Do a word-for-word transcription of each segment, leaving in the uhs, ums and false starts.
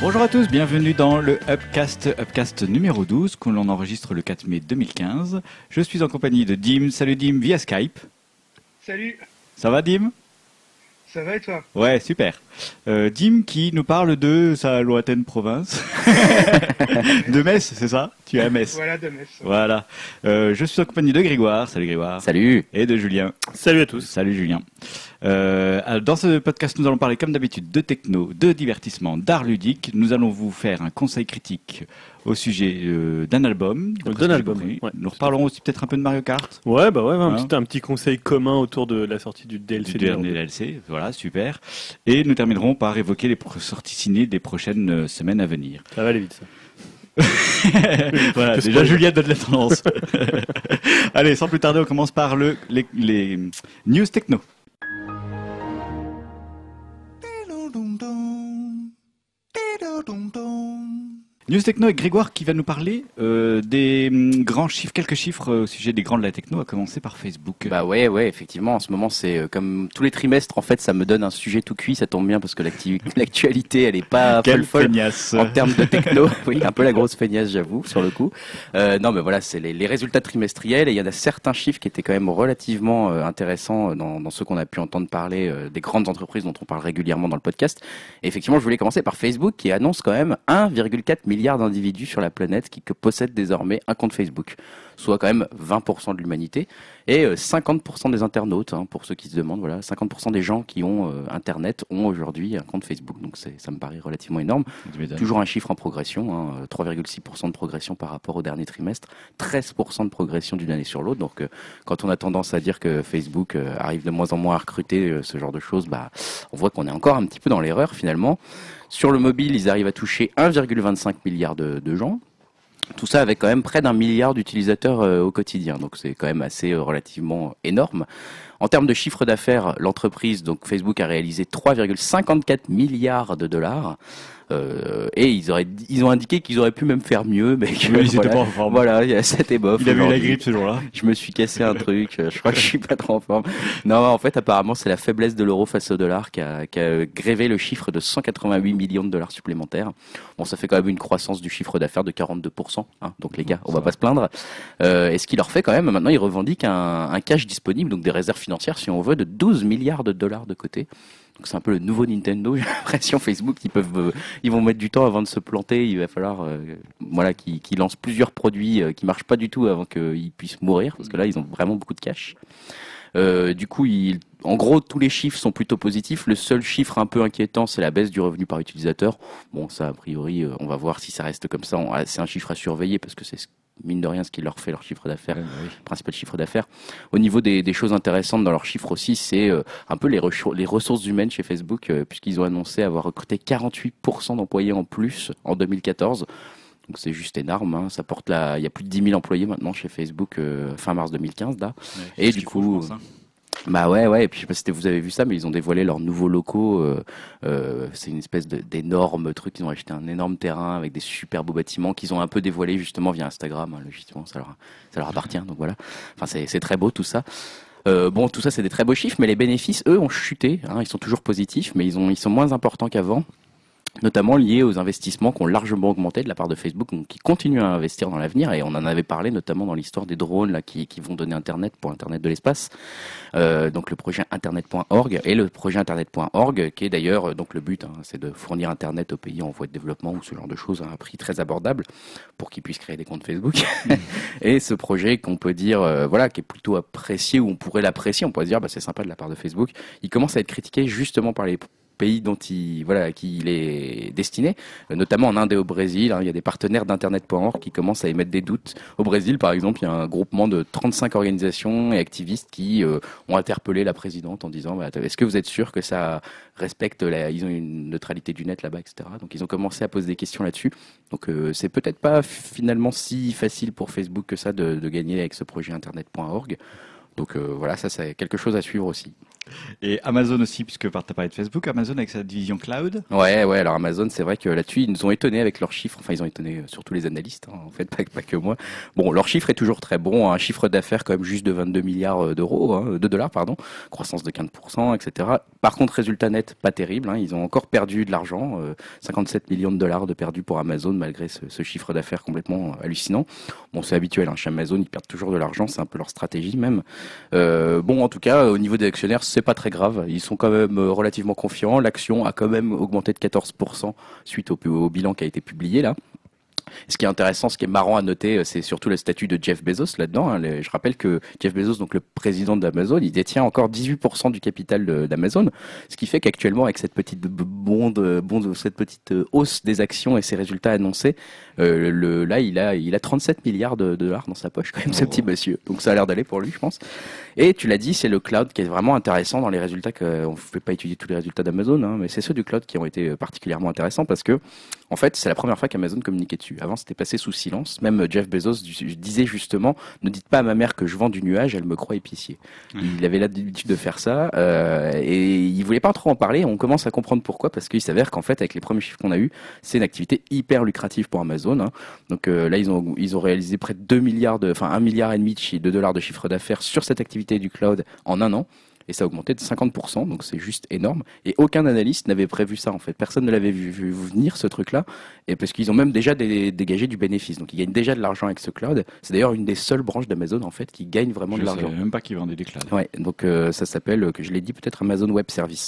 Bonjour à tous, bienvenue dans le Upcast, Upcast numéro douze, que l'on enregistre le quatre mai deux mille quinze. Je suis en compagnie de Dim. Salut Dim, via Skype. Salut. Ça va Dim ? Ça va et toi ? Ouais, super. Euh, Dim qui nous parle de sa lointaine province. De Metz, c'est ça ? Tu es à Metz. Voilà, de Metz. Voilà. Euh, je suis en compagnie de Grégoire. Salut Grégoire. Salut. Et de Julien. Salut à tous. Salut Julien. Euh, dans ce podcast, nous allons parler comme d'habitude de techno, de divertissement, d'art ludique. Nous allons vous faire un conseil critique au sujet euh, d'un album. D'un album, ouais. Nous reparlerons aussi peut-être un peu de Mario Kart. Ouais, bah ouais, un, Hein petit, un petit conseil commun autour de la sortie du D L C. Du dernier D L C, voilà, super. Et nous terminerons par évoquer les pro- sorties ciné des prochaines euh, semaines à venir. Ça va aller vite, ça. Voilà, déjà Julien donne la tendance. Allez, sans plus tarder, on commence par le, les, les news techno. News Techno avec Grégoire qui va nous parler euh, des hum, grands chiffres, quelques chiffres euh, au sujet des grands de la techno, à commencer par Facebook. Bah ouais, ouais, effectivement, en ce moment, c'est euh, comme tous les trimestres, en fait, ça me donne un sujet tout cuit, ça tombe bien parce que l'actu- l'actualité, elle est pas Quelle folle folle feignasse. en termes de techno. Oui, un peu la grosse feignasse, j'avoue, sur le coup. Euh, non, mais voilà, c'est les, les résultats trimestriels et il y en a certains chiffres qui étaient quand même relativement euh, intéressants euh, dans, dans ceux qu'on a pu entendre parler euh, des grandes entreprises dont on parle régulièrement dans le podcast. Et effectivement, je voulais commencer par Facebook qui annonce quand même un virgule quatre milliard d'individus sur la planète qui que possèdent désormais un compte Facebook, soit quand même vingt pour cent de l'humanité et euh, cinquante pour cent des internautes, hein, pour ceux qui se demandent, voilà, cinquante pour cent des gens qui ont euh, Internet ont aujourd'hui un compte Facebook, donc c'est, ça me paraît relativement énorme. Toujours un chiffre en progression, hein, trois virgule six pour cent de progression par rapport au dernier trimestre, treize pour cent de progression d'une année sur l'autre, donc euh, quand on a tendance à dire que Facebook euh, arrive de moins en moins à recruter euh, ce genre de choses, bah, on voit qu'on est encore un petit peu dans l'erreur finalement. Sur le mobile, ils arrivent à toucher un virgule vingt-cinq milliard de, de gens. Tout ça avec quand même près d'un milliard d'utilisateurs euh, au quotidien. Donc c'est quand même assez euh, relativement énorme. En termes de chiffre d'affaires, l'entreprise, donc Facebook, a réalisé trois virgule cinquante-quatre milliards de dollars. Euh, et ils auraient, ils ont indiqué qu'ils auraient pu même faire mieux, mais que, Oui, ils étaient voilà, pas en forme. voilà, c'était bof. Il a eu la aujourd'hui. grippe ce jour-là. Je me suis cassé un truc, je crois que je suis pas trop en forme. Non, en fait, apparemment, c'est la faiblesse de l'euro face au dollar qui a, qui a grévé le chiffre de cent quatre-vingt-huit millions de dollars supplémentaires. Bon, ça fait quand même une croissance du chiffre d'affaires de quarante-deux pour cent, hein, donc les gars, on va pas se plaindre. Euh, et ce qui leur fait quand même, maintenant, ils revendiquent un, un cash disponible, donc des réserves financières, si on veut, de douze milliards de dollars de côté. Donc c'est un peu le nouveau Nintendo, j'ai l'impression. Facebook, ils peuvent, euh, ils vont mettre du temps avant de se planter. Il va falloir, euh, voilà, qu'ils, qu'ils lancent plusieurs produits euh, qui marchent pas du tout avant qu'ils puissent mourir, parce que là, ils ont vraiment beaucoup de cash. Euh, du coup, il, en gros, tous les chiffres sont plutôt positifs. Le seul chiffre un peu inquiétant, c'est la baisse du revenu par utilisateur. Bon, ça, a priori, euh, on va voir si ça reste comme ça. On, c'est un chiffre à surveiller parce que c'est mine de rien ce qui leur fait leur chiffre d'affaires, Ouais, bah oui. principal chiffre d'affaires. Au niveau des, des choses intéressantes dans leurs chiffres aussi, c'est euh, un peu les, re- les ressources humaines chez Facebook, euh, puisqu'ils ont annoncé avoir recruté quarante-huit pour cent d'employés en plus en deux mille quatorze. Donc c'est juste énorme, hein. Ça porte la, il y a plus de dix mille employés maintenant chez Facebook euh, fin mars deux mille quinze là. Ouais, Et c'est du ce qu'il faut, coup, je pense, hein. bah ouais, ouais. Et puis je sais pas si vous avez vu ça, mais ils ont dévoilé leurs nouveaux locaux. Euh, euh, c'est une espèce de, d'énorme truc. Ils ont acheté un énorme terrain avec des super beaux bâtiments qu'ils ont un peu dévoilés justement via Instagram. Hein, logiquement, ça leur, ça leur appartient. Donc voilà. Enfin, c'est, c'est très beau tout ça. Euh, bon, tout ça, c'est des très beaux chiffres, mais les bénéfices, eux, ont chuté. Hein, ils sont toujours positifs, mais ils ont, ils sont moins importants qu'avant. Notamment liés aux investissements qui ont largement augmenté de la part de Facebook, donc qui continuent à investir dans l'avenir, et on en avait parlé notamment dans l'histoire des drones là qui, qui vont donner Internet pour Internet de l'espace, euh, donc le projet internet point org et le projet internet point org qui est d'ailleurs euh, donc le but, hein, c'est de fournir Internet aux pays en voie de développement ou ce genre de choses à un prix très abordable pour qu'ils puissent créer des comptes Facebook. Et ce projet qu'on peut dire euh, voilà qui est plutôt apprécié, ou on pourrait l'apprécier, on pourrait dire bah c'est sympa de la part de Facebook, il commence à être critiqué justement par les pays dont il, voilà, qui il est destiné, notamment en Inde et au Brésil. Hein, il y a des partenaires d'internet point org qui commencent à émettre des doutes. Au Brésil, par exemple, il y a un groupement de trente-cinq organisations et activistes qui euh, ont interpellé la présidente en disant bah, est-ce que vous êtes sûr que ça respecte la, ils ont une neutralité du net là-bas, et cetera. Donc ils ont commencé à poser des questions là-dessus. Donc euh, c'est peut-être pas finalement si facile pour Facebook que ça de, de gagner avec ce projet internet point org. Donc euh, voilà, ça c'est quelque chose à suivre aussi. Et Amazon aussi, puisque tu as parlé de Facebook, Amazon avec sa division cloud. Ouais, ouais, alors Amazon, c'est vrai que là-dessus, ils nous ont étonnés avec leurs chiffres. Enfin, ils ont étonné euh, surtout les analystes, hein, en fait, pas, pas que moi. Bon, leur chiffre est toujours très bon, un chiffre d'affaires quand même juste de vingt-deux milliards d'euros, hein, de dollars, pardon, croissance de quinze pour cent, et cetera. Par contre, résultat net, pas terrible, hein, ils ont encore perdu de l'argent, euh, cinquante-sept millions de dollars de perdus pour Amazon, malgré ce, ce chiffre d'affaires complètement euh, hallucinant. Bon, c'est habituel, hein, chez Amazon, ils perdent toujours de l'argent, c'est un peu leur stratégie même. Euh, bon, en tout cas, au niveau des actionnaires, c'est pas très grave. Ils sont quand même euh, relativement confiants. L'action a quand même augmenté de quatorze pour cent suite au, au bilan qui a été publié là. Ce qui est intéressant, ce qui est marrant à noter, c'est surtout le statut de Jeff Bezos là-dedans. Hein. Je rappelle que Jeff Bezos, donc le président d'Amazon, il détient encore dix-huit pour cent du capital d'Amazon, ce qui fait qu'actuellement, avec cette petite bonde, bonde, cette petite hausse des actions et ses résultats annoncés, euh, le, là, il a, il a trente-sept milliards de dollars dans sa poche, quand même, oh. ce petit monsieur. Donc ça a l'air d'aller pour lui, je pense. Et tu l'as dit, c'est le cloud qui est vraiment intéressant dans les résultats. Que, on ne fait pas étudier tous les résultats d'Amazon, hein, mais c'est ceux du cloud qui ont été particulièrement intéressants parce que, en fait, c'est la première fois qu'Amazon communiquait dessus. Avant, c'était passé sous silence. Même Jeff Bezos disait justement, ne dites pas à ma mère que je vends du nuage, elle me croit épicier. Mmh. Il avait l'habitude de faire ça euh, et il voulait pas trop en parler. On commence à comprendre pourquoi, parce qu'il s'avère qu'en fait, avec les premiers chiffres qu'on a eu, c'est une activité hyper lucrative pour Amazon. Hein. Donc euh, là, ils ont ils ont réalisé près de deux milliards, de, enfin un milliard et demi de dollars de chiffre d'affaires sur cette activité du cloud en un an. Et ça a augmenté de cinquante pour cent, donc c'est juste énorme. Et aucun analyste n'avait prévu ça, en fait. Personne ne l'avait vu, vu venir, ce truc-là. Et parce qu'ils ont même déjà dé- dégagé du bénéfice. Donc ils gagnent déjà de l'argent avec ce cloud. C'est d'ailleurs une des seules branches d'Amazon, en fait, qui gagne vraiment je de l'argent. Je savais même pas qu'ils vendaient des clouds. Ouais, donc euh, ça s'appelle, que je l'ai dit, peut-être Amazon Web Service.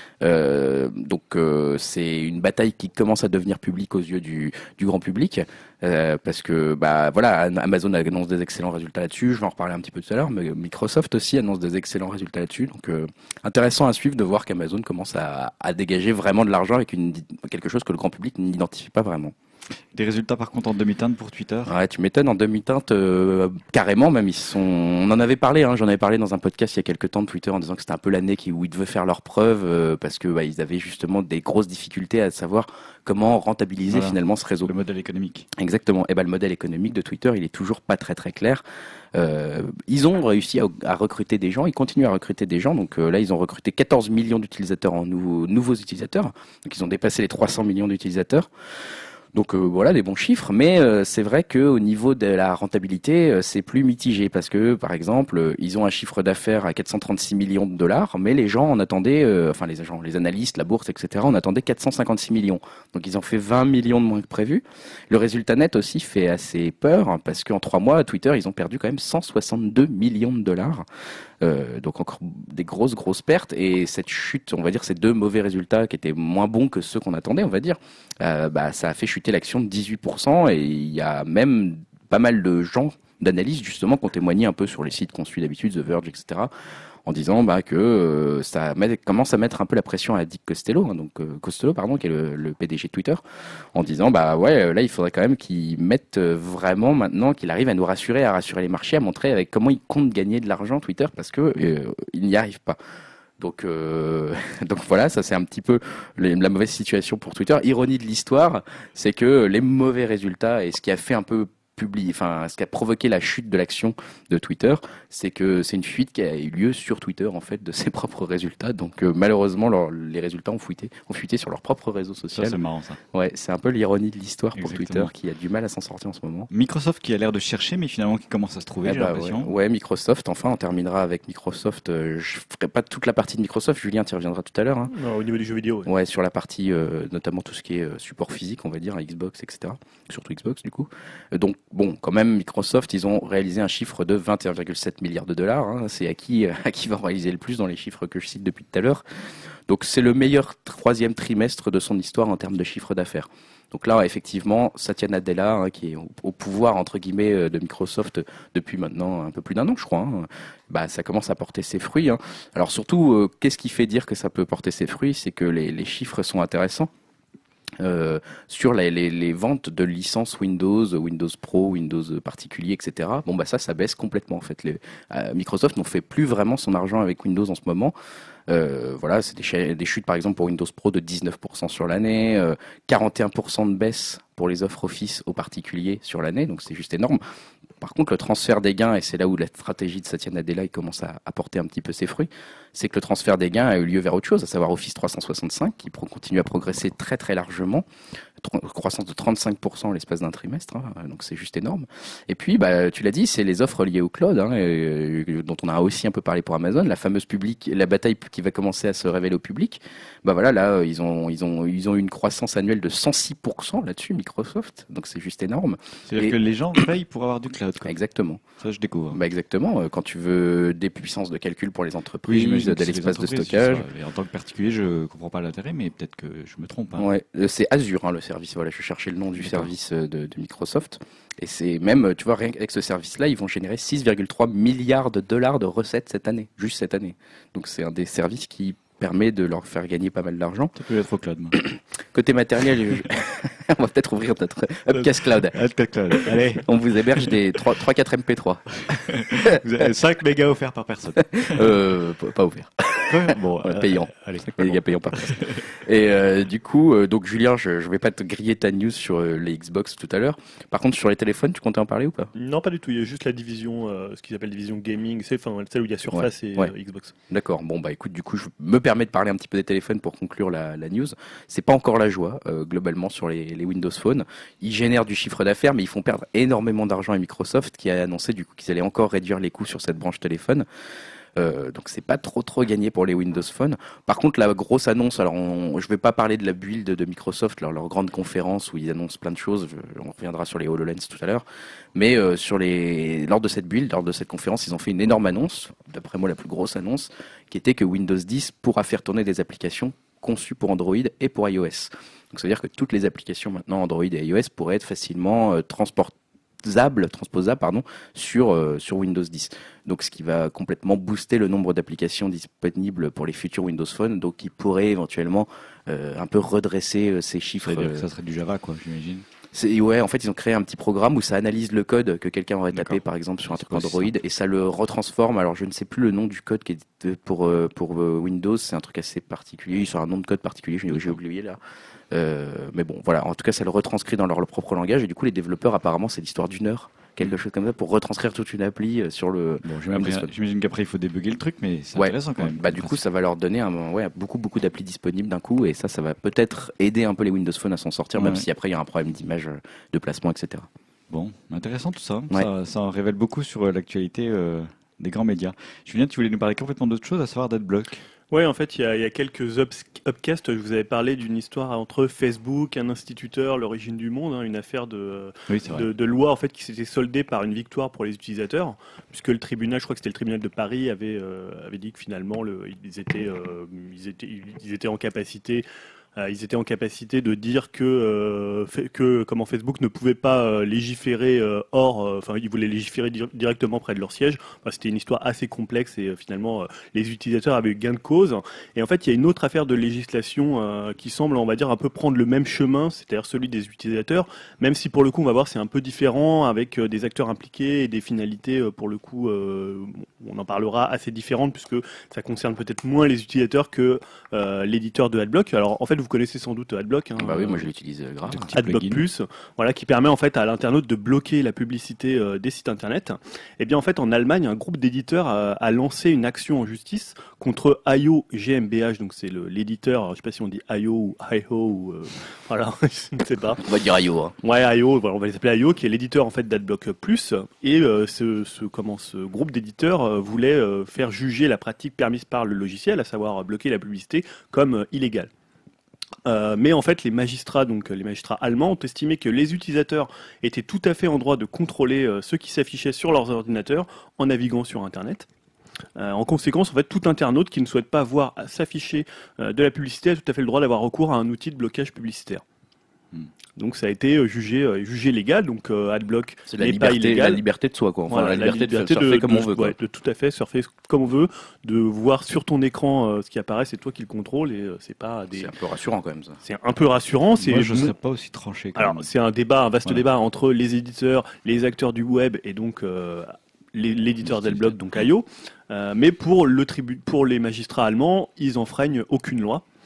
Euh, donc euh, c'est une bataille qui commence à devenir publique aux yeux du, du grand public euh, parce que bah voilà, Amazon annonce des excellents résultats là-dessus. Je vais en reparler un petit peu tout à l'heure, mais Microsoft aussi annonce des excellents résultats là-dessus. Donc euh, intéressant à suivre de voir qu'Amazon commence à, à dégager vraiment de l'argent avec une, quelque chose que le grand public n'identifie pas vraiment. Des résultats par contre en demi-teinte pour Twitter. Ouais, tu m'étonnes, en demi-teinte, euh, carrément même, ils sont. On en avait parlé, hein, j'en avais parlé dans un podcast il y a quelques temps de Twitter en disant que c'était un peu l'année qui, où ils devaient faire leurs preuves euh, parce que bah, ils avaient justement des grosses difficultés à savoir comment rentabiliser voilà. finalement ce réseau. Le modèle économique. Exactement. Et ben le modèle économique de Twitter, il est toujours pas très très clair. Euh, ils ont réussi à, à recruter des gens, ils continuent à recruter des gens. Donc euh, là, ils ont recruté quatorze millions d'utilisateurs en nouveaux, nouveaux utilisateurs. Donc ils ont dépassé les trois cents millions d'utilisateurs. Donc euh, voilà, des bons chiffres, mais euh, c'est vrai qu'au niveau de la rentabilité, euh, c'est plus mitigé parce que, par exemple, euh, ils ont un chiffre d'affaires à quatre cent trente-six millions de dollars, mais les gens en attendaient, euh, enfin les gens, les analystes, la bourse, et cetera, en attendaient quatre cent cinquante-six millions. Donc ils ont fait vingt millions de moins que prévu. Le résultat net aussi fait assez peur hein, parce qu'en trois mois, Twitter, ils ont perdu quand même cent soixante-deux millions de dollars. Euh, donc encore des grosses grosses pertes et cette chute, on va dire ces deux mauvais résultats qui étaient moins bons que ceux qu'on attendait, on va dire, euh, bah ça a fait chuter l'action de dix-huit pour cent et il y a même pas mal de gens d'analystes justement qui ont témoigné un peu sur les sites qu'on suit d'habitude, The Verge, et cetera, en disant bah, que euh, ça met, commence à mettre un peu la pression à Dick Costello, hein, donc euh, Costello pardon, qui est le, le P D G de Twitter, en disant bah ouais là il faudrait quand même qu'il mette vraiment maintenant, qu'il arrive à nous rassurer, à rassurer les marchés, à montrer avec comment il compte gagner de l'argent Twitter parce que euh, il n'y arrive pas. Donc, euh, donc voilà, ça c'est un petit peu les, la mauvaise situation pour Twitter. Ironie de l'histoire, c'est que les mauvais résultats et ce qui a fait un peu publié, enfin, ce qui a provoqué la chute de l'action de Twitter, c'est que c'est une fuite qui a eu lieu sur Twitter en fait de ses propres résultats. Donc euh, malheureusement, leur, les résultats ont fuité, ont fuité sur leur propre réseau social. Ça, c'est marrant ça. Ouais, c'est un peu l'ironie de l'histoire pour Exactement. Twitter qui a du mal à s'en sortir en ce moment. Microsoft qui a l'air de chercher, mais finalement qui commence à se trouver, Ah j'ai bah l'impression. Ouais. ouais, Microsoft. Enfin, on terminera avec Microsoft. Euh, je ferai pas toute la partie de Microsoft. Julien, tu y reviendras tout à l'heure. Hein. Non, au niveau du jeu vidéo. Ouais, ouais sur la partie, euh, notamment tout ce qui est euh, support physique, on va dire, Xbox, et cetera. Surtout Xbox du coup. Euh, donc bon, quand même. Microsoft, ils ont réalisé un chiffre de vingt et un virgule sept milliards de dollars. Hein. C'est à qui, à qui va réaliser le plus dans les chiffres que je cite depuis tout à l'heure. Donc c'est le meilleur troisième trimestre de son histoire en termes de chiffre d'affaires. Donc là, effectivement, Satya Nadella, hein, qui est au, au pouvoir entre guillemets de Microsoft depuis maintenant un peu plus d'un an, je crois, hein, bah ça commence à porter ses fruits. Hein. Alors surtout, euh, qu'est-ce qui fait dire que ça peut porter ses fruits? C'est que les, les chiffres sont intéressants. Euh, sur les, les, les ventes de licences Windows, Windows Pro, Windows particulier, et cetera. Bon bah ça, ça baisse complètement en fait. Les, euh, Microsoft n'en fait plus vraiment son argent avec Windows en ce moment. Euh, voilà, c'est des, ch- des chutes par exemple pour Windows Pro de dix-neuf pour cent sur l'année, euh, quarante et un pour cent de baisse pour les offres Office aux particuliers sur l'année, donc c'est juste énorme. Par contre, le transfert des gains, et c'est là où la stratégie de Satya Nadella il commence à apporter un petit peu ses fruits, c'est que le transfert des gains a eu lieu vers autre chose, à savoir Office trois cent soixante-cinq, qui pro- continue à progresser très très largement, Tro- croissance de trente-cinq pour cent l'espace d'un trimestre, hein, donc c'est juste énorme. Et puis, bah, tu l'as dit, c'est les offres liées au cloud, hein, et, euh, dont on a aussi un peu parlé pour Amazon, la fameuse public, la bataille qui va commencer à se révéler au public. Bah voilà, là, ils ont, ils ont, ils ont eu une croissance annuelle de cent six pour cent là-dessus, Microsoft, donc c'est juste énorme. C'est-à-dire Et- que les gens payent pour avoir du cloud, quoi. Exactement. Ça, je découvre. Bah exactement. euh, Quand tu veux des puissances de calcul pour les entreprises, j'imagine de que c'est les l'espace de entreprises, stockage. c'est ça. Et en tant que particulier, je comprends pas l'intérêt, mais peut-être que je me trompe. Hein. Ouais, euh, c'est Azure hein, le service. Voilà, je cherchais le nom du D'accord. service euh, de, de Microsoft. Et c'est même, tu vois, rien qu'avec ce service-là, ils vont générer six virgule trois milliards de dollars de recettes cette année, juste cette année. Donc c'est un des services qui permet de leur faire gagner pas mal d'argent. Ça peut être au cloud, moi. Côté matériel, je- on va peut-être ouvrir notre Upcast Cloud. Ah, le cloud. Allez, On vous héberge des trois quatre M P trois. vous avez cinq mégas offerts par personne. Euh, pas pas ouvert. Bon, Ouais, euh, payant. Allez, Les bon. gars payants par personne. Et euh, du coup, euh, donc Julien, je, je vais pas te griller ta news sur euh, les Xbox tout à l'heure. Par contre, sur les téléphones, tu comptais en parler ou pas? Non, pas du tout. Il y a juste la division, euh, ce qu'ils appellent division gaming, c'est enfin celle où il y a Surface et ouais. euh, Xbox. D'accord. Bon bah écoute, du coup, je me permets de parler un petit peu des téléphones pour conclure la, la news. C'est pas encore la joie euh, globalement sur les, les Windows Phone. Ils génèrent du chiffre d'affaires, mais ils font perdre énormément d'argent à Microsoft, qui a annoncé du coup qu'ils allaient encore réduire les coûts sur cette branche téléphone. Euh, donc c'est pas trop trop gagné pour les Windows Phone. Par contre, la grosse annonce, alors on, je vais pas parler de la build de Microsoft, leur, leur grande conférence où ils annoncent plein de choses. Je- on reviendra sur les HoloLens tout à l'heure. Mais euh, sur les, lors de cette build, lors de cette conférence, ils ont fait une énorme annonce, d'après moi la plus grosse annonce, qui était que Windows dix pourra faire tourner des applications conçues pour Android et pour iOS. Donc ça veut dire que toutes les applications maintenant Android et iOS pourraient être facilement euh, transportables, transposables pardon, sur, euh, sur Windows dix. Donc ce qui va complètement booster le nombre d'applications disponibles pour les futurs Windows Phone, donc qui pourrait éventuellement euh, un peu redresser euh, ces chiffres. Ça veut dire que euh, ça serait du Java, quoi, j'imagine. c'est, ouais, en fait, ils ont créé un petit programme où ça analyse le code que quelqu'un aurait tapé, D'accord. par exemple, sur un C'est truc pas aussi Android, et ça le retransforme. Alors, je ne sais plus le nom du code qui est de- pour, euh, pour euh, Windows, c'est un truc assez particulier, sur un nom de code particulier, j'ai j'ai oublié là. Euh, mais bon, voilà, en tout cas, ça le retranscrit dans leur, leur propre langage, et du coup, les développeurs, apparemment, c'est l'histoire d'une heure, quelque chose comme ça, pour retranscrire toute une appli euh, sur le. Bon, j'imagine, Windows Phone. j'imagine qu'après, il faut débugger le truc, mais c'est Ouais. intéressant quand même. Bah, du coup, ça va leur donner un, ouais, beaucoup, beaucoup d'applis disponibles d'un coup, et ça, ça va peut-être aider un peu les Windows Phone à s'en sortir, Ouais, même ouais. si après, il y a un problème d'image, euh, de placement, et cetera. Bon, intéressant tout ça. Ouais. Ça, ça en révèle beaucoup sur euh, l'actualité euh, des grands médias. Julien, tu voulais nous parler complètement d'autre chose, à savoir d'Adblock. Ouais, en fait, il y a, il y a quelques ups- upcasts. Je vous avais parlé d'une histoire entre Facebook, un instituteur, l'origine du monde, hein, une affaire de, Oui, c'est vrai. de, de loi en fait qui s'était soldée par une victoire pour les utilisateurs, puisque le tribunal, je crois que c'était le tribunal de Paris, avait euh, avait dit que finalement le, ils étaient euh, ils étaient ils étaient en capacité euh, ils étaient en capacité de dire que euh, fait- que comment Facebook ne pouvait pas euh, légiférer euh, hors, euh, enfin ils voulaient légiférer dir- directement près de leur siège. Enfin, c'était une histoire assez complexe et euh, finalement euh, les utilisateurs avaient eu gain de cause. Et en fait, il y a une autre affaire de législation euh, qui semble, on va dire, un peu prendre le même chemin, c'est-à-dire celui des utilisateurs, même si pour le coup, on va voir, c'est un peu différent avec euh, des acteurs impliqués et des finalités, euh, pour le coup, euh, on en parlera, assez différentes, puisque ça concerne peut-être moins les utilisateurs que euh, l'éditeur de Adblock. Alors, en fait, vous connaissez sans doute Adblock. Hein, Bah oui, moi euh, je l'utilise euh, grave. Le petit Adblock plugin. Plus, voilà, qui permet en fait à l'internaute de bloquer la publicité euh, des sites internet. Et bien en fait en Allemagne, un groupe d'éditeurs a, a lancé une action en justice contre I O G M B H, donc c'est le- l'éditeur, alors, je sais pas si on dit I O ou I O ou euh, voilà, je ne sais pas. On va dire I O. Hein. Ouais, I O, voilà, on va les appeler I O, qui est l'éditeur en fait d'Adblock Plus, et euh, ce, ce, comment, ce groupe d'éditeurs euh, voulait euh, faire juger la pratique permise par le logiciel, à savoir euh, bloquer la publicité, comme euh, illégale. Euh, mais en fait, les magistrats, donc les magistrats allemands, ont estimé que les utilisateurs étaient tout à fait en droit de contrôler euh, ce qui s'affichait sur leurs ordinateurs en naviguant sur Internet. Euh, en conséquence, en fait, tout internaute qui ne souhaite pas voir s'afficher euh, de la publicité a tout à fait le droit d'avoir recours à un outil de blocage publicitaire. Hmm. Donc ça a été euh, jugé, euh, jugé légal, donc euh, Adblock C'est la n'est pas liberté, la illégal. liberté de soi, quoi. Enfin, Voilà, la liberté, de surfer comme de- on veut, quoi. ouais, de tout à fait surfer comme on veut, de voir sur ton écran euh, ce qui apparaît, c'est toi qui le contrôle et euh, c'est pas des. C'est un peu rassurant quand même ça. C'est un peu rassurant. C'est Moi, je ne serais pas aussi tranché. Quand alors même. c'est un débat, un vaste Voilà. débat entre les éditeurs, les acteurs du web et donc euh, les- l'éditeur Les d'Adblock, donc I O. Euh, mais pour le tribu, pour les magistrats allemands, ils enfreignent aucune loi.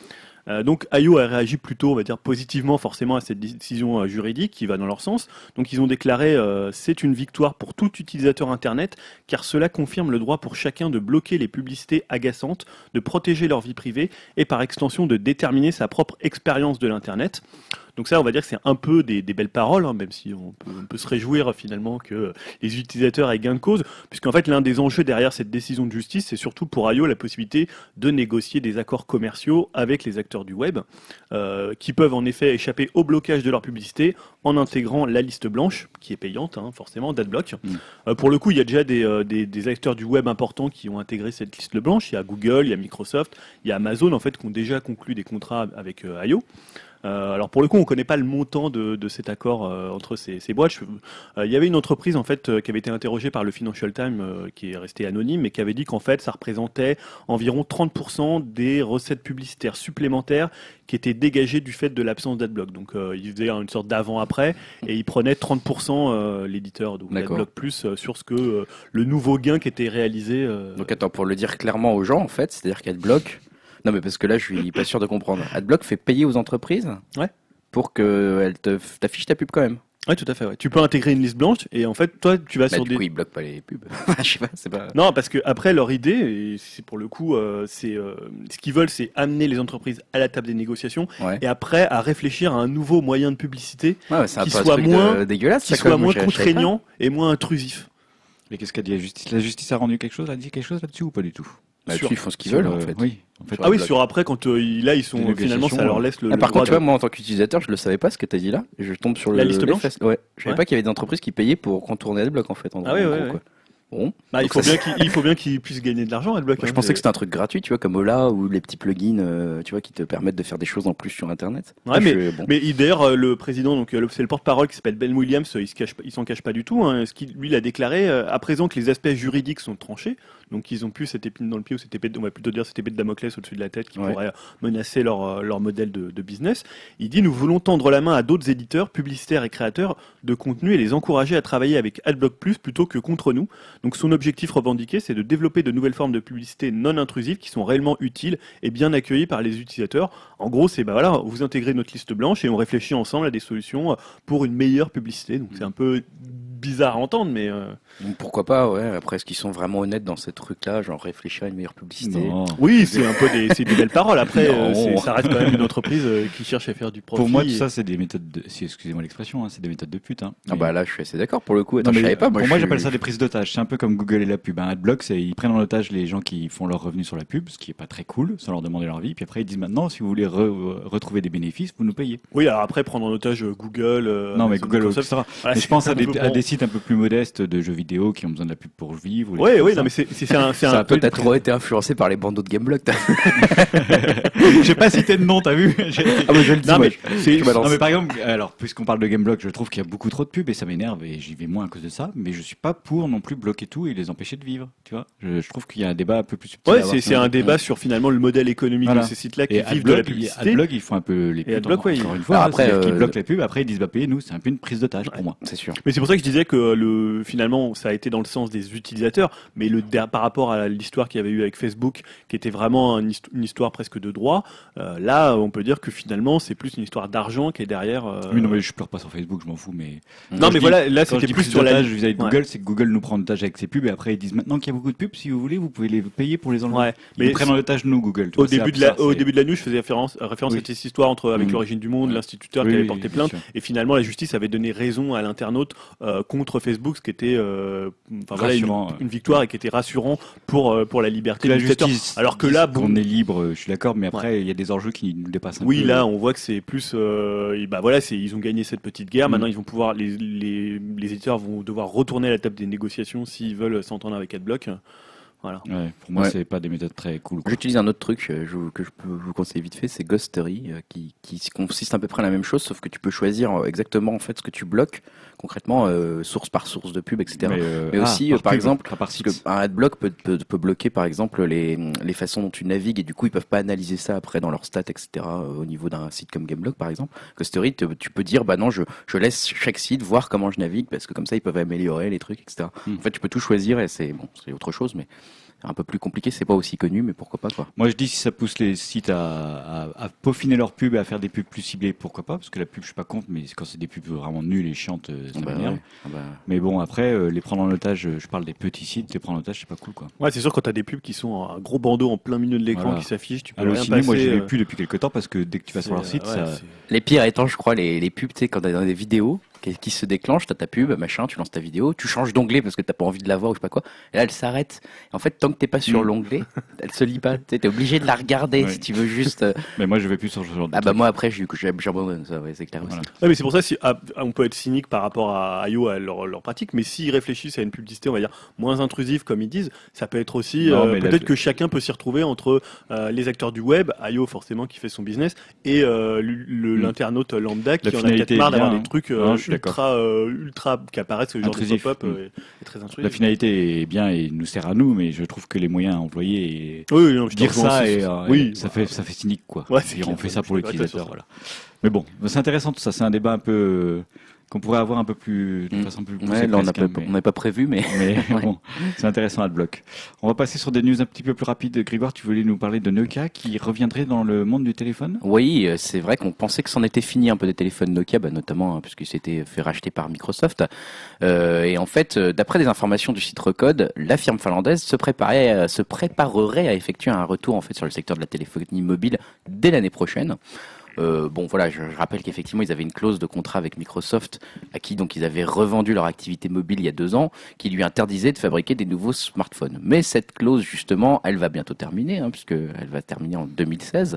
Euh, donc I O a réagi plutôt, on va dire, positivement forcément à cette décision euh, juridique qui va dans leur sens. Donc ils ont déclaré euh, c'est une victoire pour tout utilisateur Internet car cela confirme le droit pour chacun de bloquer les publicités agaçantes, de protéger leur vie privée et par extension de déterminer sa propre expérience de l'Internet. Donc ça, on va dire que c'est un peu des, des belles paroles, hein, même si on peut, on peut se réjouir finalement que les utilisateurs aient gain de cause, puisqu'en fait l'un des enjeux derrière cette décision de justice, c'est surtout pour I O la possibilité de négocier des accords commerciaux avec les acteurs du web, euh, qui peuvent en effet échapper au blocage de leur publicité en intégrant la liste blanche, qui est payante, hein, forcément, d'Adblock. Mmh. Euh, pour le coup, il y a déjà des, euh, des, des acteurs du web importants qui ont intégré cette liste blanche. Il y a Google, il y a Microsoft, il y a Amazon, en fait, qui ont déjà conclu des contrats avec euh, I O. Euh, alors pour le coup, on ne connaît pas le montant de, de cet accord euh, entre ces, ces boîtes. Il euh, y avait une entreprise en fait euh, qui avait été interrogée par le Financial Times, euh, qui est restée anonyme, mais qui avait dit qu'en fait, ça représentait environ trente pour cent des recettes publicitaires supplémentaires qui étaient dégagées du fait de l'absence d'Adblock. Donc euh, ils faisaient une sorte d'avant-après et ils prenaient trente pour cent euh, l'éditeur d'Adblock Plus euh, sur ce que euh, le nouveau gain qui était réalisé. Euh... Donc attends, pour le dire clairement aux gens, en fait, c'est-à-dire qu'Adblock. Non, mais parce que là, je suis pas sûr de comprendre. Adblock fait payer aux entreprises ouais. pour qu'elles te t'affichent ta pub quand même. Oui, tout à fait. Ouais. Tu peux intégrer une liste blanche et en fait, toi, tu vas bah, sur du des. coup, ils bloquent pas les pubs. Je sais pas, c'est pas. Non, parce que après leur idée, et c'est pour le coup, euh, c'est euh, ce qu'ils veulent, c'est amener les entreprises à la table des négociations ouais. et après à réfléchir à un nouveau moyen de publicité ouais, qui soit moins de... dégueulasse, qui soit moins contraignant et moins intrusif. Mais qu'est-ce qu'a dit la justice ? La justice a rendu quelque chose, a dit quelque chose là-dessus ou pas du tout ? Bah, sur, ils font ce qu'ils veulent, euh, en fait. Oui, en fait. Ah oui, sur après, quand euh, là, ils sont finalement, ça leur laisse le. Ah, le par contre, tu de... vois, moi, en tant qu'utilisateur, je le savais pas ce que tu as dit là. Et je tombe sur la le, liste blanche. Fesses. Ouais. Je savais ouais. pas qu'il y avait des entreprises qui payaient pour contourner Adblock, en fait. En ah oui, en ouais, gros, ouais. Quoi. Bon. Bah, il, faut bien qu'il, il faut bien qu'ils puissent gagner de l'argent, Adblock. Je hein, pensais de... que c'était un truc gratuit, tu vois, comme Ola ou les petits plugins, euh, tu vois, qui te permettent de faire des choses en plus sur Internet. Ouais, ah, mais, je, bon. mais d'ailleurs, le président, donc c'est le porte-parole qui s'appelle Ben Williams, il se cache, il s'en cache pas du tout. Hein, ce qu'il lui il a déclaré à présent que les aspects juridiques sont tranchés. Donc ils ont plus cette épine dans le pied ou cette épée, de, on va plutôt dire cette épée de Damoclès au-dessus de la tête qui ouais. pourrait menacer leur, leur modèle de, de business. Il dit nous voulons tendre la main à d'autres éditeurs, publicitaires et créateurs de contenu et les encourager à travailler avec Adblock Plus plutôt que contre nous. Donc son objectif revendiqué, c'est de développer de nouvelles formes de publicité non intrusives qui sont réellement utiles et bien accueillies par les utilisateurs. En gros, c'est bah voilà, vous intégrez notre liste blanche et on réfléchit ensemble à des solutions pour une meilleure publicité. Donc c'est un peu bizarre à entendre, mais euh... donc pourquoi pas, ouais. Après, est-ce qu'ils sont vraiment honnêtes dans ces trucs-là, genre réfléchir à une meilleure publicité? Non. Oui, c'est un peu des, c'est des belles paroles. Après, euh, c'est, ça reste quand même une entreprise euh, qui cherche à faire du profit. Pour moi, tout et... ça, c'est des méthodes. De... Si, excusez-moi l'expression, hein, c'est des méthodes de pute. Hein. Ah mais... bah là, je suis assez d'accord pour le coup. Attends, non, mais je savais pas. Moi, pour je moi, suis... j'appelle ça des prises d'otages. C'est un peu comme Google et la pub. Hein. Adblock, c'est ils prennent en otage les gens qui font leurs revenus sur la pub, ce qui est pas très cool, sans leur demander leur vie. Puis après, ils disent maintenant, si vous voulez re- retrouver des bénéfices, vous nous payez. Oui, alors après, prendre en otage Google. Euh, non, mais Google, et cetera. Voilà, mais je pense à des, bon. à des sites un peu plus modestes de jeux vidéo qui ont besoin de la pub pour vivre. Oui, oui, non, mais c'est, c'est, c'est un, c'est ça un a peu. T'as trop été influencé par les bandeaux de Gameblog. J'ai pas cité de nom, t'as vu? Ah, mais je le dis. Non, moi, mais, c'est, non, mais par exemple, alors, puisqu'on parle de Gameblog, je trouve qu'il y a beaucoup trop de pubs et ça m'énerve et j'y vais moins à cause de ça. Mais je suis pas pour non plus bloquer tout et les empêcher de vivre. Tu vois? Je, je trouve qu'il y a un débat un peu plus subtil. Ouais, c'est, c'est un débat sur finalement le modèle économique voilà. de ces sites-là qui et vivent Adblock, de la publicité. Adblock, ils font un peu les pubs. Adblock, ouais, encore une fois. Alors après, euh... ils bloquent la pub, après ils disent bah payez nous. C'est un peu une prise d'otage ouais, pour moi. C'est sûr. Mais c'est pour ça que je disais que le, finalement, ça a été dans le sens des utilisateurs, mais le, par rapport à l'histoire qu'il y avait eu avec Facebook, qui était vraiment une histoire presque de droit, euh, là, on peut dire que finalement, c'est plus une histoire d'argent qui est derrière. Euh... Oui, non, mais je pleure pas sur Facebook, je m'en fous, mais. Non, mais dis, voilà, là, c'était plus sur la. vis-à-vis de Google, ouais. c'est que Google nous prend en otage avec ses pubs et après ils disent maintenant qu'il y a beaucoup de pubs, si vous voulez, vous pouvez les payer pour les enlever. Ouais. Ils mais prennent en otage nous, Google. Au début de la, au début de la news, je faisais référence, référence oui. à cette histoire entre avec mmh. l'origine du monde, oui. l'instituteur oui, qui avait oui, porté oui, plainte, et finalement la justice avait donné raison à l'internaute euh, contre Facebook, ce qui était, euh, enfin voilà, une, une victoire et qui était rassurant pour euh, pour la liberté de l'utilisateur. Alors que là, bon, on est libre, je suis d'accord, mais après il ouais. y a des enjeux qui nous dépassent un oui, peu. Oui, là, on voit que c'est plus, euh, et bah voilà, c'est ils ont gagné cette petite guerre. Mmh. Maintenant, ils vont pouvoir, les, les les éditeurs vont devoir retourner à la table des négociations s'ils veulent s'entendre avec Adblock. Voilà. Ouais, pour moi, ouais. c'est pas des méthodes très cool. Quoi. J'utilise un autre truc euh, je, que je peux vous conseiller vite fait, c'est Ghostery, euh, qui, qui consiste à peu près à la même chose, sauf que tu peux choisir exactement en fait ce que tu bloques, concrètement, euh, source par source de pub, et cetera. Mais, euh, Mais aussi, ah, par, par pub, exemple, parce que un adblock peut, peut, peut bloquer, par exemple, les, les façons dont tu navigues, et du coup, ils peuvent pas analyser ça après dans leurs stats, et cetera. Au niveau d'un site comme Gameblog, par exemple. Ghostery, te, tu peux dire, bah non, je, je laisse chaque site voir comment je navigue, parce que comme ça, ils peuvent améliorer les trucs, et cetera. Mm. En fait, tu peux tout choisir, et c'est bon, c'est autre chose, mais un peu plus compliqué, c'est pas aussi connu, mais pourquoi pas quoi. Moi, je dis si ça pousse les sites à, à, à peaufiner leurs pubs et à faire des pubs plus ciblées, pourquoi pas? Parce que la pub, je suis pas contre, mais quand c'est des pubs vraiment nulles et chiantes, euh, ça Ah bah m'énerve. ouais. Ah bah, Mais bon, après, euh, les prendre en otage, euh, je parle des petits sites, les prendre en otage, c'est pas cool, quoi. Ouais, c'est sûr, quand t'as des pubs qui sont un gros bandeau en plein milieu de l'écran Voilà. qui s'affichent, tu peux rien Halluciné, passer. moi, je l'ai euh, plus depuis quelques temps parce que dès que tu vas sur leur c'est- site, ouais, ça. c'est- Les pires étant, je crois, les, les pubs, tu sais, quand t'as dans des vidéos qui, qui se déclenchent, t'as ta pub, machin, tu lances ta vidéo, tu changes d'onglet parce que t'as pas envie de la voir ou je sais pas quoi, et là elle s'arrête. Et en fait, tant que t'es pas sur Mm. l'onglet, elle se lit pas. Tu sais, t'es obligé de la regarder Ouais. si tu veux juste. euh, Mais moi, je vais plus sur ce genre de Ah bah truc. moi après, j'ai- j'ai- j'abandonne ça, ouais, c'est clair aussi. Voilà. Ouais, mais c'est pour ça si ah, on peut être cynique par rapport à I O, à leur, leur pratique, mais s'ils réfléchissent à une publicité, on va dire moins intrusive comme ils disent, ça peut être aussi Non, euh, mais la- peut-être que chacun peut s'y retrouver entre euh, les acteurs du web, I O forcément qui fait son business, et euh, le- le- Mm. l'internaute lambda qui La en a finalité peut-être marre est d'avoir bien, des trucs hein. Non, euh, je suis d'accord. ultra euh, ultra qui apparaissent, ce genre Intrusif. de pop-up Mm. euh, est, est très intrusif. La finalité est bien et nous sert à nous, mais je trouve que les moyens employés et Oui, oui, non, je te dire rejoins ça aussi. et, euh, oui, ça bah, fait ça fait cynique quoi. Ouais, c'est Dire, on clair, fait je ça suis pour d'accord avec toi l'utilisateur, sur ça. voilà. Mais bon, c'est intéressant tout ça. C'est un débat un peu euh, qu'on pourrait avoir un peu plus de Mm. façon plus Ouais, poussée là on n'a presque, pas, hein, on n'avait pas prévu, mais mais, mais Ouais. bon, c'est intéressant à le bloc. On va passer sur des news un petit peu plus rapides. Grégoire, tu voulais nous parler de Nokia qui reviendrait dans le monde du téléphone? oui, euh, c'est vrai qu'on pensait que c'en était fini un peu des téléphones Nokia, bah, notamment hein, puisqu'il s'était fait racheter par Microsoft. Euh, et en fait, euh, d'après des informations du site Recode, la firme finlandaise se préparait, à- se préparerait à effectuer un retour en fait sur le secteur de la téléphonie mobile dès l'année prochaine. Euh, bon voilà, je, je rappelle qu'effectivement ils avaient une clause de contrat avec Microsoft à qui donc ils avaient revendu leur activité mobile il y a deux ans, qui lui interdisait de fabriquer des nouveaux smartphones. Mais cette clause justement, elle va bientôt terminer, hein, puisque elle va terminer en deux mille seize.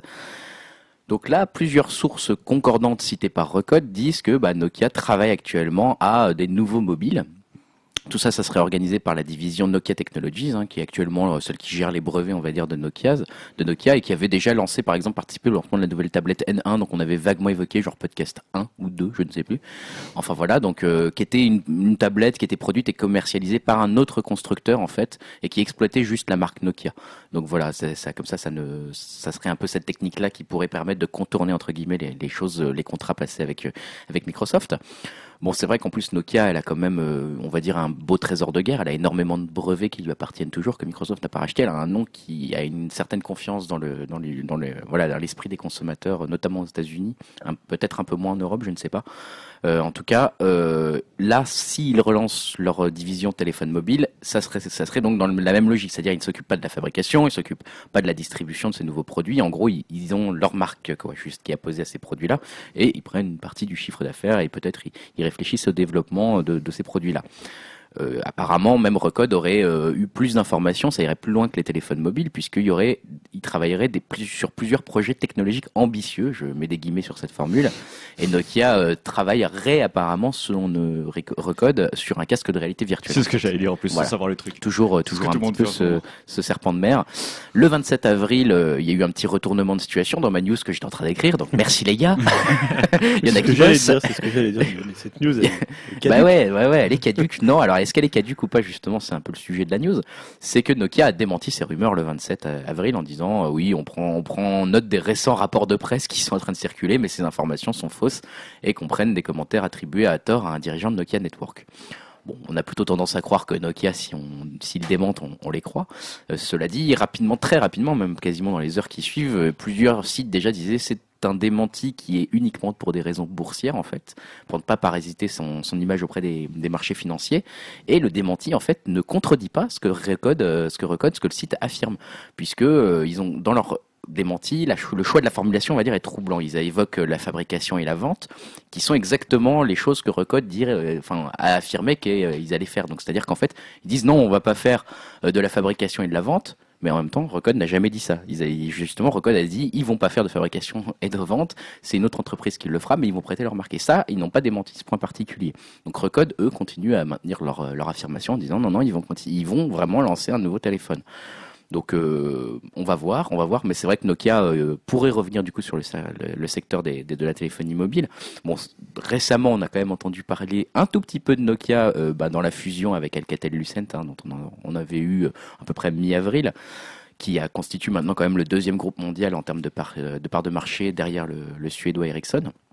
Donc là, plusieurs sources concordantes citées par Recode disent que bah, Nokia travaille actuellement à euh, des nouveaux mobiles. Tout ça, ça serait organisé par la division Nokia Technologies, hein, qui est actuellement euh, celle qui gère les brevets, on va dire, de Nokia, de Nokia, et qui avait déjà lancé, par exemple, participé au lancement de la nouvelle tablette N un, donc on avait vaguement évoqué, genre podcast un ou deux, je ne sais plus. Enfin voilà, donc euh, qui était une, une tablette qui était produite et commercialisée par un autre constructeur, en fait, et qui exploitait juste la marque Nokia. Donc voilà, c'est, ça, comme ça, ça ne, ça serait un peu cette technique-là qui pourrait permettre de contourner entre guillemets les, les choses, les contrats passés avec euh, avec Microsoft. Bon, c'est vrai qu'en plus Nokia, elle a quand même, euh, on va dire, un beau trésor de guerre. Elle a énormément de brevets qui lui appartiennent toujours, que Microsoft n'a pas racheté. Elle a un nom qui a une certaine confiance dans le, dans le, dans le, voilà, dans l'esprit des consommateurs, notamment aux États-Unis, un- peut-être un peu moins en Europe, je ne sais pas. Euh, en tout cas, euh, là, s'ils relancent leur division téléphone mobile, ça serait, ça serait donc dans le- la même logique, c'est-à-dire ils ne s'occupent pas de la fabrication, ils s'occupent pas de la distribution de ces nouveaux produits. En gros, ils, ils ont leur marque, quoi, juste qui est apposée à ces produits-là, et ils prennent une partie du chiffre d'affaires et peut-être ils, ils réfléchissent au développement de, de ces produits-là. Euh, apparemment, même Recode aurait euh, eu plus d'informations, ça irait plus loin que les téléphones mobiles, puisqu'il y aurait, il travaillerait des, plus- sur plusieurs projets technologiques ambitieux, je mets des guillemets sur cette formule, et Nokia euh, travaillerait apparemment, selon euh, Rec- Recode, sur un casque de réalité virtuelle. C'est ce que j'allais dire en plus, Voilà. sans savoir le truc. Toujours, euh, C'est ce toujours que un tout le petit monde peu fait en ce ce, moment. ce serpent de mer. Le vingt-sept avril, euh, il y a eu un petit retournement de situation dans ma news que j'étais en train d'écrire, donc merci les gars. Il y en C'est a ce que qui j'allais bossent. dire, c'est ce que j'allais dire. mais Cette news, elle est caduque. Bah ouais, ouais, ouais, elle est caduque. Non, alors est-ce qu'elle est caduque ou pas, justement, c'est un peu le sujet de la news. C'est que Nokia a démenti ces rumeurs le vingt-sept avril en disant euh, oui, on prend, on prend note des récents rapports de presse qui sont en train de circuler, mais ces informations sont fausses et qu'on prenne des commentaires attribués à tort à un dirigeant de Nokia Network. Bon, on a plutôt tendance à croire que Nokia, si on, s'ils démentent, on, on les croit. Euh, cela dit, rapidement, très rapidement, même quasiment dans les heures qui suivent, euh, plusieurs sites déjà disaient c'est un démenti qui est uniquement pour des raisons boursières, en fait, pour ne pas parasiter son, son image auprès des, des marchés financiers. Et le démenti, en fait, ne contredit pas ce que Recode, euh, ce que Recode, ce que le site affirme, puisque euh, ils ont dans leur démenti, la, le choix de la formulation, on va dire, est troublant. Ils évoquent la fabrication et la vente, qui sont exactement les choses que Recode dit, euh, enfin, a affirmé qu'ils allaient faire. Donc, c'est-à-dire qu'en fait, ils disent non, on va pas faire euh, de la fabrication et de la vente, mais en même temps, Recode n'a jamais dit ça. Ils a, justement, Recode a dit, ils vont pas faire de fabrication et de vente, c'est une autre entreprise qui le fera, mais ils vont prêter leur marque. Et ça, ils n'ont pas démenti ce point particulier. Donc, Recode, eux, continuent à maintenir leur, leur affirmation en disant non, non, ils vont, continu- ils vont vraiment lancer un nouveau téléphone. Donc euh, on va voir, on va voir, mais c'est vrai que Nokia euh, pourrait revenir du coup sur le, le, le secteur des, des, de la téléphonie mobile. Bon, récemment, on a quand même entendu parler un tout petit peu de Nokia euh, bah, dans la fusion avec Alcatel-Lucent, hein, dont on, a, on avait eu à peu près mi-avril, qui a constitue maintenant quand même le deuxième groupe mondial en termes de part, de part de marché derrière le, le suédois Ericsson.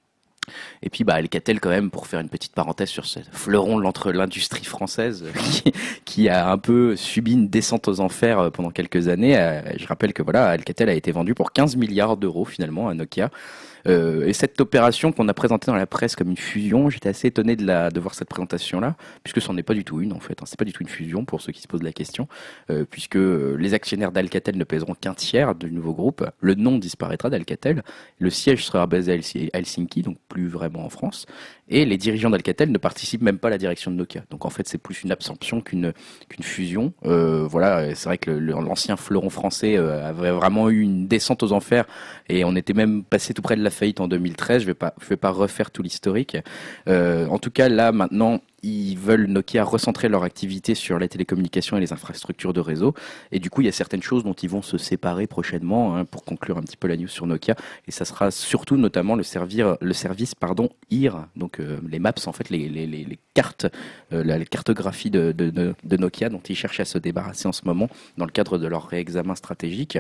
Et puis bah Alcatel quand même, pour faire une petite parenthèse sur ce fleuron de l'entre l'industrie française qui, qui a un peu subi une descente aux enfers pendant quelques années. Euh, je rappelle que voilà, Alcatel a été vendu pour quinze milliards d'euros finalement à Nokia. Euh, et cette opération qu'on a présentée dans la presse comme une fusion, j'étais assez étonné de, la, de voir cette présentation-là, puisque ce n'est pas du tout une en fait, hein, c'est pas du tout une fusion pour ceux qui se posent la question, euh, puisque les actionnaires d'Alcatel ne pèseront qu'un tiers du nouveau groupe, le nom disparaîtra d'Alcatel, le siège sera basé à Helsinki, donc plus vraiment en France, et les dirigeants d'Alcatel ne participent même pas à la direction de Nokia. Donc en fait c'est plus une absorption qu'une qu'une fusion. Euh, voilà, c'est vrai que le, l'ancien fleuron français euh, avait vraiment eu une descente aux enfers, et on était même passé tout près de la faillite en deux mille treize. Je vais pas, je vais pas refaire tout l'historique. Euh, en tout cas, là maintenant, ils veulent Nokia recentrer leur activité sur les télécommunications et les infrastructures de réseau. Et du coup, il y a certaines choses dont ils vont se séparer prochainement, hein, pour conclure un petit peu la news sur Nokia. Et ça sera surtout notamment le servir, le service, pardon, I R, donc euh, les maps, en fait, les, les, les, les cartes, euh, la, la cartographie de, de, de, de Nokia, dont ils cherchent à se débarrasser en ce moment dans le cadre de leur réexamen stratégique.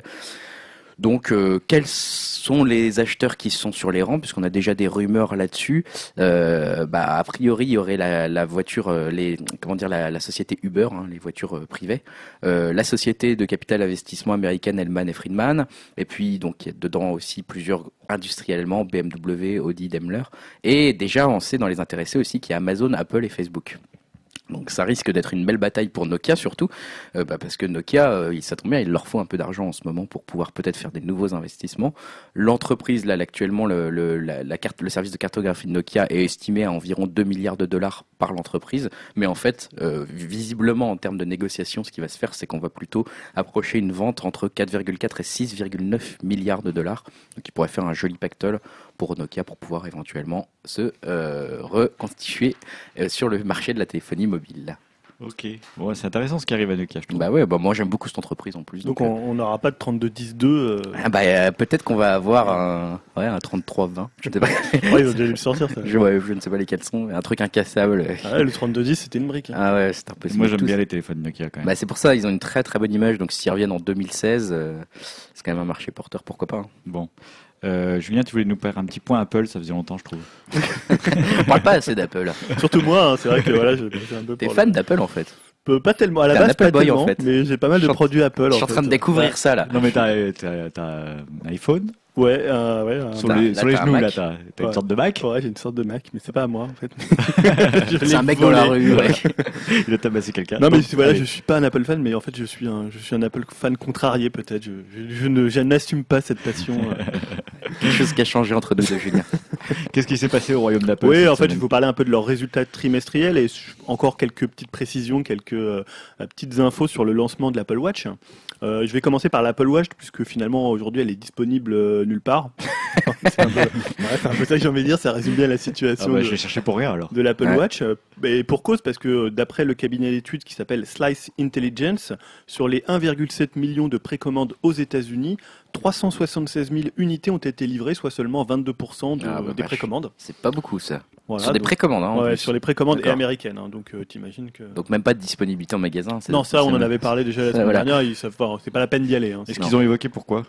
Donc, euh, quels sont les acheteurs qui sont sur les rangs, puisqu'on a déjà des rumeurs là-dessus. Euh, bah, a priori, il y aurait la, la voiture, euh, les, comment dire, la, la société Uber, hein, les voitures euh, privées, euh, la société de capital investissement américaine Hellman et Friedman, et puis donc il y a dedans aussi plusieurs industriels allemands, B M W, Audi, Daimler, et déjà on sait dans les intéressés aussi qu'il y a Amazon, Apple et Facebook. Donc ça risque d'être une belle bataille pour Nokia surtout, euh, bah parce que Nokia, euh, ça tombe bien, il leur faut un peu d'argent en ce moment pour pouvoir peut-être faire des nouveaux investissements. L'entreprise, là, actuellement, le, le, la, la carte, le service de cartographie de Nokia est estimé à environ deux milliards de dollars par l'entreprise. Mais en fait, euh, visiblement, en termes de négociation, ce qui va se faire, c'est qu'on va plutôt approcher une vente entre quatre virgule quatre et six virgule neuf milliards de dollars. Donc il pourrait faire un joli pactole pour Nokia pour pouvoir éventuellement se euh, reconstituer euh, sur le marché de la téléphonie mobile. Ok, bon, c'est intéressant ce qui arrive à Nokia, je trouve. Bah ouais, bah moi j'aime beaucoup cette entreprise en plus. Donc, Donc, on n'aura pas de trente-deux dix deux. Euh... Ah bah euh, peut-être qu'on va avoir un, ouais, un trente-trois vingt. Je ne sais pas. Ouais, ils ont déjà dû le sortir ça. Je, ouais, je ne sais pas lesquels sont. Un truc incassable. Ah ouais, le trente-deux dix c'était une brique. Hein. Ah ouais, c'est un peu. Moi j'aime bien les téléphones Nokia quand même. Bah c'est pour ça, ils ont une très très bonne image. Donc s'ils reviennent en deux mille seize, euh, c'est quand même un marché porteur, pourquoi pas. Hein. Bon. Euh, Julien, tu voulais nous faire un petit point Apple, ça faisait longtemps, je trouve. On parle pas assez d'Apple. Surtout moi, hein, c'est vrai que voilà, je, j'ai un peu. T'es fan le... d'Apple en fait? Pas tellement, à la T'es base Apple pas boy, tellement, en fait. mais j'ai pas mal de Je produits Apple. Je suis en train fait. de découvrir ouais. ça là. Non mais t'as, t'as, t'as un iPhone. Ouais, euh, ouais. Euh, sur là, les, là, sur les t'as un genoux Mac. là, t'as, t'as Ouais. une sorte de Mac. Ouais, j'ai une sorte de Mac, mais c'est pas à moi en fait. C'est un mec dans la rue. Ouais. Il a tabassé quelqu'un. Non mais Donc, c'est- voilà, allez. je suis pas un Apple fan, mais en fait je suis un, je suis un Apple fan contrarié peut-être. Je, je, je ne, je n'assume pas cette passion. euh. Quelque chose qui a changé entre nous deux, Julien. Qu'est-ce qui s'est passé au royaume d'Apple Oui, cette en fait, semaine il faut parler un peu de leurs résultats trimestriels et su- encore quelques petites précisions, quelques euh, petites infos sur le lancement de l'Apple Watch. Euh, je vais commencer par l'Apple Watch puisque finalement aujourd'hui elle est disponible euh, nulle part. c'est, un peu, ouais, c'est un peu ça que j'ai envie de dire, ça résume bien la Ah situation bah, de, je l'ai cherché pour rien alors. de l'Apple Ouais. Watch. Euh, Et pour cause, parce que euh, d'après le cabinet d'études qui s'appelle Slice Intelligence, sur les un virgule sept million de précommandes aux États-Unis, trois cent soixante-seize mille unités ont été livrées, soit seulement vingt-deux pour cent de- Ah bah, des vache. précommandes. C'est pas beaucoup ça. Voilà, Sur des donc- précommandes, hein, en Ouais, plus. sur les précommandes et D'accord. américaines. Hein, donc euh, t'imagines que. Donc même pas de disponibilité en magasin. c'est- non, ça on c'est- en avait parlé déjà la ça, semaine voilà. dernière. Ils savent pas, c'est pas la peine d'y aller. Hein, Est-ce c'est- qu'ils ont évoqué pourquoi?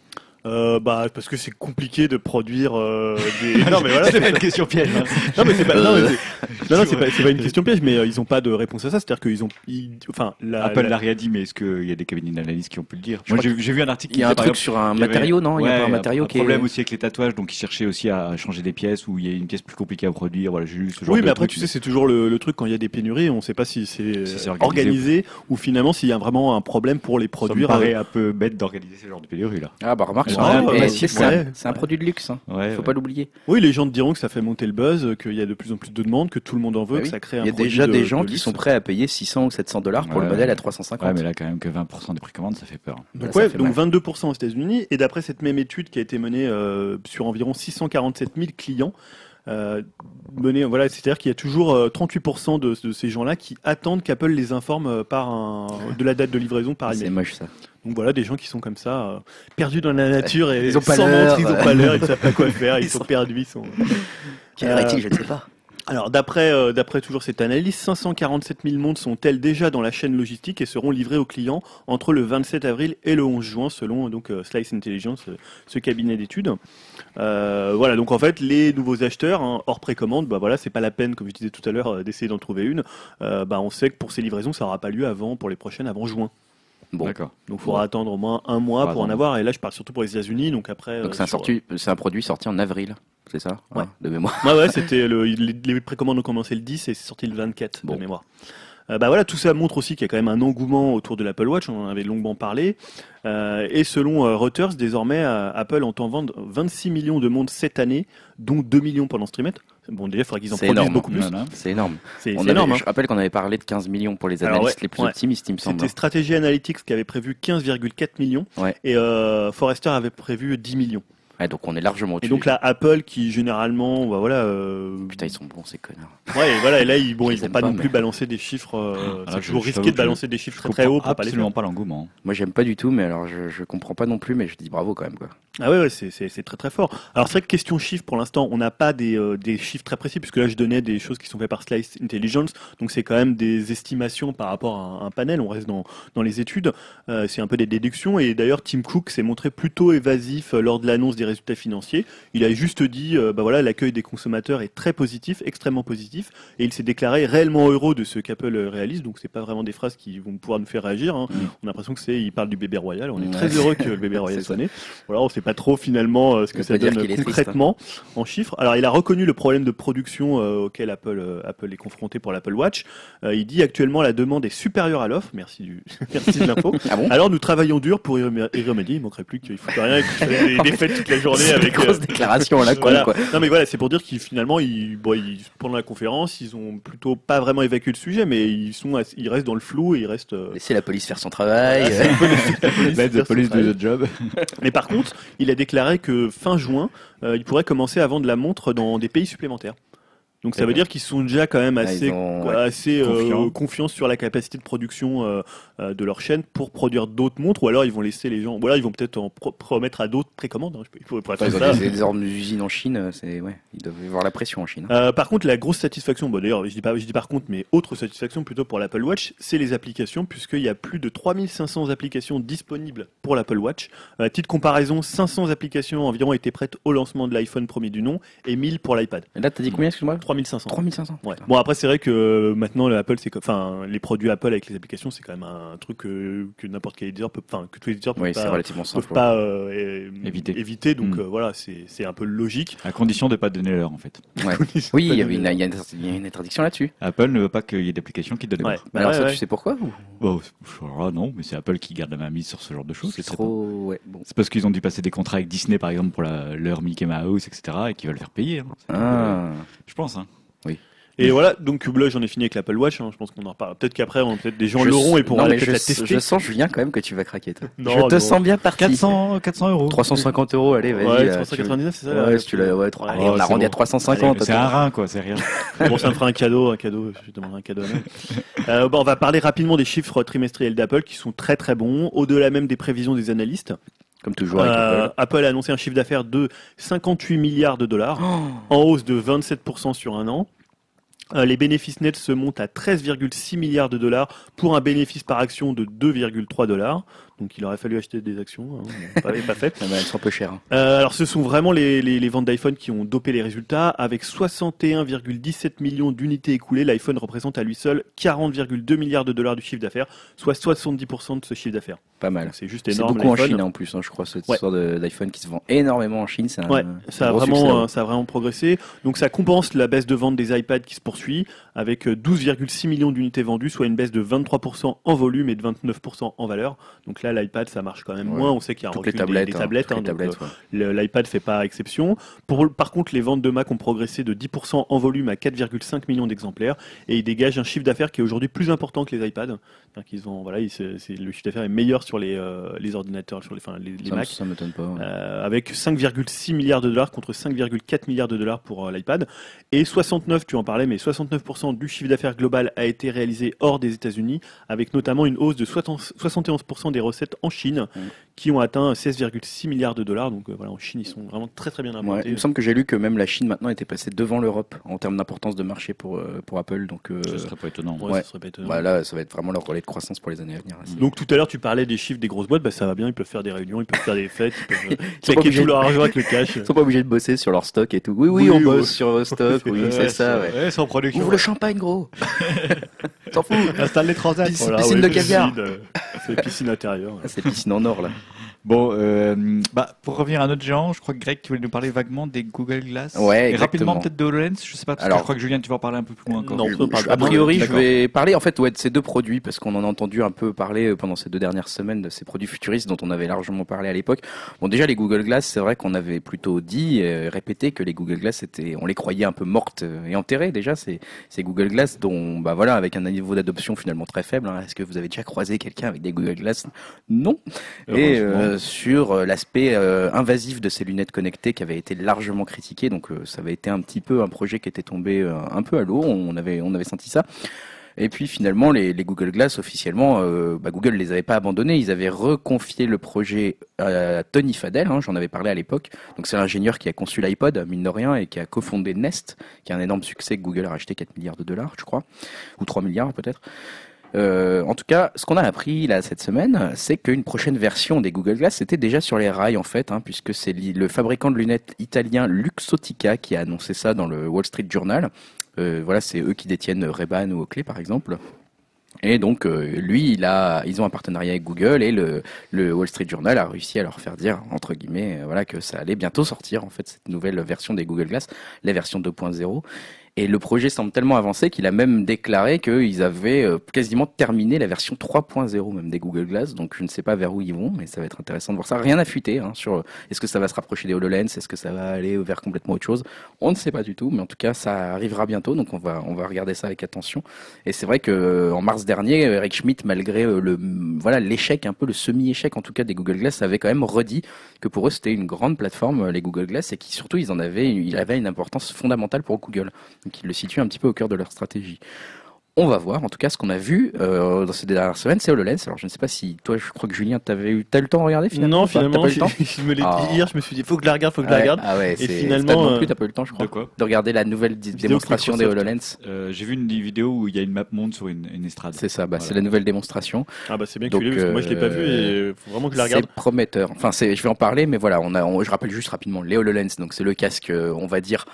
Euh, bah parce que c'est compliqué de produire euh, des. non mais voilà. C'est pas une question piège. hein. Non mais c'est pas. Non, mais Euh. c'est... non, non, c'est pas, c'est pas une question piège, mais euh, ils ont pas de réponse à ça. C'est-à-dire qu'ils ont. Ils... Enfin, la, Apple la- l'a rien dit, mais est-ce qu'il y a des cabinets d'analyse qui ont pu le dire? Je Moi crois j'ai, j'ai vu un article Il qui y a un disait, par truc exemple, sur un il y avait- matériau, non? Il y a ouais, pas un matériau un qui est. problème aussi avec les tatouages, donc ils cherchaient aussi à changer des pièces où il y a une pièce plus compliquée à produire. Voilà, j'ai lu ce genre Oui, de mais après, truc, tu sais, c'est toujours le, le truc quand il y a des pénuries, on sait pas si c'est, Si c'est euh, organisé. organisé ou finalement s'il y a vraiment un problème pour les ça me produire. paraît un peu bête d'organiser ce genre de pénurie là. Ah bah remarque, Ouais, c'est un- ouais, eh, ouais, c'est, c'est un- ouais. c'est un produit de luxe. Hein. Ouais, Faut ouais. pas l'oublier. Oui, les gens te diront que ça fait monter le buzz, euh, qu'il y a de plus en plus de demandes, que tout le monde en veut, Bah que oui. ça crée un Il y a produit déjà de- des gens de qui luxe. sont prêts à payer six cents ou sept cents dollars pour Ouais, le modèle ouais. à trois cent cinquante. Ouais, mais là quand même que vingt pour cent des précommandes, ça fait peur. Là, Donc, ça ouais, fait donc mal. vingt-deux pour cent aux États-Unis, et d'après cette même étude qui a été menée euh, sur environ six cent quarante-sept mille clients, euh, menée, voilà, c'est-à-dire qu'il y a toujours euh, trente-huit pour cent de, de ces gens-là qui attendent qu'Apple les informe euh, par un, de la date de livraison par C'est email. moche ça. Donc voilà, des gens qui sont comme ça, euh, perdus dans la nature et Ils ont pas sans l'heure. montre, ils ont pas l'heure, ils savent pas quoi faire, ils, Ils sont sont- perdus, ils sont. Quelle heure Euh, est-il? Je ne sais pas. Alors d'après euh, d'après toujours cette analyse, cinq cent quarante-sept mille montres sont-elles déjà dans la chaîne logistique et seront livrées aux clients entre le vingt-sept avril et le onze juin selon donc euh, Slice Intelligence, euh, ce cabinet d'études. Euh, voilà, donc en fait les nouveaux acheteurs hein, hors précommande, bah voilà, c'est pas la peine comme je disais tout à l'heure euh, d'essayer d'en trouver une. Euh, bah on sait que pour ces livraisons ça aura pas lieu avant pour les prochaines avant juin. Bon. D'accord. Donc il faudra Bon. attendre au moins un mois Faut pour en attendre. avoir et là je parle surtout pour les États-Unis donc après. Donc euh, c'est un, sur- sorti- c'est un produit sorti en avril, c'est ça Ouais. Hein, de mémoire. Ouais, ouais, c'était le, les, les précommandes ont commencé le dix et c'est sorti le vingt-quatre Bon. de mémoire. Euh, bah voilà, tout ça montre aussi qu'il y a quand même un engouement autour de l'Apple Watch, on en avait longuement parlé. Euh, et selon euh, Reuters, désormais, euh, Apple entend vendre vingt-six millions de montres cette année, dont deux millions pendant ce trimestre. Bon, déjà, il faudrait qu'ils en C'est produisent énorme. beaucoup plus. Voilà. C'est énorme. C'est On c'est avait- énorme. hein. Je rappelle qu'on avait parlé de quinze millions pour les Alors, analystes ouais, les plus ouais. optimistes, il me semble. C'était Strategy Analytics qui avait prévu quinze virgule quatre millions Ouais. et euh, Forrester avait prévu dix millions. Ouais, donc on est largement Et au-dessus. donc là, Apple qui généralement, bah voilà, euh, Putain, ils sont bons ces connards. ouais, et voilà, et là ils, bon, Je ils les vont aime pas, pas, non mais- plus balancer des chiffres. euh, Ah, là, c'est je- toujours je risqué t'avoue de que balancer des chiffres Je très très hauts comprends pour pas les faire. absolument pas l'engouement. Moi j'aime pas du tout, mais alors je, je comprends pas non plus, mais je dis bravo quand même quoi. Ah ouais, ouais c'est, c'est, c'est très très fort. Alors c'est vrai que question chiffres, pour l'instant, on n'a pas des, euh, des chiffres très précis, puisque là je donnais des choses qui sont faites par Slice Intelligence, donc c'est quand même des estimations par rapport à un, un panel, on reste dans, dans les études, euh, c'est un peu des déductions, et d'ailleurs Tim Cook s'est montré plutôt évasif euh, lors de l'annonce des résultats financiers. Il a juste dit, euh, bah voilà, l'accueil des consommateurs est très positif, extrêmement positif, et il s'est déclaré réellement heureux de ce qu'Apple euh, réalise, donc c'est pas vraiment des phrases qui vont pouvoir nous faire réagir, hein. Mm. On a l'impression que c'est, il parle du bébé royal, on est Ouais. très heureux que le bébé royal C'est soit ça. né. Voilà, on sait pas trop finalement euh, ce Ça que veut ça pas dire donne qu'il est triste, concrètement en chiffres. Alors il a reconnu le problème de production euh, auquel Apple, euh, Apple est confronté pour l'Apple Watch. Euh, il dit actuellement la demande est supérieure à l'offre. Merci du, merci de l'info. Ah bon Alors nous travaillons dur pour y remé- y remédier. Il manquerait plus qu'il foutent rien et qu'il fasse des, des fêtes toute la journée avec. grosse euh, déclaration à la con voilà. quoi. Non mais voilà, c'est pour dire qu'ils finalement, ils, bon, ils, pendant la conférence, ils ont plutôt pas vraiment évacué le sujet, mais ils sont, assez- ils restent dans le flou et ils restent. euh, Laissez la police faire son travail. Voilà, c'est un peu la police Let the faire son police travail. do the job. Mais par contre, il a déclaré que fin juin, euh, il pourrait commencer à vendre la montre dans des pays supplémentaires. Donc ça veut D'accord. dire qu'ils sont déjà quand même Ah, assez, ils ont, ouais, assez euh, confiants. confiants sur la capacité de production euh, euh, de leur chaîne pour produire d'autres montres, ou alors ils vont laisser les gens, ou alors ils vont peut-être en pro- promettre à d'autres précommandes. Hein, je peux- il pourrait Ils faire ont ça. des, des énormes usines en Chine, euh, c'est ouais, ils doivent avoir la pression en Chine. Euh, par contre, la grosse satisfaction, bon d'ailleurs, je dis pas, je dis par contre, mais autre satisfaction plutôt pour l'Apple Watch, c'est les applications, puisqu'il y a plus de trois mille cinq cents applications disponibles pour l'Apple Watch. Euh, À titre de comparaison, cinq cents applications environ étaient prêtes au lancement de l'iPhone premier du nom et mille pour l'iPad. Et là t'as dit combien excuse-moi trois mille cinq cents. trois mille cinq cents. Ouais. Bon après c'est vrai que euh, maintenant le Apple c'est que- enfin les produits Apple avec les applications c'est quand même un truc que, que n'importe quel éditeur peut enfin que tous les éditeurs peuvent Oui, c'est pas, relativement peuvent simple. pas euh, é- Éviter. éviter donc Mm. euh, voilà c'est c'est un peu logique. À condition de pas donner l'heure, en fait. Ouais. Oui, il y avait une, il y a une, il y a une interdiction là-dessus. Apple ne veut pas qu'il y ait d'applications qui donnent Ouais. l'heure. Mais alors Ouais, ça ouais. tu sais pourquoi ou... Bon, alors là, non, mais c'est Apple qui garde la main mise sur ce genre de choses. je C'est sais pas. trop ouais, bon. C'est parce qu'ils ont dû passer des contrats avec Disney, par exemple, pour la- l'heure Mickey Mouse, et cetera, et qu'ils veulent faire payer. hein. C'est- Ah. Je pense. Hein. Et voilà donc là j'en ai fini avec l'Apple Watch hein, je pense qu'on en reparle peut-être qu'aaprès on peut-être des gens Je- l'auront et pourront non, mais peut-être je, la tester. je sens Julien quand même que tu vas craquer toi. Non, je te non. sens bien parti. quatre cents, quatre cents euros. trois cent cinquante euros, allez, vas-y. Ouais, là, trois cent quatre-vingt-dix-neuf c'est ça là, Ouais, si tu l'as, ouais, trois- Ouais. allez, Oh, on l'a c'est rendu à bon. trois cent cinquante. C'est un attends. rein, quoi, c'est rien. Bon, ça me fera un cadeau, un cadeau, je demanderai un cadeau à Noël. Euh, bon, on va parler rapidement des chiffres trimestriels d'Apple qui sont très très bons, au-delà même des prévisions des analystes. Comme toujours avec Euh, Apple. Apple a annoncé un chiffre d'affaires de cinquante-huit milliards de dollars, en hausse de vingt-sept pour cent sur un an. Euh, les bénéfices nets se montent à treize virgule six milliards de dollars pour un bénéfice par action de deux virgule trois dollars. Donc il aurait fallu acheter des actions, hein, pas, pas fait. Ah bah, elles sont un peu chères. hein. Euh, alors ce sont vraiment les, les, les ventes d'iPhone qui ont dopé les résultats. Avec soixante et un virgule dix-sept millions d'unités écoulées, l'iPhone représente à lui seul quarante virgule deux milliards de dollars du chiffre d'affaires, soit soixante-dix pour cent de ce chiffre d'affaires. Pas mal. Donc c'est juste C'est énorme. beaucoup en l'iPhone. Chine hein, en plus, hein, je crois, cette Ouais. histoire de- d'iPhone qui se vend énormément en Chine. C'est un, Ouais, un ça a, gros vraiment, succès, euh, ouais. ça a vraiment progressé. Donc ça compense la baisse de vente des iPads qui se poursuit, avec euh, douze virgule six millions d'unités vendues, soit une baisse de vingt-trois pour cent en volume et de vingt-neuf pour cent en valeur. Donc là, l'iPad, ça marche quand même Ouais. moins. On sait qu'il y a un Toutes les recul des- tablettes. des, hein, tablettes. toutes hein, les donc, tablettes, ouais. Le- L'iPad fait pas exception. Pour, par contre, les ventes de Mac ont progressé de dix pour cent en volume à quatre virgule cinq millions d'exemplaires et ils dégagent un chiffre d'affaires qui est aujourd'hui plus important que les iPads. C'est-à-dire qu'ils ont, voilà, ils- c'est- c'est- le chiffre d'affaires est meilleur sur les, euh, les ordinateurs, sur les, enfin, les, les Ça, Mac, ça m'étonne pas. ouais. euh, avec cinq virgule six milliards de dollars contre cinq virgule quatre milliards de dollars pour euh, l'iPad. Et soixante-neuf, tu en parlais, mais soixante-neuf pour cent du chiffre d'affaires global a été réalisé hors des États-Unis, avec notamment une hausse de soixante et onze pour cent des recettes en Chine, Mm. qui ont atteint seize virgule six milliards de dollars. Donc euh, voilà, en Chine, ils sont vraiment très très bien Ouais, implantés. il me semble que j'ai lu que même la Chine maintenant était passée devant l'Europe en termes d'importance de marché pour, euh, pour Apple. Donc euh, Ce serait pas étonnant. Ouais, ouais. ça serait pas étonnant. bah, là, ça va être vraiment leur relais de croissance pour les années à venir. Là, c'est- Donc tout à l'heure, tu parlais des chiffres des grosses boîtes, bah, ça va bien, ils peuvent faire des réunions, ils peuvent faire des fêtes, ils peuvent euh, sont pas claquer obligés tout de- leur argent avec le cash. Ils sont pas obligés de bosser sur leur stock et tout. Oui, oui, Oui, on ouais. bosse sur euh, stock, oui, Ouais, c'est ça, ouais. Ouais, c'est en production. Ouvre le champagne, gros. T'en fous. Installe les transats. Piscine- Voilà, piscine ouais, de caviar. piscine, euh, C'est piscine intérieure. Ah, c'est piscine en or, là. Bon, euh, bah, pour revenir à notre géant, je crois que Greg, tu voulais nous parler vaguement des Google Glass. Ouais, Et rapidement exactement. peut-être de HoloLens, je sais pas, parce Alors- que je crois que Julien, tu vas en parler un peu plus loin encore. Non, on parle Je- pas a de- priori, je D'accord. vais parler en fait ouais, de ces deux produits parce qu'on en a entendu un peu parler euh, pendant ces deux dernières semaines de ces produits futuristes dont on avait largement parlé à l'époque. Bon, déjà les Google Glass, c'est vrai qu'on avait plutôt dit, euh, répété que les Google Glass étaient, on les croyait un peu mortes euh, et enterrées déjà. Ces, ces Google Glass dont, bah voilà, avec un niveau d'adoption finalement très faible. Hein. Est-ce que vous avez déjà croisé quelqu'un avec des Google Glass? Non. Et euh, sur euh, l'aspect euh, invasif de ces lunettes connectées qui avait été largement critiqué, donc euh, ça avait été un petit peu un projet qui était tombé euh, un peu à l'eau. On avait, on avait senti ça. Et puis finalement, les, les Google Glass, officiellement, euh, bah, Google les avait pas abandonnés. Ils avaient reconfié le projet à Tony Fadell, hein, j'en avais parlé à l'époque. Donc c'est l'ingénieur qui a conçu l'iPod, mine de rien, et qui a cofondé Nest, qui est un énorme succès que Google a racheté quatre milliards de dollars, je crois, ou trois milliards peut-être. Euh, en tout cas, ce qu'on a appris là cette semaine, c'est qu'une prochaine version des Google Glass était déjà sur les rails en fait, hein, puisque c'est li- le fabricant de lunettes italien Luxottica qui a annoncé ça dans le Wall Street Journal. Euh, voilà, c'est eux qui détiennent Ray-Ban ou Oakley par exemple. Et donc euh, lui, il a, ils ont un partenariat avec Google et le, le Wall Street Journal a réussi à leur faire dire entre guillemets, euh, voilà, que ça allait bientôt sortir en fait cette nouvelle version des Google Glass, la version deux point zéro. Et le projet semble tellement avancé qu'il a même déclaré qu'ils avaient euh, quasiment terminé la version trois point zéro même des Google Glass. Donc je ne sais pas vers où ils vont, mais ça va être intéressant de voir ça. Rien à fuiter hein, sur euh, est-ce que ça va se rapprocher des HoloLens, est-ce que ça va aller vers complètement autre chose. On ne sait pas du tout, mais en tout cas ça arrivera bientôt. Donc on va on va regarder ça avec attention. Et c'est vrai que euh, en mars dernier, Eric Schmidt, malgré euh, le voilà l'échec, un peu le semi-échec en tout cas des Google Glass, avait quand même redit que pour eux c'était une grande plateforme les Google Glass et qui surtout ils en avaient il avait une importance fondamentale pour Google. Donc ils le situent un petit peu au cœur de leur stratégie. On va voir. En tout cas, ce qu'on a vu euh, dans ces dernières semaines, c'est HoloLens. Alors, je ne sais pas si toi, je crois que Julien, t'avais eu, t'as eu le temps de regarder finalement. Non, ou pas finalement, T'as pas eu le temps. je me l'ai Ah. dit hier, je me suis dit, faut que je la regarde, faut que je Ah la ouais, regarde. ah ouais, Et c'est- finalement, Stan non euh, plus, t'as pas eu le temps, je crois. De quoi De regarder la nouvelle di- Vidéo démonstration des Microsoft. HoloLens. Euh, J'ai vu une vidéo où il y a une map monde sur une, une estrade. C'est ça, bah, Voilà. c'est la nouvelle démonstration. Ah bah c'est bien que Donc, tu l'aies vu, parce que moi je l'ai pas vu euh, et faut vraiment que je la regarde. C'est prometteur. Enfin, c'est, je vais en parler, mais voilà, on a, on- je rappelle juste rapidement les HoloLens. Donc, c'est le casque, euh, on va dire,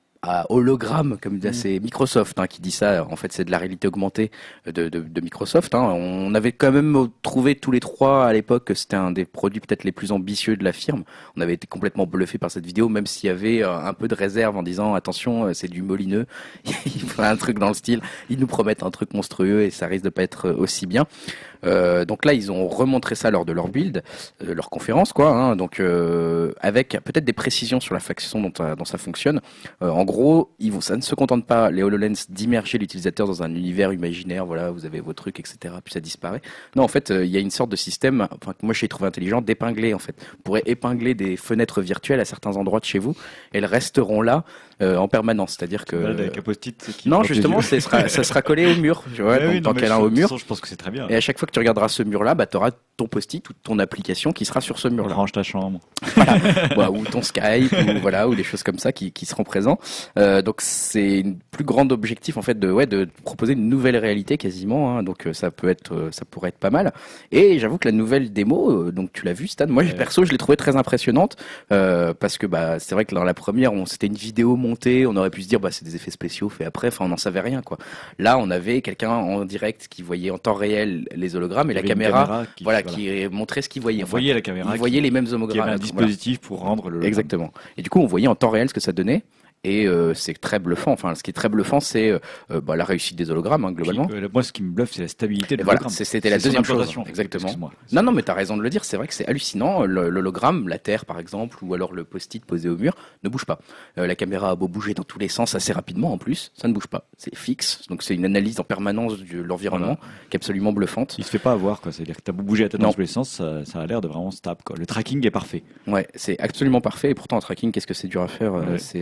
à hologramme, comme Mm. c'est Microsoft hein, qui dit ça. En fait, c'est de la réalité augmentée de, de, de Microsoft. Hein. On avait quand même trouvé tous les trois à l'époque que c'était un des produits peut-être les plus ambitieux de la firme. On avait été complètement bluffé par cette vidéo, même s'il y avait euh, un peu de réserve en disant attention, euh, c'est du molineux. Il faut un truc dans le style. Ils nous promettent un truc monstrueux et ça risque de pas être aussi bien. Euh, donc là, ils ont remontré ça lors de leur build, euh, leur conférence, quoi. Hein, donc euh, avec peut-être des précisions sur la façon dont, dont ça fonctionne. Euh, en gros, ils vont, ça ne se contente pas les HoloLens d'immerger l'utilisateur dans un univers imaginaire. Voilà, vous avez vos trucs, et cetera. Puis ça disparaît. Non, en fait, euh, il y a une sorte de système, enfin que moi j'ai trouvé intelligent, d'épingler. En fait, vous pourrez épingler des fenêtres virtuelles à certains endroits de chez vous. Elles resteront là euh, en permanence. C'est-à-dire que Avec un post-it qui non, frotte les justement, yeux. ça sera, ça sera collé au mur. Tu vois, Ouais, donc, oui, tant non, mais qu'elle a je- un au mur. Je pense que c'est très bien. Et à chaque fois que tu regarderas ce mur-là, bah, tu auras ton post-it ou ton application qui sera sur ce mur-là. Range ta chambre. Voilà, ou ton Skype, ou, voilà, ou des choses comme ça qui, qui seront présents. Euh, donc c'est une plus grande objectif en fait de, ouais, de proposer une nouvelle réalité quasiment. Hein, donc euh, ça peut être, euh, ça pourrait être pas mal. Et j'avoue que la nouvelle démo, euh, donc tu l'as vu, Stan. Moi, Ouais. perso, je l'ai trouvée très impressionnante euh, parce que bah c'est vrai que dans la première, on, c'était une vidéo montée. On aurait pu se dire bah c'est des effets spéciaux faits après. Enfin, on n'en savait rien quoi. Là, on avait quelqu'un en direct qui voyait en temps réel les hologrammes et Il y la avait une caméra, qui, voilà, voilà. qui montrait ce qu'il voyait. On Enfin, voyait la caméra. il voyait les mêmes qui, qui hologrammes. avait un Voilà. dispositif pour rendre le. Exactement. Et du coup, on voyait en temps réel ce que ça donnait. Et euh, c'est très bluffant. Enfin, ce qui est très bluffant, c'est euh, euh, bah, la réussite des hologrammes, hein, globalement. Qui- euh, moi, ce qui me bluffe, c'est la stabilité de Et voilà, l'hologramme. c'est- c'était la C'est son deuxième chose. implantation. Exactement. Excuse-moi. Non, non, mais t'as raison de le dire. C'est vrai que c'est hallucinant. Le- L'hologramme, la Terre, par exemple, ou alors le post-it posé au mur, ne bouge pas. Euh, la caméra a beau bouger dans tous les sens assez rapidement, en plus, ça ne bouge pas. C'est fixe. Donc c'est une analyse en permanence de l'environnement qui est absolument bluffante. Il se fait pas avoir, quoi. C'est-à-dire que t'as beau bouger la tête dans Non. tous les sens, ça, ça a l'air de vraiment stable, quoi. Le tracking est parfait. Ouais, c'est absolument parfait. Et pourtant, en tracking, qu'est-ce que c'est dur à faire euh, Ouais. C'est hallucinant.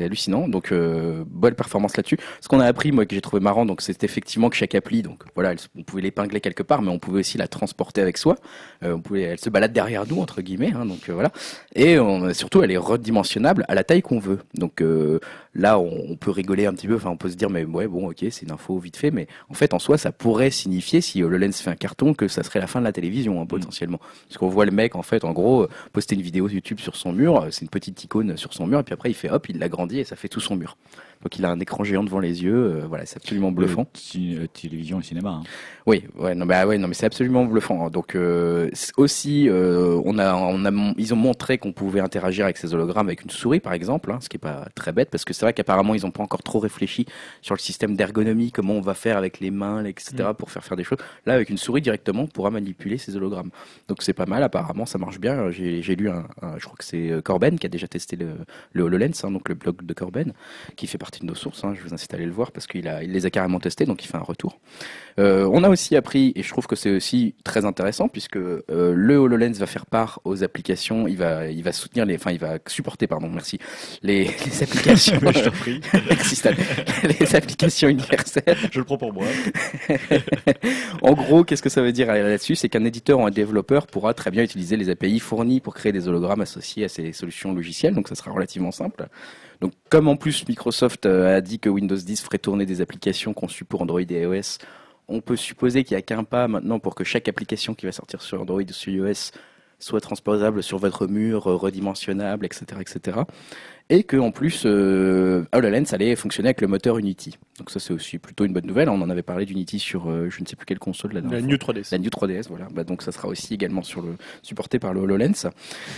Donc euh, bonne performance là-dessus. Ce qu'on a appris, moi que j'ai trouvé marrant, donc c'est effectivement que chaque appli, donc voilà, elle, on pouvait l'épingler quelque part, mais on pouvait aussi la transporter avec soi. Euh, on pouvait, elle se balade derrière nous entre guillemets, hein, donc euh, voilà. Et on, surtout, elle est redimensionnable à la taille qu'on veut. Donc euh, là, on, on peut rigoler un petit peu. Enfin, on peut se dire, mais ouais, bon, ok, c'est une info vite fait, mais en fait, en soi, ça pourrait signifier si HoloLens fait un carton que ça serait la fin de la télévision, hein, potentiellement. Parce qu'on voit le mec, en fait, en gros, euh, poster une vidéo YouTube sur son mur, euh, c'est une petite icône sur son mur, et puis après, il fait hop, il l'agrandit et ça fait tout son mur. Donc il a un écran géant devant les yeux, euh, voilà, c'est absolument bluffant. Euh, ti- euh, télévision et cinéma. Hein. Oui, ouais, non, bah ouais, non, mais c'est absolument bluffant. Donc euh, c'est aussi, euh, on a, on a, mon- ils ont montré qu'on pouvait interagir avec ces hologrammes avec une souris, par exemple, hein, ce qui est pas très bête, parce que c'est vrai qu'apparemment ils ont pas encore trop réfléchi sur le système d'ergonomie, comment on va faire avec les mains, et cetera, pour faire faire des choses. Là, avec une souris directement, on pourra manipuler ces hologrammes. Donc c'est pas mal. Apparemment, ça marche bien. J'ai, j'ai lu un, un- je crois que c'est euh, Corben qui a déjà testé le, le HoloLens, hein, donc le blog de Corben, qui fait partie de nos sources. Hein, je vous incite à aller le voir parce qu'il a, il les a carrément testés, donc il fait un retour. Euh, on a aussi appris, et je trouve que c'est aussi très intéressant, puisque euh, le HoloLens va faire part aux applications, il va, il va soutenir les, enfin, il va supporter, pardon, merci, les, les applications. Je t'en prie. Merci Stan. Les applications universelles. Je le prends pour moi. En gros, qu'est-ce que ça veut dire là-dessus? C'est qu'un éditeur ou un développeur pourra très bien utiliser les A P I fournis pour créer des hologrammes associés à ces solutions logicielles, donc ça sera relativement simple. Donc, comme en plus Microsoft euh, a dit que Windows dix ferait tourner des applications conçues pour Android et iOS, on peut supposer qu'il n'y a qu'un pas maintenant pour que chaque application qui va sortir sur Android ou sur iOS soit transposable sur votre mur, euh, redimensionnable, et cetera, et cetera. Et que en plus, euh, HoloLens allait fonctionner avec le moteur Unity. Donc ça, c'est aussi plutôt une bonne nouvelle. On en avait parlé d'Unity sur euh, je ne sais plus quelle console la La dernière fois. New trois D S. La New trois D S, voilà. Bah, donc ça sera aussi également sur le supporté par le HoloLens.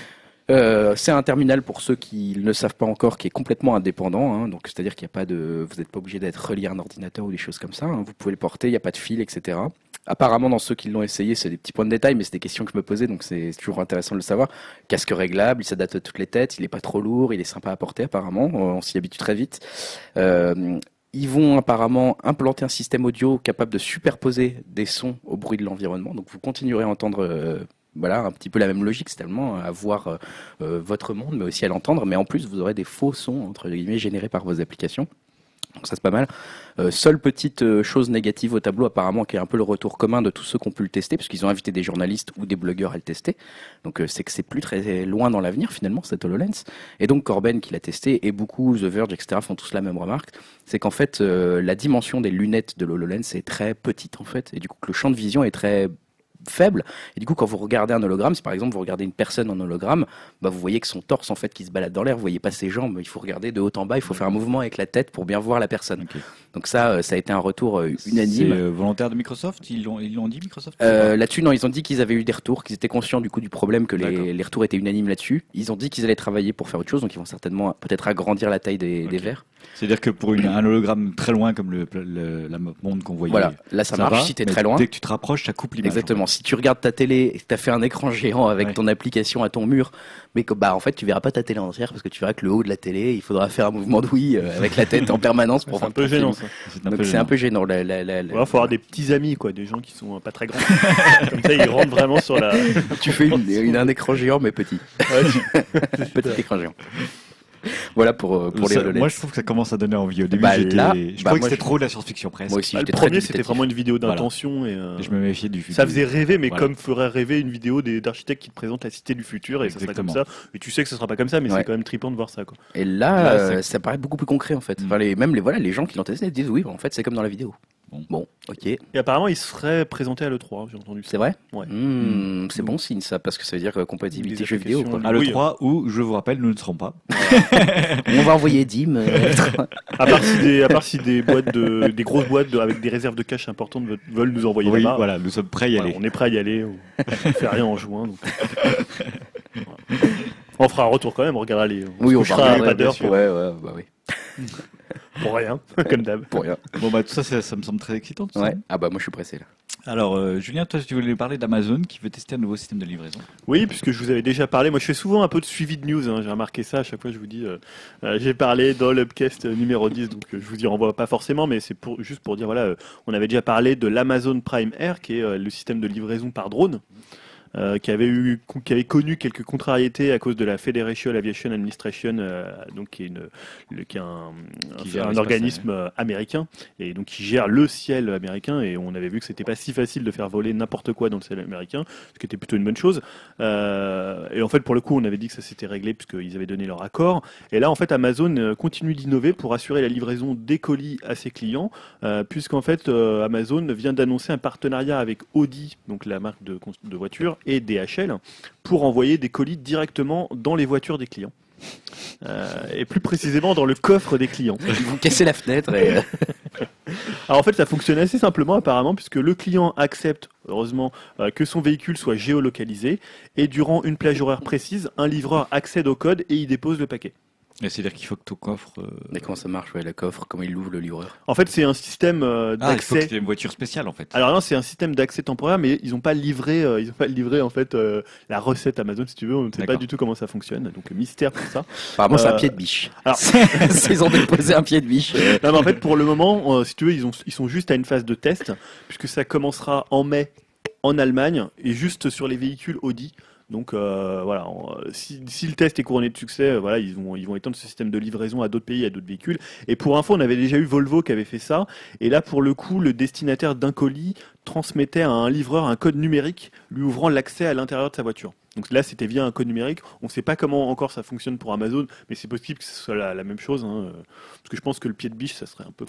Euh, c'est un terminal pour ceux qui ne le savent pas encore, qui est complètement indépendant. Hein, donc c'est-à-dire qu'il n'y a pas de, vous n'êtes pas obligé d'être relié à un ordinateur ou des choses comme ça. Hein, vous pouvez le porter, il n'y a pas de fil, et cetera. Apparemment, dans ceux qui l'ont essayé, c'est des petits points de détail, mais c'est des questions que je me posais, donc c'est toujours intéressant de le savoir. Casque réglable, il s'adapte à toutes les têtes, il n'est pas trop lourd, il est sympa à porter apparemment. Euh, on s'y habitue très vite. Euh, Ils vont apparemment implanter un système audio capable de superposer des sons au bruit de l'environnement. Donc vous continuerez à entendre euh, voilà, un petit peu la même logique, c'est tellement à voir euh, euh, votre monde, mais aussi à l'entendre. Mais en plus, vous aurez des faux sons, entre guillemets, générés par vos applications. Donc ça, c'est pas mal. Euh, seule petite euh, chose négative au tableau, apparemment, qui est un peu le retour commun de tous ceux qui ont pu le tester, puisqu'ils ont invité des journalistes ou des blogueurs à le tester. Donc euh, c'est que c'est plus très loin dans l'avenir, finalement, cet HoloLens. Et donc Corben, qui l'a testé, et beaucoup, The Verge, et cetera, font tous la même remarque. C'est qu'en fait, euh, la dimension des lunettes de l'HoloLens est très petite, en fait. Et du coup, que le champ de vision est très faible, et du coup quand vous regardez un hologramme, si par exemple vous regardez une personne en hologramme, bah vous voyez que son torse en fait qui se balade dans l'air, vous voyez pas ses jambes, il faut regarder de haut en bas, il faut faire un mouvement avec la tête pour bien voir la personne. Okay. Donc ça, euh, ça a été un retour euh, unanime. C'est euh, volontaire de Microsoft, ils l'ont, ils l'ont dit Microsoft Euh, là-dessus, non, ils ont dit qu'ils avaient eu des retours, qu'ils étaient conscients du coup du problème, que les, les retours étaient unanimes là-dessus. Ils ont dit qu'ils allaient travailler pour faire autre chose, donc ils vont certainement peut-être agrandir la taille des, okay. des verres. C'est-à-dire que pour une, un hologramme très loin comme le, le la monde qu'on voyait, voilà, là ça, ça marche. Va, si t'es très loin, dès que tu te rapproches, ça coupe l'image. Exactement. En fait. Si tu regardes ta télé et que t'as fait un écran géant avec ouais. ton application à ton mur, mais que bah en fait tu verras pas ta télé entière parce que tu verras que le haut de la télé, il faudra faire un mouvement de oui euh, avec la tête en permanence pour c'est un peu gênant ça. C'est un, donc, peu c'est un peu gênant. La, la, la, Il va falloir des petits amis quoi, des gens qui sont pas très grands. Comme ça ils rentrent vraiment sur la. Tu fais une, une, un écran géant mais petit. Ouais, petit écran géant. Voilà pour, pour ça, les HoloLens. Moi, je trouve que ça commence à donner envie. Au début, bah, j'étais, là, je bah, croyais que c'était je... trop de la science-fiction presque. Moi aussi, bah, j'étais le très premier, c'était vraiment une vidéo d'intention. Voilà. Et, euh... et je me méfiais du futur. Ça faisait rêver, mais voilà. comme ferait rêver une vidéo des, d'architectes qui te présentent la cité du futur, et Exactement. Ça sera comme ça. Et tu sais que ça sera pas comme ça, mais ouais. c'est quand même trippant de voir ça. Quoi. Et là, là euh, ça paraît beaucoup plus concret en fait. Mmh. Enfin, les, même les, voilà, les gens qui l'ont testé disent oui, en fait, c'est comme dans la vidéo. Bon, bon, ok. Et apparemment, il serait présenté à l'E trois, j'ai entendu ça. C'est vrai ouais. mmh, mmh. C'est bon signe ça, parce que ça veut dire compatibilité jeux vidéo. Quoi. À l'E trois, où, je vous rappelle, nous ne serons pas. On va envoyer Dim. Euh, à, part si des, à part si des, boîtes de, des grosses boîtes de, avec des réserves de cash importantes veulent nous envoyer oui, là-bas. Voilà, nous sommes prêts à y voilà, aller. On est prêts à y aller. On ne fait rien en juin. Donc... on fera un retour quand même, on regardera les. On oui, on fera pas d'heure. Pour... Ouais, ouais, bah oui. Pour rien, comme d'hab. Pour rien. Bon, bah, tout ça, ça, ça me semble très excitant. Tout ouais. ça. Ah, bah, moi, je suis pressé, là. Alors, euh, Julien, toi, tu voulais nous parler d'Amazon qui veut tester un nouveau système de livraison. Oui, puisque je vous avais déjà parlé. Moi, je fais souvent un peu de suivi de news. Hein, j'ai remarqué ça. À chaque fois, je vous dis, euh, euh, j'ai parlé dans l'Upcast numéro dix, donc euh, je vous y renvoie pas forcément, mais c'est pour, juste pour dire, voilà, euh, on avait déjà parlé de l'Amazon Prime Air, qui est euh, le système de livraison par drone. euh, qui avait eu, qui avait connu quelques contrariétés à cause de la Federation Aviation Administration, euh, donc qui est une, le- qui est un, Qui un- gère un l'espace organisme euh, américain et donc qui gère le ciel américain. Et on avait vu que c'était pas si facile de faire voler n'importe quoi dans le ciel américain, ce qui était plutôt une bonne chose. Euh, et en fait, pour le coup, on avait dit que ça s'était réglé puisqu'ils avaient donné leur accord. Et là, en fait, Amazon euh, continue d'innover pour assurer la livraison des colis à ses clients, euh, puisqu'en fait, euh, Amazon vient d'annoncer un partenariat avec Audi, donc la marque de, cons- de voitures, et D H L, pour envoyer des colis directement dans les voitures des clients. Euh, et plus précisément dans le coffre des clients. Ils vont casser la fenêtre et euh, Alors en fait, ça fonctionne assez simplement apparemment, puisque le client accepte, heureusement, euh, que son véhicule soit géolocalisé, et durant une plage horaire précise, un livreur accède au code et il dépose le paquet. Et c'est-à-dire qu'il faut que ton coffre. euh, mais comment ça marche, ouais, le coffre, comment il l'ouvre le livreur? En fait, c'est un système euh, Ah, il faut que d'accès. tu aies une voiture spéciale en fait. Alors non, c'est un système d'accès temporaire, mais ils n'ont pas livré, euh, ils ont pas livré en fait euh, la recette Amazon, si tu veux. On ne sait pas D'accord. du tout comment ça fonctionne, donc mystère pour ça. Apparemment, c'est un Euh, pied de biche. alors- Ils ont déposé un pied de biche. Non, mais en fait, pour le moment, euh, si tu veux, ils, ont, ils sont juste à une phase de test, puisque ça commencera en mai en Allemagne et juste sur les véhicules Audi. Donc euh, voilà, en- si, si le test est couronné de succès, euh, voilà, ils vont, ils vont étendre ce système de livraison à d'autres pays, à d'autres véhicules. Et pour info, on avait déjà eu Volvo qui avait fait ça. Et là, pour le coup, le destinataire d'un colis transmettait à un livreur un code numérique lui ouvrant l'accès à l'intérieur de sa voiture. Donc là, c'était via un code numérique. On ne sait pas comment encore ça fonctionne pour Amazon, mais c'est possible que ce soit la, la même chose. Hein, euh, parce que je pense que le pied de biche, ça serait un peu...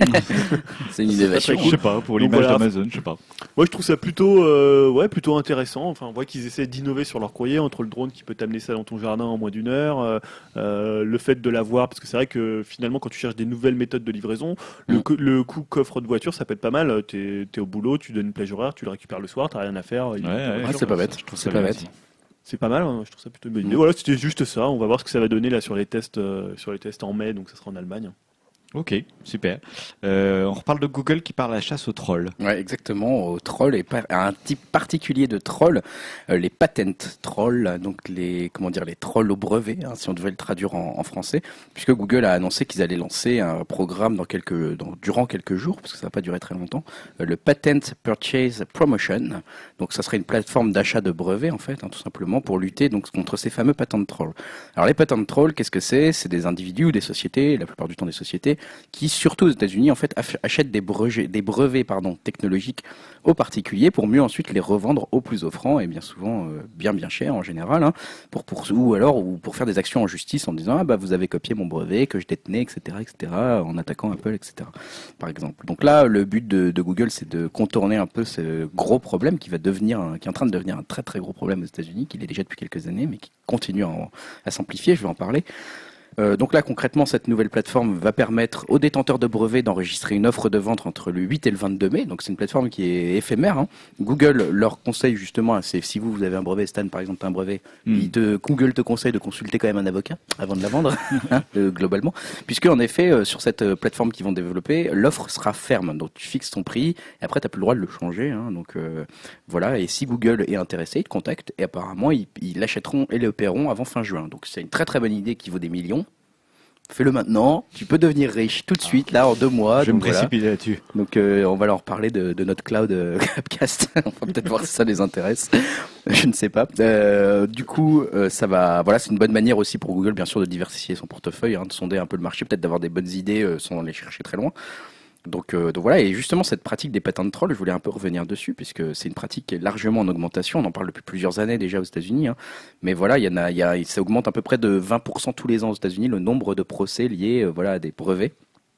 C'est une innovation. très Je sais pas, pour Donc l'image voilà. d'Amazon, je sais pas. Moi, je trouve ça plutôt, euh, ouais, plutôt intéressant. Enfin, on voit qu'ils essaient d'innover sur leur courrier, entre le drone qui peut t'amener ça dans ton jardin en moins d'une heure, euh, euh, le fait de l'avoir, parce que c'est vrai que finalement, quand tu cherches des nouvelles méthodes de livraison, le, Mm. co- le coup coffre de voiture, ça peut être pas mal. T'es es au boulot, tu donnes une plage horaire, tu le récupères le soir, t'as rien à faire. il- Ouais, ouais, Ouais, c'est pas bête. Je trouve C'est ça pas bien bête. aussi. C'est pas mal, hein, je trouve ça plutôt une bonne idée. Mm. Voilà, c'était juste ça. On va voir ce que ça va donner là sur les tests, euh, sur les tests en mai, donc ça sera en Allemagne. Ok, super. Euh, on reparle de Google qui parle à la chasse aux trolls. Ouais, exactement, aux trolls et par- à un type particulier de trolls, euh, les patent trolls, donc les comment dire les trolls au brevet, hein, si on devait le traduire en, en français, puisque Google a annoncé qu'ils allaient lancer un programme dans quelques dans, durant quelques jours, parce que ça va pas durer très longtemps, euh, le Patent Purchase Promotion. Donc ça serait une plateforme d'achat de brevets en fait, hein, tout simplement pour lutter donc contre ces fameux patent trolls. Alors les patent trolls, qu'est-ce que c'est? C'est des individus ou des sociétés, la plupart du temps des sociétés, qui surtout aux États-Unis en fait aff- achètent des brevets, des brevets pardon, technologiques aux particuliers pour mieux ensuite les revendre aux plus offrants et bien souvent euh, bien bien cher en général, hein, pour pour ou alors ou pour faire des actions en justice en disant ah bah vous avez copié mon brevet que je détenais, etc etc en attaquant Apple, etc par exemple. Donc là le but de, de Google c'est de contourner un peu ce gros problème qui va devenir un- qui est en train de devenir un très très gros problème aux États-Unis, qui l'est déjà depuis quelques années mais qui continue à, en- à s'amplifier. Je vais en parler. Euh, donc là, concrètement, cette nouvelle plateforme va permettre aux détenteurs de brevets d'enregistrer une offre de vente entre le huit et le vingt-deux mai. Donc c'est une plateforme qui est éphémère, hein. Google leur conseille justement, c'est si vous, vous avez un brevet, Stan par exemple, t'as un brevet, Mm. il te, Google te conseille de consulter quand même un avocat avant de la vendre, hein, euh, globalement. Puisque en effet, euh, sur cette euh, plateforme qu'ils vont développer, l'offre sera ferme. Donc tu fixes ton prix et après, t'as plus le droit de le changer, hein. Donc euh, voilà, et si Google est intéressé, ils te contactent et apparemment, ils ils l'achèteront et le paieront avant fin juin. Donc c'est une très très bonne idée qui vaut des millions. Fais-le maintenant, tu peux devenir riche tout de suite, là, en deux mois. Je vais donc me voilà. précipiter là-dessus. Donc euh, on va leur parler de, de notre cloud euh, Capcast. On va peut-être voir si ça les intéresse. Je ne sais pas. Euh, du coup, euh, ça va. Voilà, c'est une bonne manière aussi pour Google, bien sûr, de diversifier son portefeuille, hein, de sonder un peu le marché, peut-être d'avoir des bonnes idées euh, sans aller chercher très loin. Donc, euh, donc voilà, et justement cette pratique des patents de troll, je voulais un peu revenir dessus, puisque c'est une pratique qui est largement en augmentation. On en parle depuis plusieurs années déjà aux États-Unis, hein. Mais voilà, il y en a, il y a, ça augmente à peu près de vingt pour cent tous les ans aux États-Unis le nombre de procès liés, euh, voilà, à des brevets.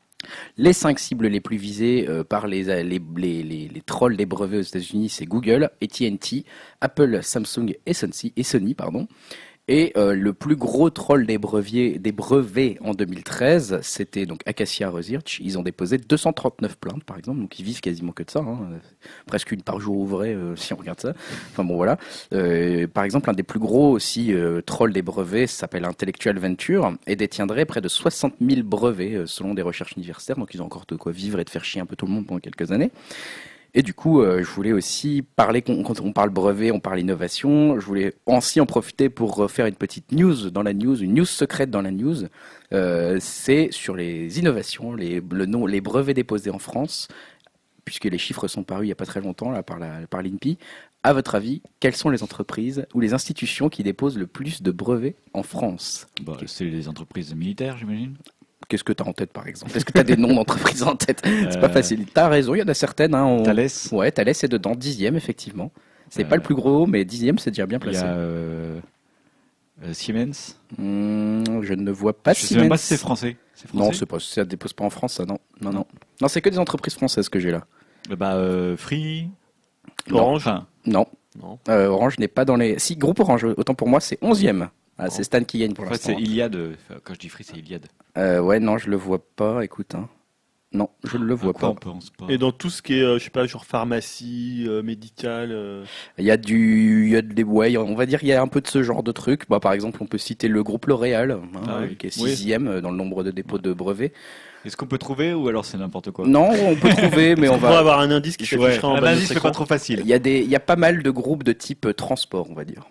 Les cinq cibles les plus visées euh, par les, les, les, les, les trolls des brevets aux États-Unis, c'est Google, A T and T, Apple, Samsung et Sony, et Sony pardon. Et euh, le plus gros troll des brevets, des brevets en deux mille treize, c'était donc Acacia Research. Ils ont déposé deux cent trente-neuf plaintes, par exemple, donc ils vivent quasiment que de ça, hein. Presque une par jour ouvrée, euh, si on regarde ça. Enfin bon, voilà. Euh, par exemple, un des plus gros aussi euh, trolls des brevets s'appelle Intellectual Venture et détiendrait près de soixante mille brevets euh, selon des recherches universitaires. Donc ils ont encore de quoi vivre et de faire chier un peu tout le monde pendant quelques années. Et du coup, euh, je voulais aussi parler, quand on parle brevet, on parle innovation, je voulais aussi en profiter pour faire une petite news dans la news, une news secrète dans la news. Euh, c'est sur les innovations, les, le nom, les brevets déposés en France, puisque les chiffres sont parus il n'y a pas très longtemps là, par, la, par l'I N P I. À votre avis, quelles sont les entreprises ou les institutions qui déposent le plus de brevets en France? Bah, c'est les entreprises militaires, j'imagine. Qu'est-ce que tu as en tête, par exemple? Est-ce que tu as des noms d'entreprises en tête? C'est pas Euh, facile. Tu as raison, il y en a certaines. Hein, on... Thales. Ouais, Thales est dedans, dixième, effectivement. C'est Euh, pas le plus gros, mais dixième, c'est déjà bien Il y placé. a euh, euh, Siemens. Hum, je ne vois pas Je sais même pas si c'est Siemens. français. C'est français Non, c'est pas, ça dépose pas en France, ça, non. Non, non. Non, c'est que des entreprises françaises que j'ai là. Euh, Bah, euh, Free. Non. Orange. Enfin, Non. Non. Euh, Orange n'est pas dans les... Si, groupe Orange, autant pour moi, c'est onzième. Ah, c'est Stan qui gagne pour en fait, l'instant. c'est Iliad. euh, enfin, Quand je dis Free, c'est Iliad. Euh, ouais, non, je le vois pas, écoute. Hein. Non, je ne le À vois quoi pas. on pense pas. Et dans tout ce qui est, euh, je sais pas, genre pharmacie, euh, médical. euh, Il y a du... Il y a des... Ouais, on va dire il y a un peu de ce genre de trucs. Bah, par exemple, on peut citer le groupe L'Oréal, hein, Ah oui. qui est Oui. sixième dans le nombre de dépôts de brevets. Est-ce qu'on peut trouver ou alors c'est n'importe quoi? Non, on peut trouver, mais on On va va... avoir un indice qui Ouais, s'affichera en un bas de indice, notre c'est pas écran. trop facile. Il y, a des... il y a pas mal de groupes de type euh, transport, on va dire.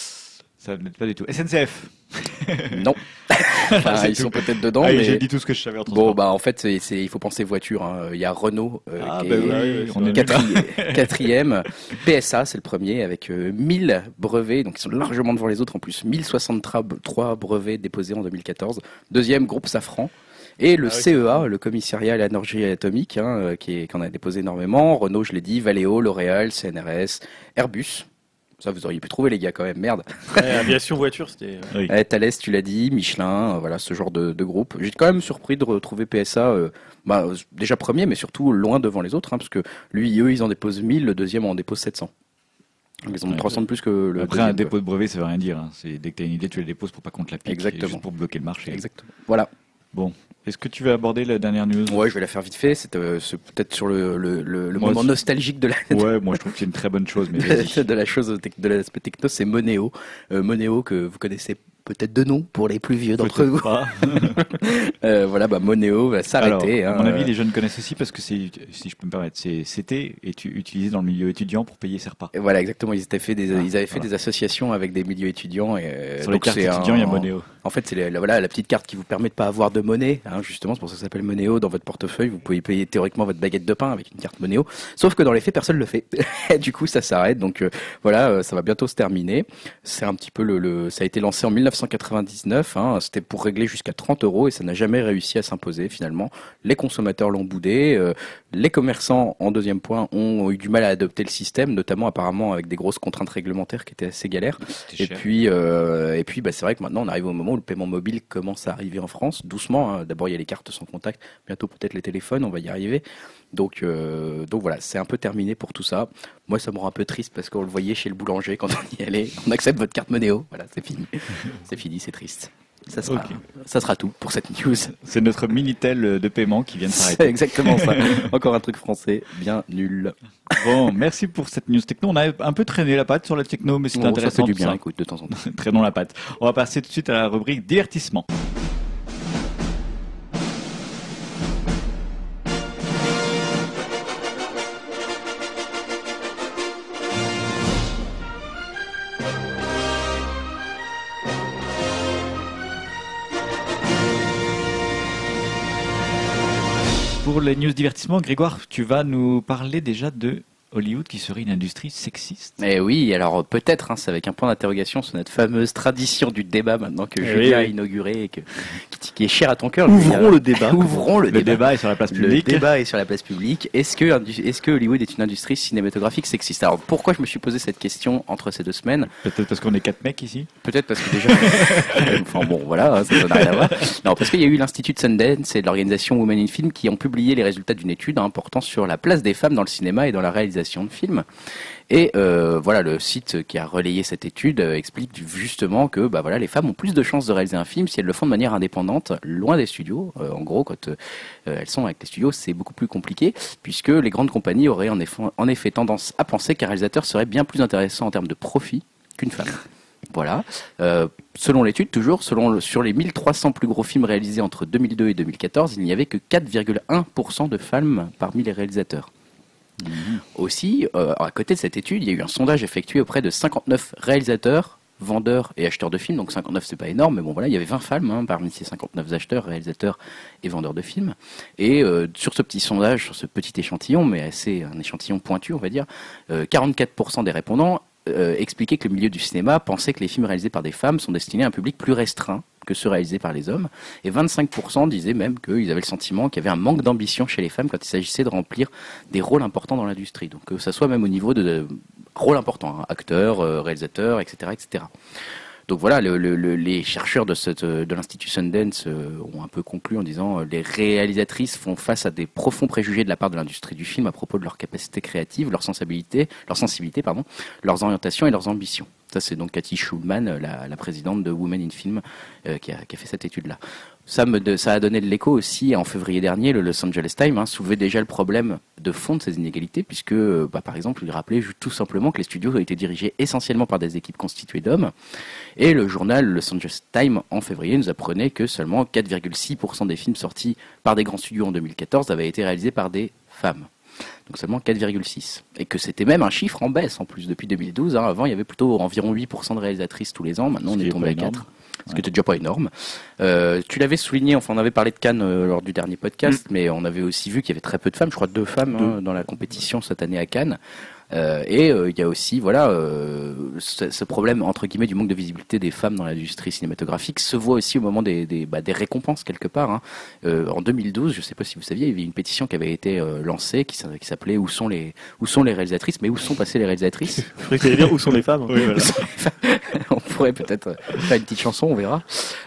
Ça n'aide pas du tout. S N C F. Non. Enfin, C'est ils tout. sont peut-être dedans, Ah, mais... j'ai dit tout ce que je savais en transport. Bon, bah en fait, c'est, c'est- il faut penser voiture. Hein. Il y a Renault euh, Ah, qui bah est oui, on est nul. quatri- quatrième. P S A, c'est le premier, avec euh, mille brevets, donc ils sont largement devant les autres en plus. mille soixante-trois brevets déposés en deux mille quatorze. Deuxième, groupe Safran. Et le Ah oui, C E A, le commissariat à l'énergie atomique, hein, euh, qui, est, qui en a déposé énormément. Renault, je l'ai dit, Valeo, L'Oréal, C N R S, Airbus. Ça, vous auriez pu trouver, les gars, quand même, merde. Ouais, aviation voiture, c'était. euh, Oui. Eh, Thales, tu l'as dit, Michelin, euh, voilà, ce genre de, de groupe. J'étais quand même surpris de retrouver P S A, euh, bah, euh, déjà premier, mais surtout loin devant les autres, hein, parce que lui, eux, ils en déposent mille, le deuxième en dépose sept cents. Donc, ils en ont Ouais. trois cents de plus que le Après, deuxième, un dépôt de brevet, ça veut rien dire. hein. C'est dès que tu as une idée, tu la déposes pour pas qu'on te la pique. Exactement. Juste pour bloquer le marché. quoi. Exactement. Voilà. Bon. Est-ce que tu veux aborder la dernière news? Ouais, je vais la faire vite fait. C'est, euh, c'est peut-être sur le, le, le, le Moi moment aussi. nostalgique de la, Ouais, moi je trouve que c'est une très bonne chose, mais vas-y. de la chose, tec- de l'aspect techno, c'est Moneo. Euh, Moneo que vous connaissez peut-être de nom pour les plus vieux d'entre Peut-être vous. pas. Euh, voilà, bah Moneo va s'arrêter. Alors, à hein, mon avis, euh, les jeunes connaissent aussi parce que c'est, si je peux me permettre, c'est, c'était étu- utilisé dans le milieu étudiant pour payer ses repas. Et voilà, exactement. Ils, étaient fait des, Ah, ils avaient fait voilà. des associations avec des milieux étudiants. Et, euh, Sur les donc cartes c'est étudiants, il y a un- Moneo. En fait, c'est la, la- voilà, la petite carte qui vous permet de pas avoir de monnaie. Hein, justement, c'est pour ça que ça s'appelle Moneo. Dans votre portefeuille, vous pouvez payer théoriquement votre baguette de pain avec une carte Moneo. Sauf que dans les faits, personne le fait. Du coup, ça s'arrête. Donc euh, voilà, euh, ça va bientôt se terminer. C'est un petit peu le, le ça a été lancé en mille neuf cent quatre-vingt-dix-neuf. Hein, c'était pour régler jusqu'à trente euros et ça n'a jamais réussi à s'imposer finalement. Les consommateurs l'ont boudé. euh, les commerçants, en deuxième point, ont eu du mal à adopter le système, notamment apparemment avec des grosses contraintes réglementaires qui étaient assez galères. C'était Et cher. puis, euh, et puis, bah, c'est vrai que maintenant, on arrive au moment où le paiement mobile commence à arriver en France, doucement. Hein. D'abord, il y a les cartes sans contact, bientôt peut-être les téléphones, on va y arriver. Donc, euh, donc voilà, c'est un peu terminé pour tout ça. Moi, ça me rend un peu triste parce qu'on le voyait chez le boulanger quand on y allait. On accepte votre carte Monéo. Voilà, c'est fini. C'est fini, c'est triste. Ça sera, Ok. ça sera tout pour cette news. C'est notre Minitel de paiement qui vient de C'est s'arrêter. exactement ça. Encore un truc français, bien nul. Bon, merci pour cette news techno. On a un peu traîné la patte sur la techno, mais c'était Bon, ça fait intéressant. du tout bien, ça. écoute, de temps en temps. Traînons la patte. On va passer tout de suite à la rubrique divertissement. Pour les news divertissement, Grégoire, tu vas nous parler déjà de Hollywood qui serait une industrie sexiste. Eh oui, alors peut-être, hein, c'est avec un point d'interrogation sur notre fameuse tradition du débat maintenant que Eh Julien oui, a oui. inauguré et que, qui, qui est cher à ton cœur. Ouvrons Julien. le débat. Ouvrons le, Le débat est sur la place Le publique. débat est sur la place publique. Est-ce que, indu- est-ce que Hollywood est une industrie cinématographique sexiste? Alors pourquoi je me suis posé cette question entre ces deux semaines? Peut-être parce qu'on est quatre mecs ici. Peut-être parce que déjà... enfin bon, voilà, hein, ça n'a rien à voir. Non, parce qu'il y a eu l'Institut de Sundance et l'organisation Women in Film qui ont publié les résultats d'une étude hein, portant sur la place des femmes dans le cinéma et dans la réalisation de films. Et euh, voilà, le site qui a relayé cette étude euh, explique justement que bah, voilà, les femmes ont plus de chances de réaliser un film si elles le font de manière indépendante, loin des studios. Euh, en gros, quand euh, elles sont avec les studios, c'est beaucoup plus compliqué, puisque les grandes compagnies auraient en effet, en effet tendance à penser qu'un réalisateur serait bien plus intéressant en termes de profit qu'une femme. Voilà. Euh, selon l'étude, toujours, selon le- sur les mille trois cents plus gros films réalisés entre deux mille deux et deux mille quatorze, il n'y avait que quatre virgule un pour cent de femmes parmi les réalisateurs. Aussi, euh, à côté de cette étude, il y a eu un sondage effectué auprès de cinquante-neuf réalisateurs vendeurs et acheteurs de films, donc cinquante-neuf c'est pas énorme, mais bon voilà, il y avait vingt femmes hein, parmi ces cinquante-neuf acheteurs, réalisateurs et vendeurs de films. Et euh, sur ce petit sondage, sur ce petit échantillon, mais assez un échantillon pointu on va dire, euh, quarante-quatre pour cent des répondants euh, expliquaient que le milieu du cinéma pensait que les films réalisés par des femmes sont destinés à un public plus restreint que ceux réalisés par les hommes, et vingt-cinq pour cent disaient même qu'ils avaient le sentiment qu'il y avait un manque d'ambition chez les femmes quand il s'agissait de remplir des rôles importants dans l'industrie, donc que ça soit même au niveau de, de rôles importants, hein, acteurs, euh, réalisateurs, et cetera, et cetera. Donc voilà, le, le, le, les chercheurs de, cette, de l'Institut Sundance euh, ont un peu conclu en disant euh, les réalisatrices font face à des profonds préjugés de la part de l'industrie du film à propos de leur capacité créative, leur sensibilité, leur sensibilité, pardon, leurs orientations et leurs ambitions. Ça, c'est donc Cathy Schulman, la, la présidente de Women in Film, euh, qui, a, qui a fait cette étude-là. Ça, me, ça a donné de l'écho aussi en février dernier. Le Los Angeles Times hein, soulevait déjà le problème de fond de ces inégalités, puisque, bah, par exemple, il rappelait tout simplement que les studios ont été dirigés essentiellement par des équipes constituées d'hommes. Et le journal Los Angeles Times, en février, nous apprenait que seulement quatre virgule six pour cent des films sortis par des grands studios en deux mille quatorze avaient été réalisés par des femmes. Donc seulement quatre virgule six. Et que c'était même un chiffre en baisse en plus depuis deux mille douze. Hein. Avant, il y avait plutôt environ huit pour cent de réalisatrices tous les ans. Maintenant, on est tombé à quatre. Ce qui n'était déjà pas énorme. Euh, tu l'avais souligné, enfin on avait parlé de Cannes euh, lors du dernier podcast, mmh. mais on avait aussi vu qu'il y avait très peu de femmes, je crois deux femmes deux. Hein, dans la compétition cette année à Cannes. Euh, et euh, il y a aussi voilà euh, ce, ce problème entre guillemets du manque de visibilité des femmes dans l'industrie cinématographique se voit aussi au moment des, des, bah, des récompenses quelque part. Hein. Euh, en deux mille douze, je ne sais pas si vous saviez, il y avait une pétition qui avait été euh, lancée qui, qui s'appelait où sont les où sont les réalisatrices, mais où sont passées les réalisatrices? Je croyais que t'allais dire où sont les femmes. Oui, voilà. On pourrait peut-être faire une petite chanson, on verra.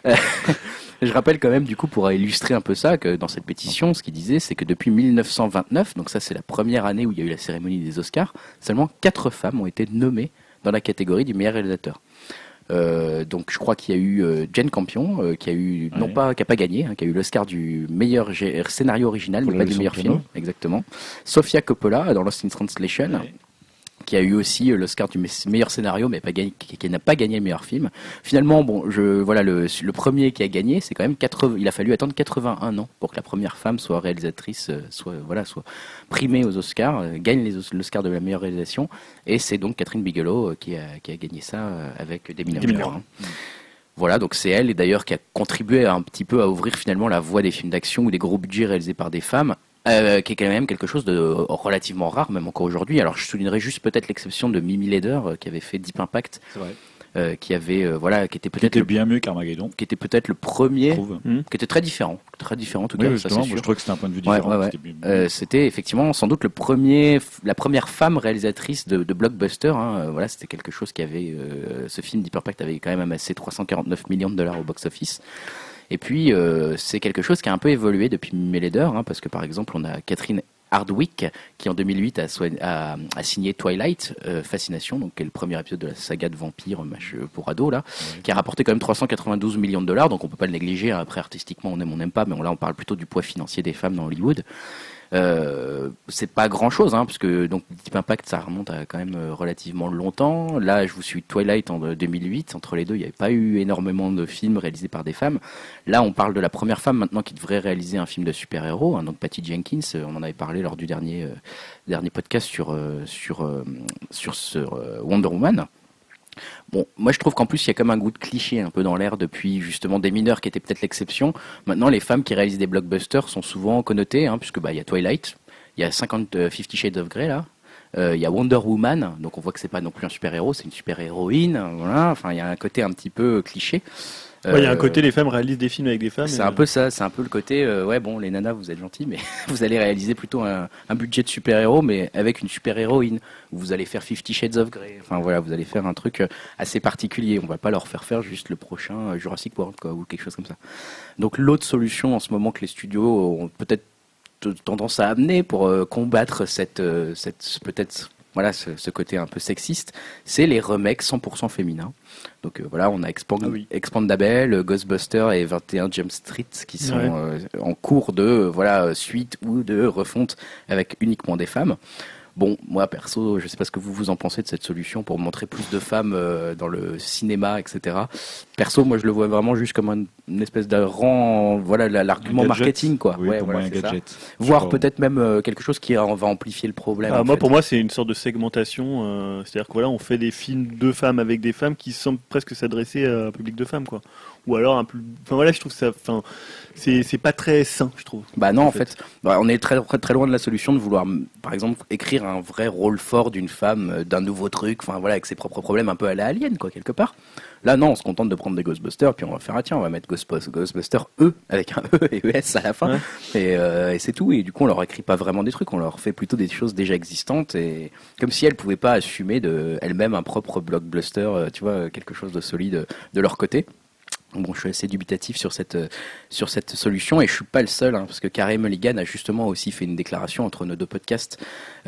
Je rappelle quand même, du coup, pour illustrer un peu ça, que dans cette pétition, ce qu'il disait, c'est que depuis mille neuf cent vingt-neuf, donc ça c'est la première année où il y a eu la cérémonie des Oscars, seulement quatre femmes ont été nommées dans la catégorie du meilleur réalisateur. Euh, donc je crois qu'il y a eu euh, Jane Campion, euh, qui a eu, ouais. non pas, qui a pas gagné, hein, qui a eu l'Oscar du meilleur g- scénario original, mais pas du meilleur film, exactement. Sofia Coppola, dans Lost in Translation. Ouais. Qui a eu aussi l'Oscar du meilleur scénario, mais pas gagné, qui, qui n'a pas gagné le meilleur film. Finalement, bon, je, voilà, le, le premier qui a gagné, c'est quand même quatre-vingts, il a fallu attendre quatre-vingt-un ans pour que la première femme soit réalisatrice, soit, voilà, soit primée aux Oscars, euh, gagne les, l'Oscar de la meilleure réalisation. Et c'est donc Catherine Bigelow euh, qui, a, qui a gagné ça euh, avec Demi Moore. Hein. Mmh. Voilà, donc c'est elle, et d'ailleurs, qui a contribué un petit peu à ouvrir finalement la voie des films d'action ou des gros budgets réalisés par des femmes. Euh, qui est quand même quelque chose de relativement rare, même encore aujourd'hui. Alors, je soulignerai juste peut-être l'exception de Mimi Leder, euh, qui avait fait Deep Impact, c'est vrai. Euh, qui avait, euh, voilà, qui était peut-être qui était bien mieux qu'Armageddon, qui était peut-être le premier, mmh. qui était très différent, très différent en tout oui, cas. Justement, ça, c'est moi, sûr. je trouvais que c'était un point de vue différent. Ouais, ouais, ouais. C'était, bien... euh, c'était effectivement sans doute le premier, la première femme réalisatrice de, de blockbuster. Hein. Euh, voilà, c'était quelque chose qui avait, euh, ce film Deep Impact avait quand même amassé trois cent quarante-neuf millions de dollars au box-office. Et puis, euh, c'est quelque chose qui a un peu évolué depuis Mimi Leder, hein, parce que par exemple, on a Catherine Hardwicke, qui en deux mille huit a, a, a signé Twilight, euh, Fascination, donc qui est le premier épisode de la saga de vampires pour ados, là, ouais. qui a rapporté quand même trois cent quatre-vingt-douze millions de dollars, donc on peut pas le négliger. Après, artistiquement, on aime, on n'aime pas, mais là, on parle plutôt du poids financier des femmes dans Hollywood. Euh, c'est pas grand chose, hein, parce que donc Deep Impact ça remonte à quand même euh, relativement longtemps. Là, je vous suis Twilight en deux mille huit. Entre les deux, il n'y avait pas eu énormément de films réalisés par des femmes. Là, on parle de la première femme maintenant qui devrait réaliser un film de super-héros, hein, donc Patty Jenkins. Euh, on en avait parlé lors du dernier euh, dernier podcast sur euh, sur euh, sur ce euh, Wonder Woman. Bon, moi je trouve qu'en plus il y a comme un goût de cliché un peu dans l'air depuis justement des mineurs qui étaient peut-être l'exception. Maintenant les femmes qui réalisent des blockbusters sont souvent connotées, hein, puisque bah il y a Twilight, il y a cinquante euh, Fifty Shades of Grey là, euh, il y a Wonder Woman, donc on voit que c'est pas non plus un super héros, c'est une super héroïne, voilà. Enfin il y a un côté un petit peu cliché. Il ouais, y a un côté les femmes réalisent des films avec des femmes. C'est et... un peu ça, c'est un peu le côté euh, ouais bon les nanas vous êtes gentils mais vous allez réaliser plutôt un, un budget de super-héros mais avec une super-héroïne. Vous allez faire Fifty Shades of Grey. Enfin voilà, vous allez faire un truc assez particulier. On va pas leur faire faire juste le prochain Jurassic World quoi, ou quelque chose comme ça. Donc l'autre solution en ce moment que les studios ont peut-être tendance à amener pour euh, combattre cette, euh, cette peut-être voilà ce, ce côté un peu sexiste, c'est les remakes cent pour cent féminins. Donc euh, voilà, on a Expand, ah oui. Expandable, Ghostbusters et vingt et un Jump Street qui sont ouais. euh, en cours de euh, voilà suite ou de refonte avec uniquement des femmes. Bon, moi perso, je sais pas ce que vous vous en pensez de cette solution pour montrer plus de femmes euh, dans le cinéma, et cetera. Perso, moi je le vois vraiment juste comme un, une espèce de rang, voilà, la- l'argument Un gadget. marketing, quoi. Oui, Ouais, pour voilà, moi, un c'est ça. gadget. Voire Je sais pas. peut-être même euh, quelque chose qui en va amplifier le problème. Ah, en moi, fait. pour moi, c'est une sorte de segmentation. euh, C'est-à-dire que voilà, on fait des films de femmes avec des femmes qui semblent presque s'adresser à un public de femmes, quoi. Ou alors un plus. Enfin voilà, je trouve ça. Enfin, c'est c'est pas très sain, je trouve. Bah non, en en fait, bah, on est très, très très loin de la solution de vouloir, m- par exemple, écrire un vrai rôle fort d'une femme, euh, d'un nouveau truc, enfin voilà, avec ses propres problèmes, un peu à la Alien, quoi, quelque part. Là, non, on se contente de prendre des Ghostbusters, puis on va faire, ah tiens, on va mettre Ghostbusters, Ghostbusters E, avec un E et E S à la fin, Ouais. et, euh, et c'est tout. Et du coup, on leur écrit pas vraiment des trucs, on leur fait plutôt des choses déjà existantes, et comme si elles pouvaient pas assumer de elles-mêmes un propre blockbuster, euh, tu vois, quelque chose de solide de leur côté. Bon, je suis assez dubitatif sur cette, euh, sur cette solution et je suis pas le seul, hein, parce que Carey Mulligan a justement aussi fait une déclaration entre nos deux podcasts.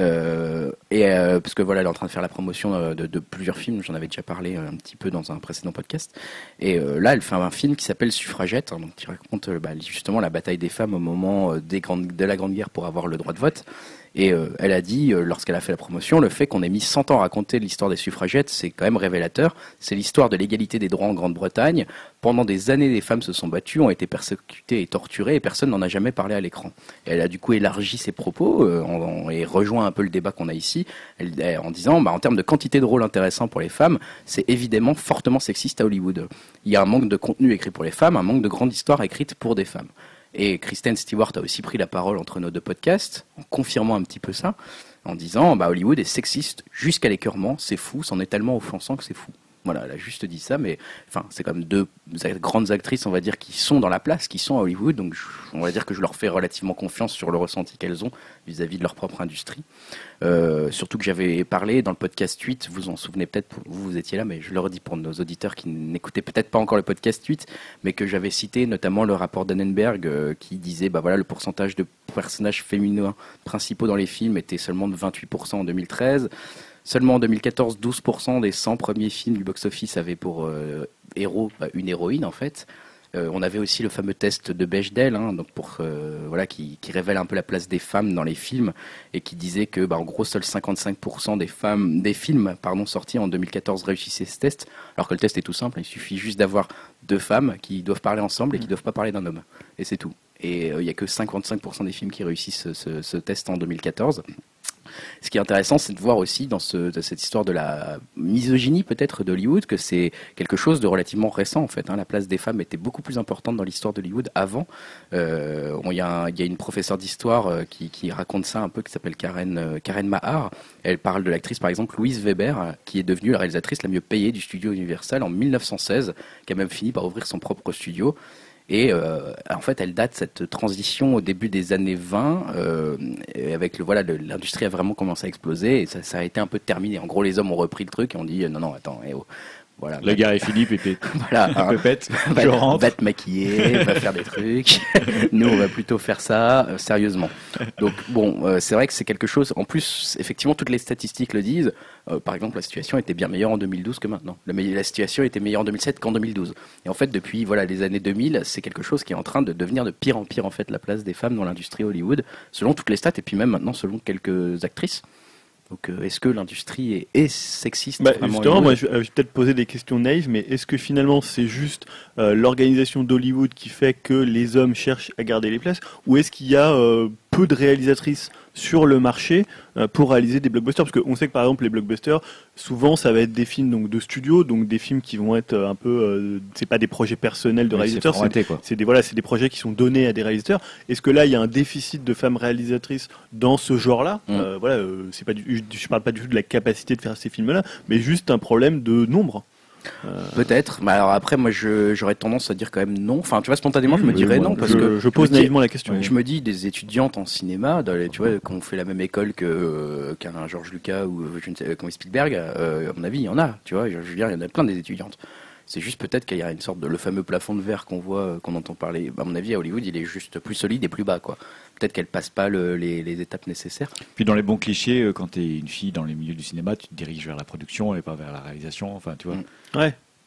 Euh, et euh, parce que voilà, elle est en train de faire la promotion euh, de, de plusieurs films, j'en avais déjà parlé euh, un petit peu dans un précédent podcast. Et euh, là, elle fait un film qui s'appelle Suffragette, hein, donc qui raconte euh, bah, justement la bataille des femmes au moment euh, des grandes, de la Grande Guerre pour avoir le droit de vote. Et euh, elle a dit, euh, lorsqu'elle a fait la promotion, le fait qu'on ait mis cent ans à raconter l'histoire des suffragettes, c'est quand même révélateur. C'est l'histoire de l'égalité des droits en Grande-Bretagne. Pendant des années, les femmes se sont battues, ont été persécutées et torturées, et personne n'en a jamais parlé à l'écran. Et elle a du coup élargi ses propos euh, en- en- et rejoint un peu le débat qu'on a ici, elle, elle- en disant, bah, en termes de quantité de rôles intéressants pour les femmes, c'est évidemment fortement sexiste à Hollywood. Il y a un manque de contenu écrit pour les femmes, un manque de grande histoire écrite pour des femmes. Et Kristen Stewart a aussi pris la parole entre nos deux podcasts, en confirmant un petit peu ça, en disant bah, Hollywood est sexiste jusqu'à l'écœurement, c'est fou, c'en est tellement offensant que c'est fou. Voilà, elle a juste dit ça, mais enfin, c'est comme deux grandes actrices, on va dire, qui sont dans la place, qui sont à Hollywood, donc je- on va dire que je leur fais relativement confiance sur le ressenti qu'elles ont vis-à-vis de leur propre industrie. Euh, surtout que j'avais parlé dans le podcast huit, vous vous en souvenez peut-être, vous, vous étiez là, mais je le redis pour nos auditeurs qui n'écoutaient peut-être pas encore le podcast huit, mais que j'avais cité notamment le rapport d'Annenberg euh, qui disait bah voilà, le pourcentage de personnages féminins principaux dans les films était seulement de vingt-huit pour cent en deux mille treize. Seulement en deux mille quatorze, douze pour cent des cent premiers films du box-office avaient pour euh, héros bah, une héroïne en fait. Euh, on avait aussi le fameux test de Bechdel, hein, donc pour euh, voilà, qui, qui révèle un peu la place des femmes dans les films et qui disait que, bah, en gros, seuls cinquante-cinq pour cent des femmes, des films, pardon, sortis en deux mille quatorze réussissaient ce test. Alors que le test est tout simple, il suffit juste d'avoir deux femmes qui doivent parler ensemble et qui doivent pas parler d'un homme, et c'est tout. Et euh, il y a que cinquante-cinq pour cent des films qui réussissent ce, ce, ce test en deux mille quatorze. Ce qui est intéressant, c'est de voir aussi dans ce, de cette histoire de la misogynie peut-être d'Hollywood que c'est quelque chose de relativement récent en fait. Hein. La place des femmes était beaucoup plus importante dans l'histoire d'Hollywood avant. Euh, bon, il y, a un- il y a une professeure d'histoire euh, qui, qui raconte ça un peu, qui s'appelle Karen, euh, Karen Mahar. Elle parle de l'actrice par exemple Louise Weber, euh, qui est devenue la réalisatrice la mieux payée du studio Universal en mille neuf cent seize, qui a même fini par ouvrir son propre studio. Et euh, en fait, elle date cette transition au début des années vingt, euh, et avec le voilà, le- l'industrie a vraiment commencé à exploser et ça, ça a été un peu terminé. En gros, les hommes ont repris le truc et ont dit euh, non non attends, eh oh, voilà. La guerre est finie, Pépé. Voilà, hein. Pépette, va, je rentre. va te maquiller, va faire des trucs. Nous, on va plutôt faire ça euh, sérieusement. Donc bon, euh, c'est vrai que c'est quelque chose. En plus, effectivement, toutes les statistiques le disent. Euh, par exemple, la situation était bien meilleure en deux mille douze que maintenant. La, me- la situation était meilleure en deux mille sept qu'en deux mille douze. Et en fait, depuis voilà les années deux mille, c'est quelque chose qui est en train de devenir de pire en pire en fait la place des femmes dans l'industrie Hollywood, selon toutes les stats et puis même maintenant selon quelques actrices. Donc, euh, est-ce que l'industrie est, est sexiste Bah, vraiment justement, Hollywood moi, je, euh, je vais peut-être poser des questions naïves, mais est-ce que finalement c'est juste euh, l'organisation d'Hollywood qui fait que les hommes cherchent à garder les places, ou est-ce qu'il y a euh, peu de réalisatrices sur le marché euh, pour réaliser des blockbusters? Parce qu'on sait que par exemple les blockbusters, souvent ça va être des films donc de studio, donc des films qui vont être euh, un peu, euh, c'est pas des projets personnels de Oui, réalisateurs, c'est c'est formaté, quoi. c'est des voilà, c'est des projets qui sont donnés à des réalisateurs. Est-ce que là il y a un déficit de femmes réalisatrices dans ce genre-là? Mm. Euh, Voilà, euh, c'est pas du, je, je parle pas du tout de la capacité de faire ces films-là, mais juste un problème de nombre. Peut-être, mais alors après, moi, je, j'aurais tendance à dire quand même non. Enfin, tu vois, spontanément, je me Oui, dirais moi, non parce je, que je pose me dis- naïvement la question. je me dis des étudiantes en cinéma, dans les- tu vois, qui ont fait la même école que euh, qu'un George Lucas ou euh, je ne sais, comme Spielberg. Euh, à mon avis, il y en a. Tu vois, je veux dire, il y en a plein des étudiantes. C'est juste peut-être qu'il y a une sorte de le fameux plafond de verre qu'on voit, euh, qu'on entend parler. À mon avis, à Hollywood, il est juste plus solide et plus bas, quoi. Peut-être qu'elle passe pas le- les, les étapes nécessaires. Puis dans les bons clichés, euh, quand tu es une fille dans les milieux du cinéma, tu te diriges vers la production et pas vers la réalisation. Enfin, tu vois. Mm. Ouais.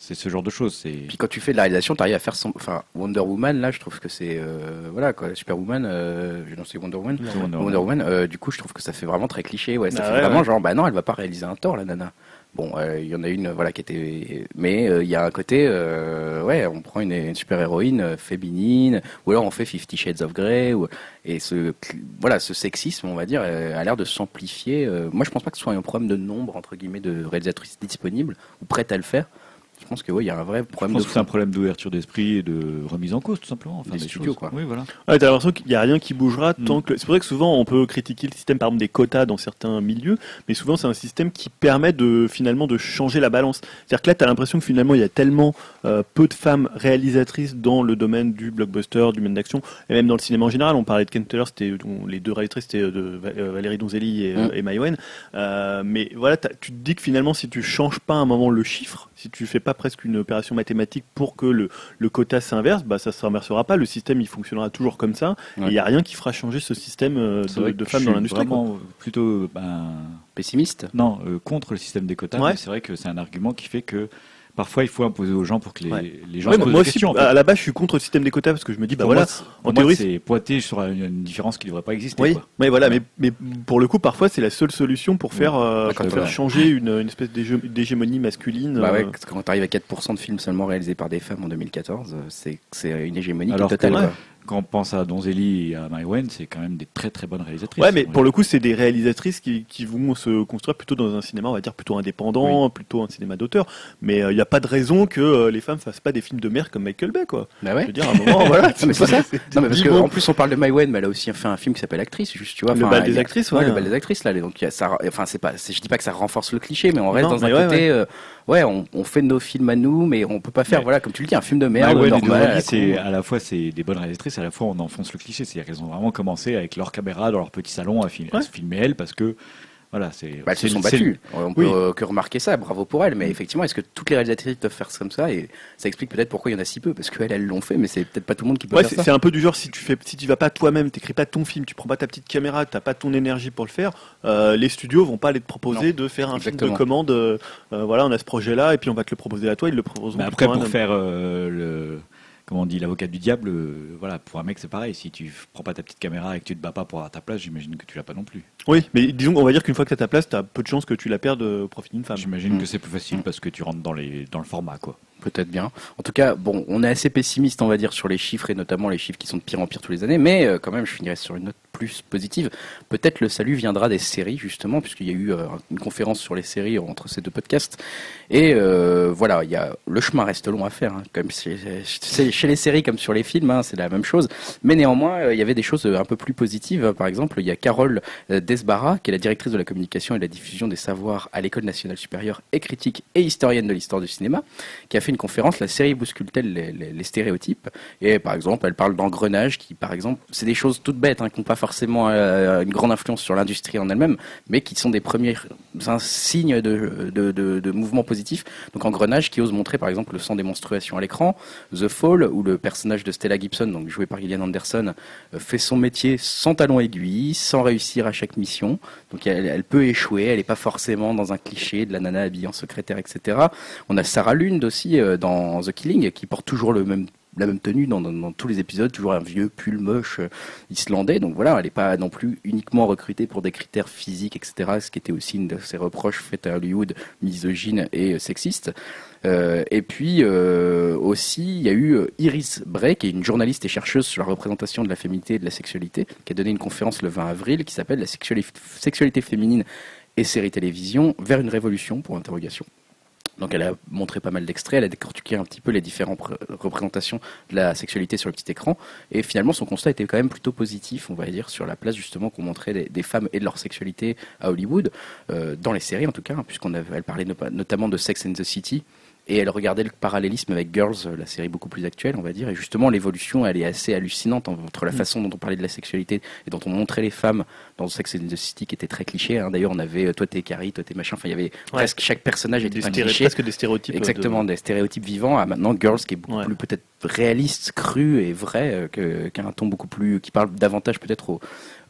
C'est ce genre de choses. C'est... Puis quand tu fais de la réalisation, tu arrives à faire son... enfin Wonder Woman là, je trouve que c'est euh, voilà quoi, Superwoman, euh... non c'est Wonder Woman, C'est Wonder Wonder Woman. Woman. Euh, du coup, je trouve que ça fait vraiment très cliché. Ouais, ça Ah fait ouais, vraiment ouais. genre bah non, elle va pas réaliser un Thor la nana. Bon, il euh, y en a une voilà qui était, mais il euh, y a un côté euh, ouais, on prend une, une super héroïne euh, féminine, ou alors on fait Fifty Shades of Grey, ou... et ce voilà ce sexisme, on va dire, euh, a l'air de s'amplifier. Euh, moi, je pense pas que ce soit un problème de nombre entre guillemets de réalisatrices disponibles ou prêtes à le faire. Je pense que oui, il y a un vrai Je problème pense de que c'est un fond. problème d'ouverture d'esprit et de remise en cause, tout simplement. Enfin, Des des studios, choses. quoi. Oui, voilà. Ouais, t'as l'impression qu'il n'y a rien qui bougera tant Mm. que. C'est vrai que souvent on peut critiquer le système, par exemple des quotas dans certains milieux, mais souvent c'est un système qui permet de finalement de changer la balance. C'est-à-dire que là, t'as l'impression que finalement il y a tellement euh, peu de femmes réalisatrices dans le domaine du blockbuster, du domaine d'action, et même dans le cinéma en général. On parlait de Ken Teller, c'était dont les deux réalisatrices, c'était euh, de euh, Valérie Donzelli et, euh, Mm. et Maïwen. Euh, mais voilà, t'as- tu te dis que finalement, si tu changes pas à un moment le chiffre, si tu fais pas presque une opération mathématique pour que le, le quota s'inverse, bah ça s'inversera pas. Le système il fonctionnera toujours comme ça. Et il Ouais. y a rien qui fera changer ce système euh, C'est de, vrai de que femmes je dans suis l'industrie. quoi. Vraiment plutôt, ben, Pessimiste. non, euh, contre le système des quotas. Ouais. Mais c'est vrai que c'est un argument qui fait que parfois il faut imposer aux gens pour que les, Ouais. les gens Ouais, se moi posent moi des aussi, questions. en fait. à la base, je suis contre le système des quotas parce que je me dis, bah Pour voilà, moi, c'est- pour en moi, théorie, c'est pointer sur une, une différence qui ne devrait pas exister. oui, quoi. mais voilà, Ouais. mais, mais pour le coup, parfois, c'est la seule solution pour faire, euh, D'accord, pour faire ouais. changer une, une espèce d'hégé- d'hégémonie masculine. Bah ouais, euh, quand tu arrives à quatre pour cent de films seulement réalisés par des femmes en deux mille quatorze, euh, c'est c'est une hégémonie Alors qui est totale. que, quoi. ouais, quand on pense à Donzelli et à Maïwen, c'est quand même des très très bonnes réalisatrices. Ouais, mais Oui. pour le coup, c'est des réalisatrices qui, qui vont se construire plutôt dans un cinéma, on va dire, plutôt indépendant, plutôt un cinéma d'auteur. Mais il n'y a pas de raison que euh, les femmes fassent pas des films de merde comme Michael Bay, quoi. Bah Je ouais. veux dire, à un moment, voilà. Non, mais c'est ça. Non mais parce que Dis-moi. en plus on parle de Maïwen, mais elle a aussi fait un film qui s'appelle Actrice, juste tu vois. Le Enfin, bal des il y a- actrices, ouais, ouais. le bal des actrices là. Donc il y a ça. Enfin c'est pas, c'est- je dis pas que ça renforce le cliché, mais on reste Non, dans un mais ouais, côté. ouais. euh, ouais, on, on fait nos films à nous, mais on peut pas faire, Mais- voilà, comme tu le dis, un film de merde Maïwen et normal. à la Donzelli, c'est con. à la fois c'est des bonnes réalisatrices, à la fois on enfonce le cliché. C'est-à-dire qu'elles ont vraiment commencé avec leur caméra dans leur petit salon à, fil- à Ouais. se filmer elles parce que voilà, c'est. Bah, elles se c'est- sont c'est- battues. On peut Oui. euh, que remarquer ça, bravo pour elles. Mais Mm. effectivement, est-ce que toutes les réalisatrices peuvent faire comme ça? Et ça explique peut-être pourquoi il y en a si peu, parce qu'elles elles l'ont fait, mais c'est peut-être pas tout le monde qui peut Ouais, faire c'est ça. c'est un peu du genre si tu fais, si tu vas pas toi-même, t'écris pas ton film, tu prends pas ta petite caméra, t'as pas ton énergie pour le faire, euh, les studios vont pas aller te proposer de faire un Exactement. film de commande. euh, euh, voilà, on a ce projet-là et puis on va te le proposer à toi, ils le proposeront. Mais après, plutôt à un pour homme. faire euh, le. Comment on dit, l'avocat du diable, euh, voilà, pour un mec c'est pareil. Si tu f- prends pas ta petite caméra et que tu te bats pas pour avoir ta place, j'imagine que tu l'as pas non plus. Oui, mais disons, on va dire qu'une fois que t'as ta place, t'as peu de chances que tu la perdes au profit d'une femme. J'imagine Mm. que c'est plus facile Mm. parce que tu rentres dans, les, dans le format, quoi. Peut-être bien. En tout cas, bon, on est assez pessimiste, on va dire, sur les chiffres et notamment les chiffres qui sont de pire en pire tous les années, mais euh, quand même, je finirai sur une note plus positive. Peut-être le salut viendra des séries, justement, puisqu'il y a eu euh, une conférence sur les séries entre ces deux podcasts. Et euh, voilà, il y a le chemin reste long à faire, hein, comme chez, chez- chez les séries comme sur les films, hein, c'est la même chose. Mais néanmoins, euh, il y avait des choses euh, un peu plus positives. Par exemple, il y a Carole euh, Desbarra, qui est la directrice de la communication et de la diffusion des savoirs à l'École nationale supérieure et critique et historienne de l'histoire du cinéma, qui a fait une conférence, la série bouscule-t-elle les, les- les stéréotypes. Et par exemple, elle parle d'engrenage, qui par exemple, c'est des choses toutes bêtes, hein, qui n'ont pas forcément euh, une grande influence sur l'industrie en elle-même, mais qui sont des premiers un signe de, de, de, de mouvement positif. Donc Engrenage qui ose montrer par exemple le sang des menstruations à l'écran, The Fall où le personnage de Stella Gibson, donc joué par Gillian Anderson, euh, fait son métier sans talon aiguille, sans réussir à chaque mission. Donc elle, elle peut échouer, elle n'est pas forcément dans un cliché de la nana habillée en secrétaire, et cetera. On a Sarah Lund aussi euh, dans The Killing qui porte toujours le même la même tenue dans, dans, dans tous les épisodes, toujours un vieux pull moche euh, islandais. Donc voilà, elle n'est pas non plus uniquement recrutée pour des critères physiques, et cetera. Ce qui était aussi une de ses reproches faits à Hollywood, misogyne et euh, sexiste. Euh, et puis euh, aussi, il y a eu euh, Iris Bray, qui est une journaliste et chercheuse sur la représentation de la féminité et de la sexualité, qui a donné une conférence le vingt avril qui s'appelle « La sexuali- sexualité féminine et séries télévision vers une révolution » pour interrogation. Donc elle a montré pas mal d'extraits, elle a décortiqué un petit peu les différentes pr- représentations de la sexualité sur le petit écran, et finalement son constat était quand même plutôt positif, on va dire, sur la place justement qu'on montrait des, des femmes et de leur sexualité à Hollywood, euh, dans les séries en tout cas, hein, puisqu'on avait, elle parlait no- notamment de Sex and the City, et elle regardait le parallélisme avec Girls, la série beaucoup plus actuelle, on va dire, et justement l'évolution, elle est assez hallucinante entre la façon dont on parlait de la sexualité et dont on montrait les femmes dans Sex and the City, qui était très cliché. Hein. D'ailleurs, on avait euh, toi t'es Carrie, toi t'es machin, enfin il y avait presque chaque personnage était Des un stéré- cliché. presque des stéréotypes. Exactement, de- des stéréotypes vivants à maintenant Girls, qui est beaucoup Ouais. plus peut-être réaliste, cru et vrai, euh, que, qu'un ton beaucoup plus, qui parle davantage peut-être aux,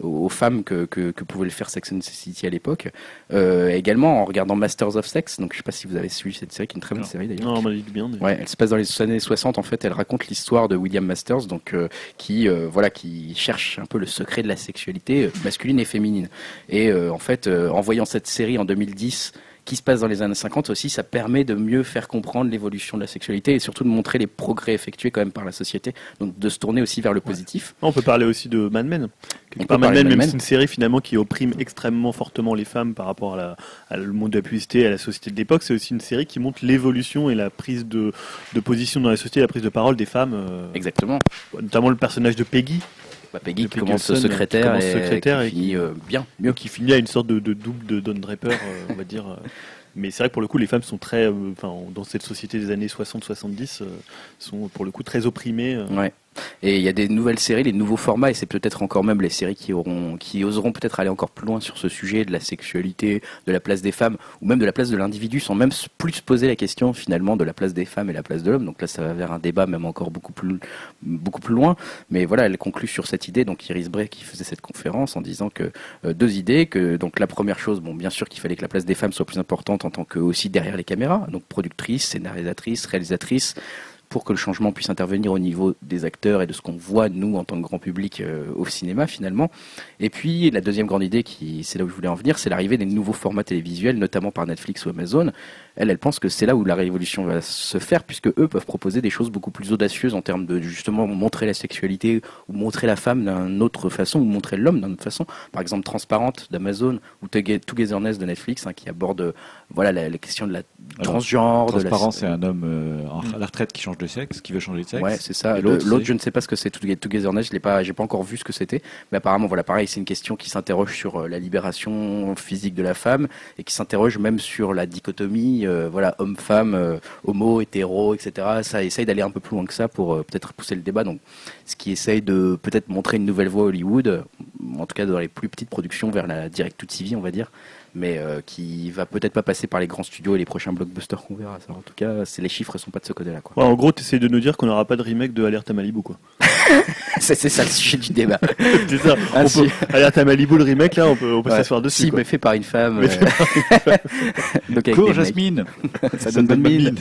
aux femmes que, que, que pouvait le faire Sex and the City à l'époque. Euh, également en regardant Masters of Sex, donc je sais pas si vous avez suivi cette série, qui est une très bonne non. série d'ailleurs. Non, on m'a dit du bien. Mais... Ouais, elle se passe dans les années soixante. En fait, elle raconte l'histoire de William Masters, donc euh, qui euh, voilà, qui cherche un peu le secret de la sexualité euh, masculine et féminine. Et euh, en fait, euh, en voyant cette série en deux mille dix, qui se passe dans les années cinquante aussi, ça permet de mieux faire comprendre l'évolution de la sexualité et surtout de montrer les progrès effectués quand même par la société, donc de se tourner aussi vers le positif. On peut parler aussi de Mad Men. On Par peut Mad parler Men, de même Mad si c'est une série finalement qui opprime extrêmement fortement les femmes par rapport à, la, à le monde de la publicité, à la société de l'époque, c'est aussi une série qui montre l'évolution et la prise de, de position dans la société, la prise de parole des femmes. Euh, Exactement. Notamment le personnage de Peggy. Bah, Peggy qui Peggy commence Olson, secrétaire, qui commence et, secrétaire qui et finit qui- euh, bien, mieux. Qui finit à une sorte de, de double de Don Draper, euh, on va dire. euh. Mais c'est vrai que pour le coup, les femmes sont très, euh, enfin, dans cette société des années soixante soixante-dix, euh, sont pour le coup très opprimées. euh. Ouais. Et il y a des nouvelles séries, des nouveaux formats, et c'est peut-être encore même les séries qui auront, qui oseront peut-être aller encore plus loin sur ce sujet de la sexualité, de la place des femmes, ou même de la place de l'individu, sans même plus se poser la question finalement de la place des femmes et la place de l'homme. Donc là, ça va vers un débat même encore beaucoup plus, beaucoup plus loin. Mais voilà, elle conclut sur cette idée. Donc Iris Bray qui faisait cette conférence en disant que euh, deux idées, que donc la première chose, bon, bien sûr qu'il fallait que la place des femmes soit plus importante en tant que aussi derrière les caméras, donc productrice, scénarisatrice, réalisatrice, pour que le changement puisse intervenir au niveau des acteurs et de ce qu'on voit, nous, en tant que grand public, euh, au cinéma, finalement. Et puis, la deuxième grande idée, qui, c'est là où je voulais en venir, c'est l'arrivée des nouveaux formats télévisuels, notamment par Netflix ou Amazon. Elle, elle pense que c'est là où la révolution va se faire, puisque eux peuvent proposer des choses beaucoup plus audacieuses en termes de, justement, montrer la sexualité, ou montrer la femme d'une autre façon, ou montrer l'homme d'une autre façon. Par exemple, Transparente d'Amazon, ou Togetherness de Netflix, hein, qui aborde, voilà, la, la question de la Alors, transgenre, de la... Transparent, c'est un homme euh, en- à la retraite qui change de sexe, qui veut changer de sexe. Ouais, c'est ça. Et Le- l'autre, L'autre, c'est- je ne sais pas ce que c'est. Toge- Togetherness, je l'ai pas, j'ai pas encore vu ce que c'était. Mais apparemment, voilà, pareil, c'est une question qui s'interroge sur euh, la libération physique de la femme et qui s'interroge même sur la dichotomie, euh, voilà, homme-femme, euh, homo, hétéro, et cetera. Ça essaye d'aller un peu plus loin que ça pour euh, peut-être pousser le débat. Donc, ce qui essaye de peut-être montrer une nouvelle voie à Hollywood, euh, en tout cas dans les plus petites productions vers la direct-to-T V, on va dire. Mais euh, qui va peut-être pas passer par les grands studios et les prochains blockbusters qu'on verra. Ça. En tout cas, c'est, les chiffres sont pas de ce côté-là, quoi. Ouais, en gros, tu essaies de nous dire qu'on n'aura pas de remake de Alerte à Malibu, quoi. c'est, c'est ça le sujet du débat. C'est ça. Ah, On si. peut, Alerte à Malibu, le remake, là, on peut, on peut Ouais. s'asseoir dessus. Si, quoi. mais fait par une femme. Mais euh, Donc avec Cours, des mecs. Jasmine. Ça donne bonne mine.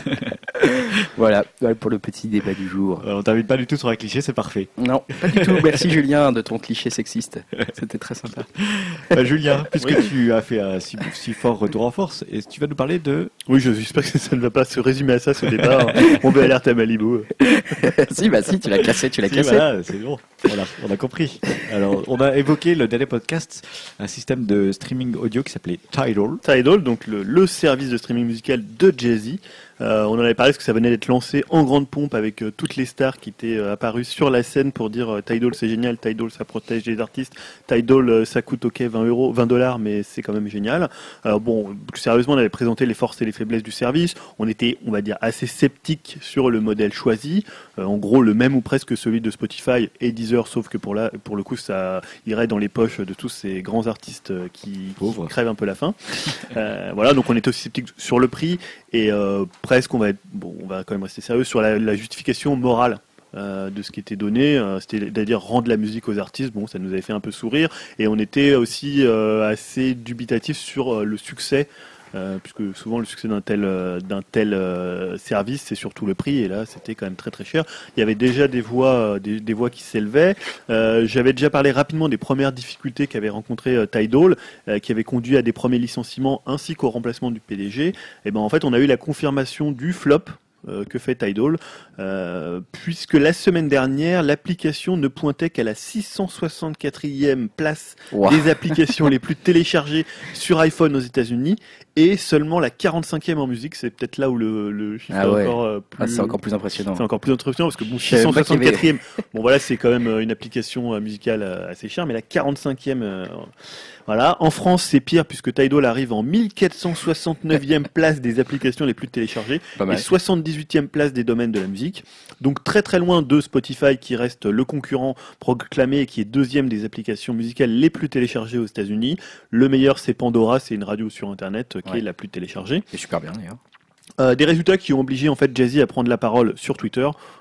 Voilà, voilà pour le petit débat du jour. Euh, on t'invite pas du tout sur un cliché, c'est parfait. Non, pas du tout. Merci Julien de ton cliché sexiste. C'était très sympa. Euh, Julien, puisque Oui. tu as fait un si, si fort retour en force, et tu vas nous parler de... Oui, je- j'espère que ça ne va pas se résumer à ça, ce débat. On veut Alerte à Malibu. Si, bah si, tu l'as cassé, tu l'as Si, cassé. voilà, c'est bon, on a, on a compris. Alors, on a évoqué le dernier podcast, un système de streaming audio qui s'appelait Tidal. Tidal, donc le, le service de streaming musical de Jay-Z. Euh, on en avait parlé parce que ça venait d'être lancé en grande pompe avec euh, toutes les stars qui étaient euh, apparues sur la scène pour dire euh, Tidal c'est génial, Tidal ça protège les artistes, Tidal euh, ça coûte ok vingt euros, vingt dollars mais c'est quand même génial. Alors bon, plus sérieusement on avait présenté les forces et les faiblesses du service, on était on va dire assez sceptique sur le modèle choisi, euh, en gros le même ou presque celui de Spotify et Deezer sauf que pour, la, pour le coup ça irait dans les poches de tous ces grands artistes euh, qui, qui Pauvres. crèvent un peu la faim. Euh, voilà, donc on était aussi sceptique sur le prix et euh, presque on va être, bon, on va quand même rester sérieux sur la, la justification morale euh, de ce qui était donné, euh, c'est-à-dire rendre la musique aux artistes. Bon, ça nous avait fait un peu sourire et on était aussi euh, assez dubitatif sur euh, le succès. Euh, puisque souvent le succès d'un tel euh, d'un tel euh, service c'est surtout le prix et là c'était quand même très très cher. Il y avait déjà des voix euh, des, des voix qui s'élevaient. Euh, j'avais déjà parlé rapidement des premières difficultés qu'avait rencontré euh, Tidal euh, qui avait conduit à des premiers licenciements ainsi qu'au remplacement du P D G. Et ben en fait on a eu la confirmation du flop euh, que fait Tidal, euh, puisque la semaine dernière, l'application ne pointait qu'à la six cent soixante-quatrième place Wow. des applications les plus téléchargées sur iPhone aux États-Unis et seulement la quarante-cinquième en musique. C'est peut-être là où le, le chiffre Ah est ouais. encore euh, plus... Ah, c'est encore plus impressionnant. C'est encore plus impressionnant parce que bon, Je savais six cent pas qu'il y avait- soixante-quatrième, bon voilà, c'est quand même euh, une application euh, musicale euh, assez chère, mais la quarante-cinquième, euh, voilà. En France, c'est pire puisque Tidal arrive en mille quatre cent soixante-neuvième place des applications les plus téléchargées Pas et mal. soixante-dix-huitième place des domaines de la musique. Donc très très loin de Spotify qui reste le concurrent proclamé et qui est deuxième des applications musicales les plus téléchargées aux États-Unis. Le meilleur, c'est Pandora, c'est une radio sur Internet euh, qui Ouais. est la plus téléchargée. C'est super bien d'ailleurs. Euh, des résultats qui ont obligé en fait Jay-Z à prendre la parole sur Twitter.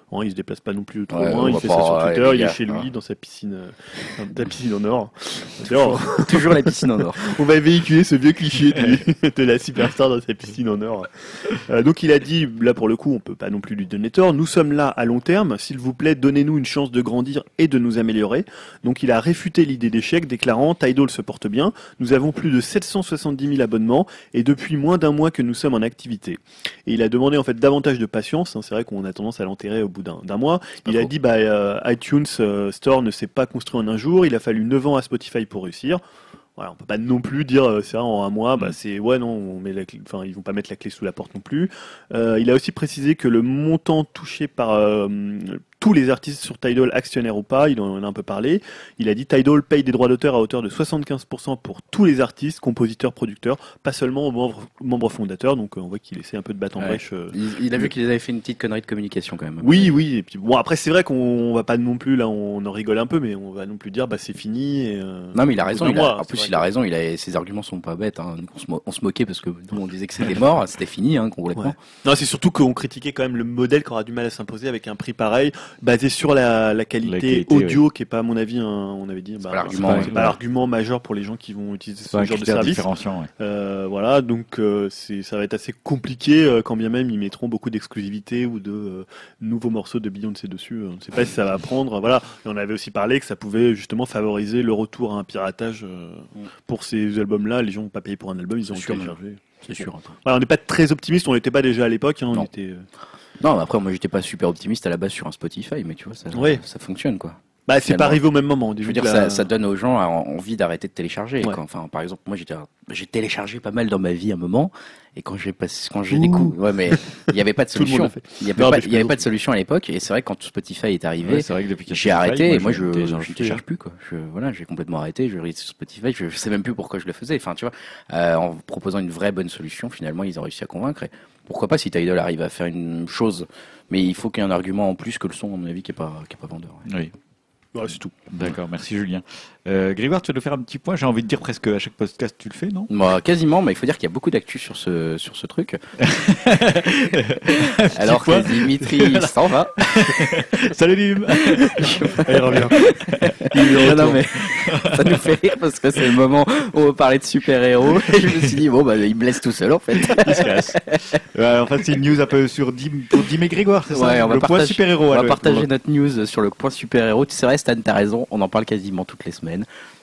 Hein, il se déplace pas non plus trop Ouais, loin, on il va fait pas- ça sur ouais, Twitter, les il est gars, chez lui ouais. dans sa piscine, euh, dans sa piscine en or. D'ailleurs, Toujours la piscine en or. on va véhiculer ce vieux cliché de, de la superstar dans sa piscine en or. Euh, donc il a dit, là pour le coup, on peut pas non plus lui donner tort, nous sommes là à long terme, s'il vous plaît, donnez-nous une chance de grandir et de nous améliorer. Donc il a réfuté l'idée d'échec, déclarant, Tidal se porte bien, nous avons plus de sept cent soixante-dix mille abonnements et depuis moins d'un mois que nous sommes en activité. Et il a demandé en fait davantage de patience, hein, c'est vrai qu'on a tendance à l'enterrer au bout d'un, d'un mois. Il a faux. dit, bah, euh, iTunes euh, Store ne s'est pas construit en un jour, il a fallu neuf ans à Spotify pour réussir. Voilà, on peut pas non plus dire euh, c'est vrai, en un mois, bah Mm. c'est ouais non, on met la clé- enfin ils vont pas mettre la clé sous la porte non plus. Euh, il a aussi précisé que le montant touché par euh, tous les artistes sur Tidal, actionnaires ou pas, il en a un peu parlé. Il a dit Tidal paye des droits d'auteur à hauteur de soixante-quinze pour cent pour tous les artistes, compositeurs, producteurs, pas seulement aux membres, membres fondateurs. Donc euh, on voit qu'il essaie un peu de battre en Ouais. brèche. euh. Il, il a vu qu'ils avaient fait une petite connerie de communication quand même. Oui, oui. Et puis bon après c'est vrai qu'on va pas non plus là, on en rigole un peu, mais on va non plus dire bah c'est fini. Et, euh, Non mais il a au bout raison, d'un il a- mois, en c'est plus vrai il a que- raison, il a, ses arguments sont pas bêtes, hein. Nous, on, se mo- on se moquait parce que nous on disait que c'était mort, c'était fini hein, complètement. Ouais. Non, c'est surtout qu'on critiquait quand même le modèle qui aura du mal à s'imposer avec un prix pareil, basé sur la, la, qualité, La qualité, audio, qui est pas, à mon avis, un, on avait dit, bah, pas l'argument, c'est ouais. pas, c'est pas l'argument majeur pour les gens qui vont utiliser C'est ce un genre de critère service. différenciant. Ouais. Euh, voilà, donc euh, c'est, ça va être assez compliqué, euh, quand bien même ils mettront beaucoup d'exclusivité ou de euh, nouveaux morceaux de Beyoncé dessus. On ne sait pas si ça va prendre. Voilà, et on avait aussi parlé que ça pouvait justement favoriser le retour à un piratage euh, Mm. pour ces albums-là. Les gens vont pas payer pour un album, ils C'est auront sûr, téléchargé. C'est sûr. Attends. Voilà, on n'est pas très optimiste, on n'était pas déjà à l'époque. Hein, on Non. était. euh, Non, mais après moi j'étais pas super optimiste à la base sur un Spotify, mais tu vois ça, Ouais. ça fonctionne quoi. Bah, c'est Finalement. pas arrivé au même moment. Je veux dire, ça, ça donne aux gens envie d'arrêter de télécharger. Ouais. Quoi. Enfin, par exemple, moi, j'étais, j'ai téléchargé pas mal dans ma vie à un moment, et quand j'ai passé, quand j'ai Ouh. découvert, ouais, mais il n'y avait pas de Tout le monde solution. l'a fait. Il n'y avait Non, pas, mais je il y avait plaisante. pas de solution à l'époque, et c'est vrai que quand Spotify est arrivé, Ouais, c'est vrai que depuis qu'il y a j'ai Spotify, arrêté, et moi, je, ne je télécharge ne plus, télécharge hein. plus, quoi. Je, voilà, j'ai complètement arrêté. Je regarde sur Spotify, je, je sais même plus pourquoi je le faisais. Enfin, tu vois, euh, en proposant une vraie bonne solution, finalement, ils ont réussi à convaincre. Et pourquoi pas si Tidal arrive à faire une chose, mais il faut qu'il y ait un argument en plus que le son, à mon avis, qui est pas, qui est pas vendeur. Ouais. Oui. Ouais, c'est tout. D'accord, merci Julien. Euh, Grégoire, tu vas nous faire un petit point. J'ai envie de dire presque à chaque podcast tu le fais, non? Moi, quasiment, mais il faut dire qu'il y a beaucoup d'actu sur ce, sur ce truc. Alors point. que Dimitri s'en va. Salut Lim. Elle revient. Non, non, mais ça nous fait rire parce que c'est le moment où on va parler de super-héros. Et je me suis dit, bon, bah, il me laisse tout seul en fait. Il se casse. Ouais, en fait, c'est une news un peu sur Dim, pour Dim et Grégoire, c'est ça? Ouais, on va Le point partager- super-héros. On va alors, partager pour- notre news sur le point super-héros. Tu sais, vrai, Stan, t'as raison, on en parle quasiment toutes les semaines.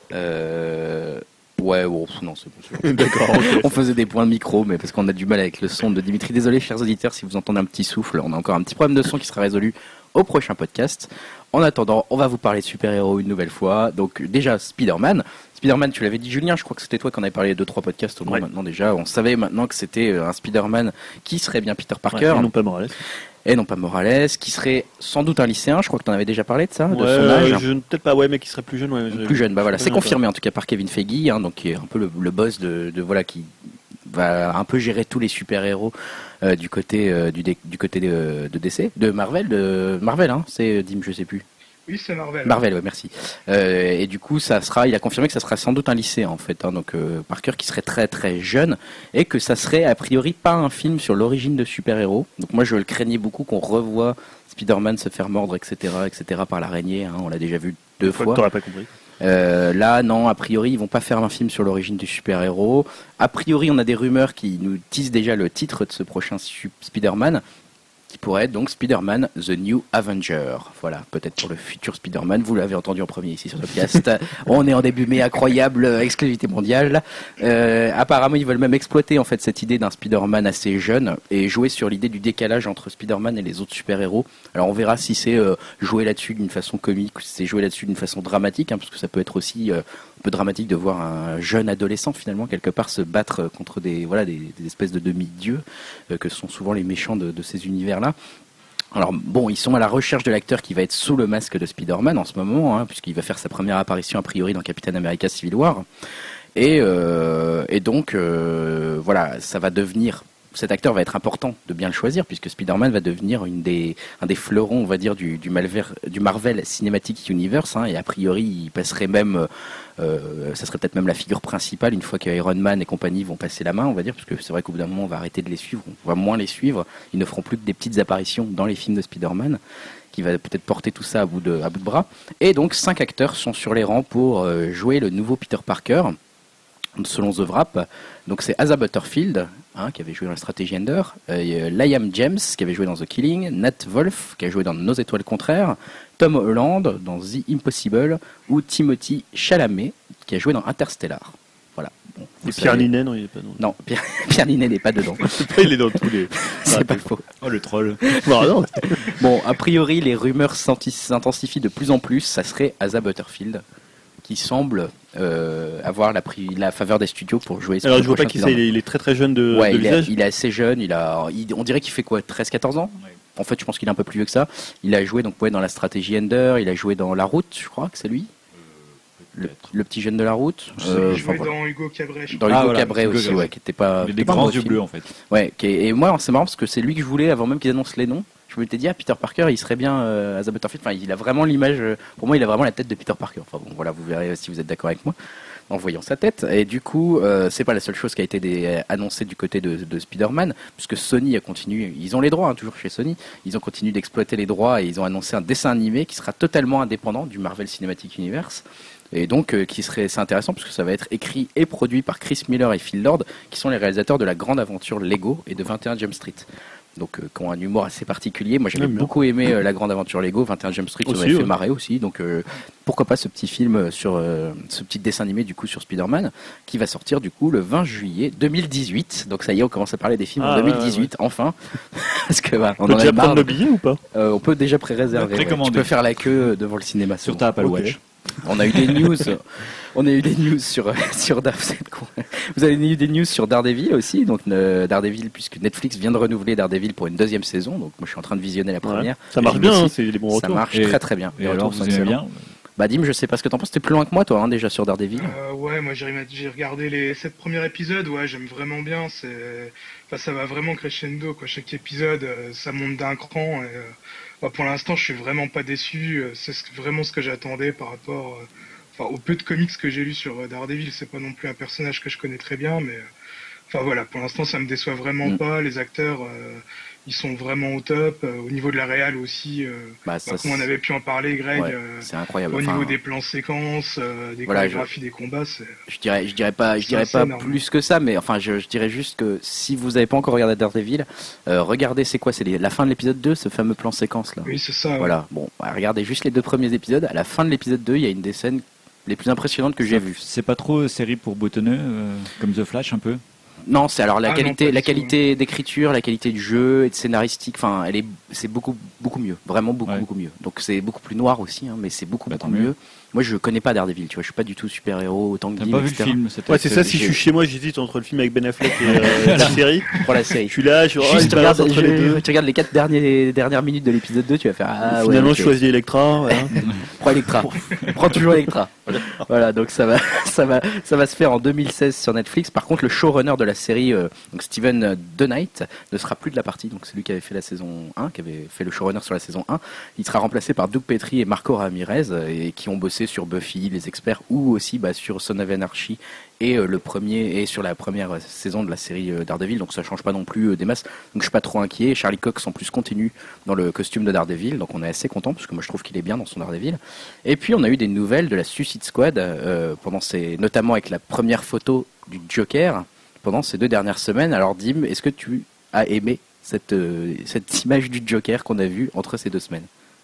Euh... Ouais, bon, pff, non, c'est bon. c'est bon. D'accord. ok. On faisait des points de micro, mais parce qu'on a du mal avec le son de Dimitri. Désolé, chers auditeurs, si vous entendez un petit souffle. On a encore un petit problème de son qui sera résolu au prochain podcast. En attendant, on va vous parler de super-héros une nouvelle fois. Donc, déjà, Spider-Man. Spider-Man, tu l'avais dit, Julien, je crois que c'était toi qui en avait parlé deux, trois podcasts au moins Ouais. maintenant déjà. On savait maintenant que c'était euh, un Spider-Man qui serait bien Peter Parker. Ouais, et non pas Morales. Et non pas Morales, qui serait sans doute un lycéen. Je crois que tu en avais déjà parlé de ça, de Ouais, son euh, âge. je- peut-être pas, ouais, mais qui serait plus jeune, ouais. je- Plus jeune, bah voilà, je c'est connais confirmé en tout cas par Kevin Feige, hein, donc qui est un peu le, le boss de, de voilà qui va un peu gérer tous les super-héros euh, du côté euh, du, dé- du côté de, de D C, de Marvel, de Marvel, hein, c'est Dim, je sais plus. Oui, c'est Marvel. Marvel, ouais, merci. Euh, et du coup, ça sera, il a confirmé que ça sera sans doute un lycéen en fait, hein, donc euh, Parker qui serait très très jeune et que ça serait a priori pas un film sur l'origine de super-héros. Donc moi, je le craignais beaucoup qu'on revoie Spider-Man se faire mordre, et cetera, et cetera par l'araignée. Hein, on l'a déjà vu deux Je crois fois. que t'aurais pas compris. Euh, là, non, a priori, ils vont pas faire un film sur l'origine du super-héros. A priori, on a des rumeurs qui nous disent déjà le titre de ce prochain su- Spider-Man, qui pourrait être donc Spider-Man The New Avenger. Voilà, peut-être pour le futur Spider-Man. Vous l'avez entendu en premier ici sur le podcast. On est en début mai, incroyable, euh, exclusivité mondiale. Euh, apparemment, ils veulent même exploiter en fait cette idée d'un Spider-Man assez jeune et jouer sur l'idée du décalage entre Spider-Man et les autres super-héros. Alors, on verra si c'est euh, jouer là-dessus d'une façon comique ou si c'est jouer là-dessus d'une façon dramatique, hein, parce que ça peut être aussi euh, un peu dramatique de voir un jeune adolescent finalement quelque part se battre contre des voilà des, des espèces de demi-dieux euh, que sont souvent les méchants de, de ces univers-là. Alors bon, ils sont à la recherche de l'acteur qui va être sous le masque de Spider-Man en ce moment, hein, puisqu'il va faire sa première apparition a priori dans Captain America Civil War. Et, euh, et donc, euh, voilà, ça va devenir cet acteur va être important de bien le choisir puisque Spider-Man va devenir une des, un des fleurons, on va dire, du, du, Malver, du Marvel Cinematic Universe, hein, et a priori, il passerait même, euh, ça serait peut-être même la figure principale une fois que Iron Man et compagnie vont passer la main, on va dire, parce que c'est vrai qu'au bout d'un moment, on va arrêter de les suivre, on va moins les suivre, ils ne feront plus que des petites apparitions dans les films de Spider-Man, qui va peut-être porter tout ça à bout de, à bout de bras. Et donc, cinq acteurs sont sur les rangs pour euh, jouer le nouveau Peter Parker, selon The Wrap. Donc c'est Asa Butterfield, hein, qui avait joué dans la stratégie Ender, euh, Liam James, qui avait joué dans The Killing, Nat Wolff, qui a joué dans Nos étoiles contraires, Tom Holland dans The Impossible, ou Timothy Chalamet, qui a joué dans Interstellar. Voilà. Bon, Et Pierre savez... Ninet, non, il n'est pas dedans. Non, Pierre, Pierre Ninet n'est pas dedans. Il est dans tous les... C'est pas faux. Oh, le troll. Non, non. Bon, a priori, les rumeurs s'intensifient de plus en plus. Ça serait Asa Butterfield, qui semble euh, avoir la, pri- la faveur des studios pour jouer. Alors je vois pas qui c'est, il, il est très très jeune de, ouais, de il visage. Est, il est assez jeune, il a, il, on dirait qu'il fait quoi, treize quatorze ans. Ouais. En fait, je pense qu'il est un peu plus vieux que ça. Il a joué donc ouais, dans la stratégie Ender, il a joué dans La Route, je crois que c'est lui. Euh, le, le petit jeune de La Route. Il euh, jouait voilà. dans Hugo Cabret. Dans ah, Hugo voilà, Cabret aussi, ouais, qui était pas. Il a des grands yeux bleus en fait. Ouais, qui est, et moi c'est marrant parce que c'est lui que je voulais avant même qu'ils annoncent les noms. Je m'étais dit, ah, Peter Parker, il serait bien euh, Asa Butterfield. Enfin, il a vraiment l'image, euh, pour moi, il a vraiment la tête de Peter Parker. Enfin, bon, voilà, vous verrez si vous êtes d'accord avec moi en voyant sa tête. Et du coup, euh, c'est pas la seule chose qui a été des, annoncée du côté de, de Spider-Man, puisque Sony a continué, ils ont les droits, hein, toujours chez Sony, ils ont continué d'exploiter les droits et ils ont annoncé un dessin animé qui sera totalement indépendant du Marvel Cinematic Universe. Et donc, euh, qui serait, c'est intéressant parce que ça va être écrit et produit par Chris Miller et Phil Lord, qui sont les réalisateurs de la grande aventure Lego et de vingt et un Jump Street. Donc, euh, qui ont un humour assez particulier. Moi, j'avais beaucoup aimé euh, la grande aventure Lego, vingt et un Jump Street, ça m'avait fait marrer aussi. Donc, euh, pourquoi pas ce petit film sur euh, ce petit dessin animé du coup sur Spider-Man, qui va sortir du coup le vingt juillet deux mille dix-huit. Donc ça y est, on commence à parler des films ah, en deux mille dix-huit, ouais, ouais. Enfin. Parce que bah, on, on peut déjà prendre le billet ou pas euh, On peut déjà pré-réserver. Ouais. Tu peux faire la queue devant le cinéma sur ta Apple Watch. Okay. On a eu des news. On a eu des news sur sur Vous avez eu des news sur Daredevil aussi, donc euh, Daredevil puisque Netflix vient de renouveler Daredevil pour une deuxième saison. Donc moi je suis en train de visionner la première. Ouais, ça marche bien, hein, c'est des bons retours. Ça marche et, très très bien. Et alors vous aimez bien Bah Dim, je sais pas ce que t'en penses. T'es plus loin que moi toi, hein, déjà sur Daredevil. Euh, ouais, moi j'ai, j'ai regardé les sept premiers épisodes. Ouais, j'aime vraiment bien. C'est, enfin, ça va vraiment crescendo quoi. Chaque épisode, euh, ça monte d'un cran. Et, euh... Bah, pour l'instant, je suis vraiment pas déçu. C'est vraiment ce que j'attendais par rapport, euh, enfin, au peu de comics que j'ai lu sur Daredevil. C'est pas non plus un personnage que je connais très bien, mais euh, enfin voilà, pour l'instant, ça me déçoit vraiment mm. pas. Les acteurs, euh, ils sont vraiment au top. Euh, au niveau de la réal aussi, euh, bah, ça, bah, comme on avait pu en parler, Greg. Ouais, euh, c'est incroyable. Au enfin, niveau des plans séquences, euh, des voilà, chorégraphies, je... des combats, c'est. Je dirais, je dirais pas, je dirais pas énorme. Plus que ça, mais enfin, je, je dirais juste que si vous n'avez pas encore regardé Daredevil, euh, regardez, c'est quoi, c'est les, la fin de l'épisode deux, ce fameux plan séquence là. Oui, c'est ça. Voilà. Ouais. Bon, bah, regardez juste les deux premiers épisodes. À la fin de l'épisode deux, il y a une des scènes les plus impressionnantes que j'ai vues. C'est pas trop série pour boutonneux, euh, comme The Flash un peu. Non, c'est alors la ah qualité, non, la qualité tout. d'écriture, la qualité du jeu et de scénaristique. Enfin, elle est, c'est beaucoup, beaucoup mieux, vraiment beaucoup, ouais. beaucoup mieux. Donc c'est beaucoup plus noir aussi, hein, mais c'est beaucoup, bah, beaucoup mieux. mieux. Moi, je connais pas Daredevil, tu vois, je suis pas du tout super héros autant que T'as Dim, pas vu et cetera. le film c'était Ouais, c'est ça. Si je suis chez moi, j'hésite entre le film avec Ben Affleck et euh, la série. Pour la série. Je suis là, je Juste oh, regarde, entre je, les deux. Tu regardes les quatre derniers, dernières minutes de l'épisode deux, tu vas faire. Ah, Finalement, ouais, je choisis Electra. Voilà. Prends Electra. Prends toujours Electra. Voilà, donc ça va, ça va, ça va se faire en deux mille seize sur Netflix. Par contre, le showrunner de la série, euh, donc Steven DeKnight, ne sera plus de la partie. Donc c'est lui qui avait fait la saison un, qui avait fait le showrunner sur la saison un. Il sera remplacé par Doug Petrie et Marco Ramirez, et qui ont bossé sur Buffy, les experts, ou aussi bah, sur Son of Anarchy et euh, le premier et sur la première saison de la série euh, Daredevil. Donc ça change pas non plus euh, des masses. Donc je suis pas trop inquiet. Charlie Cox en plus continue dans le costume de Daredevil. Donc on est assez content parce que moi je trouve qu'il est bien dans son Daredevil. Et puis on a eu des nouvelles de la Suicide Squad euh, pendant ces, notamment avec la première photo du Joker pendant ces deux dernières semaines. Alors Dim, est-ce que tu as aimé cette euh, cette image du Joker qu'on a vue entre ces deux semaines?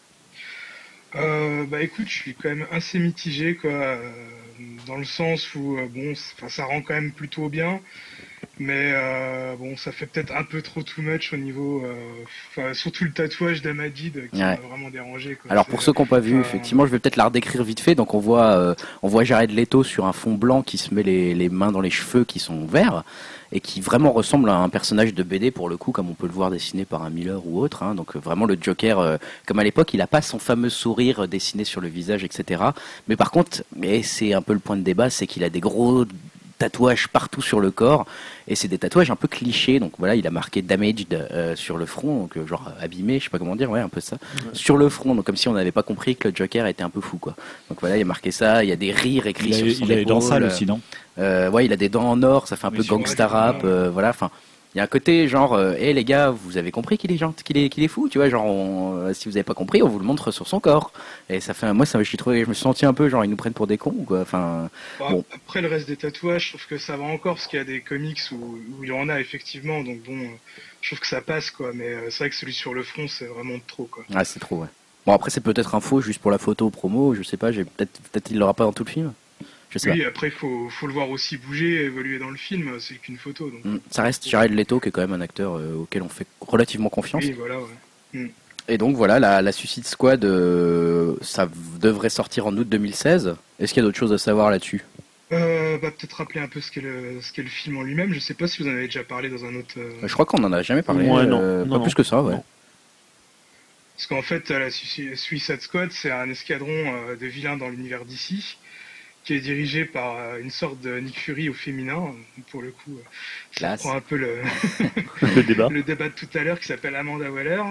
Euh, bah écoute, je suis quand même assez mitigé quoi, euh, dans le sens où euh, bon, ça rend quand même plutôt bien, mais euh, bon, ça fait peut-être un peu trop too much au niveau, euh, surtout le tatouage d'Amadid qui ouais. m'a vraiment dérangé. Quoi. Alors pour ceux qui n'ont pas vu, effectivement, je vais peut-être la redécrire vite fait. Donc on voit, euh, on voit Jared Leto sur un fond blanc qui se met les, les mains dans les cheveux qui sont verts. Et qui vraiment ressemble à un personnage de B D pour le coup, comme on peut le voir dessiné par un Miller ou autre. Hein. Donc vraiment le Joker, euh, comme à l'époque, il n'a pas son fameux sourire dessiné sur le visage, et cetera. Mais par contre, et c'est un peu le point de débat, c'est qu'il a des gros tatouages partout sur le corps, et c'est des tatouages un peu clichés. Donc voilà, il a marqué damaged euh, sur le front, donc euh, genre abîmé, je sais pas comment dire, ouais, un peu ça, ouais. Sur le front, donc comme si on n'avait pas compris que le Joker était un peu fou, quoi. Donc voilà, il a marqué ça, il y a des rires écrits il a, sur son il a épaule. les dents sales aussi, non euh, Ouais, il a des dents en or, ça fait un oui, peu gangsta rap, euh, voilà, enfin. Il y a un côté genre, hé euh, hey, les gars, vous avez compris qu'il est gentil, qu'il est, qu'il est fou, tu vois, genre, on, euh, si vous avez pas compris, on vous le montre sur son corps. Et ça fait, moi, ça, je suis trouvé, je me suis senti un peu genre, ils nous prennent pour des cons, quoi. Enfin, bon, bon. Après le reste des tatouages, je trouve que ça va encore, parce qu'il y a des comics où, où il y en a effectivement, donc bon, je trouve que ça passe, quoi. Mais euh, c'est vrai que celui sur le front, c'est vraiment trop, quoi. Ah, c'est trop, ouais. Bon, après, c'est peut-être un faux juste pour la photo promo, je sais pas, j'ai peut-être, peut-être il l'aura pas dans tout le film. Je sais oui, pas. après, il faut, faut le voir aussi bouger, évoluer dans le film, c'est qu'une photo. Donc... Mmh. Ça reste Jared Leto, qui est quand même un acteur euh, auquel on fait relativement confiance. Oui, voilà, ouais. Mmh. Et donc voilà, la, la Suicide Squad, euh, ça devrait sortir en août deux mille seize. Est-ce qu'il y a d'autres choses à savoir là-dessus ? euh, bah, Peut-être rappeler un peu ce qu'est, le, ce qu'est le film en lui-même. Je sais pas si vous en avez déjà parlé dans un autre... Euh... Je crois qu'on en a jamais parlé, ouais, euh, non. pas non, plus non. que ça, ouais. Non. Parce qu'en fait, la Suicide Squad, c'est un escadron euh, de vilains dans l'univers D C, qui est dirigé par euh, une sorte de Nick Fury au féminin, pour le coup. Euh, ça prend un peu le... le débat. le débat de tout à l'heure, qui s'appelle Amanda Waller.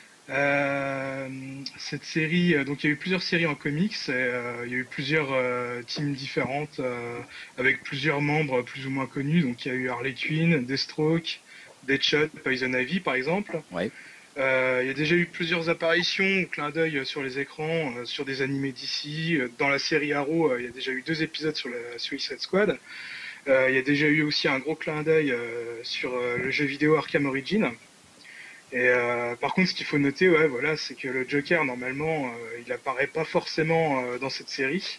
Euh, cette série, euh, donc il y a eu plusieurs séries en comics, et, euh, il y a eu plusieurs euh, teams différentes, euh, avec plusieurs membres plus ou moins connus. Donc il y a eu Harley Quinn, Deathstroke, Deadshot, Poison Ivy par exemple. Ouais. Euh, il y a déjà eu plusieurs apparitions, clin d'œil sur les écrans, euh, sur des animés D C. Dans la série Arrow, euh, il y a déjà eu deux épisodes sur la Suicide Squad. Euh, il y a déjà eu aussi un gros clin d'œil euh, sur euh, le jeu vidéo Arkham Origins. Et euh, par contre, ce qu'il faut noter, ouais, voilà, c'est que le Joker, normalement, euh, il apparaît pas forcément euh, dans cette série.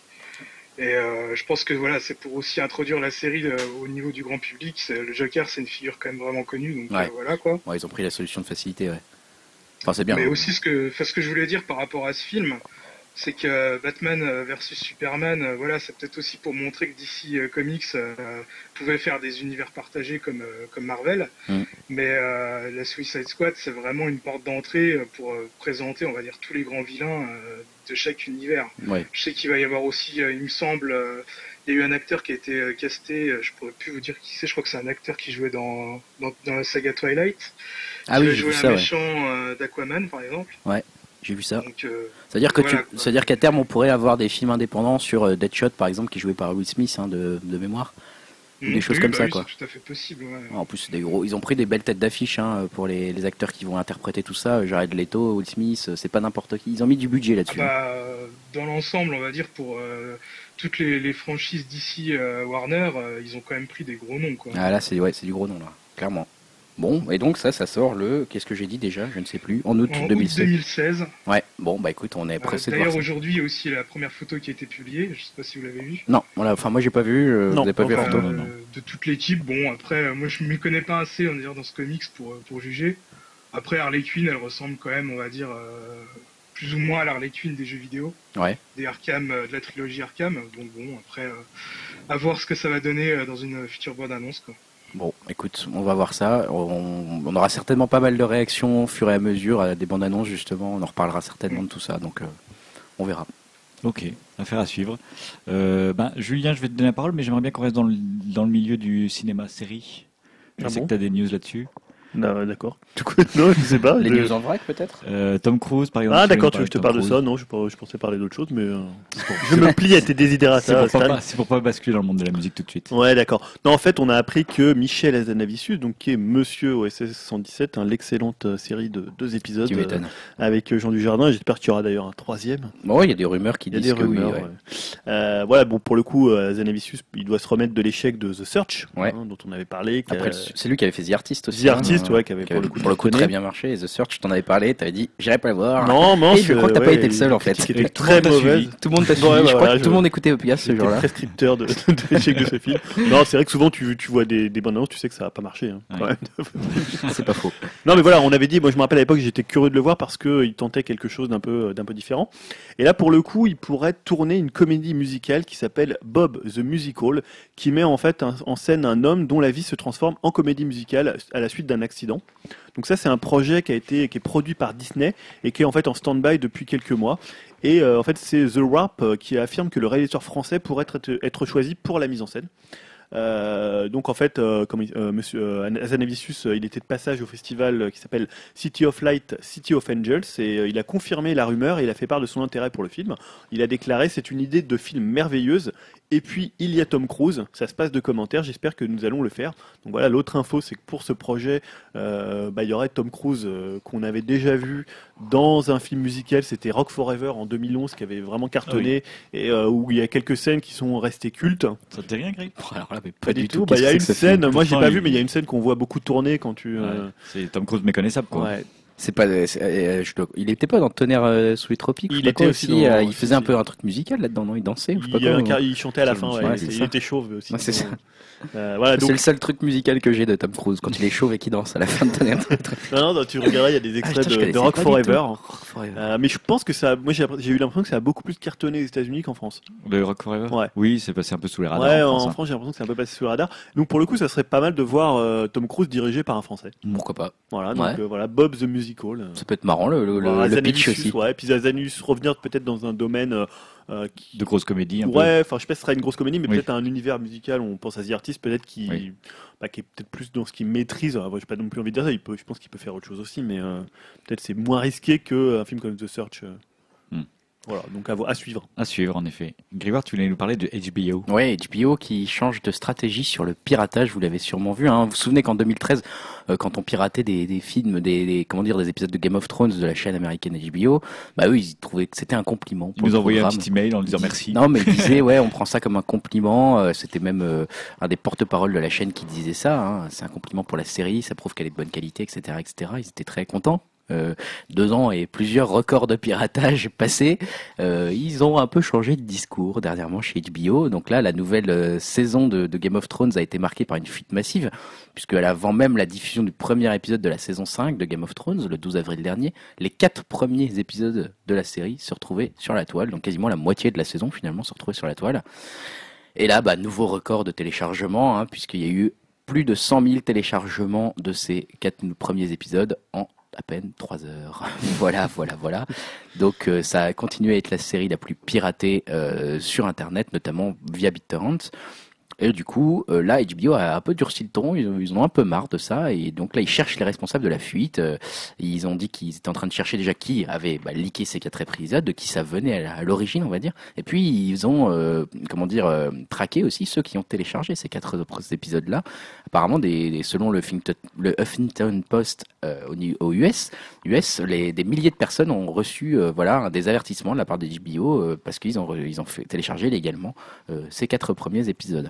Et euh, je pense que voilà, c'est pour aussi introduire la série euh, au niveau du grand public. C'est, le Joker, c'est une figure quand même vraiment connue, donc ouais. euh, voilà quoi. Ouais, ils ont pris la solution de facilité, ouais. Enfin, c'est bien. Mais hein. aussi ce que, enfin, ce que je voulais dire par rapport à ce film, c'est que Batman versus Superman, euh, voilà, c'est peut-être aussi pour montrer que D C euh, Comics euh, pouvait faire des univers partagés comme euh, comme Marvel. Mm. Mais euh, la Suicide Squad, c'est vraiment une porte d'entrée pour euh, présenter, on va dire, tous les grands vilains euh, de chaque univers. Ouais. Je sais qu'il va y avoir aussi, euh, il me semble, euh, il y a eu un acteur qui a été euh, casté, euh, je pourrais plus vous dire qui c'est, je crois que c'est un acteur qui jouait dans dans, dans la saga Twilight. Ah qui oui, a j'ai joué vu un ça, méchant euh, d'Aquaman, par exemple. Ouais. J'ai vu ça. Donc, euh, c'est-à-dire que voilà, tu, c'est-à-dire qu'à terme on pourrait avoir des films indépendants sur euh, Deadshot par exemple qui est joué par Will Smith hein, de, de mémoire ou mmh, des choses oui, comme bah ça oui, quoi. C'est tout à fait possible. Ouais. En plus c'est des gros, ils ont pris des belles têtes d'affiche hein, pour les, les acteurs qui vont interpréter tout ça. Jared Leto, Will Smith, c'est pas n'importe qui. Ils ont mis du budget là-dessus. Ah bah, dans l'ensemble, on va dire pour euh, toutes les, les franchises D C euh, Warner, euh, ils ont quand même pris des gros noms quoi. Ah là c'est ouais, c'est du gros nom là, clairement. Bon, et donc ça, ça sort le... Qu'est-ce que j'ai dit déjà ? Je ne sais plus. En août en deux mille seize. deux mille seize. Ouais, bon, bah écoute, on est pressé euh, de voir D'ailleurs, ça. aujourd'hui, il y a aussi la première photo qui a été publiée. Je ne sais pas si vous l'avez vue. Non, voilà, enfin moi j'ai pas vu. Euh, non, vous n'avez pas vu la euh, photo de toute l'équipe. Bon, après, moi je ne m'y connais pas assez, on va dire, dans ce comics pour, pour juger. Après, Harley Quinn, elle ressemble quand même, on va dire, euh, plus ou moins à l'Harley Quinn des jeux vidéo. Ouais. Des Arkham, euh, de la trilogie Arkham. Donc bon, après, euh, à voir ce que ça va donner euh, dans une future bande-annonce, quoi. Bon, écoute, on va voir ça. On, on aura certainement pas mal de réactions au fur et à mesure à des bandes annonces, justement. On en reparlera certainement de tout ça, donc euh, on verra. Ok, affaire à suivre. Euh, ben, Julien, je vais te donner la parole, mais j'aimerais bien qu'on reste dans le, dans le milieu du cinéma-série. Je ah sais bon que tu as des news là-dessus. Non, d'accord. Du coup, non, je sais pas. Les je... news en vrac, peut-être euh, Tom Cruise, par exemple. Ah, d'accord, tu veux que je te parle de ça ? Non, je, je pensais parler d'autre chose, mais euh... pour... je me plie à tes désidérata. C'est pour, pas, c'est pour pas basculer dans le monde de la musique tout de suite. Ouais, d'accord. Non, en fait, on a appris que Michel Hazanavicius, donc qui est Monsieur O S S cent dix-sept, hein, l'excellente série de deux épisodes euh, avec Jean Dujardin. J'espère qu'il y aura d'ailleurs un troisième. Bon, il y a des rumeurs qui disent que rumeurs, oui. Ouais. Ouais. Euh, voilà, bon, pour le coup, Hazanavicius, il doit se remettre de l'échec de The Search, ouais. hein, dont on avait parlé. Après, a... c'est lui qui avait fait The Artist aussi. The Artist, hein, ouais, qui avait pour le coup pour le coup très bien marché. Et The Search, je t'en avais parlé, t'avais dit, j'irai pas le voir. Non, non, et je crois que t'as ouais, pas été le seul en fait. C'était très mauvais. Tout le monde t'a suivi. Ouais, bah, je crois voilà, que je... tout le monde écoutait Opias ce jour-là. Prescripteur de, de l'échec de ce film. Non, c'est vrai que souvent tu, tu vois des, des bandes annonces, tu sais que ça va pas marcher. Hein, quand ouais. même. C'est pas faux. Non, mais voilà, on avait dit, moi je me rappelle à l'époque, j'étais curieux de le voir parce que il tentait quelque chose d'un peu, d'un peu différent. Et là, pour le coup, il pourrait tourner une comédie musicale qui s'appelle Bob the Musical, qui met en fait un, en scène un homme dont la vie se transforme en comédie musicale à la suite d'un accident. Donc ça, c'est un projet qui a été qui est produit par Disney et qui est en fait en stand-by depuis quelques mois. Et euh, en fait, c'est The Wrap euh, qui affirme que le réalisateur français pourrait être, être choisi pour la mise en scène. Euh, donc en fait, euh, comme il- euh, Monsieur euh, Hazanavicius, euh, il était de passage au festival euh, qui s'appelle City of Light, City of Angels, et euh, il a confirmé la rumeur et il a fait part de son intérêt pour le film. Il a déclaré: c'est une idée de film merveilleuse. Et puis il y a Tom Cruise. Ça se passe de commentaires. J'espère que nous allons le faire. Donc voilà, l'autre info, c'est que pour ce projet, euh, bah, il y aurait Tom Cruise euh, qu'on avait déjà vu dans un film musical. C'était Rock Forever en deux mille onze, qui avait vraiment cartonné et euh, où il y a quelques scènes qui sont restées cultes. Ça te dit rien, Greg? Alors là, mais pas, Pas du du tout. tout. Bah, il y a Qu'est-ce une que c'est que ce film scène, moi j'ai Pourtant, pas il- vu, mais il y a une scène qu'on voit beaucoup tourner quand tu. euh, Ouais, c'est Tom Cruise méconnaissable, quoi. ouais. C'est pas, c'est- euh, je dois- il était pas dans Tonnerre euh, sous les tropiques. Il je sais pas était quoi aussi aussi. dans- euh, il si, faisait un si. peu un truc musical là-dedans, non? Il dansait. ou je sais pas Il, y a quoi, un car- non il chantait à la fin, ouais, Ouais, il, c'est il ça. était chauve aussi. Ouais, c'est ça. Euh, voilà, donc C'est le seul truc musical que j'ai de Tom Cruise quand il est chauve et qu'il danse à la fin de Tonnerre. non, non, tu regarderas, il y a des Ah, extraits putain, je de, de connaissais Rock pas du Forever. tout. Rock Forever. Euh, mais je pense que ça, moi j'ai j'ai eu l'impression que ça a beaucoup plus cartonné aux États-Unis qu'en France. Le Rock Forever? Ouais. Oui, c'est passé un peu sous les radars. Ouais, en en France, hein. France, j'ai l'impression que c'est un peu passé sous le radar. Donc pour le coup, ça serait pas mal de voir euh, Tom Cruise dirigé par un Français. Pourquoi pas? Voilà, donc Ouais. euh, voilà, Bob the Musical. euh, Ça peut être marrant le, le, le- voilà, le pitch Hazanavicius, aussi. ouais, et puis Hazanavicius revenir peut-être dans un domaine euh, euh, qui, De grosses comédies, un peu. ouais, enfin je sais pas si ce sera une grosse comédie, mais Oui. peut-être un univers musical. On pense à The Artist, peut-être qui, Oui. bah, qui est peut-être plus dans ce qu'il maîtrise. Alors, moi, j'ai pas non plus envie de dire ça. Il peut, je pense qu'il peut faire autre chose aussi, mais euh, peut-être c'est moins risqué qu'un film comme The Search. euh. Hmm. Voilà, donc à, vo- à suivre. À suivre, en effet. Grégoire, tu voulais nous parler de H B O. Ouais, H B O qui change de stratégie sur le piratage, vous l'avez sûrement vu. Hein. Vous vous souvenez qu'en deux mille treize, euh, quand on piratait des, des films, des, des comment dire, des épisodes de Game of Thrones de la chaîne américaine H B O, bah eux ils trouvaient que c'était un compliment. Ils Pour nous le envoyaient un programme. petit email en nous disant Ils- merci. Non, mais ils disaient, ouais, on prend ça comme un compliment. Euh, C'était même euh, un des porte-parole de la chaîne qui disait ça. Hein. C'est un compliment pour la série, ça prouve qu'elle est de bonne qualité, et cetera, et cetera. Ils étaient très contents. Euh, deux ans et plusieurs records de piratage passés, euh, ils ont un peu changé de discours dernièrement chez H B O. Donc là, la nouvelle euh, saison de, de Game of Thrones a été marquée par une fuite massive, puisque avant même la diffusion du premier épisode de la saison cinq de Game of Thrones, le douze avril dernier, les quatre premiers épisodes de la série se retrouvaient sur la toile. Donc quasiment la moitié de la saison finalement se retrouvait sur la toile. Et là, bah, nouveau record de téléchargement, hein, puisqu'il y a eu plus de cent mille téléchargements de ces quatre premiers épisodes en à peine trois heures. Voilà, voilà, voilà. Donc euh, ça a continué à être la série la plus piratée euh, sur Internet, notamment via BitTorrent. Et du coup, euh, là, H B O a un peu durci le ton, ils, ils en ont un peu marre de ça, et donc là, ils cherchent les responsables de la fuite. Euh, ils ont dit qu'ils étaient en train de chercher déjà qui avait bah, leaké ces quatre épisodes, de qui ça venait à, à l'origine, on va dire. Et puis, ils ont, euh, comment dire, euh, traqué aussi ceux qui ont téléchargé ces quatre épisodes-là. Apparemment, des, des- selon le, Huffington- le Huffington Post euh, au, Ni- au U S, U S les, des milliers de personnes ont reçu euh, voilà, des avertissements de la part de H B O euh, parce qu'ils ont, re- ils ont fait télécharger légalement euh, ces quatre premiers épisodes.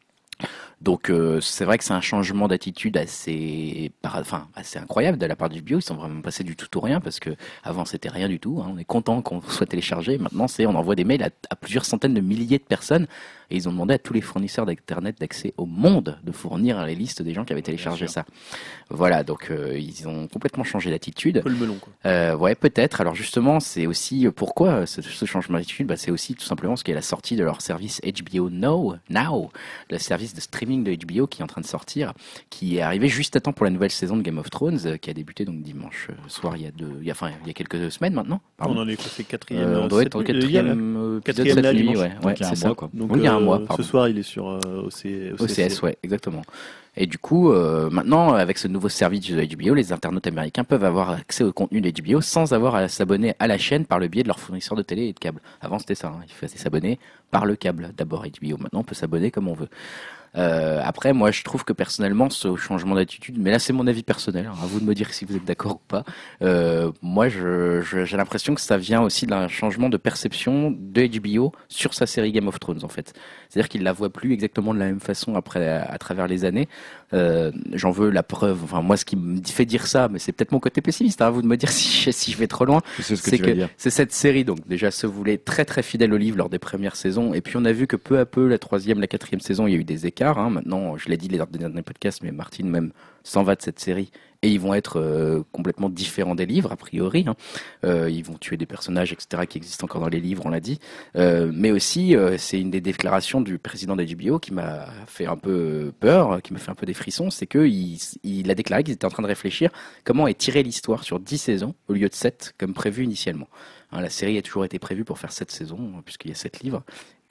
Donc euh, c'est vrai que c'est un changement d'attitude assez, par- enfin assez incroyable de la part du H B O. Ils sont vraiment passés du tout au rien parce que avant c'était rien du tout. Hein. On est content qu'on soit téléchargé. Maintenant c'est on envoie des mails à, à plusieurs centaines de milliers de personnes et ils ont demandé à tous les fournisseurs d'internet d'accès au monde de fournir les listes des gens qui avaient téléchargé ça. Voilà, donc euh, ils ont complètement changé d'attitude. Un peu le melon, quoi. Euh, ouais, peut-être. Alors justement, c'est aussi euh, pourquoi euh, ce, ce changement d'attitude, bah, c'est aussi tout simplement parce qu'il y a la sortie de leur service H B O Now, Now, le service de streaming de H B O qui est en train de sortir, qui est arrivé juste à temps pour la nouvelle saison de Game of Thrones, euh, qui a débuté donc dimanche euh, soir il y a deux, il y a, enfin il y a quelques semaines maintenant. Pardon. On en est passé quatrième. Euh, on doit être au cette nuit, quatrième euh, épisode quatrième cette là, nuit, dimanche. ouais, Donc, ouais, il y a c'est un ça. mois, quoi. Donc Oui, il y a un euh, mois, pardon. ce soir, il est sur euh, O C, O C S, ouais, exactement. Et du coup, euh, maintenant, avec ce nouveau service de H B O, les internautes américains peuvent avoir accès au contenu de H B O sans avoir à s'abonner à la chaîne par le biais de leur fournisseur de télé et de câble. Avant, c'était ça, hein. Il fallait s'abonner par le câble. D'abord H B O. Maintenant, on peut s'abonner comme on veut. Euh, après, moi, je trouve que personnellement, ce changement d'attitude, mais là, c'est mon avis personnel. hein, à vous de me dire si vous êtes d'accord ou pas. Euh, moi, je, je- j'ai l'impression que ça vient aussi d'un changement de perception de H B O sur sa série Game of Thrones, en fait. C'est-à-dire qu'il la voit plus exactement de la même façon après, à, à travers les années. Euh, j'en veux la preuve. Enfin, moi, ce qui me fait dire ça, mais c'est peut-être mon côté pessimiste. hein, à vous de me dire si, je- si je vais trop loin. Je sais ce que C'est tu vas que dire. c'est cette série, donc déjà se voulait très très fidèle au livre lors des premières saisons, et puis on a vu que peu à peu, la troisième, la quatrième saison, il y a eu des écarts. Hein. Maintenant, je l'ai dit lors des derniers podcasts, mais Martine même s'en va de cette série, et ils vont être euh, complètement différents des livres, a priori. Hein. Euh, ils vont tuer des personnages, et cetera, qui existent encore dans les livres, on l'a dit. Euh, mais aussi, euh, c'est une des déclarations du président de H B O qui m'a fait un peu peur, qui m'a fait un peu des frissons, c'est qu'il il a déclaré qu'ils étaient en train de réfléchir comment étirer l'histoire sur dix saisons au lieu de sept, comme prévu initialement. Hein, la série a toujours été prévue pour faire sept saisons, puisqu'il y a sept livres.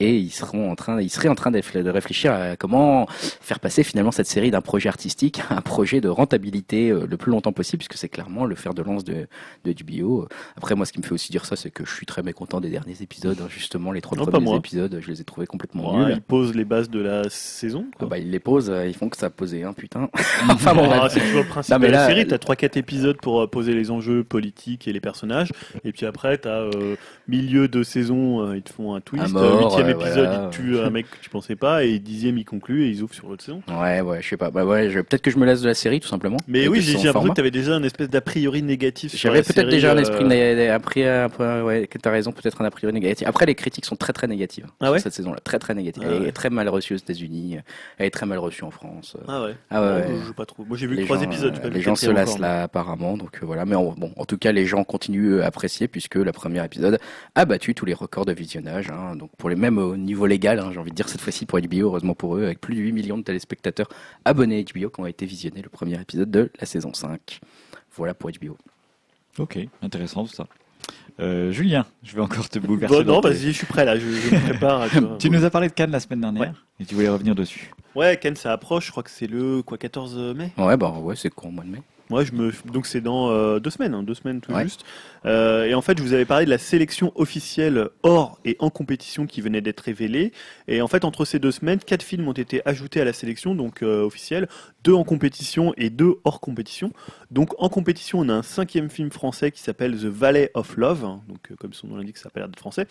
et ils seront en train, ils seraient en train de de réfléchir à comment faire passer finalement cette série d'un projet artistique à un projet de rentabilité euh, le plus longtemps possible, puisque c'est clairement le fer de lance de, de H B O. Après, moi, ce qui me fait aussi dire ça, c'est que je suis très mécontent des derniers épisodes. Hein, justement, les trois Non, pas premiers moi. épisodes, je les ai trouvés complètement Ouais, nuls. ils posent les bases de la saison. Ah Quoi. bah, ils les posent, euh, ils font que ça poser, hein, putain. Enfin bon, Ah, bref. c'est toujours le principe Non, mais de la là, série. T'as trois quatre épisodes pour euh, poser les enjeux politiques et les personnages. Et puis après, t'as euh, milieu de saison, euh, ils te font un twist. Un mort, Huitième euh, épisode, voilà. ils te tuent un mec que tu pensais pas. Et dixième, ils concluent et ils ouvrent sur l'autre saison. Ouais, ouais, je sais pas. Bah ouais, je... peut-être que je me laisse de la série, tout simplement. Mais Et oui, de j'ai son j'ai l'impression format. que t'avais déjà un espèce d'a priori négatif. sur J'avais la peut-être série, déjà un euh, esprit, né- a priori, un peu- ouais, que t'as raison, peut-être un a priori négatif. Après, les critiques sont très très négatives Ah sur ouais cette saison-là, très très négatives. Ah Elle ouais. est très mal reçue aux États-Unis, elle est très mal reçue en France. Ah ouais. Ah ouais, Non, ouais. je joue pas trop. Moi, j'ai vu Les que trois gens, épisodes. euh, j'ai pas vu les le gens se quatrième lassent encore, là apparemment, donc euh, voilà. Mais en, bon, en tout cas, les gens continuent à apprécier puisque le premier épisode a battu tous les records de visionnage. Hein, donc pour les mêmes au niveau légal, hein, j'ai envie de dire cette fois-ci pour H B O, heureusement pour eux, avec plus de huit millions de téléspectateurs abonnés à H B O qui ont été visionnés le premier épisode de la saison cinq. Voilà pour H B O. Ok, intéressant tout ça. Euh, Julien, je vais encore te quoi. bouleverser. Bon, non, dans tes- vas-y, je suis prêt là. Je, je me prépare. tu vois. Tu nous as parlé de Cannes la semaine dernière Ouais. et tu voulais revenir dessus. Ouais, Ken, ça approche. Je crois que c'est le quoi, quatorze mai. Ouais, bah ouais, c'est con au mois de mai. Moi, je me donc c'est dans euh, deux semaines, hein, deux semaines tout Ouais. juste. Euh, et en fait, je vous avais parlé de la sélection officielle hors et en compétition qui venait d'être révélée. Et en fait, entre ces deux semaines, quatre films ont été ajoutés à la sélection donc euh, officielle, deux en compétition et deux hors compétition. Donc en compétition, on a un cinquième film français qui s'appelle The Valley of Love, hein, donc euh, comme son nom l'indique, ça n'a pas l'air d'être français,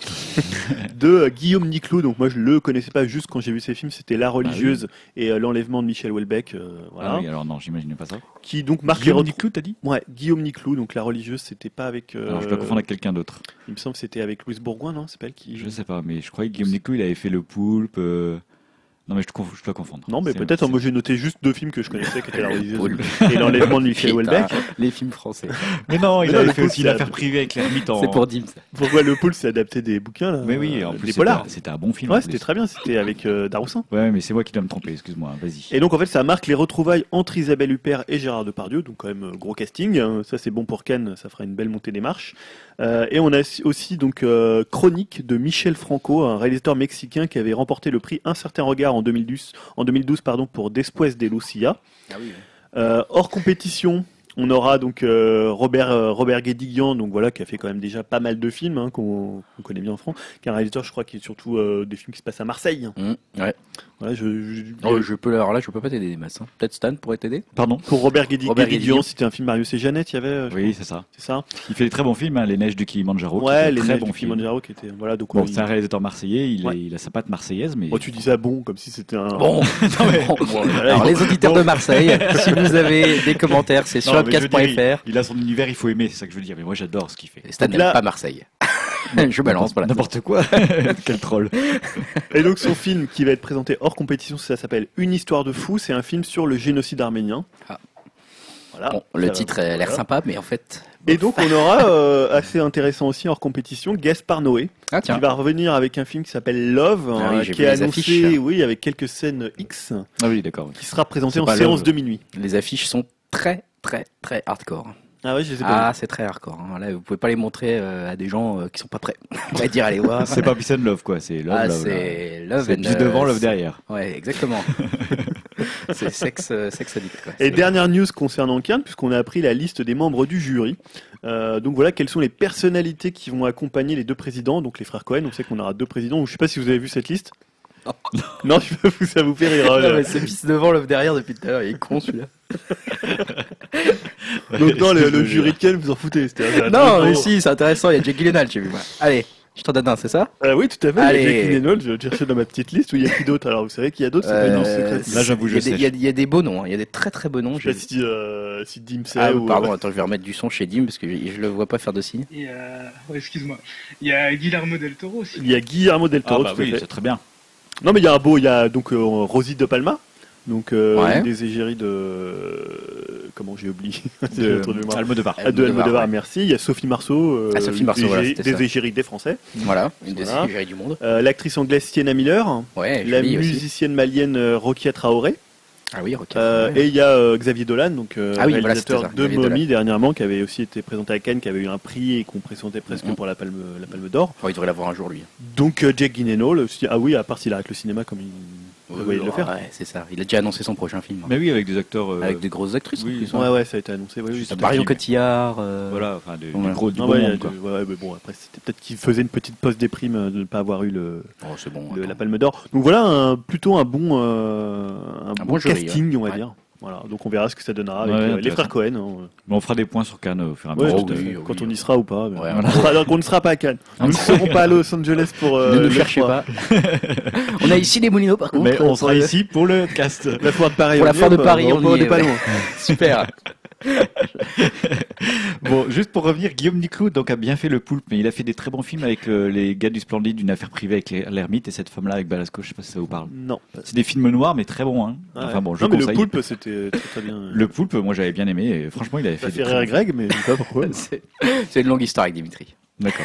de euh, Guillaume Niclot. Donc moi, je le connaissais pas juste quand j'ai vu ces films, c'était La Religieuse et euh, l'enlèvement de Michel Houellebecq, euh, voilà, Ah oui, alors non, j'imaginais pas ça. qui donc marque les Guillaume retrouvailles. Niclou, t'as dit Ouais, Guillaume Niclou, donc La Religieuse, c'était pas avec. euh, Alors je dois confondre avec quelqu'un d'autre. Il me semble que c'était avec Louise Bourgoin, non? C'est pas elle qui. Je sais pas, mais je croyais que Guillaume Niclou, il avait fait Le Poulpe. euh, Non, mais je, te conf- je dois confondre. Non, mais C'est- peut-être. hein, c'est- Moi, j'ai noté juste deux films que je connaissais, qui étaient La Religieuse Poulpe. et l'enlèvement de Michel Houellebecq. Putain, les films français. Mais non, il Mais non, avait Le fait Poulpe, aussi c'est l'affaire la- privée avec l'ermite en. C'est pour Dim. ça. Pourquoi Le Poulpe, c'est adapté des bouquins, là? Mais oui, en euh, plus, des c'était polars. un- c'était un bon film. en Ouais, plus. c'était très bien, c'était avec euh, Daroussin. Ouais, mais c'est moi qui dois me tromper, excuse-moi, vas-y. Et donc en fait ça marque les retrouvailles entre Isabelle Huppert et Gérard Depardieu, donc quand même euh, gros casting, hein. Ça c'est bon pour Cannes, ça fera une belle montée des marches. Euh, et on a aussi donc euh, Chronique de Michel Franco, un réalisateur mexicain qui avait remporté le prix Un certain regard en deux mille douze, en deux mille douze pardon, pour Después de Lucia. Ah oui. Euh, hors compétition, on aura donc euh, Robert euh, Robert Guédiguian, donc voilà, qui a fait quand même déjà pas mal de films hein, qu'on qu'on connaît bien en France, qui est un réalisateur, je crois, qui est surtout euh, des films qui se passent à Marseille. Mmh, ouais. Voilà, je, je- Oh, je peux, alors là, je peux pas t'aider des masses. Hein. Peut-être Stan pourrait t'aider. Pardon. Pour Robert Guédi- Robert Guédiguian, Guédiguian. c'était un film Marius et Jeannette, il y avait, euh, je Oui, c'est ça. crois, c'est ça. Il fait des très bons films, hein, Les Neiges du Kilimanjaro. qui Ouais, fait les très Neiges bons du films. Kilimanjaro qui était, voilà, donc Bon, on- c'est un réalisateur marseillais, il, Ouais. est- il a sa patte marseillaise, mais. Bon, tu dis ça bon, comme si c'était un. Bon, Bon, alors les auditeurs de Marseille, si vous avez des commentaires, c'est sur Non, mais je veux dire, upcast.fr. il, il a son univers, il faut aimer, c'est ça que je veux dire. Mais moi, j'adore ce qu'il fait. Stan Donc n'aime là- pas Marseille. Je balance, voilà. N'importe quoi. Quel troll. Et donc son film qui va être présenté hors compétition, ça s'appelle Une histoire de fou, c'est un film sur le génocide arménien. Ah. Voilà. Bon, Ça le va- titre a l'air voilà. sympa, mais en fait. Et donc on aura, euh, assez intéressant aussi hors compétition, Gaspard Noé, Ah qui tiens. va revenir avec un film qui s'appelle Love, Ah oui, hein, j'ai qui vu est les annoncé, affiches. oui, avec quelques scènes X, Ah oui, d'accord. oui. qui sera présenté C'est en pas séance Love. de minuit. Les affiches sont très, très, très hardcore. Ah ouais, je les ai pas Ah, c'est très hardcore. Hein. Là, vous pouvez pas les montrer euh, à des gens euh, qui sont pas prêts. On va dire, allez voir. C'est pas Peace and Love, quoi. C'est Love, Ah, Love. c'est là. Love C'est and, Peace devant, euh, Love derrière. Ouais, exactement. C'est sexe, euh, sexe addict. Quoi. Et C'est- dernière news concernant Cannes, puisqu'on a appris la liste des membres du jury. Euh, donc voilà, quelles sont les personnalités qui vont accompagner les deux présidents, donc les frères Cohen. On sait qu'on aura deux présidents. Je sais pas si vous avez vu cette liste. Non, je peux vous, ça vous fait rire. hein, Non, le- mais c'est pisse devant, Love derrière depuis tout à l'heure. Il est con celui-là. Donc non, le, Je le te jury jure. de Cannes, vous en foutez. c'était un- Non, un- mais si, c'est intéressant. Il y a Jake Gyllenhaal, j'ai vu. Moi. Allez, je t'en donne un, c'est ça? Ah oui, tout à fait. Allez. Il y a Jake Gyllenhaal, je vais chercher dans ma petite liste où il y a qui d'autre. Alors vous savez qu'il y a d'autres, c'est pas une liste Euh, secrète. Là, j'avoue, il y a je des- sais. Il y, a- il y a des beaux noms. hein. Il y a des très très beaux noms. Je sais j'ai pas vu. si, euh, si Dim sait Ah, ou. pardon, attends, je vais remettre du son chez Dim parce que je, je le vois pas faire de signe. Et euh, ouais, excuse-moi. Il y a Guillermo del Toro aussi. Il y a Guillermo del Ah Toro, bah tout à oui, fait. c'est très bien. Non, mais il y a un beau, il y a donc euh, Rosie de Palma, donc euh, Ouais. une des égéries de euh, comment j'ai oublié C'est De- le truc de mémoire. Almodovar. Euh, Ah, de Almodovar, Almodovar, ouais. merci. Il y a Sophie Marceau, euh, Ah, Sophie une Marceau, des, voilà, égéries- c'était des ça. égéries des Français. Voilà, une des Voilà. égéries du monde. Euh, L'actrice anglaise Sienna Miller, Ouais, la jolie aussi. musicienne malienne euh, Rokia Traoré, Ah oui, ok. Euh, Ouais. Et il y a euh, Xavier Dolan, donc euh, Ah oui, voilà, réalisateur c'était ça, de Xavier Mommy Dolan. dernièrement, qui avait aussi été présenté à Cannes, qui avait eu un prix et qu'on présentait presque Mhm. pour la Palme, la Palme d'Or. Oh, il devrait l'avoir un jour, lui. Donc euh, Jake Gyllenhaal aussi. Ah oui, à part s'il arrête le cinéma comme il prévoyait de le faire. Ouais, c'est ça. Il a déjà annoncé son prochain film. Mais oui, avec des acteurs. euh, Avec des grosses actrices. oui, en plus, ouais. hein. Ouais, ouais, ça a été annoncé. Oui, oui, Juste tout à Marion Marion Cotillard. euh, Voilà, enfin, des, Ouais. du gros, du Ah bon ouais, monde, de- quoi. ouais, ouais, mais bon, après, c'était peut-être qu'il faisait une petite pause déprime euh, de ne pas avoir eu le, Oh, c'est bon. le- attends. la Palme d'Or. Donc voilà, un, plutôt un bon, euh, un Un bon bon jury, casting, on va ouais. dire. Voilà, donc on verra ce que ça donnera avec Ouais, euh, les intéressant. frères Cohen. hein. Mais on fera des points sur Cannes au fur et à Ouais, mesure. tout à oui, fait. oui, Quand oui. on y sera ou pas. mais Ouais, on, sera, donc on ne sera pas à Cannes. Nous ne serons pas à Los Angeles pour. euh, ne nous le cherchez foire. pas. On a ici les Moulineaux, par contre. Mais on euh, sera pour- ici pour le cast. La foire de Paris. Pour la on y foire est, de bah, Paris, on on y n'est est, pas ouais. loin. Super. Bon, juste pour revenir, Guillaume Niclou donc a bien fait le poulpe, mais il a fait des très bons films avec euh, les gars du Splendide, une affaire privée avec les- l'ermite et cette femme-là avec Balasco. Je sais pas si ça vous parle. Non. C'est des films noirs, mais très bons. Hein. Ah Enfin ouais. bon, je non, mais conseille. le poulpe, c'était très très bien. Le poulpe, moi j'avais bien aimé. Et franchement, il avait Ça fait. fait des rire très bons Greg, mais je sais pas pourquoi. C'est c'est une longue histoire avec Dimitri. films. D'accord.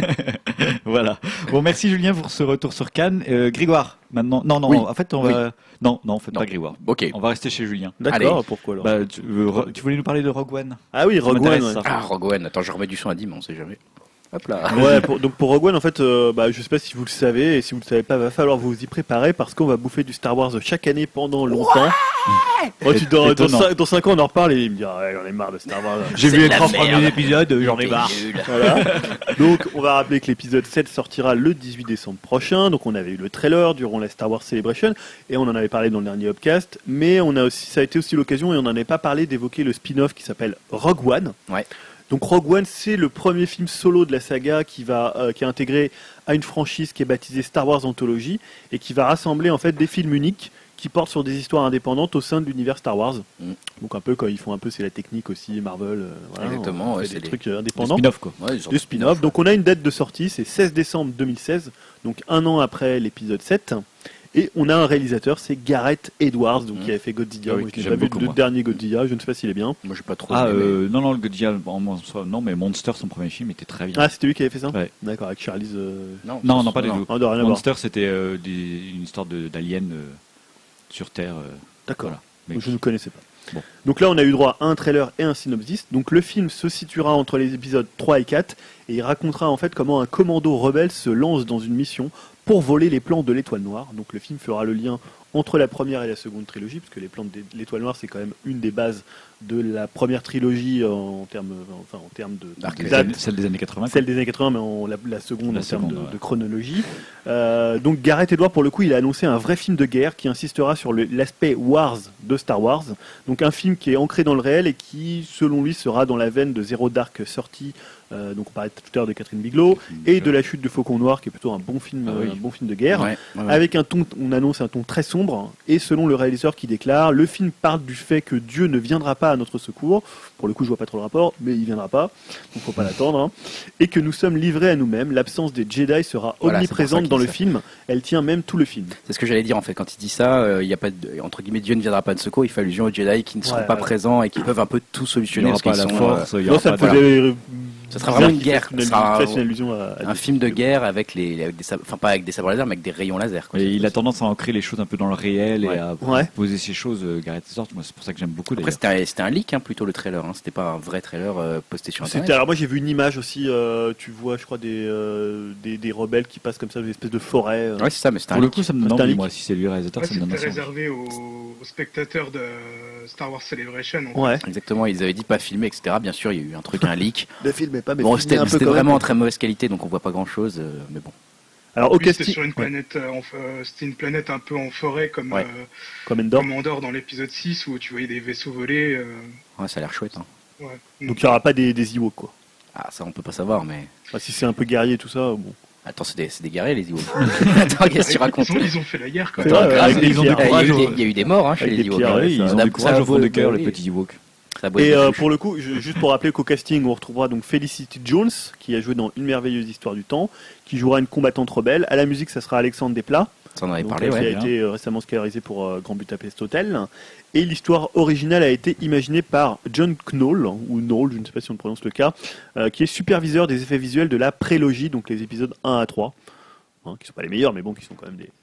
Voilà. Bon, merci Julien pour ce retour sur Cannes. Euh, Grégoire, maintenant. Non, non. Oui. En fait, on Oui. va. Non, non, en fait Non. pas Grégoire. Ok. On va rester chez Julien. D'accord, Allez. pourquoi alors Bah, tu, euh, Ro- tu voulais nous parler de Rogue One. Ah oui, Ça Rogue m'intéresse, One. ça. ouais. Ah, Rogue One. Attends, je remets du son à Dim, on sait jamais. Hop là. Ouais, pour, donc pour Rogue One, en fait, euh, bah, je sais pas si vous le savez, et si vous le savez pas, va falloir vous y préparer parce qu'on va bouffer du Star Wars chaque année pendant longtemps. Oh, tu, dans, dans, Étonnant. cinq, dans cinq ans, on en reparle et il me dit, ah, ouais, j'en ai marre de Star Wars. J'ai C'est vu de les la trois merde. premiers épisodes, j'en ai T'es marre. nul. Voilà. Donc, on va rappeler que l'épisode sept sortira le dix-huit décembre prochain. Donc, on avait eu le trailer durant la Star Wars Celebration et on en avait parlé dans le dernier Upcast. Mais on a aussi, ça a été aussi l'occasion et on n'en avait pas parlé d'évoquer le spin-off qui s'appelle Rogue One. Ouais. Donc Rogue One, c'est le premier film solo de la saga qui va euh, qui est intégré à une franchise qui est baptisée Star Wars Anthology et qui va rassembler en fait des films uniques qui portent sur des histoires indépendantes au sein de l'univers Star Wars. Mm. Donc un peu quand ils font un peu c'est la technique aussi Marvel. euh, voilà, Exactement, on ouais, fait c'est des des- trucs euh, Le indépendants. spin-off, quoi. Ouais, ils ont De spin-off. Donc on a une date de sortie, c'est seize décembre deux mille seize, donc un an après l'épisode sept. Et on a un réalisateur, c'est Gareth Edwards, donc Mm. qui avait fait Godzilla. Ah oui, Moi, que je n'ai j'aime pas vu beaucoup, le moi. dernier Godzilla, je ne sais pas s'il est bien. Moi, j'ai pas trop. Ah, aimé, mais- euh, non, non, le Godzilla, en en soi, non, mais Monster, son premier film, était très bien. Ah, c'était lui qui avait fait ça Ouais. D'accord, avec Charlize. euh, Non, Non, ça, non, pas c'est- du tout. Non, de rien à voir. Monster, c'était euh, des- une histoire de- d'alien euh, sur Terre. euh, D'accord. voilà. Mais Je ne connaissais pas. Bon. Donc là, on a eu droit à un trailer et un synopsis. Donc le film se situera entre les épisodes trois et quatre et il racontera en fait comment un commando rebelle se lance dans une mission pour voler les plans de l'Étoile Noire. Donc le film fera le lien entre la première et la seconde trilogie, parce que les plans de l'Étoile Noire, c'est quand même une des bases de la première trilogie en termes, enfin, en termes de, Dark de des date. années- celle des années quatre-vingts. quoi. Celle des années quatre-vingts, mais en, la, la seconde La en termes seconde, de, ouais. de chronologie. Euh, donc Gareth Edwards, pour le coup, il a annoncé un vrai film de guerre qui insistera sur le- l'aspect Wars de Star Wars. Donc un film qui est ancré dans le réel et qui, selon lui, sera dans la veine de Zero Dark Thirty. Euh, donc on parlait tout à l'heure de Catherine Bigelow et de La Chute du Faucon Noir, qui est plutôt un bon film, Ah oui. euh, un bon film de guerre. Ouais, ouais, ouais. Avec un ton, on annonce un ton très sombre, et selon le réalisateur qui déclare, le film parle du fait que Dieu ne viendra pas à notre secours. Pour le coup, je vois pas trop le rapport, mais il viendra pas, donc faut pas l'attendre. hein. Et que nous sommes livrés à nous-mêmes. L'absence des Jedi sera Voilà, c'est pour ça omniprésente qu'il dans dit le ça. film. Elle tient même tout le film. C'est ce que j'allais dire en fait. Quand il dit ça, euh, il y a pas de, entre guillemets, Dieu ne viendra pas de secours. Il fait allusion aux Jedi qui ne seront Ouais, pas voilà. présents et qui peuvent un peu tout Il n'y solutionner. aura parce pas qu'ils la sont, euh, force, il y Non, aura ça pas me de- faisait. Ça sera vraiment une qu'il guerre. fasse Une, Ça sera fasse une allusion à, à un des- film de guerre avec les, avec des sab- enfin pas avec des sabres laser, mais avec des rayons laser. quoi. Et il a tendance à ancrer les choses un peu dans le réel Ouais. et à Ouais. poser ces choses, euh, Gareth Edwards. Moi, c'est pour ça que j'aime beaucoup Après, d'ailleurs. c'était un, c'était un leak hein, plutôt le trailer. Hein. C'était pas un vrai trailer euh, posté sur C'était- internet. alors moi j'ai vu une image aussi, euh, tu vois je crois des, euh, des, des rebelles qui passent comme ça, des espèces de forêts. euh. Ouais, c'est ça, mais c'était un Pour le leak. coup, ça me donne C'est un envie, leak. moi. Si c'est lui le réalisateur, Ouais, ça me donne c'était assez envie. réservé aux, aux spectateurs de Star Wars Celebration. en fait. Ouais. Exactement, ils avaient dit pas filmer, et cetera. Bien sûr, il y a eu un truc, un leak. Le film est pas mais Bon, filmé c'était un peu c'était quand même. vraiment en très mauvaise qualité, donc on voit pas grand chose. mais bon, Alors au Oui, c'était casting, sur une ouais, planète, euh, en f- euh, c'était une planète un peu en forêt comme, Ouais. euh, comme Endor. comme Andorre dans l'épisode six où tu voyais des vaisseaux voler. euh, ouais, ça a l'air chouette. Hein. ouais. Donc il n'y aura pas des, des Ewoks quoi. Ah, ça, on peut pas savoir, mais. Enfin, si c'est un peu guerrier et tout ça, bon. Attends, c'est des, c'est des guerriers, les Ewoks. Attends, qu'est-ce que tu racontes ils, ont, ils ont fait la guerre quand C'est même. vrai, ouais, avec des ils ont pierres. du Eh, il, y a courage. eu au- des, il y a eu des morts hein, chez Avec les des Ewoks. pierres, hein. ouais, ils ça- ont Ça- du ça courage a au fond beau- de cœur, oui. le petit Ewok. Ça a beau être Et des euh, bouches. pour le coup, je- juste pour rappeler qu'au casting, on retrouvera donc Felicity Jones, qui a joué dans Une merveilleuse histoire du temps, qui jouera une combattante rebelle. À la musique, ça sera Alexandre Desplat, Ça, on en avait donc, parlé, euh, qui ouais. a été euh, récemment scénarisé pour euh, Grand Budapest Hotel. Et l'histoire originale a été imaginée par John Knoll, ou Knoll, je ne sais pas si on prononce le cas, euh, qui est superviseur des effets visuels de la prélogie, donc les épisodes un à trois, hein, qui sont pas les meilleurs, mais bon, qui sont quand même des,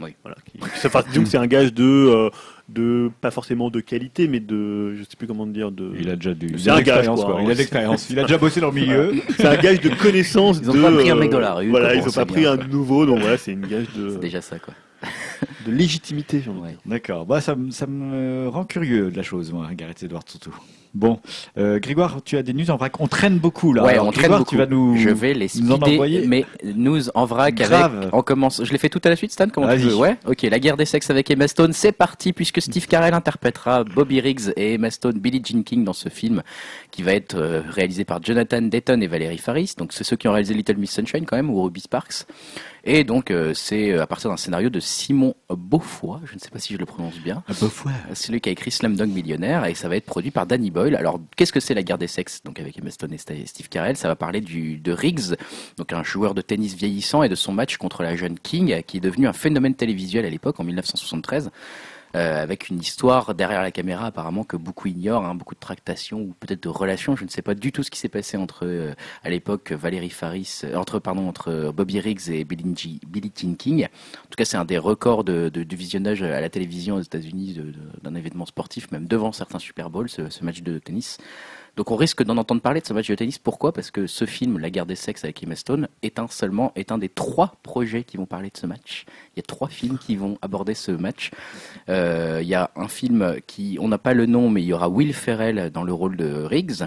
Oui. Voilà, qui, ça, enfin, disons que c'est un gage de, euh, de, pas forcément de qualité, mais de, je sais plus comment dire, de. Il a déjà du, C'est un gage, l'expérience, quoi. Il a de l'expérience. Il a déjà bossé dans le milieu. C'est un gage de connaissance. Ils ont de, pas pris un mec euh, dans la rue, Voilà, quoi, ils bon, ont c'est pas pris bien, un quoi. nouveau, donc voilà, c'est une gage de, C'est déjà ça, quoi. de légitimité, j'ai envie de Ouais. dire. D'accord. Bah, ça, me- ça me rend curieux de la chose, moi, Gareth Edwards surtout. Bon, euh, Grégoire, tu as des news en vrac. On traîne beaucoup là. Ouais, Alors, on traîne Grégoire, beaucoup. tu vas nous, Je vais les nous en speeder, envoyer. mais news en vrac Grave. avec. On commence. Je l'ai fait tout à la suite, Stan. Comment tu Vas-y. veux? Ouais. Ok. La guerre des sexes avec Emma Stone, c'est parti puisque Steve Carell interprétera Bobby Riggs et Emma Stone, Billie Jean King dans ce film qui va être euh, réalisé par Jonathan Dayton et Valérie Faris. Donc c'est ceux qui ont réalisé Little Miss Sunshine quand même ou Ruby Sparks. Et donc euh, c'est à partir d'un scénario de Simon Beaufoy. Je ne sais pas si je le prononce bien. Un peu fouet. C'est lui qui a écrit Slumdog Millionnaire et ça va être produit par Danny Boyle. Alors, qu'est-ce que c'est la guerre des sexes? Donc, avec Emma Stone et Steve Carell, ça va parler du, de Riggs, donc un joueur de tennis vieillissant et de son match contre la jeune King, qui est devenu un phénomène télévisuel à l'époque, en dix-neuf cent soixante-treize. Euh, avec une histoire derrière la caméra apparemment que beaucoup ignorent, hein, beaucoup de tractations ou peut-être de relations. Je ne sais pas du tout ce qui s'est passé entre euh, à l'époque Valérie Faris, euh, entre pardon entre Bobby Riggs et Billie Jean, Billie Jean King. En tout cas, c'est un des records de, de, de visionnage à la télévision aux États-Unis de, de, d'un événement sportif, même devant certains Super Bowls, ce, ce match de tennis. Donc on risque d'en entendre parler de ce match de tennis. Pourquoi? Parce que ce film, La guerre des sexes avec Emma Stone, est un seulement, est un des trois projets qui vont parler de ce match. Il y a trois films qui vont aborder ce match. Euh, il y a un film qui, on n'a pas le nom, mais il y aura Will Ferrell dans le rôle de Riggs.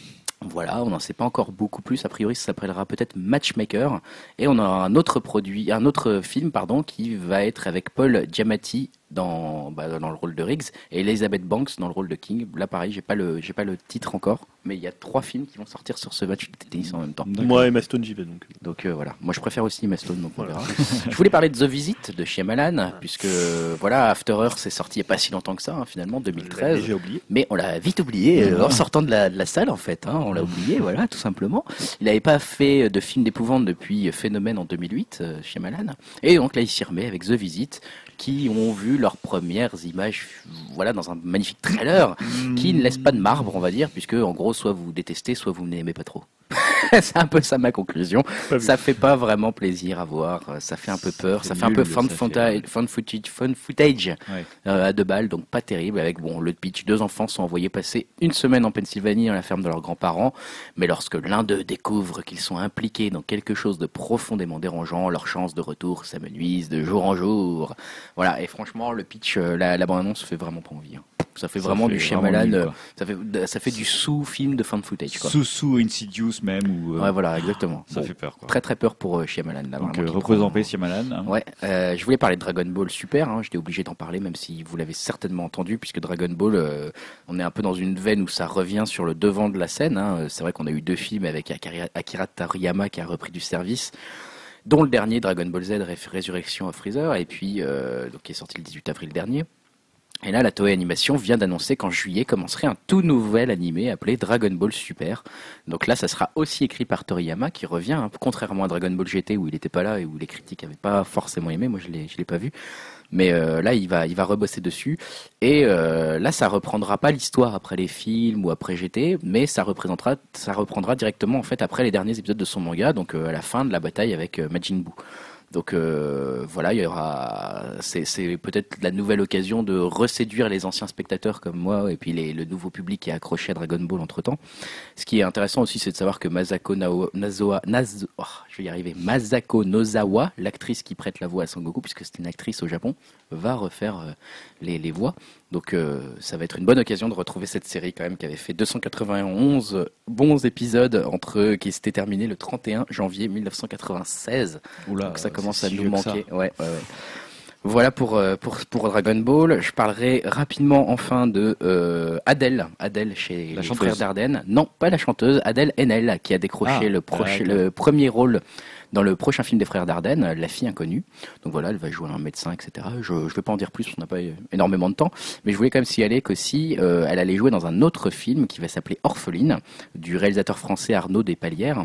Voilà, on n'en sait pas encore beaucoup plus. A priori, ça s'appellera peut-être Matchmaker. Et on aura un autre produit, un autre film, pardon, qui va être avec Paul Giamatti dans, bah, dans le rôle de Riggs et Elizabeth Banks dans le rôle de King. Là, pareil, j'ai pas le, j'ai pas le titre encore, mais il y a trois films qui vont sortir sur ce match de tennis en même temps. D'accord. Moi, Emma Stone, j'y vais donc. Donc euh, voilà, moi je préfère aussi Emma Stone, donc on Voilà. verra. Je voulais parler de The Visit de Shyamalan, puisque voilà, After Earth c'est sorti il n'y a pas si longtemps que ça, hein, finalement, deux mille treize. J'ai oublié. Mais on l'a vite oublié euh, en sortant de la, de la salle en fait, hein, on l'a oublié, voilà, tout simplement. Il n'avait pas fait de film d'épouvante depuis Phénomène en deux mille huit, euh, Shyamalan. Et donc là il s'y remet avec The Visit, qui ont vu leurs premières images, voilà, dans un magnifique trailer, qui ne laisse pas de marbre, on va dire, puisque en gros, soit vous détestez, soit vous n'aimez pas trop. C'est un peu ça ma conclusion. Pas vu. Ça fait pas vraiment plaisir à voir, ça fait un peu peur, ça C'est fait un peu nul, fan, ça footage, fait- fan footage, fan footage Ouais. euh, à deux balles, donc pas terrible. Avec bon, le pitch, deux enfants sont envoyés passer une semaine en Pennsylvanie dans la ferme de leurs grands-parents, mais lorsque l'un d'eux découvre qu'ils sont impliqués dans quelque chose de profondément dérangeant, leurs chances de retour s'amenuisent de jour en jour. Voilà, et franchement, le pitch, euh, la, la bande-annonce fait vraiment pas envie. hein. Ça fait Ça vraiment fait du vraiment Shyamalan, nul, euh, quoi. ça fait ça fait du sous-film de fan footage, quoi. Sous sous Insidious même ou. euh, Ouais, voilà, exactement. Ça Bon, fait peur quoi. très très peur pour euh, Shyamalan. Là, Donc vraiment, euh, qui repose en prend- paix Shyamalan. hein. Ouais, euh, je voulais parler de Dragon Ball Super, hein, j'étais obligé d'en parler même si vous l'avez certainement entendu puisque Dragon Ball, euh, on est un peu dans une veine où ça revient sur le devant de la scène. hein. C'est vrai qu'on a eu deux films avec Akira, Akira Toriyama qui a repris du service, dont le dernier Dragon Ball Z Ré- Résurrection of Freezer et puis euh, donc qui est sorti le dix-huit avril dernier. Et là, la Toei Animation vient d'annoncer qu'en juillet commencerait un tout nouvel animé appelé Dragon Ball Super. Donc là, ça sera aussi écrit par Toriyama, qui revient, hein, contrairement à Dragon Ball G T où il n'était pas là et où les critiques n'avaient pas forcément aimé. Moi, je l'ai, je l'ai pas vu. Mais euh, là, il va, il va rebosser dessus. Et euh, là, ça reprendra pas l'histoire après les films ou après G T, mais ça représentera, ça reprendra directement en fait après les derniers épisodes de son manga, donc euh, à la fin de la bataille avec euh, Majin Buu. Donc euh, voilà, il y aura, c'est, c'est peut-être la nouvelle occasion de reséduire les anciens spectateurs comme moi et puis les, le nouveau public qui est accroché à Dragon Ball entre temps. Ce qui est intéressant aussi, c'est de savoir que Masako Nao- Nazoa, Nazo, oh, je vais y arriver, Masako Nozawa, l'actrice qui prête la voix à Son Goku, puisque c'est une actrice au Japon, va refaire euh, les, les voix. Donc euh, ça va être une bonne occasion de retrouver cette série quand même qui avait fait deux cent quatre-vingt-onze bons épisodes entre qui s'était terminé le trente et un janvier mille neuf cent quatre-vingt-seize. Oula, Donc ça commence c'est à si nous vieux que ça. manquer. Ouais, ouais, ouais. Voilà pour, euh, pour, pour Dragon Ball. Je parlerai rapidement enfin de euh, Adèle. Adèle chez La les chanteuse. frères Dardenne. Non, pas la chanteuse. Adèle Haenel qui a décroché Ah, le, proche, d'accord. le premier rôle dans le prochain film des frères Dardenne, La fille inconnue. Donc voilà, elle va jouer un médecin, et cetera. Je ne vais pas en dire plus, on n'a pas énormément de temps. Mais je voulais quand même signaler qu'aussi, euh, elle allait jouer dans un autre film qui va s'appeler Orpheline, du réalisateur français Arnaud Despalières,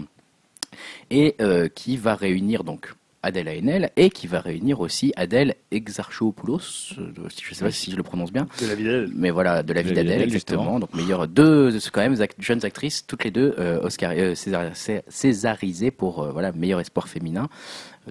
et euh, qui va réunir donc Adèle Haenel et qui va réunir aussi Adèle Exarchopoulos, euh, je ne sais pas si je le prononce bien, De la vie d'elle. mais voilà, de la vie De la vie d'Adèle, d'Adèle, exactement. justement. Donc meilleures deux, c'est quand même act- jeunes actrices, toutes les deux euh, Oscar, euh, César, Cé- césarisées pour euh, voilà meilleur espoir féminin. De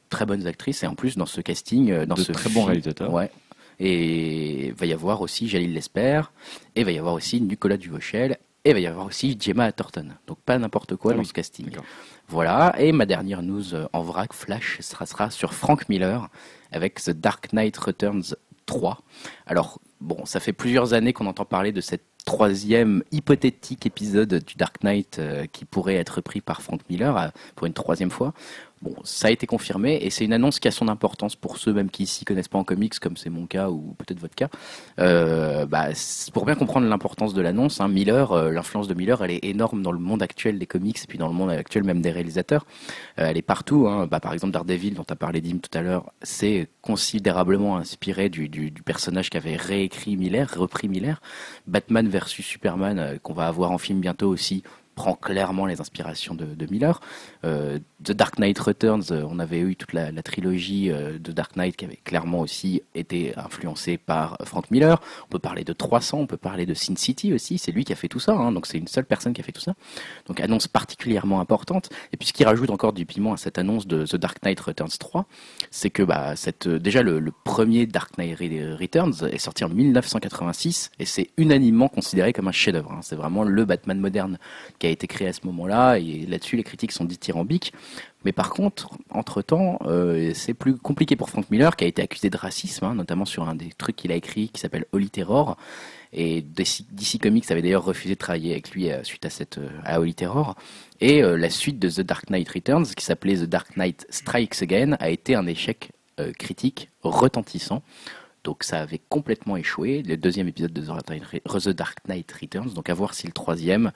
très bonnes actrices et en plus dans ce casting, euh, dans De ce très bons film- réalisateurs. Ouais. Et il va y avoir aussi Jalil Lesper, et il va y avoir aussi Nicolas Duvauchel, et il va y avoir aussi Gemma Thornton. Donc pas n'importe quoi Ah dans oui, ce casting. d'accord. Voilà, et ma dernière news euh, en vrac, flash, sera, sera sur Frank Miller avec The Dark Knight Returns trois. Alors, bon, ça fait plusieurs années qu'on entend parler de cette troisième hypothétique épisode du Dark Knight euh, qui pourrait être pris par Frank Miller euh, pour une troisième fois. Bon, ça a été confirmé et c'est une annonce qui a son importance pour ceux même qui s'y connaissent pas en comics, comme c'est mon cas ou peut-être votre cas. Euh, bah, c'est- pour bien comprendre l'importance de l'annonce, hein, Miller, euh, l'influence de Miller, elle est énorme dans le monde actuel des comics et puis dans le monde actuel même des réalisateurs. Euh, elle est partout. Hein. Bah, par exemple, Daredevil, dont tu as parlé Dim tout à l'heure, c'est considérablement inspiré du, du, du personnage qu'avait réécrit Miller, repris Miller. Batman versus Superman, euh, qu'on va avoir en film bientôt aussi, prend clairement les inspirations de, de Miller. Euh, The Dark Knight Returns, euh, on avait eu toute la, la trilogie euh, de Dark Knight qui avait clairement aussi été influencée par Frank Miller. On peut parler de trois cents, on peut parler de Sin City aussi, c'est lui qui a fait tout ça, hein, donc c'est une seule personne qui a fait tout ça. Donc annonce particulièrement importante. Et puis ce qui rajoute encore du piment à cette annonce de The Dark Knight Returns trois, c'est que bah, cette, euh, déjà le, le premier Dark Knight Returns est sorti en mille neuf cent quatre-vingt-six et c'est unanimement considéré comme un chef-d'œuvre. Hein. C'est vraiment le Batman moderne qui a été créé à ce moment-là, et là-dessus les critiques sont dithyrambiques. Mais par contre, entre-temps, euh, c'est plus compliqué pour Frank Miller, qui a été accusé de racisme, hein, notamment sur un des trucs qu'il a écrit qui s'appelle Holy Terror. Et D C Comics avait d'ailleurs refusé de travailler avec lui euh, suite à, cette, euh, à Holy Terror. Et euh, la suite de The Dark Knight Returns, qui s'appelait The Dark Knight Strikes Again, a été un échec euh, critique retentissant. Donc ça avait complètement échoué, le deuxième épisode de The Dark Knight Returns. Donc à voir si le troisième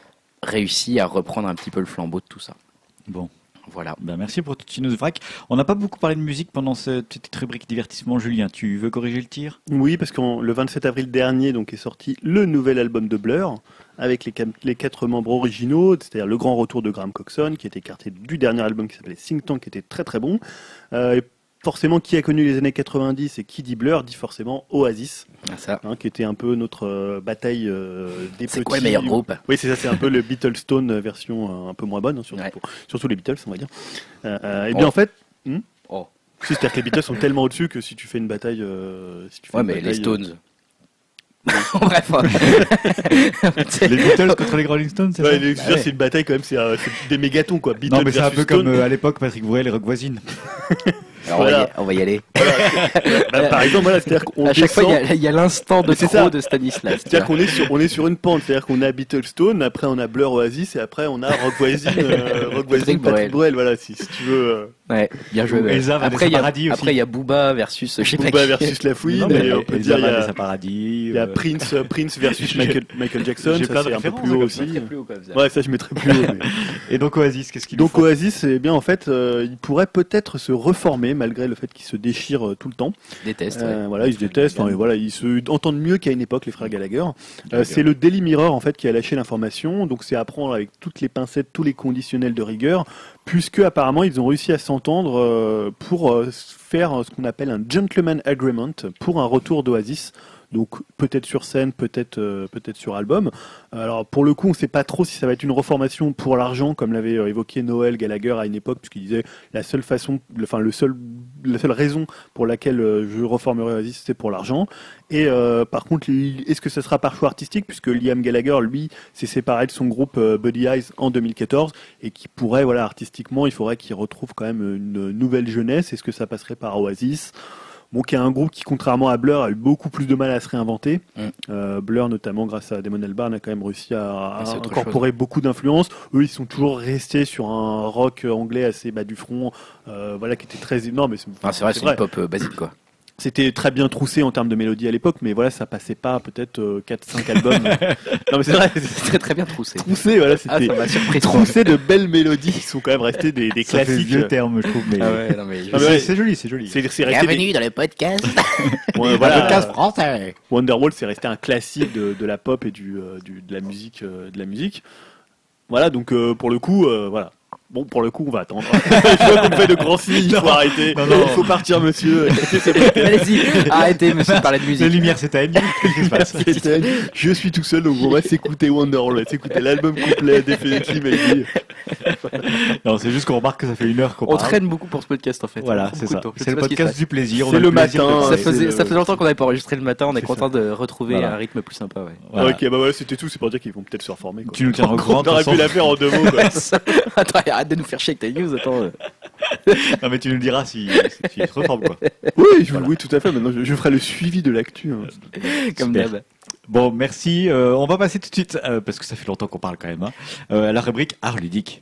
réussit à reprendre un petit peu le flambeau de tout ça. Bon. Voilà. Ben merci pour toutes ces news vrac. On n'a pas beaucoup parlé de musique pendant cette petite rubrique divertissement. Julien, tu veux corriger le tir ? Oui, parce que le vingt-sept avril dernier donc, est sorti le nouvel album de Blur, avec les, cam- les quatre membres originaux, c'est-à-dire le grand retour de Graham Coxon, qui était écarté du dernier album qui s'appelait Think Tank, qui était très très bon. Euh, et forcément, qui a connu les années quatre-vingt-dix et qui dit Blur, dit forcément Oasis, Ah, ça. hein, qui était un peu notre euh, bataille euh, des C'est petits. quoi le meilleur groupe ? Oui, c'est ça, c'est un peu le Beatlestone version euh, un peu moins bonne, hein, surtout, Ouais. pour- surtout les Beatles, on va dire. Euh, euh, et bien Oh. en fait, hmm Oh. si, c'est-à-dire que les Beatles sont tellement au-dessus que si tu fais une bataille, euh, si tu fais Ouais, une mais les bataille, Stones. Bref. Les Beatles contre les Rolling Stones, c'est Ouais, ça les- Bah c'est ouais. c'est une bataille quand même, c'est euh, c'est des mégatons quoi. Beatles Non, mais c'est un versus peu Stones. comme euh, à l'époque Patrick Bruel et Rock Voisine. Alors, on, va Voilà. y, on va y aller. Bah, par exemple, voilà, c'est-à-dire qu'on À chaque fois, descend- il y a- il y a, l'instant de C'est trop ça. de Stanislas. tu C'est-à-dire vois. qu'on est sur, on est sur une pente, c'est-à-dire qu'on a Beatlestone, après on a Blur Oasis et après on a Rock Voisine, euh, Rock Voisine, Patrick Patrick Bruel, voilà, si, si tu veux. euh, Ouais, bien joué. Ou ouais. Elsa Vanessa Après, il y a, Paradis aussi. après, il y a Booba versus, je sais pas Booba qui. versus La Fouine, Non, et mais on peut Elsa dire il y a, Vanessa Paradis. il y a euh, Prince, euh, Prince versus J'ai- Michael, Michael Jackson, j'ai ça plein de c'est un peu références, plus haut comme ça. aussi. Plus haut, comme ça. Ouais, ça je mettrais plus haut. mais- Et donc Oasis, qu'est-ce qu'il nous Donc faut Oasis, eh bien en fait, euh, il pourrait peut-être se reformer malgré le fait qu'il se déchire euh, tout le temps. Je déteste. Euh, ouais. voilà, ils se détestent. Enfin, et voilà, ils se entendent mieux qu'à une époque, les frères Gallagher. Euh, Gallagher. c'est le Daily Mirror en fait qui a lâché l'information. Donc c'est à prendre avec toutes les pincettes, tous les conditionnels de rigueur, puisque apparemment ils ont réussi à s'entendre euh, pour euh, faire ce qu'on appelle un gentleman agreement pour un retour d'Oasis. Donc peut-être sur scène, peut-être euh, peut-être sur album. Alors pour le coup, on ne sait pas trop si ça va être une reformation pour l'argent, comme l'avait euh, évoqué Noël Gallagher à une époque, puisqu'il disait la seule façon, le- enfin le seul, la seule raison pour laquelle euh, je reformerai Oasis, c'est pour l'argent. Et euh, par contre, li- est-ce que ce sera par choix artistique, puisque Liam Gallagher, lui, s'est séparé de son groupe euh, Buddy Eyes en deux mille quatorze, et qui pourrait, voilà, artistiquement, il faudrait qu'il retrouve quand même une nouvelle jeunesse. Est-ce que ça passerait par Oasis? Bon, qui est un groupe qui, contrairement à Blur, a eu beaucoup plus de mal à se réinventer. Mm. Euh, Blur, notamment grâce à Damon Albarn, a quand même réussi à, à c'est autre incorporer beaucoup d'influences. Eux, ils sont toujours restés sur un rock anglais assez bas du front, euh, voilà, qui était très énorme. Mais c'est, Ah, c'est vrai, c'est une pop euh, basique, quoi. C'était très bien troussé en termes de mélodie à l'époque, mais voilà, ça passait pas peut-être euh, quatre cinq albums. Non, mais c'est vrai, C'est très très bien troussé. troussé, voilà, Ah, c'était ça m'a surpris trop. troussé de belles mélodies qui sont quand même restées des, des Ça fait classiques. vieux terme, je trouve, mais, Ah ouais, non mais. Ah, mais c'est ouais. c'est joli, c'est joli. C'est, c'est resté des- Bienvenue dans le podcast. Ouais, Le voilà. podcast français. Wonderwall, c'est resté un classique de, de la pop et du, euh, du- de la musique, euh, de la musique. Voilà, donc euh, pour le coup, euh, voilà. Bon, pour le coup, on va attendre. Je vois qu'on me fait de grands signes, il faut arrêter. Non, non. Il faut partir, monsieur. Allez-y, arrêtez, monsieur, de parler de musique. Les lumières s'éteignent. Qu'est-ce qui se passe? C'était- Je suis tout seul, donc on va s'écouter Wonderwall, on va s'écouter l'album complet définitif. Et puis, Non, c'est juste qu'on remarque que ça fait une heure qu'on On parle. traîne beaucoup pour ce podcast en fait. Voilà, On c'est prend ça. beaucoup de temps. Je C'est sais le pas ce qui se podcast passe. du plaisir. On C'est a le plaisir de matin, parler. Ça faisait, C'est ça le- fait longtemps qu'on n'avait pas enregistré le matin, on est C'est content de retrouver Voilà. un rythme plus sympa. Ouais. Voilà. Ok, bah voilà, c'était tout. C'est pour dire qu'ils vont peut-être se reformer. Quoi. Tu nous tiendras au courant, de On aurait toute pu façon. la faire en deux mots. Quoi. Attends, arrête de nous faire chier avec ta news, attends. euh. Non, mais tu nous diras si, si tu te reformes, quoi. Oui, je, oui, tout à fait. Maintenant, je, je ferai le suivi de l'actu. Hein. Comme Super. d'hab. Bon, merci. Euh, on va passer tout de suite, euh, parce que ça fait longtemps qu'on parle quand même, hein, euh, à la rubrique Art ludique.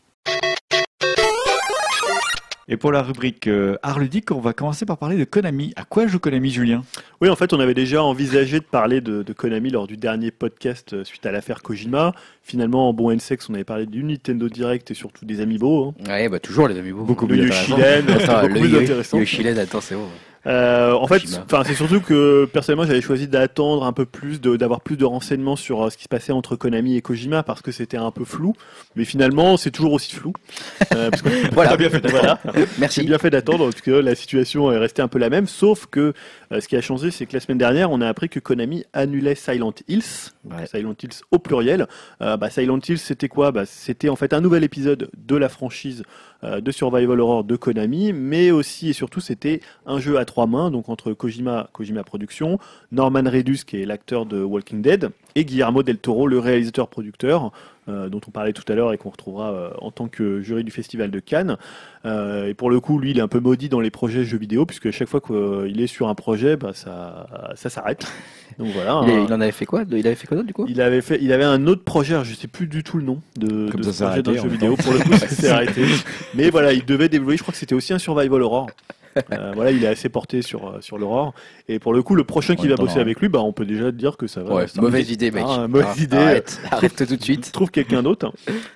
Et pour la rubrique euh, Art ludique, on va commencer par parler de Konami. À quoi joue Konami, Julien? Oui, en fait, on avait déjà envisagé de parler de, de Konami lors du dernier podcast euh, suite à l'affaire Kojima. Finalement, en bon N sexe, on avait parlé du Nintendo Direct et surtout des Amiibo. Hein. Ouais, bah toujours les amis. Beaucoup Le plus Yoshilen, c'est Attends, beaucoup le plus Yo- intéressant. Yoshilen, attends, c'est bon. Euh, en fait, Kojima. enfin, c'est surtout que personnellement, j'avais choisi d'attendre un peu plus, de- d'avoir plus de renseignements sur euh, ce qui se passait entre Konami et Kojima parce que c'était un peu flou. Mais finalement, c'est toujours aussi flou. Euh, parce que- Voilà, bien fait voilà. C'est merci. bien fait d'attendre parce que la situation est restée un peu la même, sauf que euh, ce qui a changé, c'est que la semaine dernière, on a appris que Konami annulait Silent Hills, donc Ouais. Silent Hills au pluriel. Euh, bah, Silent Hills, c'était quoi? Bah, c'était en fait un nouvel épisode de la franchise euh, de Survival Horror de Konami, mais aussi et surtout, c'était un jeu à trois mains, donc entre Kojima, Kojima Productions, Norman Reedus, qui est l'acteur de Walking Dead, et Guillermo del Toro, le réalisateur-producteur, euh, dont on parlait tout à l'heure et qu'on retrouvera euh, en tant que jury du Festival de Cannes. Euh, et pour le coup, lui, il est un peu maudit dans les projets jeux vidéo, puisque chaque fois qu'il est sur un projet, bah, ça, ça s'arrête. Donc voilà. Il, est- hein. il en avait fait quoi? Il avait fait quoi d'autre du coup? Il avait fait, il avait un autre projet, alors je sais plus du tout le nom de, Comme de ça ce s'est projet d'un arrêté, jeu en vidéo. même temps. Pour le coup, ça s'est arrêté. Mais voilà, il devait développer. Je crois que c'était aussi un survival horror. Euh, voilà, il est assez porté sur euh, sur l'horreur. Et pour le coup, le prochain qui En va attendant, bosser ouais. avec lui, bah, on peut déjà dire que ça va. Ouais, ça mauvaise me- idée, mec. Ah, mauvaise Ah, idée. Arrête, arrête tout de suite. Trouve quelqu'un d'autre.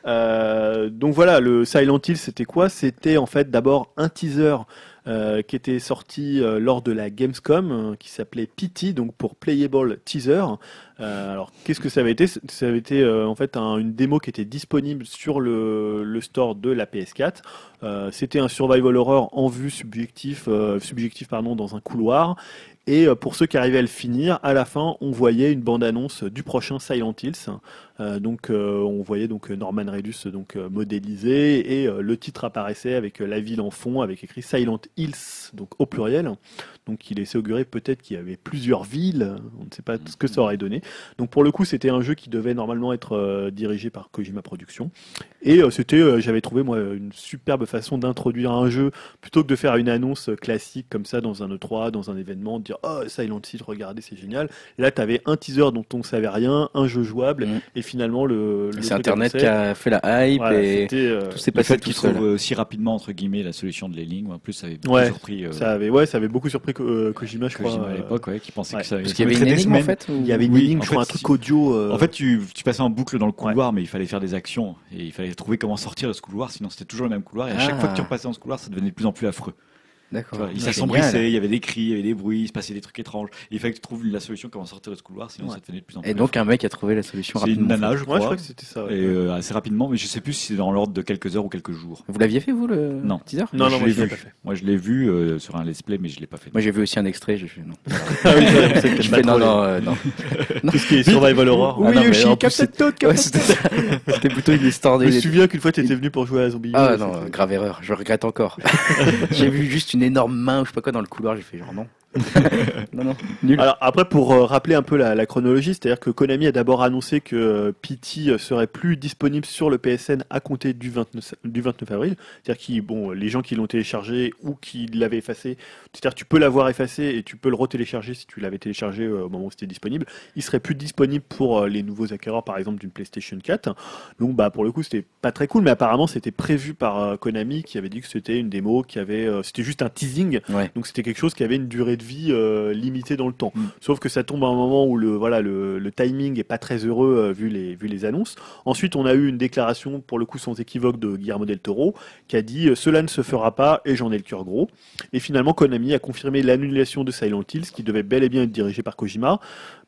Euh, donc voilà, le Silent Hill, c'était quoi? C'était en fait d'abord un teaser euh, qui était sorti euh, lors de la Gamescom, euh, qui s'appelait P T, donc pour Playable Teaser. Euh, alors qu'est-ce que ça avait été? Ça avait été euh, en fait un- une démo qui était disponible sur le, le store de la P S quatre. Euh, c'était un survival horror en vue subjectif, euh, subjectif pardon, dans un couloir. Et euh, pour ceux qui arrivaient à le finir, à la fin, on voyait une bande-annonce du prochain Silent Hills. Euh, donc, euh, on voyait donc Norman Reedus donc euh, modélisé et euh, le titre apparaissait avec euh, la ville en fond, avec écrit Silent Hills, donc au pluriel. Donc, il laissait augurer peut-être qu'il y avait plusieurs villes. On ne sait pas ce que ça aurait donné. Donc, pour le coup, c'était un jeu qui devait normalement être euh, dirigé par Kojima Productions. Et euh, c'était, euh, j'avais trouvé moi une superbe façon d'introduire un jeu plutôt que de faire une annonce classique comme ça dans un E trois, dans un événement, de dire oh Silent Hill, regardez, c'est génial. Et là, tu avais un teaser dont on ne savait rien, un jeu jouable, Mm. et finalement le. le C'est truc Internet annonçait. qui a fait la hype Voilà, et c'était, euh, tout s'est Le passé fait tout qu'ils seul. trouvent euh, si rapidement, entre guillemets, la solution de l'énigme, en plus, ça avait beaucoup Ouais, surpris euh, ça avait, ouais, ça avait beaucoup surpris Ko- euh, Kojima, je crois. Kojima à euh, l'époque, ouais, qui pensait ouais. que ça Parce ça qu'il y avait une mettrait des énigme en semaines. fait ou- Il y avait une Oui, énigme, en je crois, fait, un truc si- audio. euh, En fait, tu, tu passais en boucle dans le couloir, mais il fallait faire des actions et il fallait trouver comment sortir de ce couloir, sinon c'était toujours le même couloir. Et à chaque Ah. fois que tu repassais dans ce couloir, ça devenait de plus en plus affreux. Tu D'accord. vois, il Ouais, s'assombrissait, génial. il y avait des cris, il y avait des bruits, il se passait des trucs étranges. Et il fallait que tu trouves la solution comment sortir de ce couloir, sinon Ouais. ça devenait de plus en plus Et donc un mec a trouvé la solution affreux. C'est une rapidement. nana, je Ouais, crois, je crois que c'était ça. ouais. et euh, assez rapidement, mais je sais plus si c'est dans l'ordre de quelques heures ou quelques jours. Vous l'aviez fait vous le Non. teaser? Non, non, je moi, l'ai je l'ai vu. pas fait. Moi, je l'ai vu euh, sur un let's play, mais je l'ai pas fait. Moi j'ai vu aussi un extrait, j'ai fait non. Ah oui, c'est pour ça que t'aimes Je pas fais non trop les- non euh, non. Tout ce qui est survival horror. Ah non, mais en plus, Captain c'est- Toad, Ouais, Captain c'était ça. C'était plutôt une histoire Je me de. souviens qu'une fois, tu étais venu pour jouer à Zombie. Ah U, non, c'était- euh, grave erreur, je regrette encore. J'ai vu juste une énorme main ou je sais pas quoi dans le couloir, j'ai fait genre non. non, non, nul. Alors après, pour euh, rappeler un peu la, la chronologie, c'est-à-dire que Konami a d'abord annoncé que euh, P T euh, serait plus disponible sur le P S N à compter du vingt-neuf, du vingt-neuf avril. C'est-à-dire que bon, les gens qui l'ont téléchargé ou qui l'avaient effacé, c'est-à-dire que tu peux l'avoir effacé et tu peux le retélécharger si tu l'avais téléchargé euh, au moment où c'était disponible. Il serait plus disponible pour euh, les nouveaux acquéreurs, par exemple d'une PlayStation quatre. Donc bah pour le coup, c'était pas très cool, mais apparemment c'était prévu par euh, Konami qui avait dit que c'était une démo, qui avait, euh, c'était juste un teasing. Ouais. Donc c'était quelque chose qui avait une durée de vie euh, limitée dans le temps. Mm. Sauf que ça tombe à un moment où le voilà le, le timing est pas très heureux euh, vu les vu les annonces. Ensuite, on a eu une déclaration pour le coup sans équivoque de Guillermo del Toro qui a dit euh, cela ne se fera pas et j'en ai le cœur gros. Et finalement, Konami a confirmé l'annulation de Silent Hills qui devait bel et bien être dirigé par Kojima.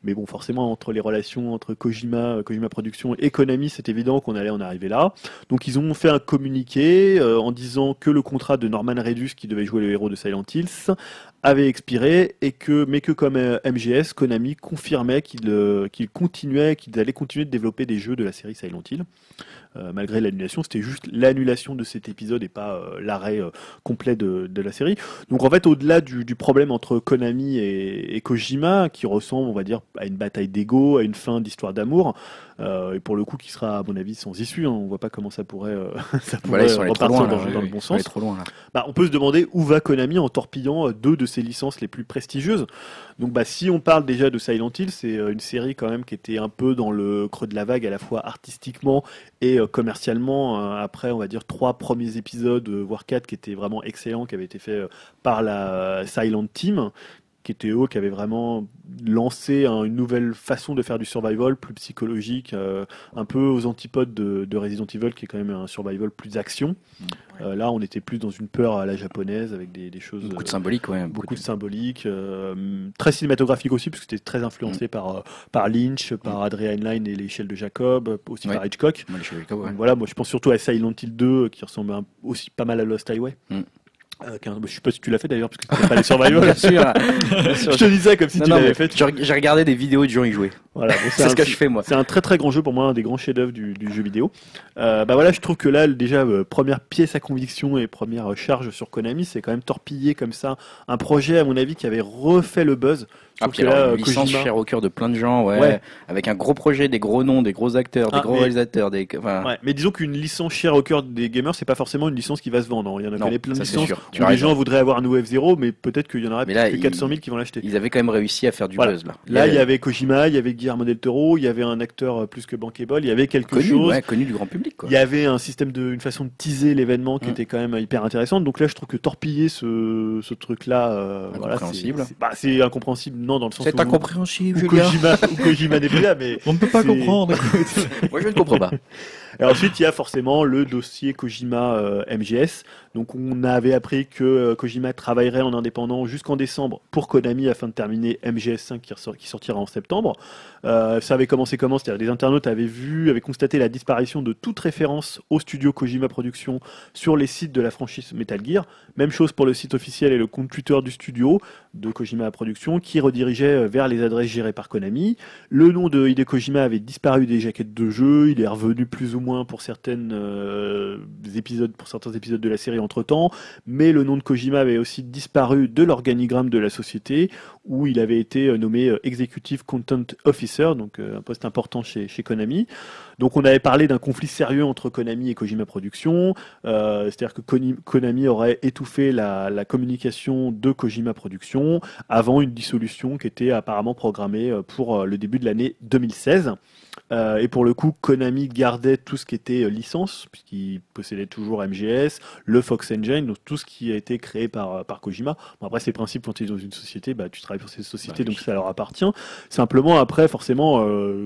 Mais bon, forcément, entre les relations entre Kojima, Kojima Productions et Konami, c'est évident qu'on allait en arriver là. Donc ils ont fait un communiqué euh, en disant que le contrat de Norman Reedus, qui devait jouer le héros de Silent Hills, avait expiré, et que, mais que comme euh, M G S, Konami confirmait qu'il euh, qu'il continuait, qu'ils allaient continuer de développer des jeux de la série Silent Hill. Euh, malgré l'annulation, c'était juste l'annulation de cet épisode et pas euh, l'arrêt euh, complet de, de la série. Donc en fait, au-delà du, du problème entre Konami et, et Kojima, qui ressemble, on va dire, à une bataille d'ego, à une fin d'histoire d'amour, euh, et pour le coup qui sera à mon avis sans issue, hein, on voit pas comment ça pourrait, euh, ça pourrait Voilà, ils sont allés trop repartir loin, dans, là, dans oui, le bon ils sont allés sens. trop loin, là. Bah, on peut se demander où va Konami en torpillant euh, deux de ses licences les plus prestigieuses. Donc bah, si on parle déjà de Silent Hill, c'est euh, une série quand même qui était un peu dans le creux de la vague, à la fois artistiquement et euh, commercialement, euh, après on va dire trois premiers épisodes, euh, voire quatre, qui étaient vraiment excellents, qui avaient été faits euh, par la Silent Team, qui était eux qui avaient vraiment lancé hein, une nouvelle façon de faire du survival, plus psychologique, euh, un peu aux antipodes de, de Resident Evil, qui est quand même un survival plus action. Ouais. Euh, là, on était plus dans une peur à la japonaise, avec des, des choses... Beaucoup de euh, symbolique, ouais. beaucoup de symbolique, euh, très cinématographique aussi, parce que c'était très influencé Mm. par, euh, par Lynch, par Adrian Lyne et l'échelle de Jacob, euh, aussi Ouais. par Hitchcock. Moi, les cheveux, ouais. Donc voilà, moi je pense surtout à Silent Hill deux, euh, qui ressemble un- aussi pas mal à Lost Highway. Mm. Euh, qu'un- je sais pas si tu l'as fait d'ailleurs, parce que tu n'as pas les survival. Bien sûr. Bien sûr. Je te dis ça comme si Non, tu non, l'avais mais fait. J'ai j'ai regardé des vidéos de gens y jouer. Voilà, bon, C'est un- ce que je fais, moi. C'est un très très grand jeu pour moi, un des grands chefs-d'œuvre du, du jeu vidéo. Euh, bah voilà, je trouve que là, déjà, euh, première pièce à conviction et première euh, charge sur Konami, c'est quand même torpiller comme ça un projet, à mon avis, qui avait refait le buzz. Ah, Sauf puis que alors, là, une euh, licence Kojima- chère au cœur de plein de gens, ouais, Ouais. avec un gros projet, des gros noms, des gros acteurs, des Ah, gros mais- réalisateurs, des, enfin, Ouais, mais disons qu'une licence chère au cœur des gamers, c'est pas forcément une licence qui va se vendre, hein. Il y en a Non, connaît plein de ça, c'est licences sûr. Tu où as les raison. gens voudraient avoir un F zéro, mais peut-être qu'il y en aura Mais là, plus que il- quatre cent mille qui vont l'acheter. ils avaient quand même réussi à faire du Voilà. buzz, là. Là, il y avait Kojima, il y avait Guillermo del Toro, il y avait un acteur euh, plus que bankable, il y avait quelque connu, chose. ouais, connu du grand public, quoi. Il y avait un système de, une façon de teaser l'événement qui Mm. était quand même hyper intéressante. Donc là, je trouve que torpiller ce, ce truc-là, euh, voilà, c'est- Incompréhensible. c'est bah, c'est incompréhensible, non, dans le sens C'est où, incompréhensible, où Julien. Kojima, où Kojima n'est plus là, mais On ne peut pas C'est- comprendre. Moi, je ne comprends pas. et ensuite, il y a forcément le dossier Kojima euh, M G S. Donc, on avait appris que euh, Kojima travaillerait en indépendant jusqu'en décembre pour Konami afin de terminer M G S cinq qui, ressort- qui sortira en septembre. Euh, ça avait commencé comment? C'est-à-dire, les internautes avaient vu, avaient constaté la disparition de toute référence au studio Kojima Productions sur les sites de la franchise Metal Gear. Même chose pour le site officiel et le compte Twitter du studio de Kojima Productions qui redirigeait vers les adresses gérées par Konami. Le nom de Hideo Kojima avait disparu des jaquettes de jeu, il est revenu plus ou moins pour certaines euh, épisodes, pour certains épisodes de la série entre temps, mais le nom de Kojima avait aussi disparu de l'organigramme de la société où il avait été euh, nommé euh, Executive Content Officer, donc euh, un poste important chez, chez Konami. Donc on avait parlé d'un conflit sérieux entre Konami et Kojima Productions, euh, c'est-à-dire que Koni- Konami aurait étouffé la, la communication de Kojima Productions avant une dissolution qui était apparemment programmée euh, pour euh, le début de l'année deux mille seize. Euh, et pour le coup, Konami gardait tout ce qui était euh, licence, puisqu'il possédait toujours M G S, le Fox Engine, donc tout ce qui a été créé par, euh, par Kojima. Bon, après, c'est le principe, quand tu es dans une société, bah, tu travailles pour cette société, Bah, donc oui. ça leur appartient. Simplement, après, forcément, euh,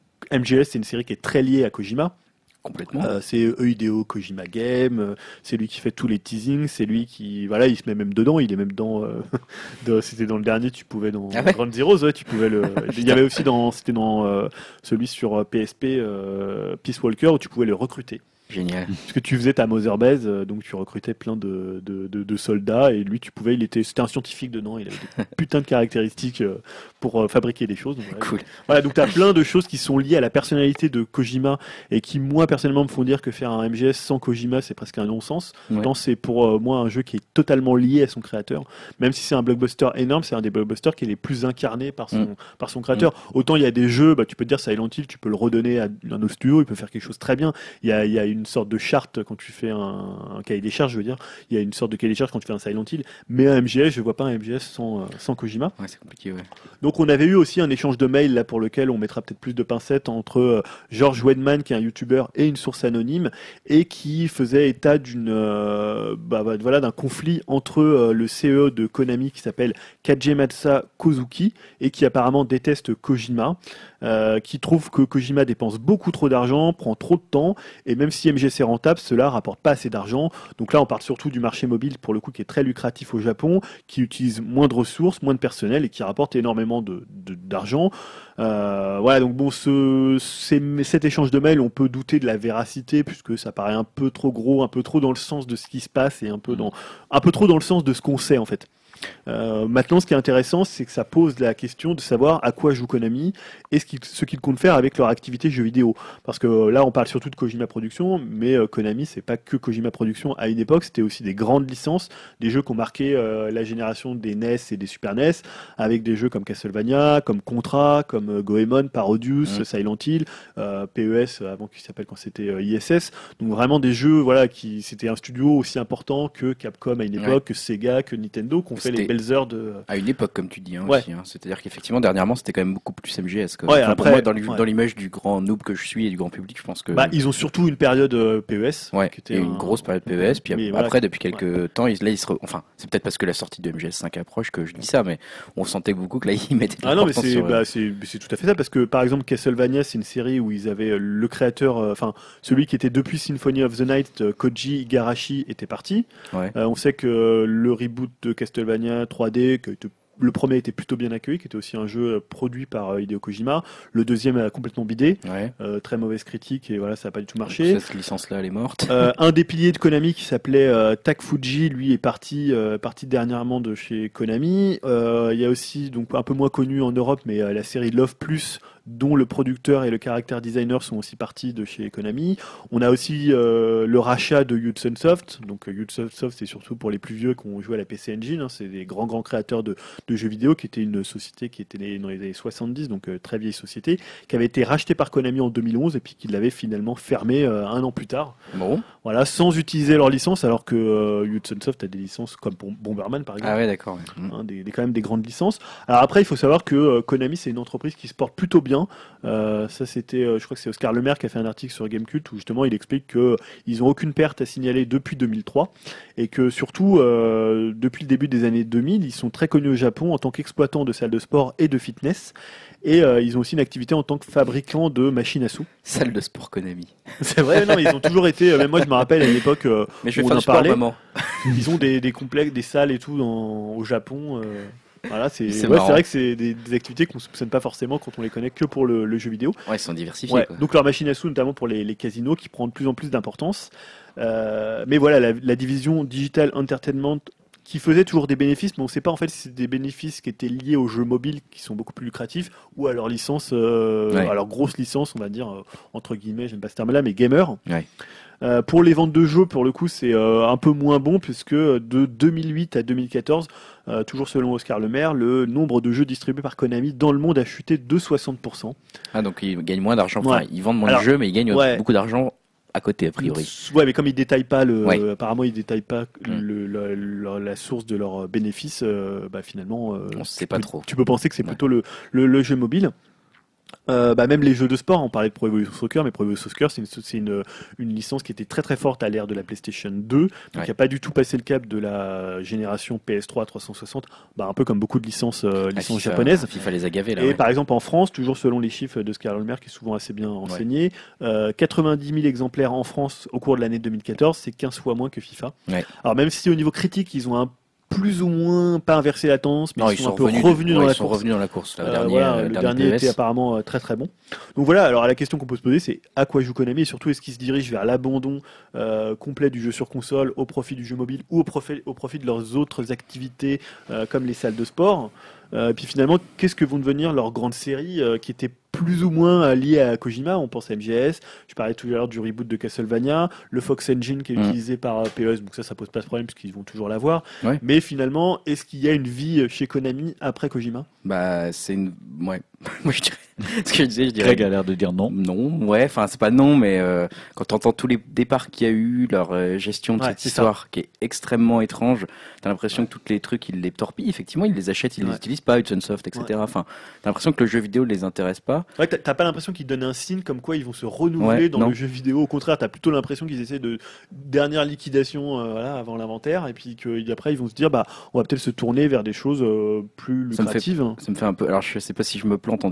M G S, c'est une série qui est très liée à Kojima. Complètement. Euh, c'est Eudeo Kojima Game, euh, c'est lui qui fait tous les teasings, c'est lui qui, voilà, il se met même dedans, il est même dans, euh, dans- c'était dans le dernier, tu pouvais dans Ah ouais Ground Zeroes, ouais, tu pouvais le, il y avait aussi dans, c'était dans euh, celui sur euh, P S P, euh, Peace Walker, où tu pouvais le recruter. Génial. Parce que tu faisais ta Mother Base, euh, donc tu recrutais plein de, de, de, de soldats, et lui, tu pouvais, il était, c'était un scientifique dedans, il avait des putains de caractéristiques euh, pour euh, fabriquer des choses. Donc, voilà. Cool. Voilà, donc tu as plein de choses qui sont liées à la personnalité de Kojima et qui, moi, personnellement, me font dire que faire un M G S sans Kojima, c'est presque un non-sens. Ouais. Tant c'est pour euh, moi un jeu qui est totalement lié à son créateur. Même si c'est un blockbuster énorme, c'est un des blockbusters qui est les plus incarnés par son, Mm. par son créateur. Autant il y a des jeux, bah, tu peux te dire Silent Hill, tu peux le redonner à un autre studio, il peut faire quelque chose très bien. Il y a, il y a une sorte de charte quand tu fais un, un cahier des charges, je veux dire. Il y a une sorte de cahier des charges quand tu fais un Silent Hill. Mais un M G S, je vois pas un M G S sans, euh, sans Kojima. Ouais, c'est compliqué, ouais. Donc on avait eu aussi un échange de mails là pour lequel on mettra peut-être plus de pincettes entre euh, George Wedman qui est un youtubeur et une source anonyme et qui faisait état d'une euh, bah, bah, voilà d'un conflit entre euh, le C E O de Konami qui s'appelle Kagemasa Kozuki et qui apparemment déteste Kojima, euh, qui trouve que Kojima dépense beaucoup trop d'argent, prend trop de temps et même si M G S est rentable, cela rapporte pas assez d'argent. Donc là, on parle surtout du marché mobile, pour le coup, qui est très lucratif au Japon, qui utilise moins de ressources, moins de personnel et qui rapporte énormément de, de- d'argent. Euh, voilà, donc bon, ce, ces- cet échange de mails, on peut douter de la véracité puisque ça paraît un peu trop gros, un peu trop dans le sens de ce qui se passe et un peu dans, un peu trop dans le sens de ce qu'on sait en fait. Euh, maintenant, ce qui est intéressant, c'est que ça pose la question de savoir à quoi joue Konami et ce qu'ils ce qu'ils comptent faire avec leur activité jeux vidéo. Parce que euh, là, on parle surtout de Kojima Productions, mais euh, Konami, c'est pas que Kojima Productions. À une époque, c'était aussi des grandes licences, des jeux qui ont marqué euh, la génération des N E S et des Super N E S, avec des jeux comme Castlevania, comme Contra, comme euh, Goemon, Parodius, Mm. Silent Hill, euh, P E S euh, avant qu'il s'appelle quand c'était euh, I S S. Donc vraiment des jeux, voilà, qui c'était un studio aussi important que Capcom à une époque, Ouais. que Sega, que Nintendo, qu'on fait les C'était- belles heures de. À une époque, comme tu dis, hein, Ouais. aussi. Hein. C'est-à-dire qu'effectivement, dernièrement, c'était quand même beaucoup plus M G S. Quoi. Ouais, Enfin, pour après, moi, dans l'im- ouais. dans l'image du grand noob que je suis et du grand public, je pense que. Bah, ils ont surtout une période euh, P E S. Ouais, qui il y a eu un- une grosse période P E S, puis Mais ap- voilà. après, depuis quelques temps, ils, là, ils se re- enfin, c'est peut-être parce que la sortie de M G S cinq approche que je dis ça, mais on sentait beaucoup que là, ils mettaient de Ah non, mais l'importance c'est sur, euh, bah, c'est c'est tout à fait ça parce que par exemple Castlevania, c'est une série où ils avaient euh, le créateur, euh, enfin celui qui était depuis Symphony of the Night, euh, Koji Igarashi, était parti. Ouais. Euh, on sait que euh, le reboot de Castlevania trois D, que te- le premier était plutôt bien accueilli, qui était aussi un jeu euh, produit par euh, Hideo Kojima. Le deuxième a complètement bidé, Ouais. euh, très mauvaise critique et voilà, ça n'a pas du tout marché. Cette licence-là, elle est morte. Euh, un des piliers de Konami qui s'appelait euh, Tak Fuji, lui est parti, euh, parti dernièrement de chez Konami. Euh, Il y a aussi, donc un peu moins connu en Europe, mais euh, la série Love Plus, dont le producteur et le character designer sont aussi partis de chez Konami. On a aussi euh, le rachat de Hudson Soft. Donc euh, Hudson Soft, c'est surtout pour les plus vieux qui ont joué à la P C Engine. Hein. C'est des grands grands créateurs de, de jeux vidéo, qui était une société qui était née dans les années soixante-dix, donc euh, très vieille société, qui avait été rachetée par Konami en deux mille onze et puis qui l'avait finalement fermée euh, un an plus tard. Bon. Voilà, sans utiliser leur licence, alors que euh, Hudson Soft a des licences comme Bom- Bomberman par exemple. Ah ouais, d'accord. ouais. Mm. Hein, des, des- quand même des grandes licences. Alors après, il faut savoir que euh, Konami, c'est une entreprise qui se porte plutôt bien. Euh, ça, c'était, euh, je crois que c'est Oscar Lemaire qui a fait un article sur Gamecult où justement il explique que ils n'ont aucune perte à signaler depuis deux mille trois et que surtout euh, depuis le début des années deux mille, ils sont très connus au Japon en tant qu'exploitants de salles de sport et de fitness. Et euh, ils ont aussi une activité en tant que fabricant de machines à sous. Salle de sport Konami. C'est vrai, non, ils ont toujours été. euh, Même moi, je me rappelle à l'époque euh, Mais je vais où on faire en du sport, parlait. maman. Ils ont des, des complexes, des salles et tout dans, au Japon. euh, voilà, c'est C'est ouais, marrant. c'est vrai que c'est des, des activités qu'on soupçonne pas forcément quand on les connaît que pour le, le jeu vidéo. Ouais, ils sont diversifiés. Ouais, Quoi. donc leur machine à sous, notamment pour les, les casinos, qui prend de plus en plus d'importance. Euh, mais voilà, la, la division Digital Entertainment qui faisait toujours des bénéfices, mais on ne sait pas en fait si c'est des bénéfices qui étaient liés aux jeux mobiles qui sont beaucoup plus lucratifs ou à leur licence, euh, Ouais. à leur grosse licence, on va dire, euh, entre guillemets, j'aime pas ce terme-là, mais gamer. Ouais. Euh, pour les ventes de jeux, pour le coup, c'est euh, un peu moins bon puisque de deux mille huit à deux mille quatorze, euh, toujours selon Oscar Lemaire, le nombre de jeux distribués par Konami dans le monde a chuté de soixante pour cent. Ah, donc ils gagnent moins d'argent. Enfin, Ouais. ils vendent moins Alors, de jeux, mais ils gagnent ouais. beaucoup d'argent à côté, a priori. Ouais, mais comme ils détaillent pas le, Ouais. apparemment ils détaillent pas Mm. le, le- le- la source de leurs bénéfices, euh, bah finalement, euh, On sait tu pas peux- trop. Tu peux penser que c'est Ouais. plutôt le, le, le jeu mobile. Euh, bah même les jeux de sport, on parlait de Pro Evolution Soccer, mais Pro Evolution Soccer, c'est une, c'est une, une licence qui était très très forte à l'ère de la PlayStation deux, donc Ouais. qui n'a pas du tout passé le cap de la génération P S trois trois cent soixante, bah, un peu comme beaucoup de licences, euh, Ah, licences FIFA, japonaises. FIFA les a gavés, là. Et ouais. par exemple en France, toujours selon les chiffres de Scarlett Lemaire, qui est souvent assez bien renseigné, euh, quatre-vingt-dix mille exemplaires en France au cours de l'année deux mille quatorze, c'est quinze fois moins que FIFA. Ouais. Alors même si au niveau critique, ils ont un plus ou moins pas inversé la tendance, mais Non, ils, sont, un peu revenus, ouais, dans ils la sont course. revenus dans la course. là, Euh, dernier, voilà, euh, le dernier dernier P E S. était apparemment euh, très très bon. Donc voilà, alors la question qu'on peut se poser, c'est à quoi joue Konami et surtout est-ce qu'ils se dirigent vers l'abandon euh, complet du jeu sur console au profit du jeu mobile ou au profit, au profit de leurs autres activités euh, comme les salles de sport. Euh, et puis finalement, qu'est-ce que vont devenir leurs grandes séries euh, qui étaient plus ou moins euh, liées à Kojima? On pense à M G S, je parlais tout à l'heure du reboot de Castlevania, le Fox Engine qui est Mm. utilisé par euh, P E S, donc ça, ça pose pas de problème puisqu'ils vont toujours l'avoir. Ouais. Mais finalement, est-ce qu'il y a une vie chez Konami après Kojima? Bah, c'est une. Ouais. Moi, je dirais. Ce que je disais, je dirais. Greg a l'air de dire non. Non, ouais, enfin, c'est pas non, mais euh, quand t'entends tous les départs qu'il y a eu, leur euh, gestion de Ouais, cette c'est ça. histoire qui est extrêmement étrange, t'as l'impression que tous les trucs, ils les torpillent. Effectivement, ils les achètent, ils Ouais. les utilisent pas, Hudson Soft, et cetera. Enfin, t'as l'impression que le jeu vidéo les intéresse pas. Ouais, t'as- t'as pas l'impression qu'ils donnent un signe comme quoi ils vont se renouveler Ouais, dans non. le jeu vidéo. Au contraire, t'as plutôt l'impression qu'ils essaient de dernière liquidation euh, voilà, avant l'inventaire et puis qu'après ils vont se dire bah on va peut-être se tourner vers des choses euh, plus Ça me fait- lucratives. Ça me fait un peu. Alors, je sais pas si je me plante en disant ça, mais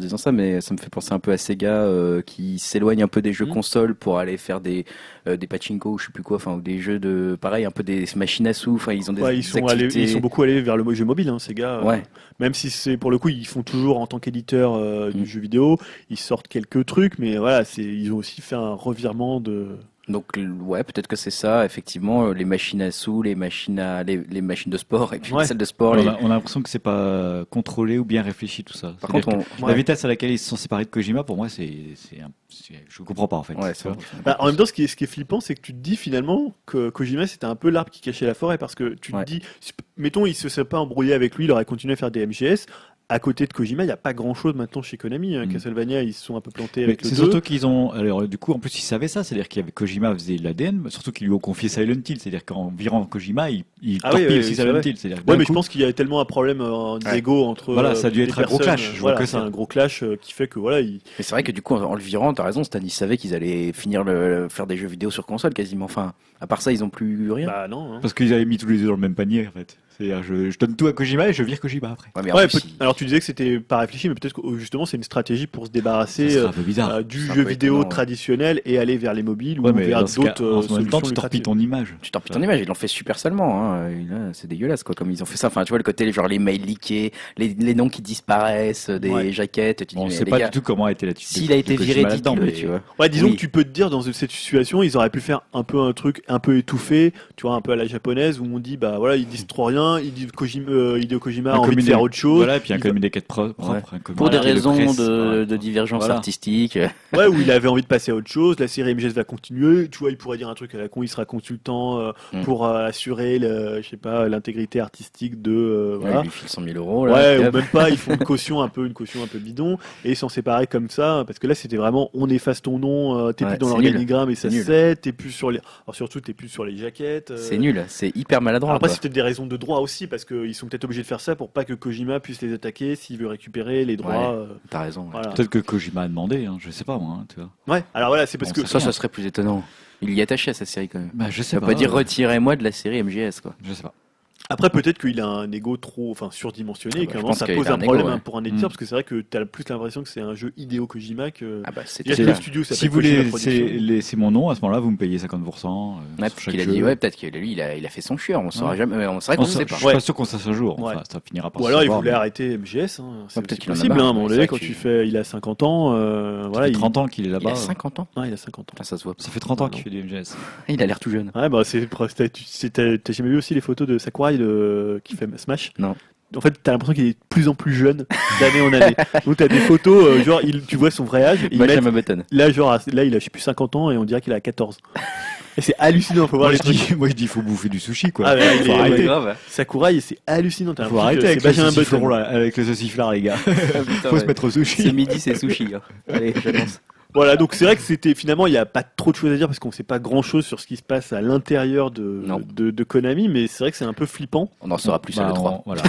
mais ça me fait penser un peu à Sega euh, qui s'éloigne un peu des jeux Mmh. consoles pour aller faire des euh, des pachinko, je sais plus quoi, enfin ou des jeux de pareil, un peu des machines à sous. Enfin, ils ont des, Ouais, ils des sont allés, activités. ils sont beaucoup allés vers le jeu mobile, hein, ces gars. euh, Ouais. Même si c'est pour le coup, ils font toujours en tant qu'éditeur euh, du Mm. jeu vidéo, ils sortent quelques trucs, mais voilà, c'est, ils ont aussi fait un revirement de. Donc l- ouais, peut-être que c'est ça, effectivement, euh, les machines à sous, les machines à les, les machines de sport et puis Ouais. les salles de sport. On les- a, on a l'impression que c'est pas contrôlé ou bien réfléchi tout ça. Par C'est-à-dire contre, que on... la Ouais. vitesse à laquelle ils se sont séparés de Kojima, pour moi, c'est, c'est, un- c'est- je comprends pas en fait. ouais, Tu c'est vois. vrai. Bah, en même temps, ce qui est, ce qui est flippant, c'est que tu te dis finalement que Kojima c'était un peu l'arbre qui cachait la forêt parce que tu te Ouais. dis, si- mettons, il se serait pas embrouillé avec lui, il aurait continué à faire des M G S. À côté de Kojima, il n'y a pas grand chose maintenant chez Konami. hein. Mm. Castlevania, ils se sont un peu plantés Mais avec le c'est deux. surtout qu'ils ont. Alors, du coup, en plus, ils savaient ça, c'est-à-dire qu'il y avait Kojima faisait l'A D N, mais surtout qu'ils lui ont confié Silent Hill, c'est-à-dire qu'en virant Kojima, il, il Ah torpille oui, oui, aussi oui, c'est Silent vrai. Hill. C'est-à-dire que Ouais, d'un mais je coup- pense qu'il y avait tellement un problème euh, Ouais. d'ego entre. Voilà, ça a dû euh, être des un gros personnes. clash, je vois Voilà, que c'est ça. un gros clash euh, qui fait que voilà, il... Mais c'est vrai que du coup, en, en le virant, t'as raison, Stan, ils savaient qu'ils allaient finir le, faire des jeux vidéo sur console quasiment. Enfin, à part ça, ils ont plus rien. bah non. hein. Parce qu'ils avaient mis tous les deux dans le même panier, en fait. C'est-à-dire, je, je donne tout à Kojima et je vire Kojima après. Ouais, mais en Ouais, plus, peut- ils- alors tu disais que c'était pas réfléchi, mais peut-être que oh, justement c'est une stratégie pour se Ça débarrasser serait euh, un peu bizarre. euh, du C'est un jeu peu vidéo étonnant, ouais. traditionnel et aller vers les mobiles Ouais, ou mais vers dans ce cas, d'autres euh, en même temps, solutions tu torpilles lucratives. ton image. Tu torpilles ton image, ils l'ont fait super salement. Hein. Et là, c'est dégueulasse quoi, comme ils ont fait ça. Enfin, tu vois le côté genre les mails leakés, les, les noms qui disparaissent, des Ouais. jaquettes. Tu te dis, On mais sait les pas gars, du tout comment a été l'attitude. s'il de- a de été Kojima viré, là-dedans, dites-le, mais- tu vois. Ouais, disons Oui. que tu peux te dire dans cette situation, ils auraient pu faire un peu un truc un peu étouffé, tu vois, un peu à la japonaise où on dit bah voilà, ils disent trop rien, ils disent Kojima, euh, Hideo Kojima a Un envie de communiqué- faire autre chose. Voilà, et puis un Il- communiqué de pro- propre. Ouais. un communiqué Pour des de raisons presse, de, voilà. de divergence Voilà. artistique. Ouais, où il avait envie de passer à autre chose. La série M G S va continuer. Tu vois, il pourrait dire un truc à la con. Il sera consultant euh, Mm. pour euh, assurer, le, je sais pas, l'intégrité artistique de. euh, Ouais, voilà. il lui file cent mille euros. Là, Ouais, puis ou hop. même pas. Ils font une caution un peu, une caution un peu bidon, et ils s'en séparer comme ça, parce que là, c'était vraiment, on efface ton nom. euh, t'es Ouais, plus dans c'est l'organigramme et ça C'est nul. se sait. T'es plus sur les. Alors surtout, t'es plus sur les jaquettes. euh. C'est nul, c'est hyper maladroit. Alors après, quoi. c'est peut-être des raisons de droit aussi, parce qu'ils sont peut-être obligés de faire ça pour pas que Kojima puisse les attaquer s'il veut récupérer les droits. Ouais. euh, T'as raison. ouais. voilà. Peut-être que Kojima a demandé, hein, je sais pas moi, hein, tu vois. Ouais. Alors voilà, c'est parce Bon, que. ça, Ça, ça serait plus étonnant. Il y est attaché à sa série quand même. Bah, je sais Ça veut pas. pas dire euh, retirez-moi de la série M G S quoi. Je sais pas. Après, peut-être qu'il a un ego trop, enfin, surdimensionné, Ah et bah, qu'à un je moment, pense ça qu'il pose a un un ego, problème ouais. hein, pour un éditeur, Mm. parce que c'est vrai que t'as plus l'impression que c'est un jeu Hideo Kojima que. Ah bah c'est Déjà que clair. le studio s'appelle Si vous Kojima voulez Productions. laisser, laisser mon nom, à ce moment-là, vous me payez cinquante pour cent. euh, Ouais, sur parce chaque qu'il a jeu. dit ouais peut-être que lui il a, il a fait son chieur, on saura Ouais. jamais, on serait On qu'on sa- sait je pas. suis Ouais. pas sûr qu'on sache un jour. Ouais. Enfin, ça finira par Ou se alors il savoir, voulait mais arrêter M G S, hein. c'est peut-être c'est qu'il en a possible, marre, hein, à un ouais, moment c'est donné, vrai quand qu'il- tu fais, il a cinquante ans, euh, Ça voilà, fait il... trente ans qu'il est Il là-bas. a cinquante ans. Ouais, il a cinquante ans. Putain, ça se voit. Ça fait trente ans Ah, qu'il fait du M G S. Il a l'air tout jeune. Ouais, bah c'est, t'as, tu- c'est- t'as t'as jamais vu aussi les photos de Sakurai de, qui fait Smash? Non. En fait, t'as l'impression qu'il est de plus en plus jeune d'année en année. Donc t'as des photos, euh, genre, il, tu vois son vrai âge, ils mettent- Benjamin Button. là, genre, là, il a, je sais plus, cinquante ans et on dirait qu'il a quatorze. Et c'est hallucinant, faut voir Moi, les je trucs. dis, moi, je dis, faut bouffer du sushi, quoi. Ah, ouais, il faut est- arrêter. grave. Sakurai, c'est hallucinant. T'as Faut l'impression arrêter que avec c'est le Benjamin sauciflard, Button. là, avec le sauciflard, les gars. Faut se mettre au C'est sushi. midi, c'est sushi. hein. Allez, j'annonce. Voilà, donc c'est vrai que c'était finalement, il n'y a pas trop de choses à dire parce qu'on sait pas grand chose sur ce qui se passe à l'intérieur de, Non. de, de Konami, mais c'est vrai que c'est un peu flippant. On en saura plus Bah, à l'E trois. on- Voilà.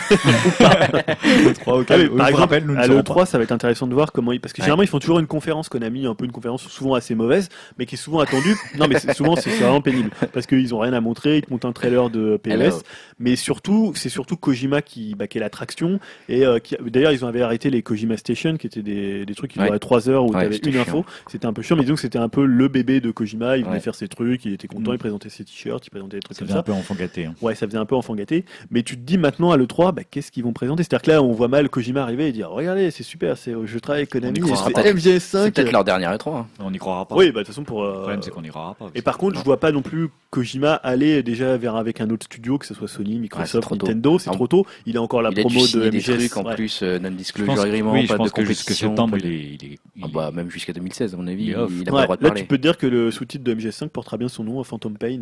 Le trois, Ah, auquel, mais je par vous exemple, rappelle, nous ne à saurons l'E trois, ça va être intéressant de voir comment ils, parce que Ouais. généralement ils font toujours une conférence Konami, un peu une conférence souvent assez mauvaise, mais qui est souvent attendue. Non, mais c'est- souvent c'est c'est vraiment pénible parce qu'ils ont rien à montrer, ils te montent un trailer de P E S, Alors. mais surtout c'est surtout Kojima qui, bah, qui est l'attraction et euh, qui, d'ailleurs ils avaient arrêté les Kojima Station qui étaient des, des trucs qui Ouais. duraient trois heures où Ouais, t'avais c'était une chiant. info. C'était un peu chiant, mais disons que c'était un peu le bébé de Kojima. Il venait Ouais. faire ses trucs, il était content, Mm. il présentait ses t-shirts, il présentait des trucs Ça comme devient ça. un peu enfant gâté. hein. Ouais, ça faisait un peu enfant gâté. Mais tu te dis maintenant à l'E trois, bah, qu'est-ce qu'ils vont présenter? C'est-à-dire que là, on voit mal Kojima arriver et dire regardez, c'est super, c'est, je travaille avec Konami, On y et croira c'est pas. M G S C'est cinq. peut-être leur dernière E trois. hein. On n'y croira pas. Oui, bah, de toute façon, pour. Le euh, problème, c'est qu'on n'y croira pas. Et par contre, je vois pas non plus Kojima aller déjà vers avec un autre studio, que ce soit Sony, Ouais, Microsoft, c'est trop tôt. Nintendo, c'est Ah, trop tôt. Il a encore la Il a dû promo de signer des M G S. trucs en ouais. plus, euh, Je non-disclosure pense, agreement, oui, je pas de pense que jusque compétition. septembre, pas il de- est, il est, il Ah est- bah, même jusqu'à deux mille seize, à mon avis, Il est off. il a pas Ouais, le droit de là, parler. tu peux te dire que le sous-titre de M G S cinq portera bien son nom, Phantom Pain.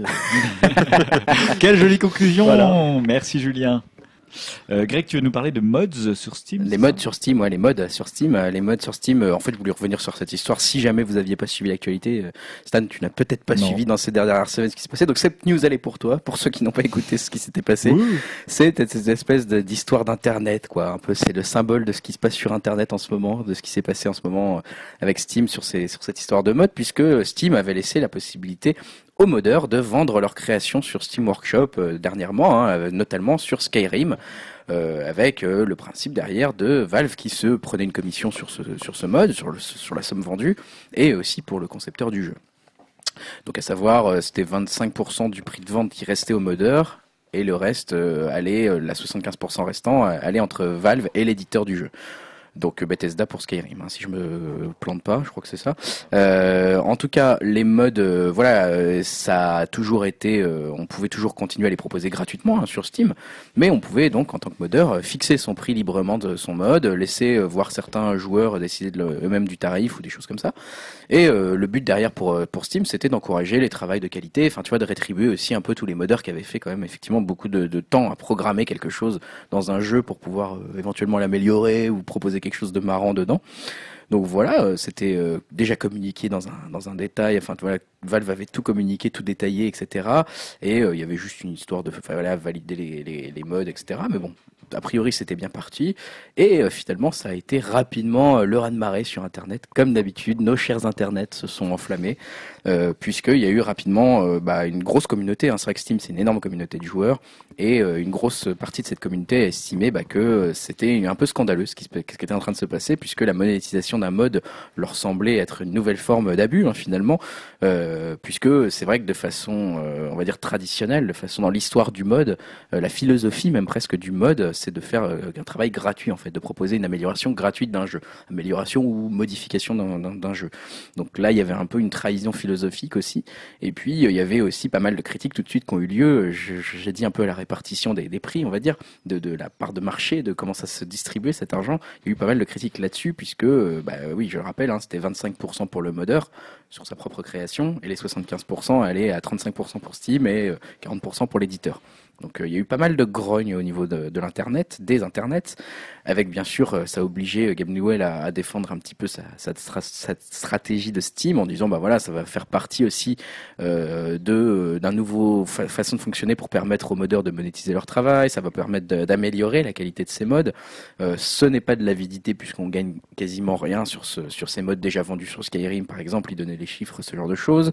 Quelle jolie conclusion. Voilà. Merci Julien. Euh, Greg, tu veux nous parler de mods sur Steam? Les c'est mods ça sur Steam, ouais, les mods sur Steam, euh, les mods sur Steam. euh, En fait, je voulais revenir sur cette histoire. Si jamais vous aviez pas suivi l'actualité, euh, Stan, tu n'as peut-être pas Non. suivi dans ces dernières semaines ce qui s'est passé. Donc cette news, elle est pour toi. Pour ceux qui n'ont pas écouté ce qui s'était passé, Oui. c'est cette espèce de- d'histoire d'internet, quoi. Un peu, c'est le symbole de ce qui se passe sur Internet en ce moment, de ce qui s'est passé en ce moment euh, avec Steam sur ces, sur cette histoire de mods, puisque Steam avait laissé la possibilité aux modeurs de vendre leurs créations sur Steam Workshop euh, dernièrement, hein, notamment sur Skyrim, euh, avec euh, le principe derrière de Valve qui se prenait une commission sur ce, sur ce mode, sur, le, sur la somme vendue, et aussi pour le concepteur du jeu. Donc à savoir, euh, c'était vingt-cinq pour cent du prix de vente qui restait aux modeurs, et le reste euh, allait, euh, la soixante-quinze pour cent restant, euh, allait entre Valve et l'éditeur du jeu. Donc Bethesda pour Skyrim, hein, si je me plante pas, je crois que c'est ça. Euh, en tout cas, les modes, euh, voilà, euh, ça a toujours été, euh, on pouvait toujours continuer à les proposer gratuitement hein, sur Steam, mais on pouvait donc en tant que modeur euh, fixer son prix librement de son mode, laisser euh, voir certains joueurs décider de le, eux-mêmes du tarif ou des choses comme ça. Et euh, le but derrière pour pour Steam, c'était d'encourager les travails de qualité, enfin tu vois, de rétribuer aussi un peu tous les modeurs qui avaient fait quand même effectivement beaucoup de, de temps à programmer quelque chose dans un jeu pour pouvoir euh, éventuellement l'améliorer ou proposer quelque chose de marrant dedans. Donc voilà, euh, c'était euh, déjà communiqué dans un dans un détail. Enfin voilà, Valve avait tout communiqué, tout détaillé, et cetera. Et euh, il y avait juste une histoire de enfin, voilà valider les, les les modes, et cetera. Mais bon, a priori c'était bien parti. Et euh, finalement, ça a été rapidement euh, le raz-de-marée sur Internet, comme d'habitude. Nos chers Internet se sont enflammés euh, puisqu'il y a eu rapidement euh, bah, une grosse communauté. Hein. C'est vrai que Steam, c'est une énorme communauté de joueurs. Et euh, une grosse partie de cette communauté a estimé bah, que c'était un peu scandaleux ce qui, ce qui était en train de se passer, puisque la monétisation d'un mode leur semblait être une nouvelle forme d'abus hein, finalement, euh, puisque c'est vrai que de façon, euh, on va dire traditionnelle, de façon dans l'histoire du mode, euh, la philosophie même presque du mode, c'est de faire euh, un travail gratuit en fait, de proposer une amélioration gratuite d'un jeu, amélioration ou modification d'un, d'un, d'un jeu. Donc là, il y avait un peu une trahison philosophique aussi, et puis il y avait aussi pas mal de critiques tout de suite qui ont eu lieu. Je, j'ai dit un peu à la répartition des, des prix, on va dire, de, de la part de marché, de comment ça se distribuait cet argent. Il y a eu pas mal de critiques là-dessus, puisque, bah oui, je le rappelle, hein, c'était vingt-cinq pour cent pour le modeur sur sa propre création, et les soixante-quinze pour cent allaient à trente-cinq pour cent pour Steam et quarante pour cent pour l'éditeur. Donc euh, il y a eu pas mal de grogne au niveau de, de l'internet, des internets, avec bien sûr euh, ça a obligé euh, Gabe Newell à, à défendre un petit peu sa, sa, sa stratégie de Steam en disant bah voilà ça va faire partie aussi euh, de d'un nouveau fa- façon de fonctionner pour permettre aux modeurs de monétiser leur travail, ça va permettre de, d'améliorer la qualité de ces modes. Euh, ce n'est pas de l'avidité puisqu'on gagne quasiment rien sur ce sur ces modes déjà vendus sur Skyrim par exemple, ils donnaient les chiffres, ce genre de choses.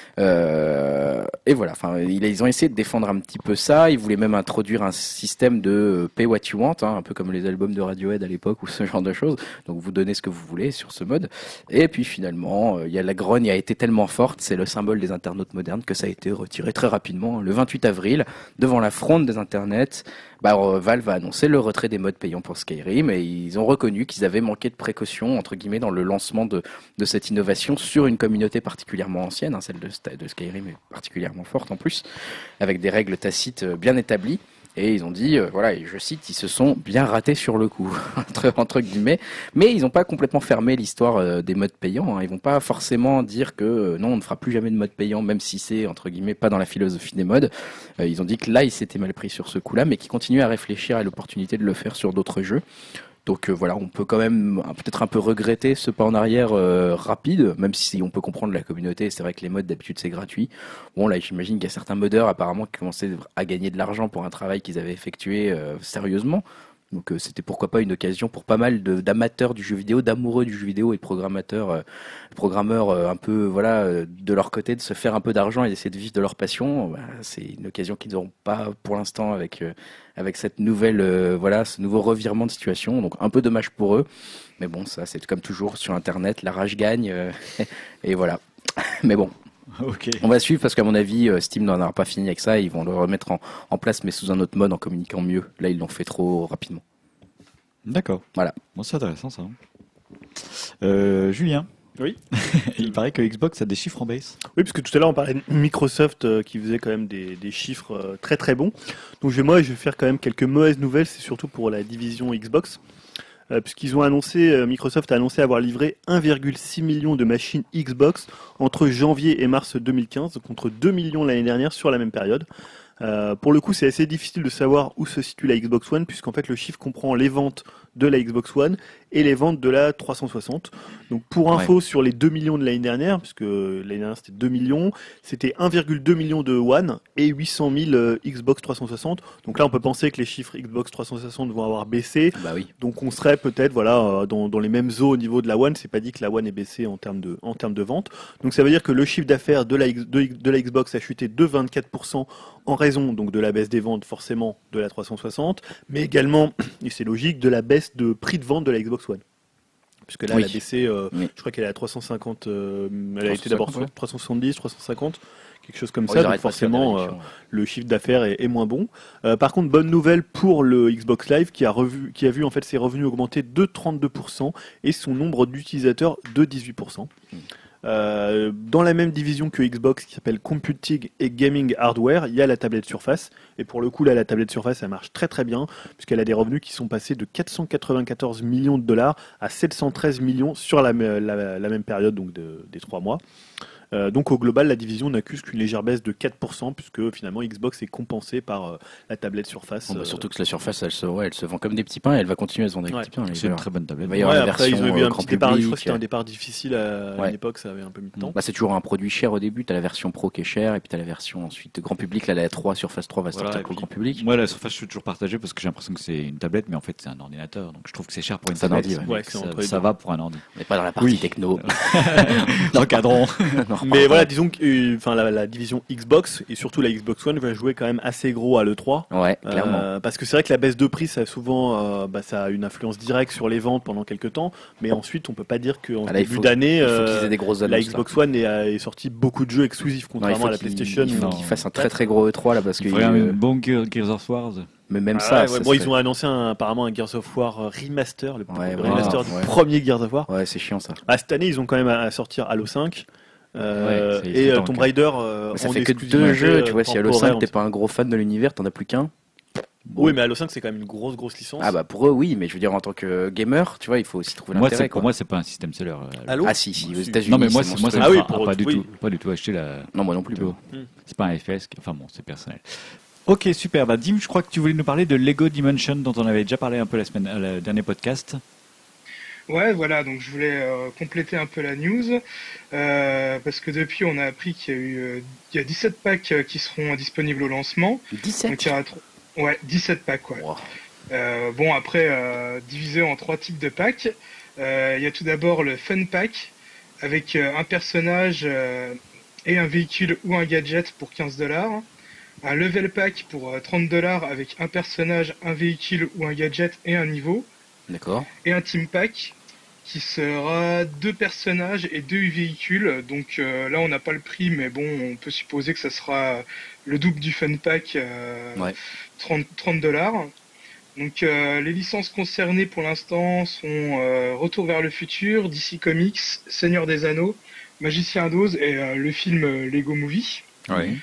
Euh, et voilà, enfin ils ont essayé de défendre un petit peu ça. Ils voulaient même introduire un système de pay what you want, hein, un peu comme les albums de Radiohead à l'époque ou ce genre de choses. Donc vous donnez ce que vous voulez sur ce mode. Et puis finalement, il euh, y a la grogne a été tellement forte, c'est le symbole des internautes modernes, que ça a été retiré très rapidement le vingt-huit avril devant la fronde des internets. Bah, Valve a annoncé le retrait des modes payants pour Skyrim et ils ont reconnu qu'ils avaient manqué de précaution entre guillemets dans le lancement de, de cette innovation sur une communauté particulièrement ancienne, hein, celle de, de Skyrim est particulièrement forte en plus, avec des règles tacites bien établies. Et ils ont dit, euh, voilà, et je cite, ils se sont bien ratés sur le coup, entre, entre guillemets. Mais ils n'ont pas complètement fermé l'histoire euh, des modes payants. Hein. Ils vont pas forcément dire que euh, non, on ne fera plus jamais de mode payant, même si c'est, entre guillemets, pas dans la philosophie des modes. Euh, ils ont dit que là, ils s'étaient mal pris sur ce coup-là, mais qu'ils continuaient à réfléchir à l'opportunité de le faire sur d'autres jeux. Donc euh, voilà, on peut quand même peut-être un peu regretter ce pas en arrière euh, rapide, même si on peut comprendre la communauté. C'est vrai que les mods d'habitude c'est gratuit. Bon là, j'imagine qu'il y a certains modeurs apparemment qui commençaient à gagner de l'argent pour un travail qu'ils avaient effectué euh, sérieusement. Donc euh, c'était pourquoi pas une occasion pour pas mal de, d'amateurs du jeu vidéo, d'amoureux du jeu vidéo et de programmateurs, euh, programmeurs euh, un peu voilà euh, de leur côté de se faire un peu d'argent et d'essayer de vivre de leur passion. Bah, c'est une occasion qu'ils n'auront pas pour l'instant avec euh, avec cette nouvelle euh, voilà ce nouveau revirement de situation. Donc un peu dommage pour eux, mais bon ça c'est comme toujours sur Internet, la rage gagne euh, et voilà. Mais bon. Okay. On va suivre parce qu'à mon avis, Steam n'en aura pas fini avec ça. Ils vont le remettre en, en place, mais sous un autre mode, en communiquant mieux. Là, ils l'ont fait trop rapidement. D'accord. Voilà. Bon, c'est intéressant ça. Euh, Julien. Oui. Il paraît que Xbox a des chiffres en baisse. Oui, parce que tout à l'heure on parlait de Microsoft euh, qui faisait quand même des, des chiffres euh, très très bons. Donc je vais, moi, je vais faire quand même quelques mauvaises nouvelles. C'est surtout pour la division Xbox. Euh, puisqu'ils ont annoncé, euh, Microsoft a annoncé avoir livré un virgule six million de machines Xbox entre janvier et mars deux mille quinze, contre deux millions l'année dernière sur la même période. Euh, pour le coup, c'est assez difficile de savoir où se situe la Xbox One, puisqu'en fait, le chiffre comprend les ventes de la Xbox One et les ventes de la trois cent soixante. Donc, pour info, ouais. sur les deux millions de l'année dernière, puisque l'année dernière c'était deux millions, c'était un virgule deux million de One et huit cent mille euh, Xbox trois cent soixante. Donc là, on peut penser que les chiffres Xbox trois cent soixante vont avoir baissé. Bah oui. Donc, on serait peut-être voilà dans, dans les mêmes eaux au niveau de la One. C'est pas dit que la One ait baissé en termes de en termes de vente. Donc, ça veut dire que le chiffre d'affaires de la de, de la Xbox a chuté de vingt-quatre pour cent en raison donc de la baisse des ventes forcément de la trois cent soixante, mais également, et c'est logique, de la baisse de prix de vente de la Xbox One. Puisque là, oui. elle a baissé, euh, oui. je crois qu'elle est à trois cent cinquante, euh, elle a été d'abord sur ouais. trois cent soixante-dix, trois cent cinquante, quelque chose comme oh, ça, donc forcément euh, le chiffre d'affaires est, est moins bon. Euh, par contre, bonne nouvelle pour le Xbox Live qui a, revu, qui a vu en fait ses revenus augmenter de trente-deux pour cent et son nombre d'utilisateurs de dix-huit pour cent. Mmh. Euh, dans la même division que Xbox qui s'appelle Computing et Gaming Hardware, il y a la tablette Surface. Et pour le coup, là, la tablette Surface, elle marche très très bien, puisqu'elle a des revenus qui sont passés de quatre cent quatre-vingt-quatorze millions de dollars à sept cent treize millions sur la, la, la même période, donc de, des trois mois. Euh, donc au global, la division n'accuse qu'une légère baisse de quatre pour cent, puisque finalement Xbox est compensée par euh, la tablette Surface. Bon, bah, surtout que la Surface, elle se, ouais, elle se vend comme des petits pains et elle va continuer à se vendre avec ouais. des petits pains. C'est une très bonne tablette. Il va y avoir ouais, la après, version ils ont eu un petit départ, je crois que c'était un départ difficile à, ouais. à l'époque, ça avait un peu mis de temps. Bah, c'est toujours un produit cher au début, tu as la version Pro qui est chère, et puis tu as la version ensuite grand public, là la trois, Surface trois va voilà, sortir pour le grand public. Moi la Surface, je suis toujours partagé parce que j'ai l'impression que c'est une tablette, mais en fait c'est un ordinateur, donc je trouve que c'est cher pour une ça tablette. Ordi, ouais. Ouais, ça, ça va pour un ordi. On n'est pas dans la partie techno. L'encadron. Mais voilà, disons que enfin la, la division Xbox et surtout la Xbox One va jouer quand même assez gros à l'E trois. Ouais, clairement. Euh, parce que c'est vrai que la baisse de prix, ça a souvent, euh, bah, ça a une influence directe sur les ventes pendant quelques temps, mais ensuite on peut pas dire qu'en ah début d'année, euh, la Xbox One est, est sorti beaucoup de jeux exclusifs contrairement non, à la PlayStation. Il faut qu'ils fassent un très très gros E trois là parce que. Il faudrait un bon Gears of War. Mais même ah ça, ouais, ça bon, serait... ils ont annoncé un, apparemment un Gears of War remaster, le ouais, remaster ouais, du ouais. premier Gears of War. Ouais, c'est chiant ça. Ah, cette année, ils ont quand même à, à sortir Halo cinq. Euh, ouais, et euh, Tomb Raider euh, ça fait que deux jeux, tu vois, si Halo cinq t'es pas un gros fan de l'univers, t'en as plus qu'un. Bon. Oui, mais Halo cinq c'est quand même une grosse grosse licence. Ah bah pour eux oui, mais je veux dire en tant que gamer, tu vois, il faut aussi trouver moi, l'intérêt. Pour moi, c'est pas un système seller. Halo ah si si, aux États-Unis. Non mais moi, c'est, moi ça ah oui, pour pas du oui. tout, pas du tout acheter la. Non moi non plus. Hmm. C'est pas un F S, enfin bon, c'est personnel. Ok, super. Bah Dim, je crois que tu voulais nous parler de Lego Dimension dont on avait déjà parlé un peu la semaine, le dernier podcast. Ouais, voilà, donc je voulais euh, compléter un peu la news, euh, parce que depuis on a appris qu'il y a eu euh, il y a dix-sept packs euh, qui seront disponibles au lancement. dix-sept donc, il y a tro- Ouais, dix-sept packs, ouais. Wow. Euh, bon, après, euh, divisé en trois types de packs, euh, il y a tout d'abord le Fun Pack, avec euh, un personnage euh, et un véhicule ou un gadget pour quinze dollars. Un Level Pack pour euh, trente dollars avec un personnage, un véhicule ou un gadget et un niveau. D'accord. Et un Team Pack qui sera deux personnages et deux véhicules. Donc euh, là, on n'a pas le prix, mais bon, on peut supposer que ça sera le double du Fun Pack, euh, ouais. trente dollars. Donc euh, les licences concernées pour l'instant sont euh, Retour vers le futur, D C Comics, Seigneur des Anneaux, Magicien d'Oz et euh, le film Lego Movie. Oui.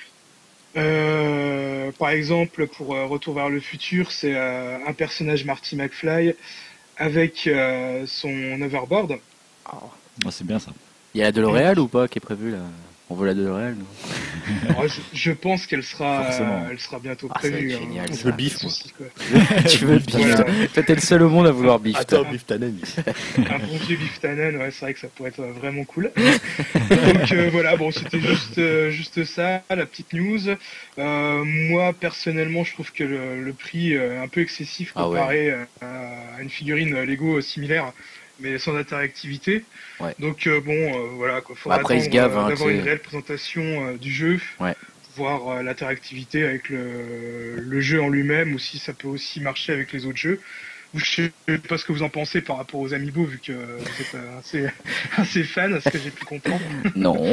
Euh, par exemple, pour euh, Retour vers le futur, c'est euh, un personnage Marty McFly avec euh, son hoverboard. Oh. Oh, c'est bien ça. Il y a la DeLorean ou pas qui est prévue là? On veut la DeLorean. Oh, je, je pense qu'elle sera, euh, elle sera bientôt ah, prévue. C'est génial, hein. Je veux bif. Tu veux bif. Voilà. Toi, t'es le seul au monde à vouloir bif. Attends, bif Tannen. Un bon vieux bif Tannen, ouais, c'est vrai que ça pourrait être vraiment cool. Donc euh, voilà, bon, c'était juste, euh, juste ça, la petite news. Euh, moi, personnellement, je trouve que le, le prix est un peu excessif comparé ah ouais. à, à une figurine Lego similaire, mais sans interactivité. Ouais. Donc euh, bon, euh, voilà, quoi. Faudra après, attendre, il se gave, euh, hein, d'avoir c'est... une réelle présentation euh, du jeu, ouais. voir euh, l'interactivité avec le, le jeu en lui-même, ou si ça peut aussi marcher avec les autres jeux. Je sais pas ce que vous en pensez par rapport aux Amiibo, vu que vous êtes assez, assez fan, à ce que j'ai pu comprendre. Non.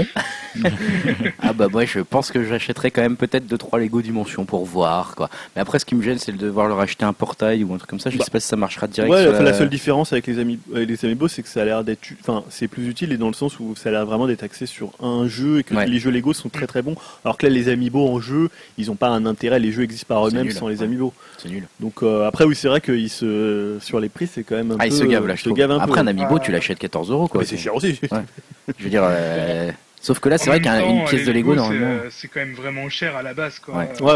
Ah bah moi je pense que j'achèterais quand même peut-être deux trois Lego Dimension pour voir quoi. Mais après ce qui me gêne c'est de devoir leur acheter un portail ou un truc comme ça. Je bah, sais pas si ça marchera direct. Ouais, la... la seule différence avec les Amiibo, les Amiibo c'est que ça a l'air d'être, enfin c'est plus utile et dans le sens où ça a l'air vraiment d'être axé sur un jeu et que ouais. les jeux Lego sont très très bons. Alors que là les Amiibo en jeu ils ont pas un intérêt, les jeux existent par eux-mêmes sans les Amiibo. C'est nul. Donc euh, après oui c'est vrai qu'ils se sur les prix c'est quand même un ah, peu il se gave là je trouve. Un après peu. un Amiibo ah, tu l'achètes quatorze euros quoi. Mais c'est cher aussi. Ouais. Je veux dire euh... sauf que là c'est en vrai qu'une pièce de Lego, Lego normalement c'est, c'est quand même vraiment cher à la base quoi. Ouais ouais. ouais.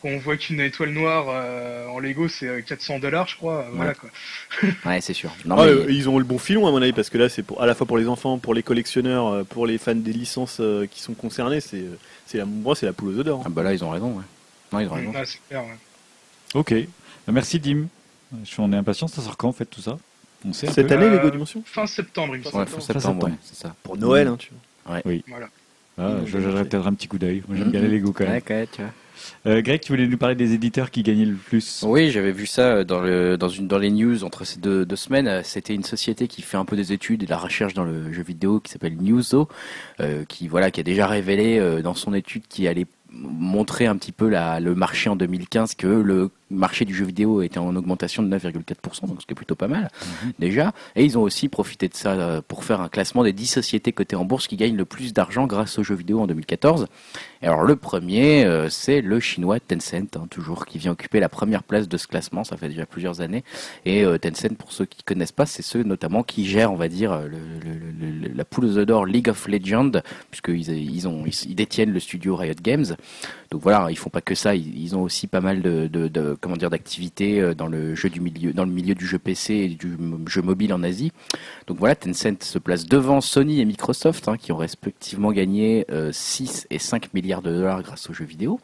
quand on voit qu'une étoile noire euh, en Lego c'est quatre cents dollars, je crois. Euh, Ouais. Voilà quoi. Ouais, c'est sûr. Non, Ah, mais- euh, ils ont le bon filon à mon avis parce que là c'est pour, à la fois pour les enfants, pour les collectionneurs, euh, pour les fans des licences euh, qui sont concernés, c'est euh, c'est la moi c'est la poule aux œufs d'or. Ah bah là, ils ont raison. Ouais. Non, ils ont raison. Ah, c'est clair. Ouais. Ok. Bah, merci Dim. Je suis- On est impatient. Ça sort quand en fait tout ça? On sait un Cette peu année Euh, Lego Dimension Fin septembre, il me Ouais, semble. fin septembre. septembre, Fin ouais, c'est ça. pour Noël, hein, tu vois. Voilà. Ah, Ils ont je bien donnerai marché. peut-être un petit coup d'œil. Moi, j'aime bien Mhm. les Lego quand même. Ouais, quand même, tu vois. Euh, Greg, tu voulais nous parler des éditeurs qui gagnaient le plus? Oui, j'avais vu ça dans, le, dans, une, dans les news entre ces deux, deux semaines. C'était une société qui fait un peu des études et de la recherche dans le jeu vidéo qui s'appelle Newzo, euh, qui, voilà, qui a déjà révélé euh, dans son étude qui allait montrer un petit peu la, le marché en deux mille quinze, que le marché du jeu vidéo était en augmentation de neuf virgule quatre pour cent, donc ce qui est plutôt pas mal Mhm. déjà. Et ils ont aussi profité de ça euh, pour faire un classement des dix sociétés cotées en bourse qui gagnent le plus d'argent grâce aux jeux vidéo en deux mille quatorze. Et alors le premier, euh, c'est le chinois Tencent, hein, toujours, qui vient occuper la première place de ce classement, ça fait déjà plusieurs années. Et euh, Tencent, pour ceux qui connaissent pas, c'est ceux notamment qui gèrent, on va dire, le, le- le- le- la poule aux œufs d'or League of Legends, puisqu'ils ils ont, ils, ils détiennent le studio Riot Games. Donc voilà, ils font pas que ça, ils, ils ont aussi pas mal de, de, de comment dire d'activités euh, dans le jeu du milieu, dans le milieu du jeu P C et du m- jeu mobile en Asie. Donc voilà, Tencent se place devant Sony et Microsoft, hein, qui ont respectivement gagné euh, six et cinq milliards de dollars grâce aux jeux vidéo.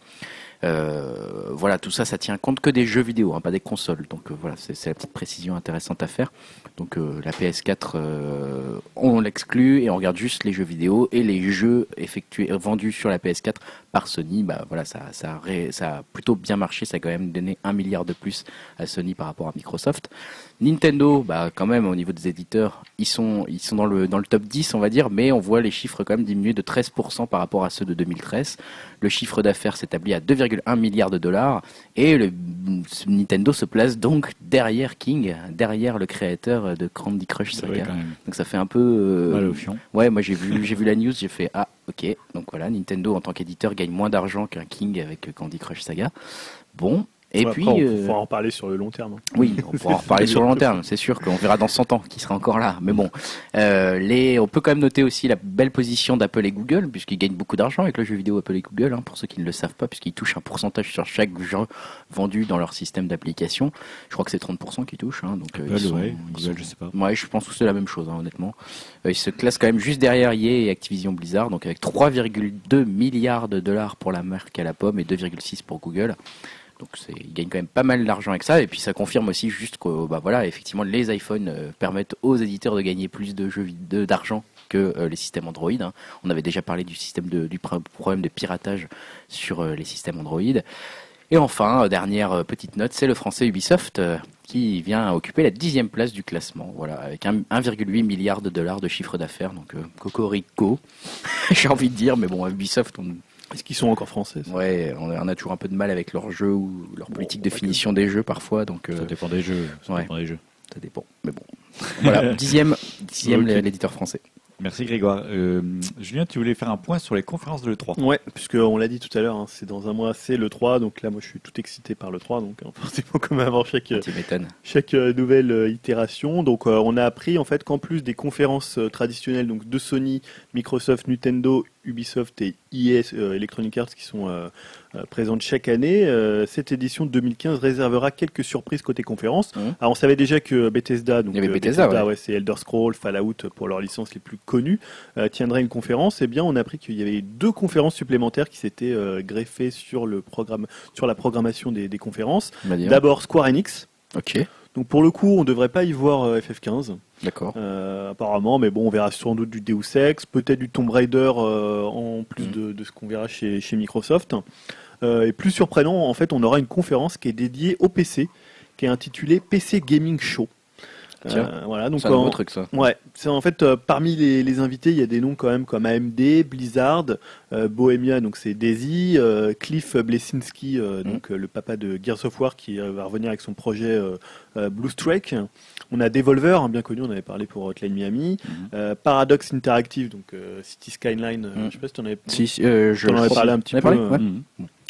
Euh, voilà, tout ça, ça tient compte que des jeux vidéo, hein, pas des consoles. Donc euh, voilà, c'est c'est la petite précision intéressante à faire. Donc euh, la P S quatre, euh, on l'exclut et on regarde juste les jeux vidéo et les jeux effectués, vendus sur la P S quatre par Sony. Bah voilà, ça, ça, a, ré- ça a plutôt bien marché. Ça a quand même donné un milliard de plus à Sony par rapport à Microsoft. Nintendo, bah quand même au niveau des éditeurs, ils sont ils sont dans le dans le top dix, on va dire, mais on voit les chiffres quand même diminuer de treize pour cent par rapport à ceux de deux mille treize. Le chiffre d'affaires s'établit à deux virgule un milliards de dollars et le Nintendo se place donc derrière King, derrière le créateur de Candy Crush Saga. Ouais, quand même. Donc ça fait un peu euh, Mal au fion. ouais, moi j'ai vu j'ai vu la news, j'ai fait ah ok, donc voilà, Nintendo en tant qu'éditeur gagne moins d'argent qu'un King avec Candy Crush Saga. Bon. Et Ouais, puis, après, on euh, faut en reparler sur le long terme. hein. oui, on pourra en reparler sur le long terme, c'est sûr qu'on verra dans cent ans qui sera encore là. Mais bon, euh, les, on peut quand même noter aussi la belle position d'Apple et Google, puisqu'ils gagnent beaucoup d'argent avec le jeu vidéo Apple et Google, hein, pour ceux qui ne le savent pas, puisqu'ils touchent un pourcentage sur chaque jeu vendu dans leur système d'application. Je crois que c'est trente pour cent qu'ils touchent. Hein, donc, euh, Apple, ils sont, ouais, ils Google, sont- je sais pas. Ouais, je pense que c'est la même chose, hein, honnêtement. Euh, ils se classent quand même juste derrière E A et Activision Blizzard, donc avec trois virgule deux milliards de dollars pour la marque à la pomme et deux virgule six pour Google. Donc c'est, ils gagnent quand même pas mal d'argent avec ça, et puis ça confirme aussi juste que bah voilà, effectivement les iPhones euh, permettent aux éditeurs de gagner plus de jeux vid- de, d'argent que euh, les systèmes Android. Hein. On avait déjà parlé du système de, du pr- problème de piratage sur euh, les systèmes Android. Et enfin, euh, dernière euh, petite note, c'est le français Ubisoft euh, qui vient occuper la dixième place du classement, voilà, avec un- un virgule huit milliard de dollars de chiffre d'affaires, donc euh, cocorico, j'ai envie de dire, mais bon, Ubisoft, on, Est-ce qu'ils sont encore français ça ouais, on a, on a toujours un peu de mal avec leurs jeux ou leur politique de pas que. finition des jeux parfois, donc euh, Ça dépend des jeux. Ça ouais. dépend des jeux. ça dépend. Mais bon, voilà, dixième, dixième Ok. l'éditeur français. Merci Grégoire. Euh, Julien, tu voulais faire un point sur les conférences de l'E trois. Ouais, puisque on l'a dit tout à l'heure, hein, c'est dans un mois, c'est le trois, donc là moi je suis tout excité par le trois, donc hein, forcément comme avant chaque, Tu m'étonnes. chaque euh, nouvelle euh, itération. Donc euh, on a appris en fait qu'en plus des conférences euh, traditionnelles donc de Sony, Microsoft, Nintendo, Ubisoft et E A euh, Electronic Arts qui sont euh, euh, présentes chaque année, euh, cette édition deux mille quinze réservera quelques surprises côté conférences. Mhm. Alors on savait déjà que Bethesda, donc Il y avait euh, Bethesda, ouais. ouais, c'est Elder Scrolls, Fallout pour leurs licences les plus connues, euh, tiendrait une conférence. Et bien on a appris qu'il y avait deux conférences supplémentaires qui s'étaient euh, greffées sur le programme, sur la programmation des, des conférences. On va dire. D'abord Square Enix. Ok, Donc pour le coup, on devrait pas y voir euh, F F quinze, d'accord. euh, apparemment, mais bon, on verra sans doute du Deus Ex, peut-être du Tomb Raider euh, en plus Mhm. de, de ce qu'on verra chez, chez Microsoft. Euh, et plus surprenant, en fait, on aura une conférence qui est dédiée au P C, qui est intitulée P C Gaming Show. Tiens, Euh, voilà, donc C'est un nouveau en- truc ça. Ouais, c'est en fait euh, parmi les, les invités, il y a des noms quand même comme A M D, Blizzard, euh, Bohemia, donc c'est Daisy, euh, Cliff Blesinski, euh, donc euh, le papa de Gears of War qui euh, va revenir avec son projet euh, euh, Blue Strike. On a Devolver, hein, bien connu, on avait parlé pour Hotline Miami, Mhm. euh, Paradox Interactive, donc euh, City Skyline, euh, Mhm. je sais pas si tu en avais Si, si, euh, je T'en avais je- parlé un petit on en avait peu, parlé, euh, ouais.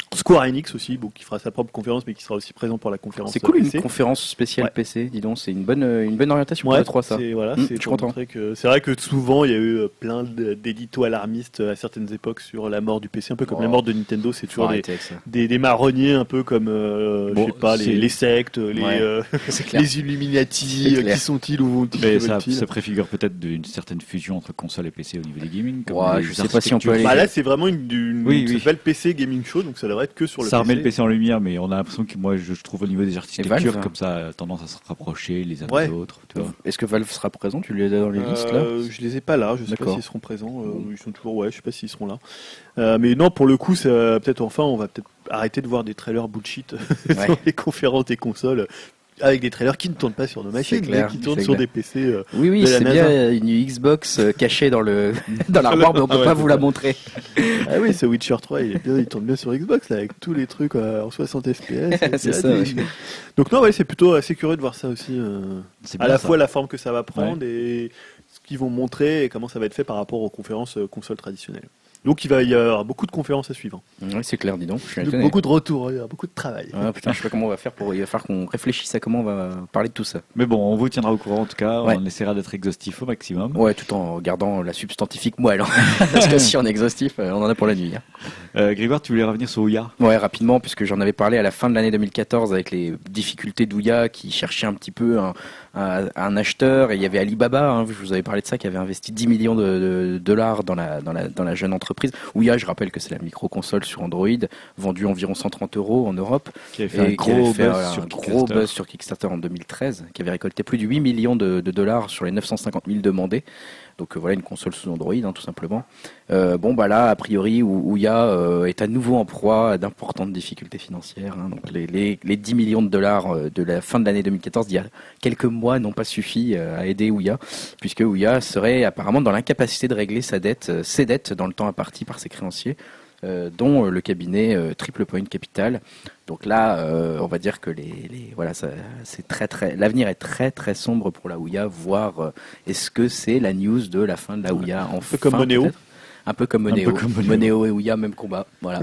Square Enix aussi, bon, qui fera sa propre conférence, mais qui sera aussi présent pour la conférence. C'est cool P une C. conférence spéciale Ouais. P C, dis donc, c'est une bonne, euh, une bonne orientation pour Ouais, le trois ça. c'est voilà, Mmh, c'est je suis pour content. montrer que c'est vrai que souvent il y a eu euh, plein de- d'éditos alarmistes à certaines époques sur la mort du P C, un peu comme Oh. la mort de Nintendo, c'est Faut toujours des, arrêter avec ça. des, des marronniers un peu comme euh, Bon, je sais pas c'est- les, les sectes, les, Ouais. euh, C'est clair. les Illuminati, C'est euh, clair. qui sont-ils ou vont-ils, Mais que ça, veulent-ils. ça préfigure peut-être d'une certaine fusion entre console et P C au niveau des gaming. comme Ouais, les je sais pas si on peut architectures. aller- Bah là c'est vraiment une, une Oui, ça oui. s'appelle P C Gaming Show, donc ça devrait être que sur le Ça P C. remet le P C en lumière, mais on a l'impression que moi, je, je trouve au niveau des architectures, Valve. comme ça, a tendance à se rapprocher les uns Ouais. des autres. Tu vois. Est-ce que Valve sera présent? Tu les as dans les listes là? Euh, je les ai pas là, je sais pas D'accord. s'ils seront présents. euh, ils sont toujours, ouais, je sais pas s'ils seront là. Euh, mais non, pour le coup, ça, peut-être enfin, on va peut-être arrêter de voir des trailers bullshit Ouais. sur les conférences des consoles, avec des trailers qui ne tournent pas sur nos machines, clair, mais qui tournent c'est sur clair. des P C. euh. Oui, oui, de la c'est NASA. bien une Xbox euh, cachée dans le dans l'armoire, mais on peut Ah ouais, pas c'est vous la ça. montrer. Ah oui, ce Witcher trois, il, est bien, il tourne bien sur Xbox là, avec tous les trucs euh, en soixante F P S. C'est bien ça, dit. Donc non, ouais, c'est plutôt assez curieux de voir ça aussi. euh, C'est à bien la ça. fois la forme que ça va prendre et ce qu'ils vont montrer et comment ça va être fait par rapport aux conférences euh, consoles traditionnelles. Donc il va y avoir beaucoup de conférences à suivre. Oui, c'est clair, dis donc. Je suis Donc, étonné. beaucoup de retours, il y aura beaucoup de travail. Ah, putain, je sais pas comment on va faire pour. Il va falloir qu'on réfléchisse à comment on va parler de tout ça. Mais bon, on vous tiendra au courant en tout cas. Ouais. On essaiera d'être exhaustif au maximum. Ouais, tout en gardant la substantifique moelle. hein. Parce que si on est exhaustif, euh, on en a pour la nuit. hein. Euh, Grégoire, tu voulais revenir sur Ouya? Ouais, rapidement, puisque j'en avais parlé à la fin de l'année deux mille quatorze avec les difficultés d'Ouya qui cherchait un petit peu un, un, un acheteur. Et il y avait Alibaba, hein, je vous avais parlé de ça, qui avait investi dix millions de, de dollars dans la, dans, la, dans la jeune entreprise. Ouya, je rappelle que c'est la micro-console sur Android, vendue environ cent trente euros en Europe. Qui avait fait un Et qui gros avait buzz fait un sur gros Kickstarter. buzz sur Kickstarter en deux mille treize, qui avait récolté plus de huit millions de, de dollars sur les neuf cent cinquante mille demandés. Donc euh, voilà, une console sous Android, hein, tout simplement. Euh, bon, bah là, a priori, Ou- Ouya euh, est à nouveau en proie à d'importantes difficultés financières. hein. Donc les, les, les dix millions de dollars euh, de la fin de l'année deux mille quatorze, d'il y a quelques mois, n'ont pas suffi euh, à aider Ouya, puisque Ouya serait apparemment dans l'incapacité de régler sa dette, euh, ses dettes dans le temps imparti par ses créanciers. Euh, dont euh, le cabinet euh, Triple Point Capital. Donc là, euh, on va dire que les, les voilà, ça, c'est très très, l'avenir est très très sombre pour la Ouya. Voire, euh, est-ce que c'est la news de la fin de la Ouya en Un peu comme Moneo. Un peu comme Un peu Moneo. comme Moneo. Moneo et Ouya, même combat. Voilà.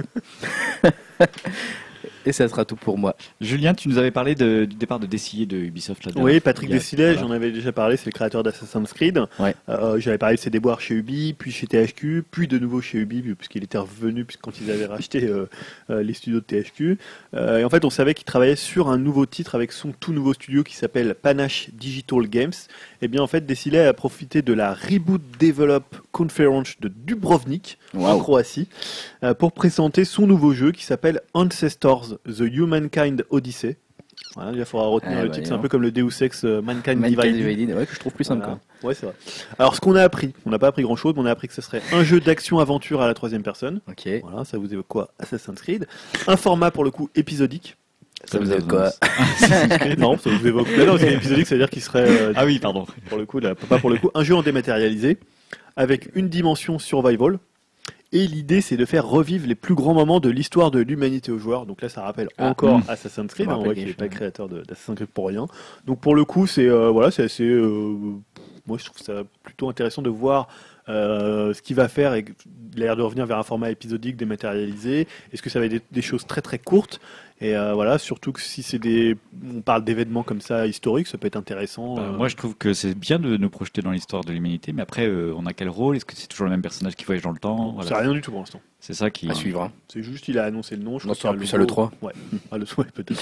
Et ça sera tout pour moi. Julien, tu nous avais parlé de- du départ de Dessillé de Ubisoft là Oui, Patrick Il y a- Desilets, voilà. j'en avais déjà parlé, c'est le créateur d'Assassin's Creed. Ouais. Euh, J'avais parlé de ses déboires chez Ubi, puis chez T H Q, puis de nouveau chez Ubi, puisqu'il était revenu puisque quand ils avaient racheté euh, euh, les studios de T H Q. Euh, et en fait, on savait qu'il travaillait sur un nouveau titre avec son tout nouveau studio qui s'appelle Panache Digital Games. Et bien, en fait, Desilets a profité de la Reboot Develop Conference de Dubrovnik, en Wow. Croatie, euh, pour présenter son nouveau jeu qui s'appelle Ancestors, The Humankind Odyssey. Voilà, il faudra retenir Ah, le bah, titre, dis c'est un donc. peu comme le Deus Ex euh, Mankind, Mankind Divided. Divided, ouais, que je trouve plus simple. Voilà. quoi. Ouais, c'est vrai. Alors, ce qu'on a appris, on n'a pas appris grand-chose, mais on a appris que ce serait un jeu d'action-aventure à la troisième personne. Ok. Voilà, ça vous évoque quoi? Assassin's Creed. Un format, pour le coup, épisodique. Ça vous évoque quoi? Non, ça vous évoque... Non, non, c'est épisodique, c'est-à-dire qu'il serait, euh, Ah oui, pardon. pour le coup, là, pas pour le coup, un jeu en dématérialisé, avec une dimension survival. Et l'idée, c'est de faire revivre les plus grands moments de l'histoire de l'humanité aux joueurs. Donc là, ça rappelle Ah, encore mmh. Assassin's Creed, Je me hein, on voit rappelle qu'il n'est bien, pas créateur de- d'Assassin's Creed pour rien. Donc pour le coup, c'est euh, voilà, c'est assez. euh, moi, je trouve ça plutôt intéressant de voir euh, ce qu'il va faire et il a l'air de revenir vers un format épisodique dématérialisé. Est-ce que ça va être des, des choses très très courtes? Et euh, voilà, surtout que si c'est des, on parle d'événements comme ça historiques, ça peut être intéressant. Bah, euh. moi, je trouve que c'est bien de nous projeter dans l'histoire de l'humanité, mais après, euh, on a quel rôle? Est-ce que c'est toujours le même personnage qui voyage dans le temps? C'est Voilà. rien du tout pour l'instant. C'est ça qui. À suivre. hein. C'est juste, il a annoncé le nom. Je On en crois qu'il y a saura un plus logo. à l'E trois. Ouais, à l'E trois, peut-être.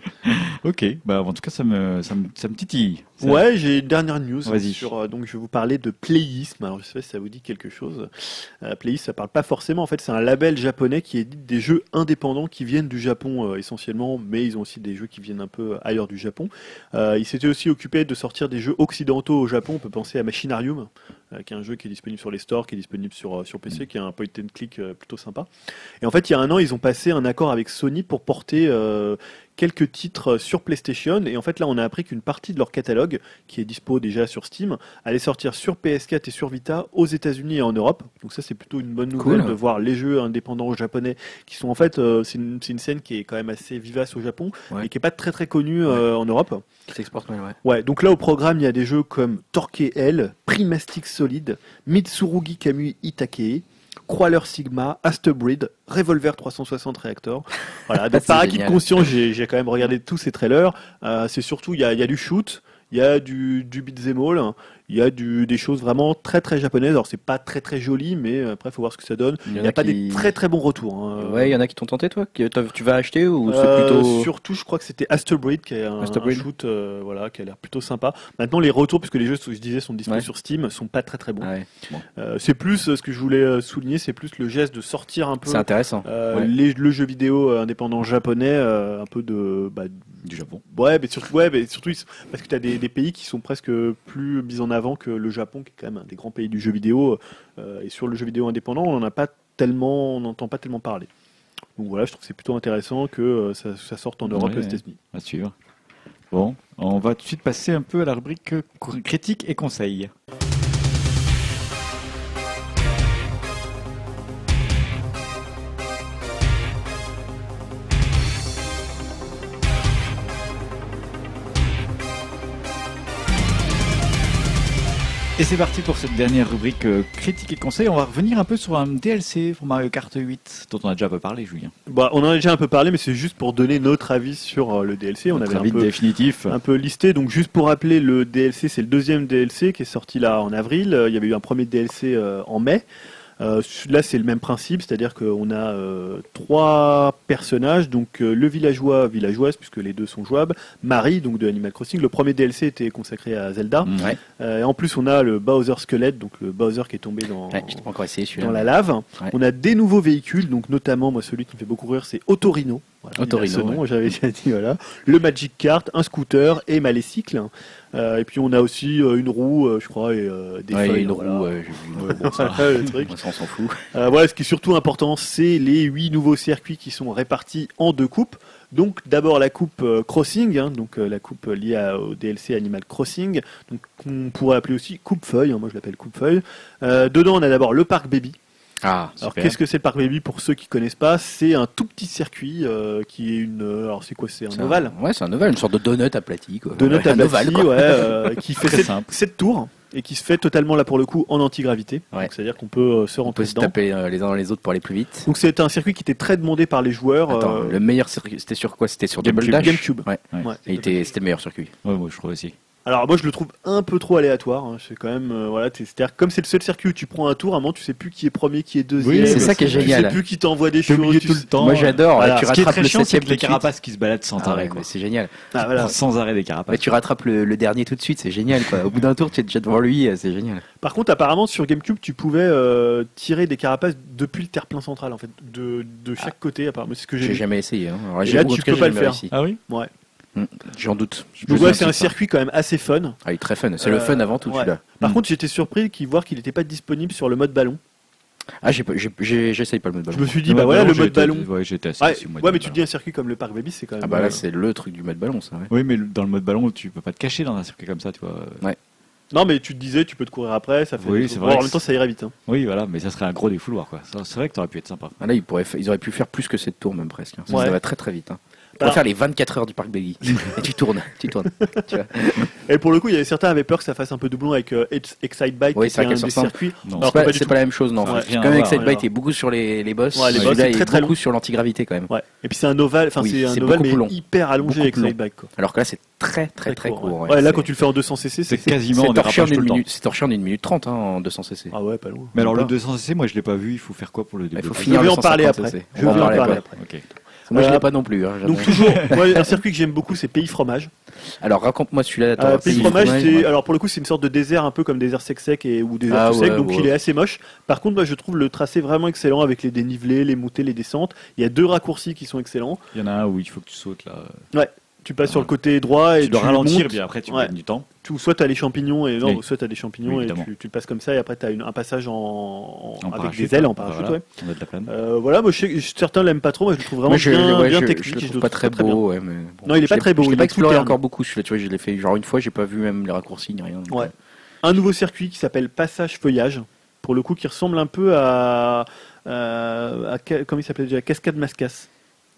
Ok. Bah, en tout cas, ça me, ça me, ça me titille. Ça- Ouais, j'ai une dernière news Vas-y. sur. euh, donc, je vais vous parler de Playism. Alors, je sais pas si ça vous dit quelque chose. Euh, Playism, ça parle pas forcément. En fait, c'est un label japonais qui édite des jeux indépendants qui viennent du Japon euh, essentiellement, mais ils ont aussi des jeux qui viennent un peu ailleurs du Japon. Euh, ils s'étaient aussi occupés de sortir des jeux occidentaux au Japon. On peut penser à Machinarium, euh, qui est un jeu qui est disponible sur les stores, qui est disponible sur euh, sur P C, qui est un point and click euh, plutôt sympa. Et en fait, il y a un an, ils ont passé un accord avec Sony pour porter euh, quelques titres sur PlayStation. Et en fait, là, on a appris qu'une partie de leur catalogue, qui est dispo déjà sur Steam, allait sortir sur P S quatre et sur Vita aux États-Unis et en Europe. Donc ça, c'est plutôt une bonne nouvelle Cool. de voir les jeux indépendants japonais qui sont en fait, euh, c'est une, c'est une scène qui est quand même assez vivace au Japon Ouais. et qui est pas très très connue euh, en Europe. Qui s'exporte mal, ouais. Ouais, donc là au programme, il y a des jeux comme Torque L, Primastic Solid, Mitsurugi Kamui Itake, Crawler Sigma, Astebreed, Revolver trois cent soixante Reactor. Voilà, donc C'est par acquis de génial. conscience, j'ai, j'ai quand même regardé tous ces trailers. Euh, c'est surtout, il y a, il y a du shoot, il y a du, du beat'em all, il y a du, des choses vraiment très très japonaises. Alors c'est pas très très joli, mais après faut voir ce que ça donne. Il y Il en n'y a, a pas qui- des très très bons retours. Hein. Ouais, il y en a qui t'ont tenté, toi qui- t'as- Tu vas acheter ou c'est Euh, plutôt. Surtout, je crois que c'était Astebreed qui est un, Astebreed. un shoot, euh, voilà, qui a l'air plutôt sympa. Maintenant, les retours, puisque les jeux, je disais, sont disponibles Ouais. sur Steam, sont pas très très bons. Ah ouais. Bon. Euh, c'est plus euh, ce que je voulais euh, souligner, c'est plus le geste de sortir un peu C'est intéressant. euh, Ouais. les- le jeu vidéo euh, indépendant japonais, euh, un peu de, bah, Du Japon. ouais, mais surtout, ouais, mais surtout ils- parce que tu as des, des pays qui sont presque plus mis en avant que le Japon, qui est quand même un des grands pays du jeu vidéo. euh, et sur le jeu vidéo indépendant, on n'en a pas tellement, on n'entend pas tellement parler. Donc voilà, je trouve que c'est plutôt intéressant que euh, ça, ça sorte en Europe Ouais, et aux États-Unis. À suivre. Bon, on va tout de suite passer un peu à la rubrique euh, critique et conseils. Et c'est parti pour cette dernière rubrique euh, critique et conseils. On va revenir un peu sur un D L C pour Mario Kart huit, dont on a déjà un peu parlé, Julien. Bah, on en a déjà un peu parlé, mais c'est juste pour donner notre avis sur euh, le D L C. On Notre avait un avis peu, définitif. un peu listé. Donc juste pour rappeler, le D L C, c'est le deuxième D L C qui est sorti là en avril. Euh, Il y avait eu un premier D L C euh, en mai. Euh, là, c'est le même principe, c'est-à-dire qu'on a euh, trois personnages, donc euh, le villageois, villageoise, puisque les deux sont jouables, Marie, donc de Animal Crossing. Le premier D L C était consacré à Zelda. Mm. Ouais. Euh, et en plus, on a le Bowser Squelette, donc le Bowser qui est tombé dans, Ouais, je t'ai pas encore essayé celui-là. dans la lave. Ouais. On a des nouveaux véhicules, donc notamment, moi, celui qui me fait beaucoup rire, c'est Autorino. Voilà, Autorino, il a ce nom, ouais. j'avais déjà dit, voilà. Le Magic Kart, un scooter et Malécycle. Euh, et puis on a aussi euh, une roue, euh, je crois, et euh, des Ouais, il y a feuilles. une voilà. roue, ouais, j'ai vu. Ouais, bon, ça, le truc. Moi, ça, on s'en fout. Euh, voilà, ce qui est surtout important, c'est les huit nouveaux circuits qui sont répartis en deux coupes. Donc d'abord la coupe euh, Crossing, hein, donc euh, la coupe liée à- au D L C Animal Crossing, donc qu'on pourrait appeler aussi coupe feuille. Hein, moi je l'appelle coupe feuille. Euh, dedans on a d'abord le parc Baby. Ah, Alors Super. qu'est-ce que c'est le parc Baby pour ceux qui connaissent pas? C'est un tout petit circuit euh, qui est une. euh, Alors c'est quoi? C'est un c'est ovale. Ouais, c'est un ovale, une sorte de donut aplati. Quoi. Donut Ouais, à un ovale, Bâti, quoi. ouais, euh, qui fait Très sept, simple. sept tours et qui se fait totalement là pour le coup en antigravité. Ouais. Donc c'est-à-dire qu'on peut euh, se On rentrer peut se dedans. taper euh, les uns dans les autres pour aller plus vite. Donc c'est un circuit qui était très demandé par les joueurs. Attends, euh, le meilleur circuit, c'était sur quoi? C'était sur Double GameCube. Dash GameCube. Ouais. Ouais. ouais, Et il était- c'était le meilleur circuit. Ouais, moi je trouve aussi. Alors moi je le trouve un peu trop aléatoire. Hein. C'est quand même euh, voilà, t'es- c'est-à-dire comme c'est le seul circuit où tu prends un tour, à un moment tu sais plus qui est premier, qui est deuxième. Oui, c'est ça qui est Tu génial. sais plus qui t'envoie des T'es choses. oublié tu tout le sais- temps. Moi j'adore, Voilà. tu Ce qui est rattrapes très le chiant, c'est septième que tout les de suite. carapaces qui se baladent sans Ah arrêt. ouais, quoi. mais c'est génial. Ah, voilà. Sans arrêt des carapaces. Ouais, tu rattrapes le, le dernier tout de suite, c'est génial. Quoi. Au bout d'un tour, tu es déjà devant lui, euh, c'est génial. Par contre, apparemment, sur GameCube, tu pouvais euh, tirer des carapaces depuis le terre-plein central, en fait, de, de chaque côté, apparemment. C'est ce que j'ai J'ai vu. jamais essayé. Hein. Alors, Et j'ai- là, en tu tout cas, peux j'ai pas le jamais faire. réussi. Ah oui Ouais. Hmm, J'en doute. Je Donc me ouais, souviens c'est un de ça. circuit quand même assez fun. Ah, il est très fun. C'est le Euh, fun avant tout, ouais. celui-là. Par Mm. contre, j'étais surpris qu'il voir qu'il n'était pas disponible sur le mode ballon. Ah, j'ai pas- j'ai- j'ai- j'essaye pas le mode Je ballon. me suis dit, bah voilà, le j'ai mode été- ballon. Ouais, j'étais assez Ouais, déçu, moi, ouais, du mais mode tu te dis un circuit comme le Parc Baby, c'est quand même. Ah bah là, euh, c'est le truc du mode ballon, ça. Ouais. Oui, mais dans le mode ballon, tu peux pas te cacher dans un circuit comme ça, tu vois. Non, mais tu te disais, tu peux te courir après, ça fait. Oui, des c'est trucs. vrai Bon, en que même temps, ça irait vite. Hein. Oui, voilà, mais ça serait un gros défouloir, quoi. Ça, c'est vrai que t'aurais pu être sympa. Ah, là, ils, pourraient fa- ils auraient pu faire plus que cette tour, même presque. hein. Ça, Ouais. ça va très très vite. Hein. Tu Alors- peux faire les vingt-quatre heures du parc Baby. Et tu tournes, tu tournes. Tu vois. Et pour le coup, il y avait certains avaient peur que ça fasse un peu doublon avec euh, Ex- Excite Bike, Oui, qui c'est est vrai un qu'elle des se ressemble. circuits. Non. Alors C'est que pas, pas du c'est tout. pas la même chose, non. Ça a Parce que rien Quand à même, voir, Excite Bike ouais. est beaucoup sur les, les boss. Ouais, les boss, Celui-là c'est très, est très beaucoup long. sur l'antigravité quand même. Ouais. Et puis c'est un ovale, enfin Oui, c'est un c'est ovale beaucoup mais plus long. hyper allongé Beaucoup avec plus long. Excite Bike. Quoi. Alors que là, c'est très très très court. Ouais, ouais. là C'est- quand tu le fais en deux cents cc, C'est c'est. quasiment en c'est torché en dérapage tout une le temps. minute, c'est torché en une minute trente hein, en deux cents cc. Ah ouais, pas loin. Mais alors le Pas. deux cents cc, moi je l'ai pas vu, il faut faire quoi pour le Il faut débloquer Je finir vais le en parler cent cinquante après. cc. Je On va vais en en parler parler après. après. Ok. Moi, je Euh, l'ai pas non plus. hein, Donc jamais. toujours, moi, un circuit que j'aime beaucoup, c'est Pays Fromage. Alors raconte-moi celui-là. attends, Euh, Pays Pays Fromage, Fromage, c'est ouais. alors pour le coup, c'est une sorte de désert un peu comme désert sec sec et ou désert Ah tout sec, ouais, donc ouais. il est assez moche. Par contre, moi, je trouve le tracé vraiment excellent avec les dénivelés, les montées, les descentes. Il y a deux raccourcis qui sont excellents. Il y en a un où il faut que tu sautes là. Tu passes sur le côté droit et Tu dois ralentir, montes. puis après tu Ouais. gagnes du temps. Tu, soit tu as les champignons et non, Oui. soit tu as des champignons Oui, et évidemment. tu, tu le passes comme ça et après tu as un passage en, en- En avec parachute, des ailes hein. en parachute. Voilà, Ouais. on a de la plane. Euh, voilà, moi je sais, je- certains l'aiment pas trop, moi je le trouve vraiment Moi, je, bien, ouais, bien je- technique. je et le je trouve pas très très bien. beau. Ouais, mais bon. Non, il est Je pas l'ai- très beau, Je il l'ai est pas tout exploré terne. encore beaucoup. celui-là, tu vois, je l'ai fait genre une fois, j'ai pas vu même les raccourcis ni rien. donc, Ouais. euh, Un nouveau circuit qui s'appelle Passage Feuillage, pour le coup qui ressemble un peu à, à, à- comment il s'appelait déjà, Cascade Mascasse.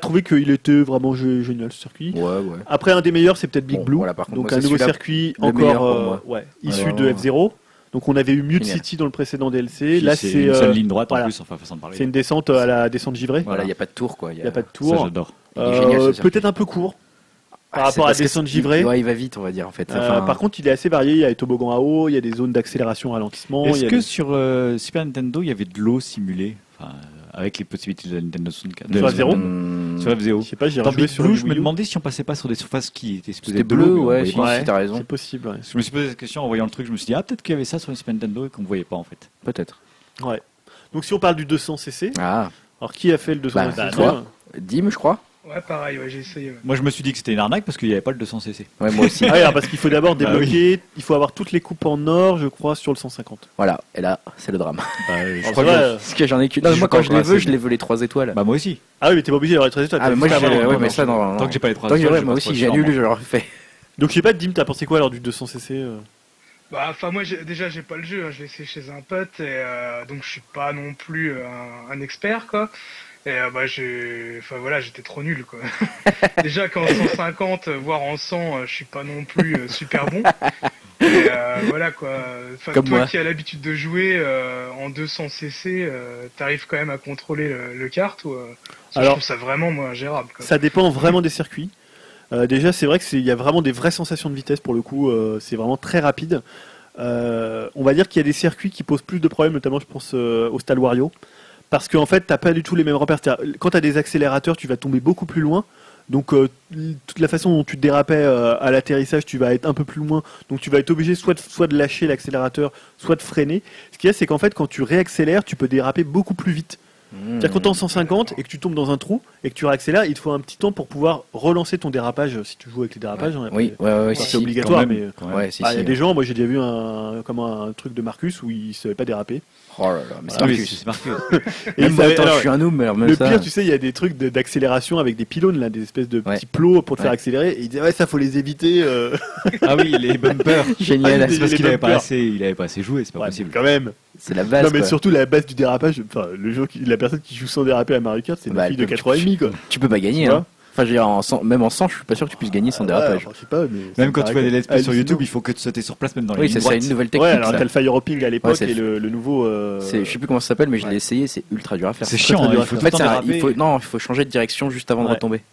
trouvé qu'il était vraiment gé- génial ce circuit. Ouais, ouais. Après, un des meilleurs, c'est peut-être Big Bon, Blue. voilà, par contre, donc moi, un c'est nouveau celui-là circuit le meilleur encore pour euh, moi. ouais, Ouais, issu de vraiment. F zéro. Donc on avait eu Mute Génial. City dans le précédent D L C. Puis Là, c'est c'est une seule euh, ligne droite voilà. en plus, enfin façon de parler. C'est une descente à la descente givrée. Voilà, il n'y a pas de tour, quoi. Il n'y a pas de Ça tour. j'adore. Il est génial, ce Euh, circuit. peut-être un peu court. par Ah, rapport c'est à parce que descendre c'est- givré. Ouais, il va vite, on va dire en fait. Euh, Enfin, par contre, il est assez varié. Il y a les toboggans à eau, il y a des zones d'accélération ralentissement. il Est-ce y a que des- sur euh, Super Nintendo, il y avait de l'eau simulée, enfin, euh, avec les possibilités de la Nintendo soixante-quatre, Sur de- F-Zero hum, sur F-Zero. Je sais pas, j'ai Dans rejoué Big sur Blue, le je me Wii U. demandais si on passait pas sur des surfaces qui étaient exposées C'était de l'eau, bleu, mais on ouais, voyait je pas. pense Ouais, que t'as raison. c'est possible. Ouais. Je me suis posé cette question en voyant le truc, je me suis dit, ah, peut-être qu'il y avait ça sur le Super Nintendo et qu'on ne voyait pas en fait. Peut-être. Ouais. Donc si on parle du deux cents cc, Ah, alors qui a fait le deux cents cc? Bah, Bah, toi. non. Dim, je crois. Ouais, pareil, ouais, j'ai essayé. Ouais. Moi, je me suis dit que c'était une arnaque parce qu'il n'y avait pas le deux cents cc. Ouais, moi aussi. Ah ouais, alors, parce qu'il faut d'abord Bah débloquer, il faut avoir toutes les coupes en or, je crois, sur le cent cinquante. Voilà, et là, c'est le drame. Bah, je Alors, crois c'est que- vrai, euh, Parce que j'en ai qu'une. Non, Je mais moi, joue pas quand je les encore veux, assez, je les veux les trois étoiles. Bah, moi aussi. Ah oui, mais t'es pas obligé d'avoir les trois étoiles. Ah, mais moi, t'as j'ai. juste à avoir- Ouais, mais ça, non. Tant que j'ai pas les trois Tant que j'ai- étoiles, ouais, j'ai moi pas aussi, trop j'ai de annulé, chance. je l'aurais fait. Donc je sais pas, Dim, t'as pensé quoi alors du deux cents cc euh Bah, enfin, moi, j'ai- déjà, j'ai pas le jeu, hein, je l'ai essayé chez un pote, et euh, donc je suis pas non plus euh, un, un expert, quoi. Et euh, bah, j'ai. Enfin, voilà, j'étais trop nul, quoi. Déjà qu'en cent cinquante, euh, voire en cent, euh, je suis pas non plus euh, super bon. Et euh, voilà, quoi. Enfin, Comme toi moi. qui as l'habitude de jouer euh, en deux cents cc, euh, t'arrives quand même à contrôler le, le kart ou. Euh, parce que Alors- je trouve ça vraiment, moi, ingérable, quoi. Ça dépend vraiment des circuits. Euh, déjà, c'est vrai que c'est- il y a vraiment des vraies sensations de vitesse pour le coup. euh, c'est vraiment très rapide. Euh, on va dire qu'il y a des circuits qui posent plus de problèmes, notamment je pense euh, au Stade Wario, parce qu'en fait, t'as pas du tout les mêmes repères. C'est-à-dire, quand t'as des accélérateurs, tu vas tomber beaucoup plus loin. Donc euh, toute la façon dont tu te dérapais euh, à l'atterrissage, tu vas être un peu plus loin. Donc tu vas être obligé soit de, soit de lâcher l'accélérateur, soit de freiner. Ce qu'il y a, c'est qu'en fait, quand tu réaccélères, tu peux déraper beaucoup plus vite. C'est-à-dire quand t'es en cent cinquante et que tu tombes dans un trou et que tu réaccélères, il te faut un petit temps pour pouvoir relancer ton dérapage si tu joues avec les dérapages. hein, Oui, après. ouais, ouais, ouais, Enfin, si, c'est obligatoire, quand même, mais quand même. Ouais, si, ah, il y a si. des gens, moi j'ai déjà vu un, comme un, truc de Marcus où il savait pas déraper. Oh là là, mais c'est Ah oui, Marcus. c'est Marcus. Et Même il moi, savait- attends, alors, je suis un noob, mais alors même le ça. pire, tu sais, il y a des trucs de- d'accélération avec des pylônes, là, des espèces de Ouais. petits plots pour te faire Ouais. accélérer. Et il disait, ouais, ça faut les éviter. euh. Ah oui, les bumpers. Génial, Ah, C'est parce les qu'il avait pas bumpers. assez, il avait pas assez joué, c'est pas Ouais, possible. quand même. c'est la base. non, mais quoi. surtout la base du dérapage. Enfin, le jeu, qui- la personne qui joue sans déraper à Mario Kart, c'est une Bah, fille elle de peut- quatre ans et demi, quoi. Tu peux pas gagner, Tu vois hein. Enfin, je veux dire, en cent- même en cent, je suis pas sûr que tu puisses gagner sans Ah, dérapage. ouais, enfin, je sais pas, mais ça Même me quand tu paraît vois des let's play sur hallucinant. YouTube, il faut que tu sautes sur place même dans les Oui, lignes c'est ça, droites. une nouvelle Ouais, technique. alors ça. t'as le fire hopping à l'époque Ouais, c'est et le, le nouveau. euh, C'est- je sais plus comment ça s'appelle, mais je ouais. l'ai essayé, c'est ultra dur à faire. C'est très, chiant, très hein, dur il à faut faire. tout En le fait, temps c'est un- il déraper. faut, non, il faut changer de direction juste avant de Ouais. retomber.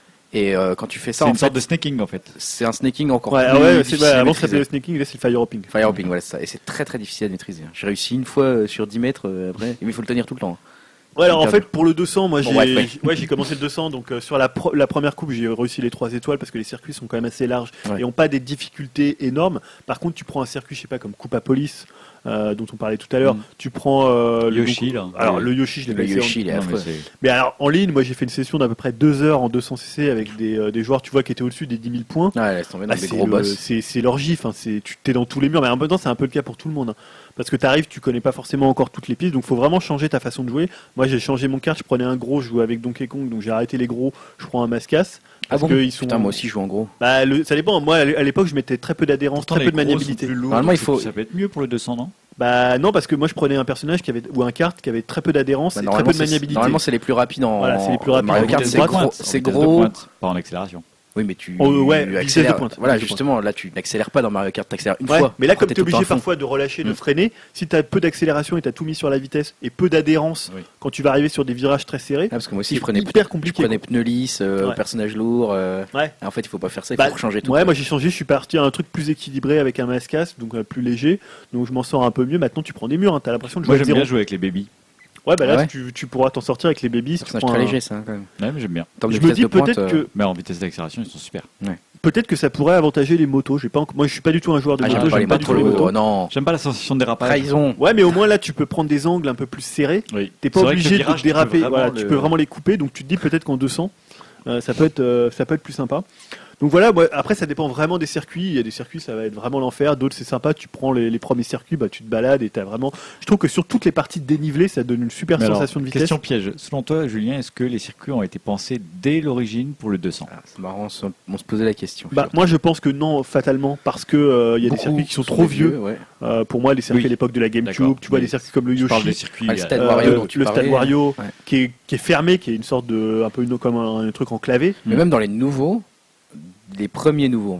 Et euh, quand tu fais ça, C'est en une sorte fait, de snaking en fait. c'est un snaking encore Ouais, plus ah ouais, c'est, difficile ouais, à avant ça s'appelait maîtriser. le snaking, là c'est le fire hopping. Fire hopping, voilà, c'est ça. Et c'est très très difficile à maîtriser. J'ai réussi une fois euh, sur dix mètres euh, après, mais il faut le tenir tout le temps. Ouais, alors en Hyper fait, dur. pour le deux cents, moi Bon, j'ai, bref, ouais. ouais, j'ai commencé le deux cents, donc euh, sur la, pro- la première coupe, j'ai réussi les trois étoiles parce que les circuits sont quand même assez larges Ouais. et ont pas des difficultés énormes. Par contre, tu prends un circuit, je sais pas, comme Coupe à Police, euh, dont on parlait tout à l'heure, Mm. tu prends euh, le Yoshi, donc- là. Alors Ouais. le Yoshi, je l'ai Le laissé en- Yoshi, il est Non, affreux. mais c'est- Mais alors en ligne, moi j'ai fait une session d'à peu près deux heures en deux cents cc avec des, euh, des joueurs, tu vois, qui étaient au-dessus des dix mille points. Ouais, laisse tomber dans Ah, des c'est, gros le- boss. c'est, c'est l'orgie, enfin, c'est, tu t'es dans tous les murs, mais en même temps c'est un peu le cas pour tout le monde. hein. Parce que tu arrives, tu connais pas forcément encore toutes les pistes, donc faut vraiment changer ta façon de jouer. Moi j'ai changé mon kart, je prenais un gros, je jouais avec Donkey Kong, donc j'ai arrêté les gros, je prends un Mascas. Ah Parce bon que ils sont... Putain, moi aussi je joue en gros. Bah, le- ça dépend, moi à l'époque je mettais très peu d'adhérence, Pourtant, très les peu de gros sont maniabilité. plus lourds, Normalement, il donc faut- Ça peut être mieux pour le deux cents, non? Bah non, parce que moi je prenais un personnage qui avait, ou un kart qui avait très peu d'adhérence Bah, et très normalement, peu de c'est- maniabilité. normalement, c'est les plus rapides en Voilà, c'est les plus en rapides. Mario En Kart, vitesse c'est de gros, pointe, c'est en vitesse de gros. pointe, pas en accélération. Oui, mais tu Oh, ouais, vitesse de accélères. pointe, Voilà, vitesse de justement, là tu n'accélères pas dans Mario Kart, t'accélères une Ouais, fois. mais là, Après, comme tu t'es es tout le temps obligé à fond. parfois de relâcher, de Mm. freiner, si tu as peu d'accélération et tu as tout mis sur la vitesse et peu d'adhérence Oui. quand tu vas arriver sur des virages très serrés, Ah, parce que moi aussi c'est je prenais hyper je compliqué. prenais pneus lisses, euh, Ouais. personnage lourd. euh, Ouais. et en fait, il faut pas faire ça, il Bah, faut changer tout. Ouais, moi j'ai changé, je suis parti à un truc plus équilibré avec un mascas, donc euh, plus léger, donc je m'en sors un peu mieux. Maintenant tu prends des murs, hein, t'as l'impression de jouer Moi à j'aime zéro. bien jouer avec les babies. Ouais, bah là Ah ouais. tu, tu pourras t'en sortir avec les babies. Si tu personnage prends très un- léger, ça, quand même. Ouais, mais j'aime bien. En termes de Je me vitesse dis de pointe, peut-être euh, que Mais en vitesse d'accélération, ils sont super. peut-être que ça pourrait avantager les motos. J'ai pas, enc- moi je suis pas du tout un joueur de Ah, moto, j'aime pas les j'aime pas du tout motos. les motos. Oh, non. J'aime pas la sensation de dérapage. Trahison. Ouais, mais au moins là tu peux prendre des angles un peu plus serrés. Oui. T'es pas C'est vrai que le obligé virage, de tu peux déraper, vraiment voilà, le- tu peux vraiment les couper, donc tu te dis peut-être qu'en deux cents, euh, ça peut être, euh, ça peut être plus sympa. Donc voilà, moi, après ça dépend vraiment des circuits. Il y a des circuits ça va être vraiment l'enfer, d'autres c'est sympa. Tu prends les, les premiers circuits, bah tu te balades et t'as vraiment. Je trouve que sur toutes les parties dénivelées, ça donne une super Mais alors, sensation de vitesse. question piège. Selon toi, Julien, est-ce que les circuits ont été pensés dès l'origine pour le deux cents? Ah, c'est marrant, on se on se posait la question. Bah moi je pense que non, fatalement, parce que euh, il y a des Beaucoup circuits qui sont trop des vieux. ouais. Euh, pour moi, les circuits Oui. à l'époque de la GameCube, D'accord. tu vois Oui. des circuits comme le Je parle des Yoshi. circuits. Ah, le euh, stade Euh, Wario le dont tu le stade parlais. Wario Ouais. qui, est, qui est fermé, qui est une sorte de un peu une, comme un, un truc enclavé. Mais même dans les nouveaux, les premiers nouveaux, on va dire.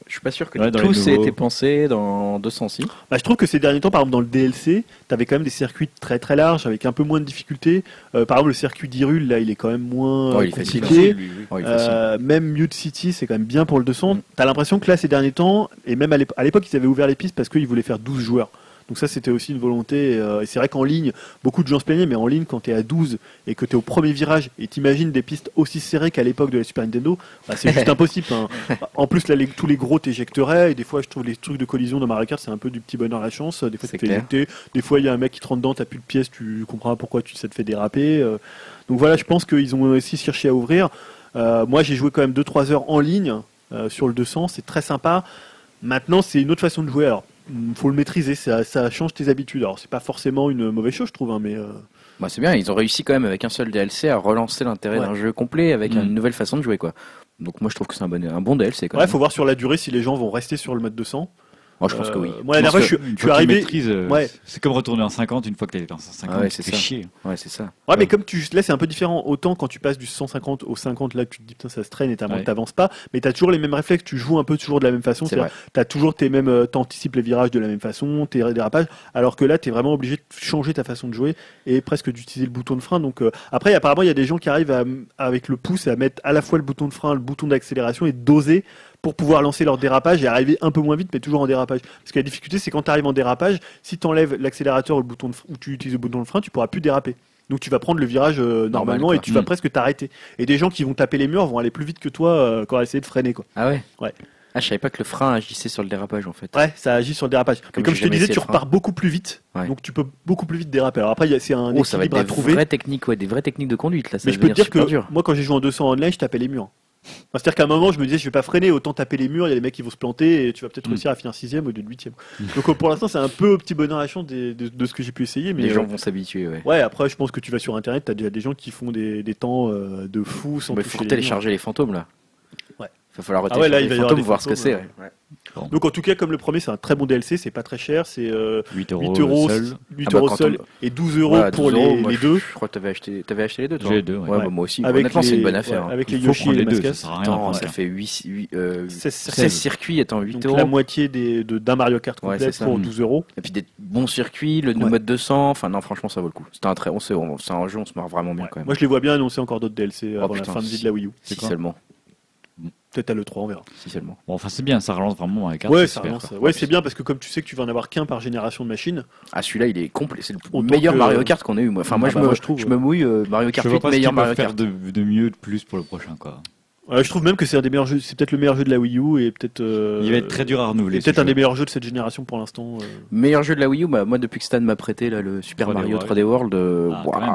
Je suis pas sûr que Ouais, dans les tous aient nouveaux. été pensés dans deux cents si. Bah, je trouve que ces derniers temps, par exemple dans le D L C, t'avais quand même des circuits très très larges avec un peu moins de difficultés. Euh, par exemple, le circuit d'Hyrule, là, il est quand même moins Oh, euh, il est facile, compliqué. Oh, il est facile. Euh, même Mute City, c'est quand même bien pour le deux cents. Mm. T'as l'impression que là, ces derniers temps, et même à l'ép- à l'époque, ils avaient ouvert les pistes parce qu'ils voulaient faire douze joueurs. Donc ça, c'était aussi une volonté. euh, et c'est vrai qu'en ligne, beaucoup de gens se plaignaient, mais en ligne, quand t'es à douze et que t'es au premier virage et t'imagines des pistes aussi serrées qu'à l'époque de la Super Nintendo, bah, c'est juste impossible. Hein. En plus, là, les- tous les gros t'éjecteraient. Et des fois, je trouve les trucs de collision dans Mario Kart, c'est un peu du petit bonheur à la chance. Des fois, C'est tu te fais clair. éjecter. Des fois, il y a un mec qui te rentre dedans, t'as plus de pièces, tu comprends pas pourquoi tu, ça te fait déraper. euh. Donc voilà, je pense qu'ils ont aussi cherché à ouvrir. Euh, moi, j'ai joué quand même deux trois heures en ligne euh, sur le deux cents, c'est très sympa. Maintenant, c'est une autre façon de jouer. Alors, il faut le maîtriser, ça, ça change tes habitudes. Alors, c'est pas forcément une mauvaise chose, je trouve, hein, mais euh, Bah, c'est bien, ils ont réussi quand même avec un seul D L C à relancer l'intérêt Ouais. d'un jeu complet avec Mm. une nouvelle façon de jouer, quoi. Donc moi je trouve que c'est un bon, un bon D L C quand ouais, même. faut voir sur la durée si les gens vont rester sur le mode deux cents. Moi je pense que Euh, oui. Moi, la Je dernière pense fois, je suis, Une je suis fois que tu arrivé. maîtrises, euh, Ouais. c'est comme retourner en cinquante une fois que tu es dans cent cinquante, Ah ouais, c'est c'est ça. chier. que- Ouais, c'est ça. Ouais, mais comme tu là, c'est un peu différent. Autant quand tu passes du cent cinquante au cinquante, là, tu te dis putain, ça se traîne et t'as- Ouais. t'avances pas. Mais t'as toujours les mêmes réflexes. Tu joues un peu toujours de la même façon. C'est C'est-à-dire, vrai. t'as toujours tes mêmes, euh, t'anticipes les virages de la même façon, tes dérapages. Alors que là, t'es vraiment obligé de changer ta façon de jouer et presque d'utiliser le bouton de frein. Donc euh, après, apparemment, il y a des gens qui arrivent à, avec le pouce à mettre à la fois le bouton de frein, le bouton d'accélération et doser pour pouvoir lancer leur dérapage et arriver un peu moins vite, mais toujours en dérapage. Parce que la difficulté, c'est quand tu arrives en dérapage, si tu enlèves l'accélérateur ou le bouton de fr- ou tu utilises le bouton de frein, tu pourras plus déraper. Donc tu vas prendre le virage euh, normalement quoi. et tu vas Mm. presque t'arrêter. Et des gens qui vont taper les murs vont aller plus vite que toi euh, quand essayer de freiner, quoi. Ah ouais. Ouais. Ah je savais pas que le frein agissait sur le dérapage en fait. Ouais, ça agit sur le dérapage. Comme Mais comme j'ai je te jamais disais, essayé tu le frein. repars beaucoup plus vite. Ouais. Donc tu peux beaucoup plus vite déraper. Alors après, il y a- c'est un Oh ça va être équilibre à des trouver. vraies techniques, ouais, des vraies techniques de conduite là. Ça Mais va je peux te devenir dire super que dur. moi, quand j'ai joué en deux cents en online, je tapais les murs. Enfin, c'est-à-dire qu'à un moment, je me disais, je vais pas freiner, autant taper les murs, il y a des mecs qui vont se planter et tu vas peut-être Mm. réussir à finir sixième au lieu de huitième. Donc euh, pour l'instant, c'est un peu au petit bonheur à la chance des- de, de ce que j'ai pu essayer. Mais Les gens euh, vont s'habituer, ouais. ouais, après, je pense que tu vas sur internet, t'as déjà des gens qui font des, des temps euh, de fou sans Il toucher faut les télécharger les fantômes là. Ouais. Il va falloir Ah ouais, là, télécharger il va y les avoir fantômes, des voir ce que c'est. fantômes, ouais. murs. Donc en tout cas, comme le premier, c'est un très bon D L C, c'est pas très cher, c'est euh, huit euros, huit euros, seul. huit Ah bah, euros quand seul on- et douze euros Voilà, pour douze euros, les, moi, les je- deux. Je crois que t'avais acheté, t'avais acheté les deux, toi. J'ai les deux, ouais. Ouais, Ouais. bah, moi aussi. Avec Honnêtement, c'est les- une bonne affaire. ouais, hein. avec Il les faut Yoshi prendre et les les deux, ça mascasses. sert à rien. Attends, d'en ça prendre fait huit, huit, euh, seize seize circuits, attends, huit Donc euros. la moitié des, de, d'un Mario Kart Ouais, complet c'est ça. pour Mm. douze euros. Et puis des bons circuits, le Ouais. mode deux cents. Enfin, non, franchement, ça vaut le coup. C'était un très, on sait, on- c'est un jeu, on se marre vraiment bien Ouais. quand même. Moi je les vois bien annoncer encore d'autres D L C Oh, avant putain, la fin de vie si. de la Wii U. Si quoi seulement. Peut-être à l'E trois, on verra. Si seulement. Bon, enfin, c'est bien, ça relance vraiment la carte. Ouais, c'est ça super, relance. quoi. Ouais, c'est bien parce que comme tu sais que tu vas en avoir qu'un par génération de machine. Ah, celui-là, il est complet. C'est le Autant meilleur que- Mario Kart qu'on ait eu, moi. Enfin, Ah, moi, bah, je, me, moi, je trouve, je ouais. me mouille euh, Mario Kart Je vois huit, pas ce qu'ils meilleur peuvent Mario faire Kart. de, de mieux, de plus pour le prochain, quoi. Euh, je trouve même que c'est un des meilleurs jeux. C'est peut-être le meilleur jeu de la Wii U et peut-être. euh, Il va être très dur à renouveler. et peut-être ce un des jeu. meilleurs jeux de cette génération pour l'instant. euh. Meilleur jeu de la Wii U, bah, moi, depuis que Stan m'a prêté là, le Super trois D Mario World. trois D World, euh, Ah, waouh, quand même.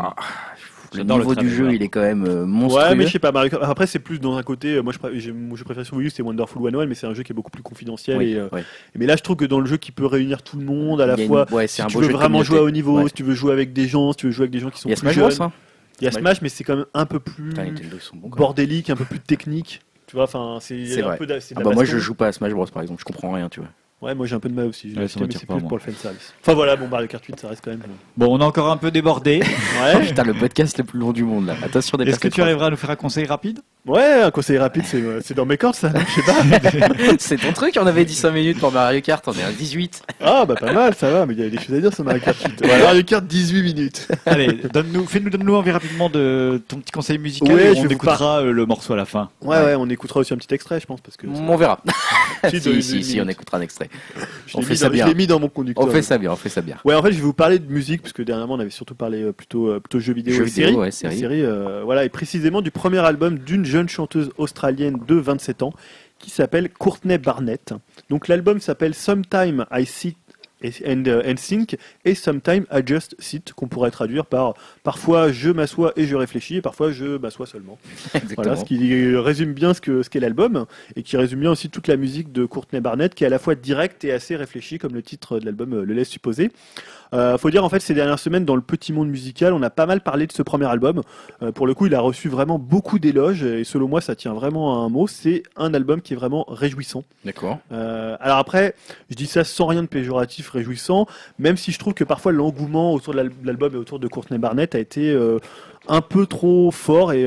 le J'adore le niveau trois du D jeu, World. il est quand même euh, monstrueux. Ouais, mais je sais pas. Mario Kart- Après, c'est plus dans un côté. euh, Moi, je, pré- j'ai- mon jeu préféré sur Wii U, c'est Wonderful one oh one, mais c'est un jeu qui est beaucoup plus confidentiel. Oui, Et, euh, ouais. mais là, je trouve que dans le jeu qui peut réunir tout le monde à la Il y a une- fois. ouais, c'est Si un tu beau veux jeu de vraiment jouer à haut communauté. niveau, Ouais. si tu veux jouer avec des gens, si tu veux jouer avec des gens qui sont Il y a plus Smash jeunes. Bros, hein. Il y a Ouais. Smash, mais c'est quand même un peu plus Putain, Nintendo, ils sont bons, quand même. bordélique, un peu plus technique. Tu vois, enfin, c'est C'est un vrai. peu d'a- c'est de Ah la bah moi baston. je joue pas à Smash Bros par exemple, je comprends rien tu vois. Ouais, moi j'ai un peu de mal aussi. J'ai Ouais, acheté, ça mais m'attire c'est pas, plus moi. pour le fan service. Enfin voilà, bon Mario Kart huit, ça reste quand même. Bon, on a encore un peu débordé. Ouais. Putain le podcast le plus long du monde là. Attention des Est-ce que tu arriveras à nous faire un conseil rapide? Ouais, un conseil rapide, c'est euh, c'est dans mes cordes ça. non Je sais pas. C'est ton truc, on avait dit cinq minutes pour Mario Kart, on est à dix-huit. Ah bah pas mal, ça va. Mais il y a des choses à dire sur Mario Kart huit. Voilà, Mario Kart dix-huit minutes. Allez, donne-nous, fais-nous, donne-nous envie rapidement de ton petit conseil musical Ouais, et je on vais vous écoutera euh, le morceau à la fin. Ouais, ouais, on écoutera aussi un petit extrait, je pense, parce que. On verra. Si, si dans si une si, on minute. écoutera un extrait. Je on l'ai fait mis ça dans- bien. Je l'ai mis dans mon conducteur. On fait ça bien, on fait ça bien. Ouais, en fait, je vais vous parler de musique parce que dernièrement, on avait surtout parlé euh, plutôt euh, plutôt jeux vidéo Jeux et vidéo, séries. ouais, séries. Et séries, euh, voilà, et précisément du premier album d'une jeune chanteuse australienne de vingt-sept ans qui s'appelle Courtney Barnett. Donc l'album s'appelle Sometime I Sit and, uh, and Think et Sometime I Just Sit, qu'on pourrait traduire par parfois je m'assois et je réfléchis et parfois je m'assois seulement. Exactement. Voilà, ce qui résume bien ce que ce qu'est l'album et qui résume bien aussi toute la musique de Courtney Barnett, qui est à la fois directe et assez réfléchie, comme le titre de l'album euh, le laisse supposer. Euh, faut dire en fait ces dernières semaines dans le petit monde musical, on a pas mal parlé de ce premier album. Euh, pour le coup, il a reçu vraiment beaucoup d'éloges et selon moi, ça tient vraiment à un mot. C'est un album qui est vraiment réjouissant. D'accord. Euh, alors après, je dis ça sans rien de péjoratif, réjouissant, même si je trouve que parfois l'engouement autour de l'al- de l'album et autour de Courtney Barnett a été euh, un peu trop fort et euh,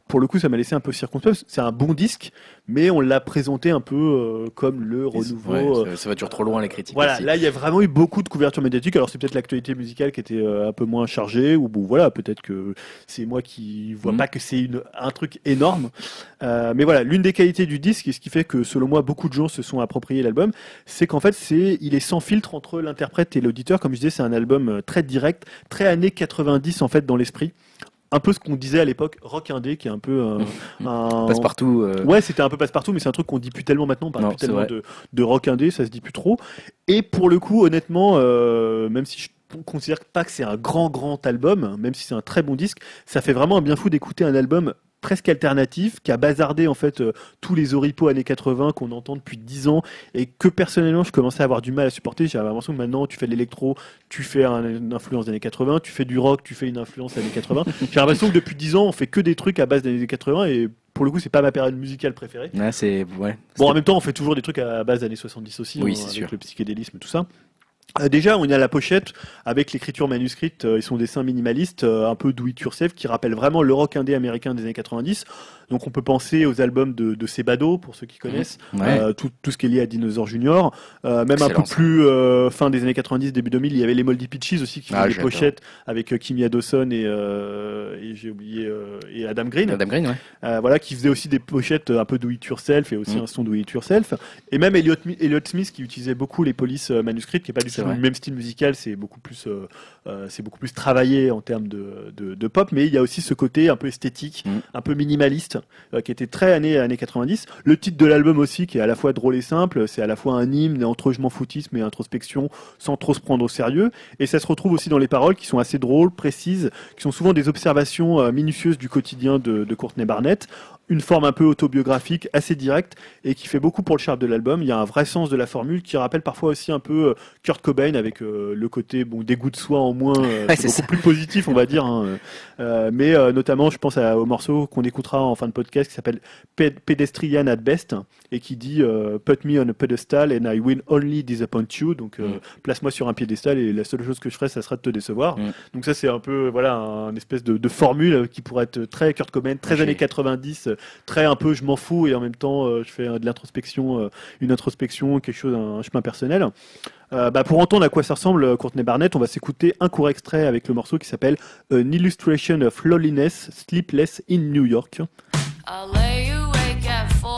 pour le coup, ça m'a laissé un peu circonspect. C'est un bon disque, mais on l'a présenté un peu euh, comme le renouveau. Ouais, euh, ça, ça va toujours trop loin les critiques. Voilà, aussi. là il y a vraiment eu beaucoup de couverture médiatique. Alors c'est peut-être l'actualité musicale qui était euh, un peu moins chargée, ou bon voilà, peut-être que c'est moi qui vois Mhm. pas que c'est une, un truc énorme. Euh, mais voilà, l'une des qualités du disque, et ce qui fait que selon moi beaucoup de gens se sont appropriés l'album, c'est qu'en fait c'est, il est sans filtre entre l'interprète et l'auditeur. Comme je disais, c'est un album euh, très direct, très années quatre-vingt-dix en fait dans l'esprit. Un peu ce qu'on disait à l'époque, rock indé, qui est un peu euh, un Passe-partout. euh, Ouais, c'était un peu passe-partout, mais c'est un truc qu'on dit plus tellement maintenant. On parle Non, plus c'est tellement vrai. de, de rock indé, ça se dit plus trop. Et pour le coup, honnêtement, euh, même si je considère pas que c'est un grand grand album, même si c'est un très bon disque, ça fait vraiment un bien fou d'écouter un album presque alternatif qui a bazardé en fait euh, tous les oripeaux années quatre-vingts qu'on entend depuis dix ans et que personnellement je commençais à avoir du mal à supporter. J'avais l'impression que maintenant tu fais de l'électro, tu fais un- une influence des années quatre-vingts, tu fais du rock, tu fais une influence années quatre-vingts. J'ai l'impression que depuis dix ans on fait que des trucs à base des années quatre-vingts et pour le coup c'est pas ma période musicale préférée. Ouais, c'est ouais. Bon, en C'était- même temps, on fait toujours des trucs à base années soixante-dix aussi, Oui, hein, c'est avec sûr. le psychédélisme et tout ça. Euh, déjà, on y a la pochette avec l'écriture manuscrite euh, et son dessin minimaliste, euh, un peu do it yourself, qui rappelle vraiment le rock indé américain des années quatre-vingt-dix. Donc, on peut penser aux albums de, de Sebado, pour ceux qui connaissent, Ouais. euh, tout, tout ce qui est lié à Dinosaur Junior. Euh, même un Excellent, peu ça. plus euh, fin des années quatre-vingt-dix, début deux mille, il y avait les Moldy Peaches aussi qui faisaient Ah, des j'adore. pochettes avec euh, Kimia Dawson et, euh, et j'ai oublié euh, et Adam Green. Adam Green, ouais. Euh, voilà, qui faisait aussi des pochettes euh, un peu do it yourself et aussi Mm. un son do it yourself. Et même Elliot, Mi- Elliot Smith qui utilisait beaucoup les polices euh, manuscrites, qui est pas du C'est tout vrai. le même style musical, c'est beaucoup plus, euh, euh, c'est beaucoup plus travaillé en termes de, de, de pop, mais il y a aussi ce côté un peu esthétique, Mm. un peu minimaliste, euh, qui était très années années quatre-vingt-dix. Le titre de l'album aussi, qui est à la fois drôle et simple, c'est à la fois un hymne entre je m'en foutisme et introspection, sans trop se prendre au sérieux. Et ça se retrouve aussi dans les paroles, qui sont assez drôles, précises, qui sont souvent des observations euh, minutieuses du quotidien de, de Courtney Barnett. Une forme un peu autobiographique, assez directe, et qui fait beaucoup pour le charme de l'album. Il y a un vrai sens de la formule qui rappelle parfois aussi un peu euh, Kurt Cobain, avec euh, le côté bon dégoût de soi en moins, euh, Ouais, c'est c'est beaucoup plus positif, on va dire. Hein. Euh, mais euh, notamment, je pense à- au morceau qu'on écoutera en fin de podcast, qui s'appelle Pe- Pedestrian at Best, et qui dit euh, Put me on a pedestal and I will only disappoint you. Donc, euh, Mm. place-moi sur un piédestal et la seule chose que je ferai, ça sera de te décevoir. Mm. Donc ça, c'est un peu voilà un espèce de, de formule qui pourrait être très Kurt Cobain, très Ok. années quatre-vingt-dix, très un peu je m'en fous et en même temps euh, je fais euh, de l'introspection, euh, une introspection, quelque chose, un, chemin personnel. Euh, bah, pour entendre à quoi ça ressemble euh, Courtney Barnett, on va s'écouter un court extrait avec le morceau qui s'appelle An Illustration of Loneliness, Sleepless in New York. I'll lay awake at four,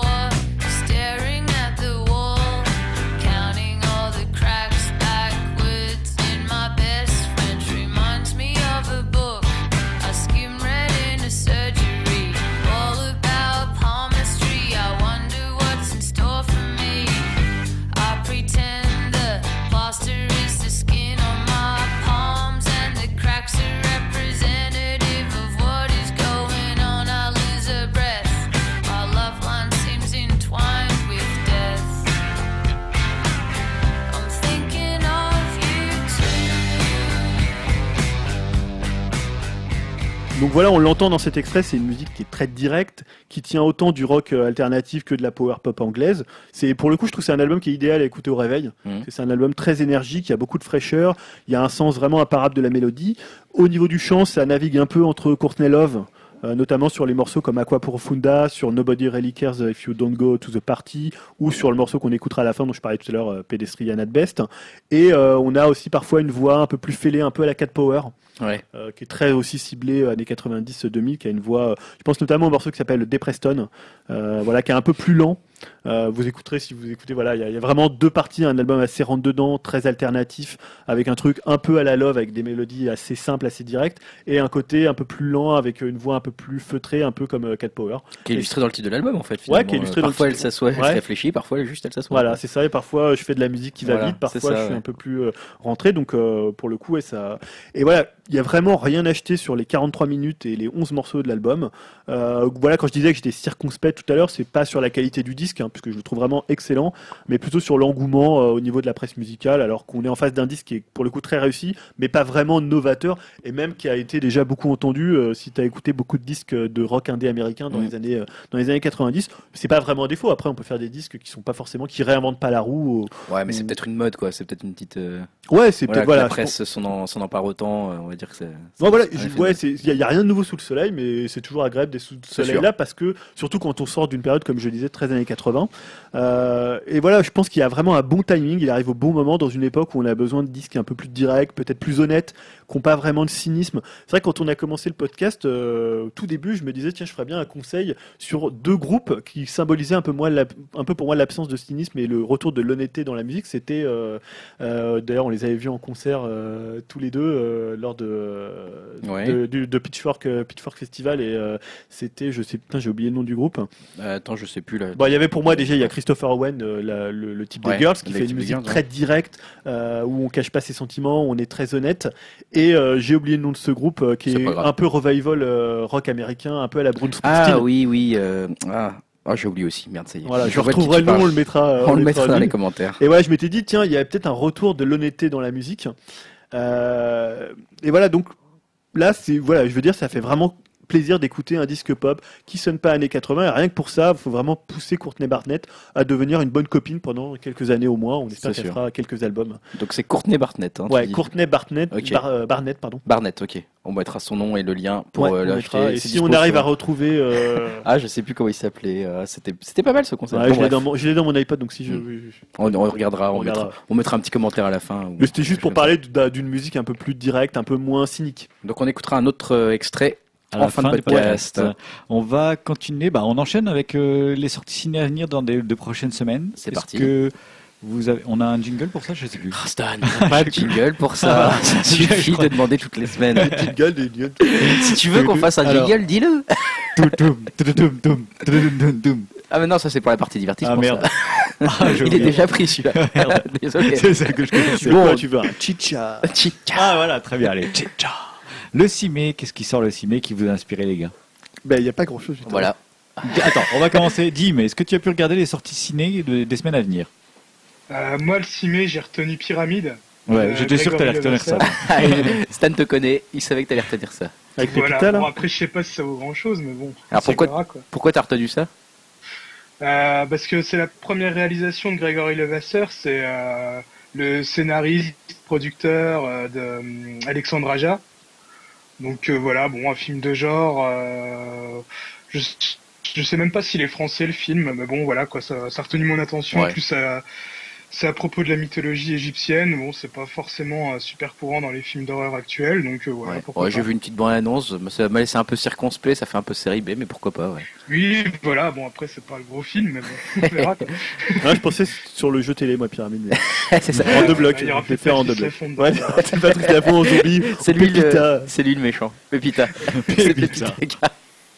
staring at the wall, counting all the cracks backwards in my best friend. Reminds me of a book I skimmed read in a surgery, all about palmistry. I wonder what's in store for me. I pretend the plaster is the skin on my palms and the cracks are representative of what is going on. I lose a breath. My love line seems entwined with death. I'm thinking of you too. Donc voilà, on l'entend dans cet extrait, c'est une musique qui est très directe, qui tient autant du rock euh, alternatif que de la power pop anglaise. C'est pour le coup, je trouve que c'est un album qui est idéal à écouter au réveil. Mhm. C'est un album très énergique, il y a beaucoup de fraîcheur, il y a un sens vraiment imparable de la mélodie. Au niveau du chant, ça navigue un peu entre Courtney Love, euh, notamment sur les morceaux comme Aqua Profunda, sur Nobody Really Cares If You Don't Go to the Party, ou sur le morceau qu'on écoutera à la fin, dont je parlais tout à l'heure, euh, Pedestrian at Best. Et euh, on a aussi parfois une voix un peu plus fêlée, un peu à la Cat Power. Ouais. Euh, qui est très aussi ciblé euh, années quatre-vingt-dix deux mille, qui a une voix, euh, je pense notamment au morceau qui s'appelle Depreston, euh, voilà, qui est un peu plus lent. Euh, vous écouterez si vous écoutez, voilà, il y, a- il y a vraiment deux parties, un album assez rentre dedans, très alternatif, avec un truc un peu à la Love, avec des mélodies assez simples, assez directes, et un côté un peu plus lent, avec une voix un peu plus feutrée, un peu comme euh, Cat Power. Qui est illustré dans le titre de l'album en fait. Ouais, Finalement. qui est illustré dans le Parfois elle titre. s'assoit, elle Ouais. se réfléchit, parfois juste elle s'assoit. Voilà, c'est ça. Et parfois, je fais de la musique qui va Voilà, vite. Parfois, c'est ça, je suis ouais. un peu plus euh, rentré. Donc, euh, pour le coup, ouais, ça. Et voilà, il y a vraiment rien acheté sur les quarante-trois minutes et les onze morceaux de l'album. Euh, voilà, quand je disais que j'étais circonspect tout à l'heure, c'est pas sur la qualité du disque. disque, hein, puisque je le trouve vraiment excellent, mais plutôt sur l'engouement euh, au niveau de la presse musicale, alors qu'on est en face d'un disque qui est pour le coup très réussi, mais pas vraiment novateur, et même qui a été déjà beaucoup entendu. Euh, si tu as écouté beaucoup de disques de rock indé américain dans Mm. les années euh, dans les années quatre-vingt-dix, c'est pas vraiment un défaut. Après, on peut faire des disques qui sont pas forcément, qui réinventent pas la roue. ou- Ouais, mais c'est ou- peut-être une mode, quoi. C'est peut-être une petite. euh, Ouais, c'est Voilà, peut-être que voilà. la je presse s'en en, s'en empare autant, euh, on va dire que c'est. c'est Non, voilà, un je- effet ouais, de- c'est- il y, a- il y a rien de nouveau sous le soleil, mais c'est toujours agréable d'être sous le C'est soleil là, parce que surtout quand on sort d'une période, comme je disais, très années quatre-vingts. Euh, et voilà, je pense qu'il y a vraiment un bon timing. Il arrive au bon moment dans une époque où on a besoin de disques un peu plus directs, peut-être plus honnêtes, qui n'ont pas vraiment de cynisme. C'est vrai que quand on a commencé le podcast, euh, au tout début, je me disais tiens, je ferais bien un conseil sur deux groupes qui symbolisaient un peu moi, la- un peu pour moi l'absence de cynisme et le retour de l'honnêteté dans la musique. C'était euh, euh, d'ailleurs on les avait vus en concert euh, tous les deux euh, lors de, euh, Ouais. de, du- de Pitchfork, euh, Pitchfork Festival et euh, c'était, je sais, putain, j'ai oublié le nom du groupe. Euh, attends, je sais plus là. Bon, il y avait pour moi déjà, il y a Christopher Owen, euh, la- le, le type Ouais, des Girls, qui le fait type une des musique Girls, très directe, euh, où on cache pas ses sentiments, on est très honnête. Et euh, j'ai oublié le nom de ce groupe euh, qui C'est est, pas grave. un peu revival euh, rock américain, un peu à la Bruce Springsteen. Ah oui, oui. euh, Ah, ah j'ai oublié aussi. Merde, ça y est. Voilà, je vois de qui retrouverai tu le nom, on parles. le mettra. euh, On le mettra mettra en dans ligne. les commentaires. Et voilà, je m'étais dit, tiens, il y a peut-être un retour de l'honnêteté dans la musique. Euh, et voilà, donc là, c'est voilà, je veux dire, ça fait vraiment plaisir d'écouter un disque pop qui sonne pas années quatre-vingts. Et rien que pour ça, il faut vraiment pousser Courtney Barnett à devenir une bonne copine pendant quelques années au moins. On espère C'est qu'elle sûr. fera quelques albums. Donc c'est Courtney Barnett. Hein, tu Ouais, dis. Courtney Barnett, Ok. Bar- euh, Barnett, pardon. Barnett, ok. On mettra son nom et le lien pour Ouais, euh, on l'acheter. mettra. Et C'est si dispo on arrive sur- à retrouver, euh, Ah, je sais plus comment il s'appelait. euh, C'était c'était pas mal ce concept. ouais, Bon, je l'ai bref. dans mon, je l'ai dans mon iPod, donc si je, Mm. on, on regardera, on, On mettra, regardera. on mettra un petit commentaire à la fin. ou- mais c'était juste pour comme ça. parler d'un- d'une musique un peu plus directe, un peu moins cynique. Donc on écoutera un autre euh, extrait À en la fin, fin de du podcast. podcast. On va continuer. Bah, on enchaîne avec euh, les sorties ciné à venir dans des deux prochaines semaines. C'est Est-ce parti. que vous avez... On a un jingle pour ça, je sais plus. Ah, Stan, pas de jingle pour ça. Ça suffit de demander toutes les semaines. Jingle, des jingles. Si tu veux qu'on fasse un Alors- jingle, dis-le. Toum, toum, toum, toum, toum, toum, toum, toum. Ah mais non, ça c'est pour la partie divertissement. Ah merde. ça. Ah, j'ai Il est oublié. déjà pris celui-là. Merde. Désolé. C'est ça que je connaissais. Tu veux quoi, tu veux un chicha. Chicha. Ah voilà, très bien. Allez. Le six mai, qu'est-ce qui sort le six mai qui vous a inspiré, les gars? Ben, il n'y a pas grand chose. Voilà. Attends, on va commencer. Dis, mais est-ce que tu as pu regarder les sorties ciné de- des semaines à venir? Euh, moi, le six mai, j'ai retenu Pyramide. Ouais, Euh, j'étais sûr que tu allais Grégory retenir ça. Levasseur. Stan te connaît, il savait que t'allais retenir ça. Avec Voilà. Pépita, là. Bon, après, je sais pas si ça vaut grand chose, mais bon. Alors, on pourquoi- verra, quoi. Pourquoi t'as retenu ça? Euh, parce que c'est la première réalisation de Grégory Levasseur, c'est euh, le scénariste, producteur euh, de euh, Alexandre Aja. Donc euh, voilà, bon, un film de genre. Euh, je, je sais même pas s'il est français le film, mais bon, voilà, quoi, ça, ça a retenu mon attention. Ouais. En plus, ça- c'est à propos de la mythologie égyptienne. Bon, c'est pas forcément euh, super courant dans les films d'horreur actuels, donc euh, voilà. Ouais. pourquoi Ouais, j'ai pas. vu une petite bande-annonce, ça m'a laissé un peu circonspect, ça fait un peu série B, mais pourquoi pas, ouais. Oui, voilà. Bon, après, c'est pas le gros film, mais bon, on verra. Quoi. Ah, je pensais sur le jeu télé, moi, Pyramide. mais- c'est ça. En deux blocs. Il y aura Je vais peut-être faire en deux Patrice blocs. Laffont Ouais, dedans. c'est Patrick Laffont en zombie. C'est lui, Pépita. le... c'est lui le méchant. Pépita. C'est Pépita. Pépita.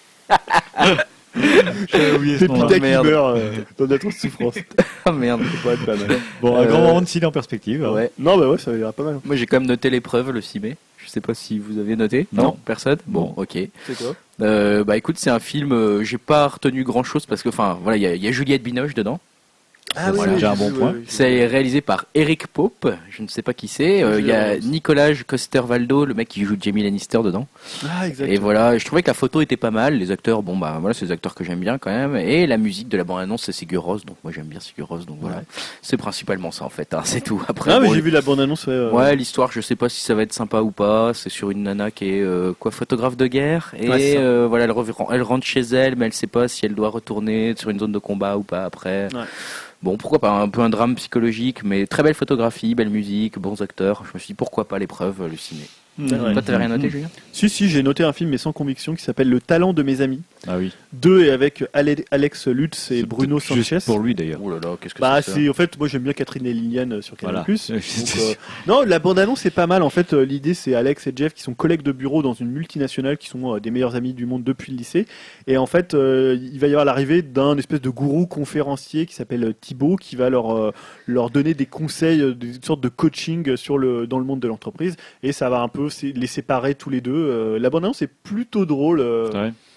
J'avais oublié ce moment. Pépita qui merde. meurt euh, dans de la trop de souffrance. Oh merde. Ça pourrait être pas mal. Bon, un Euh, grand moment de ciné en perspective. hein. Ouais. Non, bah ouais, ça ira pas mal. Moi j'ai quand même noté l'épreuve le six mai. Je sais pas si vous avez noté. Non. Personne. Bon, ok. C'est quoi Euh, bah écoute, c'est un film. euh, j'ai pas retenu grand chose parce que, enfin, voilà, il y, a- il y a Juliette Binoche dedans. Ah oui, oui, déjà j'ai un bon vu, point. ouais, j'ai C'est vu. réalisé par Eric Pope. Je ne sais pas qui c'est. Euh, Je Il y a l'ai Nicolas Coster-Waldau, le mec qui joue Jamie Lannister dedans. Ah, exact. Et voilà, je trouvais que la photo était pas mal. Les acteurs, bon bah voilà, c'est des acteurs que j'aime bien quand même. Et la musique de la bande-annonce, c'est Sigur Rós, donc moi j'aime bien Sigur Rós, donc voilà. Ouais. C'est principalement ça en fait. hein, c'est tout. Après, Ah, mais bon, j'ai vu la bande-annonce. Ouais, euh, ouais, l'histoire, je sais pas si ça va être sympa ou pas. C'est sur une nana qui est euh, quoi, photographe de guerre. Et Ouais, c'est ça. euh, voilà, elle, rev- elle rentre chez elle, mais elle sait pas si elle doit retourner sur une zone de combat ou pas après. Ouais. Bon, pourquoi pas, un peu un drame psychologique, mais très belle photographie, belle musique, bons acteurs. Je me suis dit pourquoi pas l'épreuve, le ciné. Ouais. Toi, t'avais rien noté, Mhm. Julien? Si, si, j'ai noté un film, mais sans conviction, qui s'appelle Le talent de mes amis. Ah oui. Deux, et avec Ale- Alex Lutz et C'est Bruno peut-être juste Sanchez. pour lui d'ailleurs. Oh là là, qu'est-ce que Bah, c'est que ça? c'est en fait, moi j'aime bien Catherine et Liliane sur Canal+. Voilà. Donc, euh, non, la bande-annonce c'est pas mal. En fait, euh, l'idée c'est Alex et Jeff qui sont collègues de bureau dans une multinationale, qui sont euh, des meilleurs amis du monde depuis le lycée. Et en fait, euh, il va y avoir l'arrivée d'un espèce de gourou conférencier qui s'appelle euh, Thibaut, qui va leur euh, leur donner des conseils, euh, des sortes de coaching sur le dans le monde de l'entreprise. Et ça va un peu c'est- les séparer tous les deux. Euh, la bande-annonce est plutôt drôle. euh, Ouais.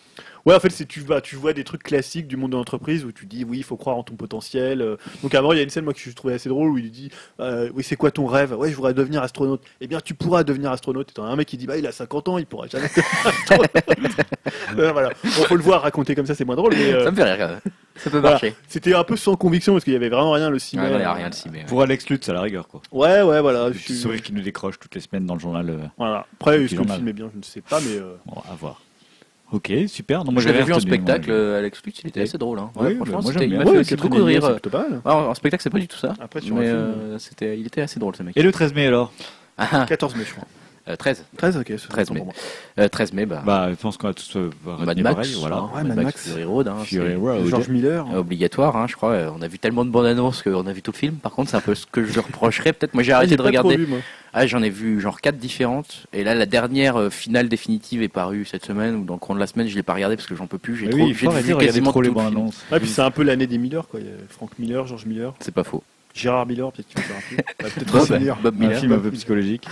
Ouais, en fait, c'est tu vas, tu vois des trucs classiques du monde de l'entreprise où tu dis oui, il faut croire en ton potentiel. euh. Donc, à un moment, il y a une scène moi que je trouvais assez drôle où il dit euh, oui, c'est quoi ton rêve? Ouais, je voudrais devenir astronaute. Eh bien, tu pourras devenir astronaute. Et t'as un mec qui dit bah, il a cinquante ans, il pourra jamais devenir astronaute. Euh, voilà. Bon, faut le voir raconter comme ça, c'est moins drôle, mais euh, Ça me fait rire quand même. Ça peut voilà. marcher. C'était un peu sans conviction parce qu'il y avait vraiment rien le Ah, cinéma. non, il y a rien de ciné. Ouais. Pour Alex Lutz, à la rigueur, quoi. Ouais, ouais, voilà. Le je petit suis- sourire qui nous décroche toutes les semaines dans le journal. euh, Voilà. Après, Le est-ce petit que le journal. film est bien, je ne sais pas, mais. euh, Bon, à voir. Ok, super. Non, Moi, je l'avais j'avais vu en retenu, spectacle, moi. euh, Alex Lutz, il était Oui. assez drôle. Hein. Oui, Ouais, bah, franchement, moi, c'était- j'aime il bien. m'a ouais, fait aussi Catherine beaucoup rire. Deneuve, euh. c'est plutôt pas mal. Ouais, en en spectacle, c'est pas du tout ça. Après, sur Mais un film, euh, c'était, il était assez drôle ce mec. Et le treize mai alors? Ah, quatorze mai, je crois. euh, treize. treize, ok. c'est treize bon mai. pour moi. Euh, treize mai, bah. Bah, je pense qu'on va tous euh, Mad retenir Max. pareil, voilà. hein, Ouais, Mad Mad Max, Max. Fury Road. Hein, Fury c'est Road. George Miller. obligatoire, hein, je crois. Euh, On a vu tellement de bandes annonces qu'on a vu tout le film. Par contre, c'est un peu ce que je reprocherais. Peut-être, moi, j'ai Ah, arrêté j'ai de pas trop regarder. vu, moi. Ah, j'en ai vu genre quatre différentes. Et là, la dernière euh, finale définitive est parue cette semaine ou dans le courant de la semaine. Je l'ai pas regardé parce que j'en peux plus. J'ai Mais trop, oui, il j'ai faut arrêter vu de regarder quasiment trop les tout le bandes film. annonces. Ouais, puis c'est un peu l'année des Miller, quoi. Il y a Frank Miller, George Miller, C'est pas faux. Gérard Miller, peut-être qu'il va faire un film. Ouais, peut-être Bob, aussi Miller. Bob Un Miller. film un peu psychologique.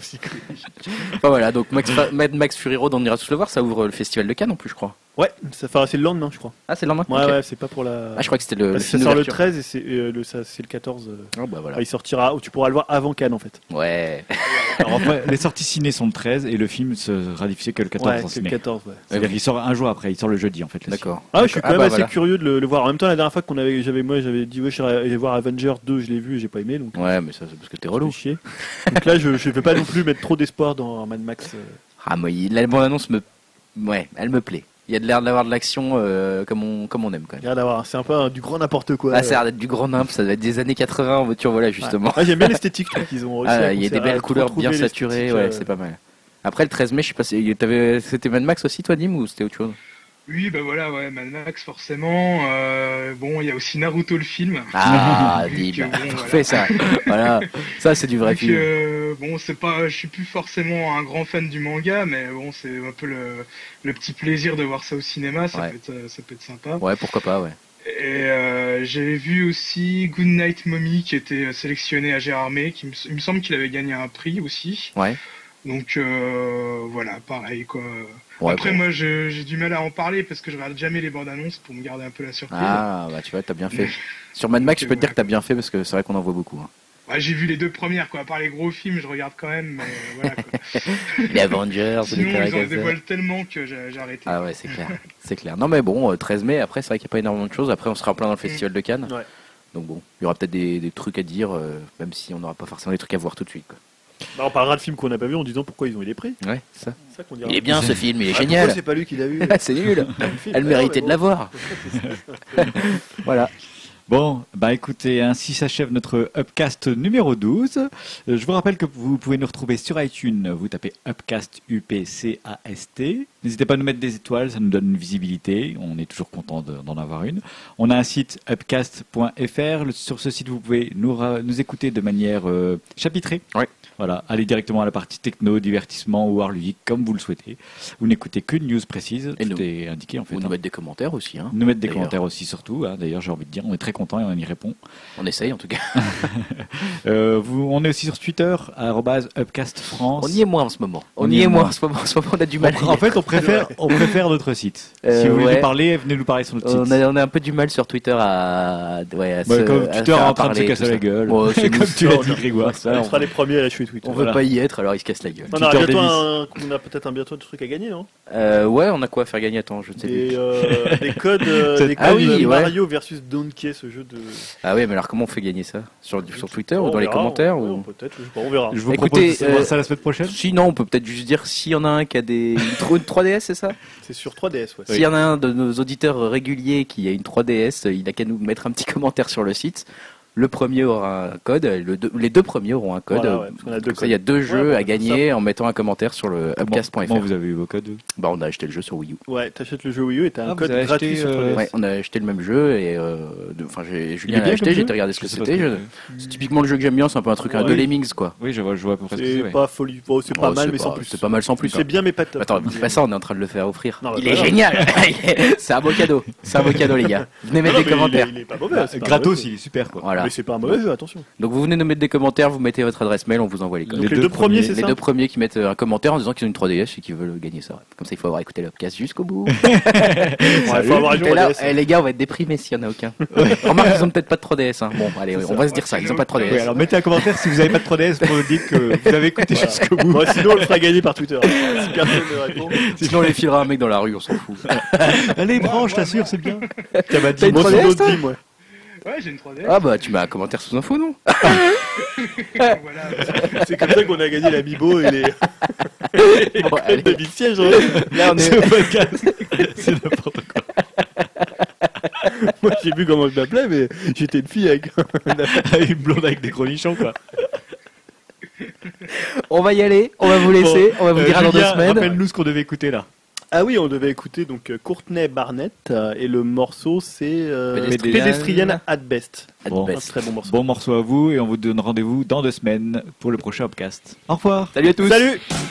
Enfin, voilà, donc Max, Mad Max Fury Road, on ira tous le voir. Ça ouvre le festival de Cannes en plus, je crois. Ouais, ça fera, c'est le lendemain, je crois. Ah, c'est le lendemain. Ouais, Ok. ouais, c'est pas pour la. Ah, je crois que c'était le, le Parce que ça film sort le d'ouverture. treize et c'est euh, le, ça, c'est le quatorze. euh. Ah, bah voilà. Ah, il sortira, ou tu pourras le voir avant Cannes en fait. Ouais. Alors après, les sorties ciné sont le treize et le film sera diffusé que le quatorze Ouais, en c'est le ciné. quatorze, ouais. C'est-à-dire qu'il sort un jour après, il sort le jeudi en fait. le D'accord. Ah, ouais, je suis quand Ah, même bah, assez voilà. curieux de le, le voir. En même temps, la dernière fois qu'on avait, j'avais, moi, j'avais dit, ouais, j'irais aller voir Avengers deux, je l'ai vu et j'ai pas aimé, donc. Ouais, mais ça, c'est parce que t'es ça relou. fait chier. Donc là, je, je vais pas non plus mettre trop d'espoir dans Mad Max. euh. Ah, moi, il- la bande-annonce me. Ouais, elle me plaît. Il y a de l'air d'avoir de l'action euh, comme, on, comme on aime quand Il même. y a l'air d'avoir, c'est un peu un- du grand n'importe quoi. Ah, ça a l'air d'être du grand nimp, ça doit être des années quatre-vingts en voiture, voilà, justement. Ah, j'aime bien l'esthétique je trouve, qu'ils ont réussi à Ah, il y a des conserver- belles à couleurs bien retrouver saturées, l'esthétique, ouais, euh, c'est pas mal. Après, le treize mai, je sais pas si. t'avais- C'était Mad Max aussi, toi, Dim, ou c'était autre chose? Oui, bah voilà, ouais, Mad Max, forcément. Euh, bon, il y a aussi Naruto, le film. Ah, Vu que, Dim, bon, voilà. fais ça. Voilà, ça, c'est du vrai Vu que, film. euh, bon, c'est pas, je suis plus forcément un grand fan du manga, mais bon, c'est un peu le, le petit plaisir de voir ça au cinéma, ça, Ouais. peut, être, euh, ça peut être sympa. Ouais, pourquoi pas, ouais. Et euh, j'avais vu aussi Goodnight Mommy qui était sélectionné à Gérardmer, qui me, il me semble qu'il avait gagné un prix aussi. Ouais. Donc euh, voilà, pareil quoi. Ouais, Après bon. moi je- j'ai du mal à en parler parce que je regarde jamais les bandes annonces pour me garder un peu la surprise. Ah, bah tu vois, t'as bien fait. Sur Mad Max, je peux te dire que t'as bien fait parce que c'est vrai qu'on en voit beaucoup. Hein. Ouais, j'ai vu les deux premières quoi, à part les gros films je regarde quand même, mais voilà quoi. Les Avengers, les Sinon ils en Caracas. dévoilent tellement que j'ai j'ai arrêté. Ah ouais, c'est clair. C'est clair. Non, mais bon, euh, treize mai, après, c'est vrai qu'il n'y a pas énormément de choses. Après, on sera en plein dans le festival de Cannes. Ouais. Donc bon, il y aura peut-être des, des trucs à dire, euh, même si on n'aura pas forcément des trucs à voir tout de suite. Quoi. Bah, on parlera de films qu'on n'a pas vu en disant pourquoi ils ont eu les prix. Ouais, c'est ça. C'est ça qu'on dira. Il est bien ce film, il est Ah, génial. pourquoi c'est pas lui qui l'a vu. Ah, c'est nul. Elle méritait de l'avoir. Voilà. Bon, bah écoutez, ainsi s'achève notre Upcast numéro douze. Euh, Je vous rappelle que vous pouvez nous retrouver sur iTunes, vous tapez Upcast, U P C A S T. N'hésitez pas à nous mettre des étoiles, ça nous donne une visibilité, on est toujours content de- d'en avoir une. On a un site upcast point f r, Le- sur ce site vous pouvez nous, ra- nous écouter de manière euh, chapitrée. Ouais. Voilà, allez directement à la partie techno, divertissement ou art ludique, comme vous le souhaitez. Vous n'écoutez qu'une news précise, Et tout nous- est indiqué en fait. Ou hein. nous mettre des commentaires aussi. Hein. Nous mettre des D'ailleurs. commentaires aussi surtout, hein. D'ailleurs j'ai envie de dire, on est très content et on y répond. On essaye en tout cas. Euh, vous, on est aussi sur Twitter, arobase upcastfrance. On y est moins en ce moment. On, On y y est est moins moins. en ce moment. En ce moment, on a du mal. à y En être. fait, on préfère, on préfère notre site. Euh, si vous voulez ouais. nous parler, venez nous parler sur notre On site. a, on a un peu du mal sur Twitter à. Ouais, à Bah, se- comme à Twitter est faire en train de se parler, casser tout la ça. gueule. Bon, c'est Comme nous, tu l'as ça, dit, on- Grégoire. ça, On on, sera les premiers à lâcher Twitter. on Voilà. veut pas y être, alors il se casse la gueule. On a, Twitter bientôt Davis. un, on a peut-être un bientôt de trucs à gagner, non Euh, ouais, on a quoi à faire gagner? Attends, je ne sais des, plus. euh, des codes, euh, C'est- des Ah codes oui, de ouais. Mario versus Donkey, ce jeu de. Ah oui, mais alors comment on fait gagner ça? Sur, sur Twitter On ou dans les verra, commentaires on, ou... on- Peut-être, je sais pas, on verra. Je vous Écoutez, propose de savoir euh, ça la semaine prochaine. Sinon, on peut peut-être juste dire s'il y en a un qui a des... une tro- une trois D S, c'est ça? C'est sur trois D S, ouais. S'il y en a un de nos auditeurs réguliers qui a une trois D S, il a qu'à nous mettre un petit commentaire sur le site. Le premier aura un code, le deux- les deux premiers auront un code. Voilà, ouais, parce qu'on a deux Comme ça, il y a deux Ouais, jeux bah, à gagner en mettant un commentaire sur le Comment, upcast point f r. comment vous avez eu vos codes? Bah, on a acheté le jeu sur Wii U. Ouais, t'achètes le jeu Wii U et t'as Ah, un vous code avez gratuit acheté, sur trois D S. euh, Ouais, on a acheté le même jeu et euh, de- enfin j'ai Il est Julien l'a bien acheté, comme j'ai jeu été regarder ce Je que sais pas c'était. ce que je- C'est typiquement le jeu que j'aime bien, c'est un peu un truc un Ouais. de Lemmings quoi. Oui, je vois, je vois à peu près ce que C'est c'est. ouais. pas folie, bon, c'est pas Oh, mal, c'est mais sans pas- plus. C'est pas mal sans plus. C'est bien, mais pas top. Attends, dis pas ça, on est en train de le faire offrir. Non, bah, il pas est grave. génial. C'est un beau cadeau. C'est un beau cadeau les gars. Venez Non, mettre non, des mais il est- commentaires. Il est pas mauvais. Bah, c'est pas gratos, mauvais. il est super quoi. Voilà. Voilà. Mais c'est pas un mauvais jeu, attention. Donc vous venez nous mettre des commentaires, vous mettez votre adresse mail, on vous envoie les codes. Donc les, deux, premiers, c'est Les ça deux premiers qui mettent euh, un commentaire en disant qu'ils ont une trois D S et qu'ils veulent gagner ça. Comme ça, il faut avoir écouté le podcast jusqu'au bout. Ouais, faut avoir une Et là, trois D S. eh, les gars, on va être déprimés s'il y en a aucun. Remarque, ils ont peut-être pas de trois D S. Hein. Bon, allez, on va se dire ça, ils ont pas de trois D S. Oui, alors mettez un commentaire si vous n'avez pas de trois D S pour nous dire que vous avez écouté Voilà. jusqu'au bout. Bon, sinon, on le fera gagner par Twitter. Si personne ne répond. Sinon, on les filera un mec dans la rue, on s'en fout. Allez, branche, t'assures, c'est bien. T'as ma T'as une Moi, trois D S, sur toi d'autres teams, ouais. Ouais, j'ai une trois D S. Ah bah, tu mets un commentaire sous info, non? Voilà. C'est comme ça qu'on a gagné l'Amiibo et les Bon, allez. de siège. Hein. Là, on Ce est... podcast, c'est n'importe quoi. Moi, j'ai vu comment je m'appelais, mais j'étais une fille avec. Une blonde avec des gros nichons, quoi. On va y aller, on va vous laisser, on va vous Euh, dire à dans deux Julien, semaines. rappelle-nous ce qu'on devait écouter là. Ah oui, on devait écouter donc Courtney Barnett euh, et le morceau c'est euh, Pédestrian. Pédestrian at Best. At Bon. Un best. très bon morceau. Bon morceau à vous et on vous donne rendez-vous dans deux semaines pour le prochain podcast. Au revoir. Salut à tous. Salut.